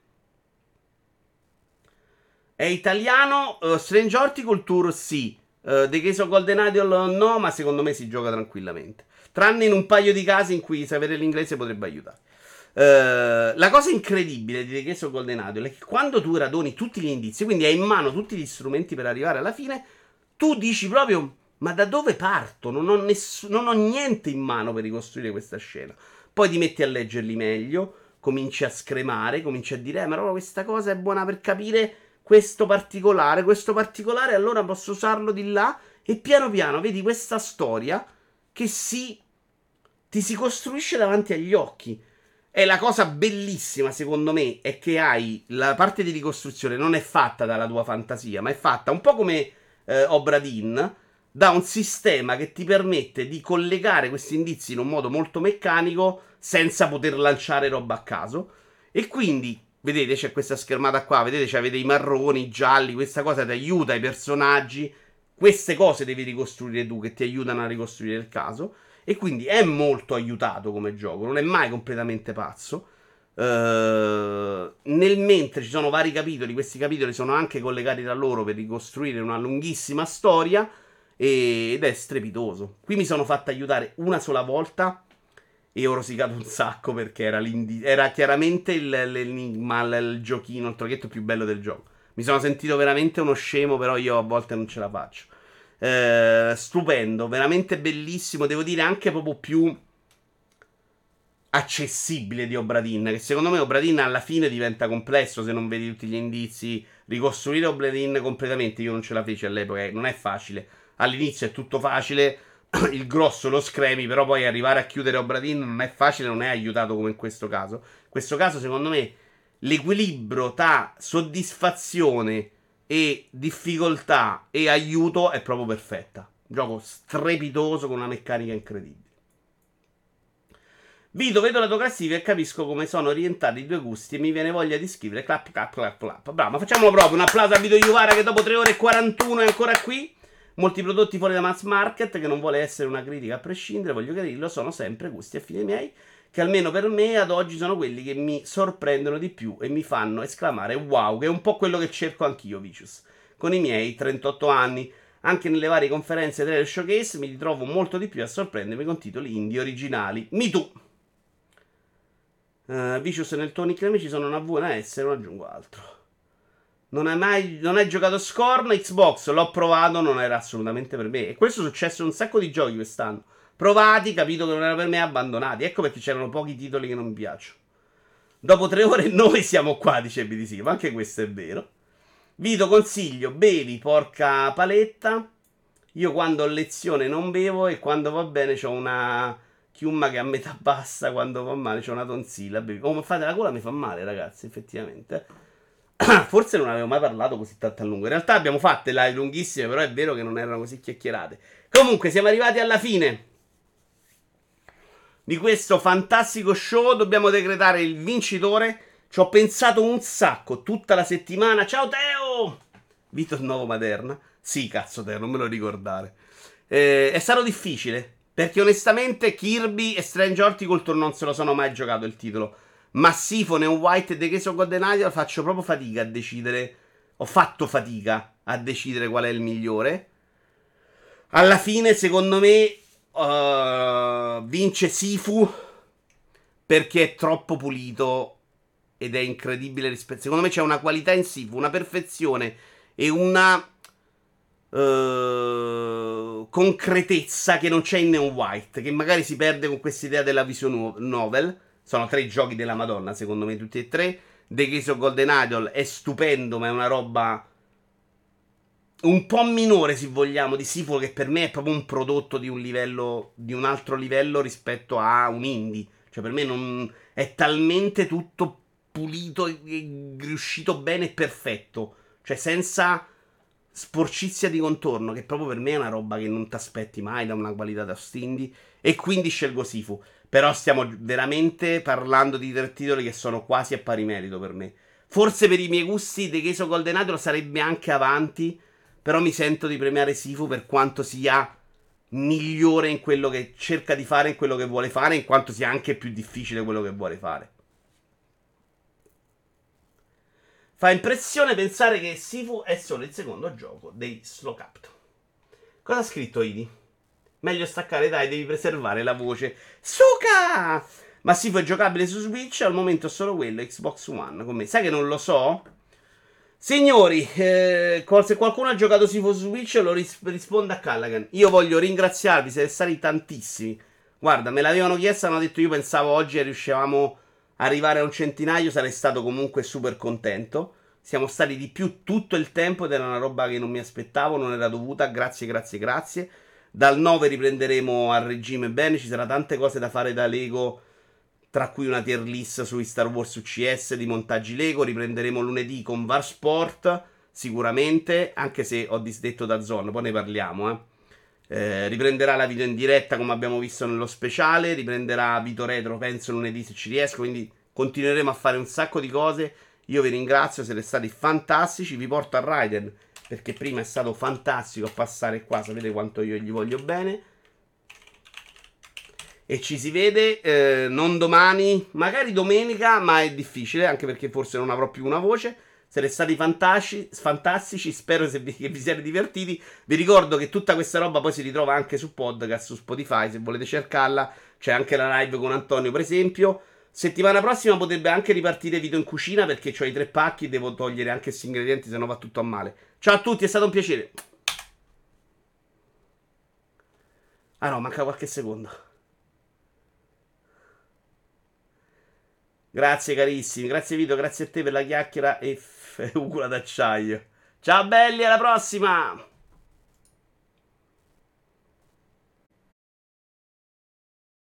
È italiano, uh, Strange Horticulture sì, uh, The Case of Golden Idol no, ma secondo me si gioca tranquillamente. Tranne in un paio di casi in cui sapere l'inglese potrebbe aiutare. Uh, la cosa incredibile di The Case of Golden Idol è che quando tu raduni tutti gli indizi, quindi hai in mano tutti gli strumenti per arrivare alla fine, tu dici proprio... Ma da dove parto? Non ho, ness- non ho niente in mano per ricostruire questa scena. Poi ti metti a leggerli meglio, cominci a scremare, cominci a dire, eh, ma questa cosa è buona per capire questo particolare, questo particolare, allora posso usarlo di là, e piano piano vedi questa storia che si... ti si costruisce davanti agli occhi. E la cosa bellissima, secondo me, è che hai la parte di ricostruzione non è fatta dalla tua fantasia, ma è fatta un po' come eh, Obra Dinn, da un sistema che ti permette di collegare questi indizi in un modo molto meccanico senza poter lanciare roba a caso. E quindi, vedete, c'è questa schermata qua, vedete, cioè, avete i marroni, i gialli, questa cosa ti aiuta i personaggi. Queste cose devi ricostruire tu, che ti aiutano a ricostruire il caso. E quindi è molto aiutato come gioco, non è mai completamente pazzo. Uh, nel mentre ci sono vari capitoli, questi capitoli sono anche collegati tra loro per ricostruire una lunghissima storia. Ed è strepitoso. Qui mi sono fatto aiutare una sola volta e ho rosicato un sacco perché era, era chiaramente il, l'enigma, il, il giochino, il trucchetto più bello del gioco. Mi sono sentito veramente uno scemo, però io a volte non ce la faccio. Eh, stupendo, veramente bellissimo. Devo dire anche proprio più accessibile di Obra Dinn, che secondo me Obra Dinn alla fine diventa complesso se non vedi tutti gli indizi. Ricostruire Obra Dinn completamente io non ce la feci all'epoca, non è facile. All'inizio è tutto facile, il grosso lo scremi, però poi arrivare a chiudere Obra Dinn non è facile, non è aiutato come in questo caso. In questo caso, secondo me, l'equilibrio tra soddisfazione e difficoltà e aiuto è proprio perfetta. Un gioco strepitoso con una meccanica incredibile. Vito, vedo la tua classifica e capisco come sono orientati i due gusti e mi viene voglia di scrivere clap clap clap clap. Bravo, ma facciamolo proprio, un applauso a Vito Iuvara che dopo tre ore e quarantuno è ancora qui. Molti prodotti fuori da mass market, che non vuole essere una critica a prescindere, voglio chiarirlo, sono sempre gusti affini miei, che almeno per me ad oggi sono quelli che mi sorprendono di più e mi fanno esclamare wow, che è un po' quello che cerco anch'io, Vicious. Con i miei trentotto anni, anche nelle varie conferenze trailer showcase, mi ritrovo molto di più a sorprendermi con titoli indie originali. Me too! Uh, Vicious, nel tuo nickname ci sono una V e una S, non aggiungo altro. Non hai mai non hai giocato Scorn? Xbox, l'ho provato, non era assolutamente per me. E questo è successo in un sacco di giochi quest'anno. Provati, capito che non era per me, abbandonati. Ecco perché c'erano pochi titoli che non mi piacciono. Dopo tre ore noi siamo qua, dice B D C, ma anche questo è vero. Vito, consiglio, bevi, porca paletta. Io quando ho lezione non bevo e quando va bene c'ho una chiumma che a metà basta quando fa male, c'ho una tonsilla. Come fate la gola mi fa male, ragazzi, effettivamente. Forse non avevo mai parlato così tanto a lungo. In realtà abbiamo fatte live lunghissime, però è vero che non erano così chiacchierate. Comunque, siamo arrivati alla fine di questo fantastico show. Dobbiamo decretare il vincitore. Ci ho pensato un sacco tutta la settimana. Ciao Teo! Vito Nuovo Materna. Sì, cazzo Teo, non me lo ricordare. Eh, è stato difficile, perché onestamente Kirby e Strange Horticulture non se lo sono mai giocato il titolo. Ma Sifon e un White e The Case of Golden Idol faccio proprio fatica a decidere. Ho fatto fatica a decidere qual è il migliore. Alla fine, secondo me, uh, vince Sifu perché è troppo pulito ed è incredibile rispetto. Secondo me c'è una qualità in Sifu, una perfezione e una uh, concretezza che non c'è in Neon White, che magari si perde con questa idea della visual novel. Sono tre giochi della Madonna, secondo me, tutti e tre. The Case of Golden Idol è stupendo, ma è una roba un po' minore, se vogliamo, di Sifu, che per me è proprio un prodotto di un livello, di un altro livello rispetto a un indie. Cioè, per me non è talmente tutto pulito e riuscito bene e perfetto. Cioè, senza sporcizia di contorno, che proprio per me è una roba che non ti aspetti mai da una qualità da indie. E quindi scelgo Sifu. Però stiamo veramente parlando di tre titoli che sono quasi a pari merito per me. Forse per i miei gusti The Case of Golden Idol sarebbe anche avanti, però mi sento di premiare Sifu per quanto sia migliore in quello che cerca di fare, in quello che vuole fare, in quanto sia anche più difficile quello che vuole fare. Fa impressione pensare che Sifu è solo il secondo gioco dei Slow Capto. Cosa ha scritto Idi? Meglio staccare, dai, devi preservare la voce. Suka! Ma Sifu è giocabile su Switch? Al momento solo quello, Xbox One. Con me. Sai che non lo so? Signori, eh, se qualcuno ha giocato Sifu su Switch lo ris- risponda a Callaghan. Io voglio ringraziarvi, siete stati tantissimi. Guarda, me l'avevano chiesto, hanno detto io pensavo oggi riuscivamo a arrivare a un centinaio, sarei stato comunque super contento. Siamo stati di più tutto il tempo ed era una roba che non mi aspettavo, non era dovuta. Grazie, grazie, grazie. Dal nove riprenderemo a regime bene, ci sarà tante cose da fare da Lego, tra cui una tier list sui Star Wars U C S di montaggi Lego. Riprenderemo lunedì con Var Sport, sicuramente, anche se ho disdetto da Zone, poi ne parliamo, eh. Eh, riprenderà la video in diretta come abbiamo visto nello speciale, riprenderà Vito Retro, penso lunedì se ci riesco, quindi continueremo a fare un sacco di cose. Io vi ringrazio, siete stati fantastici, vi porto a Raiden, perché prima è stato fantastico passare qua, sapete quanto io gli voglio bene. E ci si vede eh, non domani, magari domenica, ma è difficile, anche perché forse non avrò più una voce. Siete stati fantastici, fantastici, spero se vi, che vi siate divertiti. Vi ricordo che tutta questa roba poi si ritrova anche su podcast, su Spotify, se volete cercarla. C'è anche la live con Antonio, per esempio. Settimana prossima potrebbe anche ripartire video in cucina, perché ho i tre pacchi, devo togliere anche questi ingredienti, se no va tutto a male. Ciao a tutti, è stato un piacere. Ah no, manca qualche secondo. Grazie carissimi, grazie Vito, grazie a te per la chiacchiera e f- ugula d'acciaio. Ciao belli, alla prossima!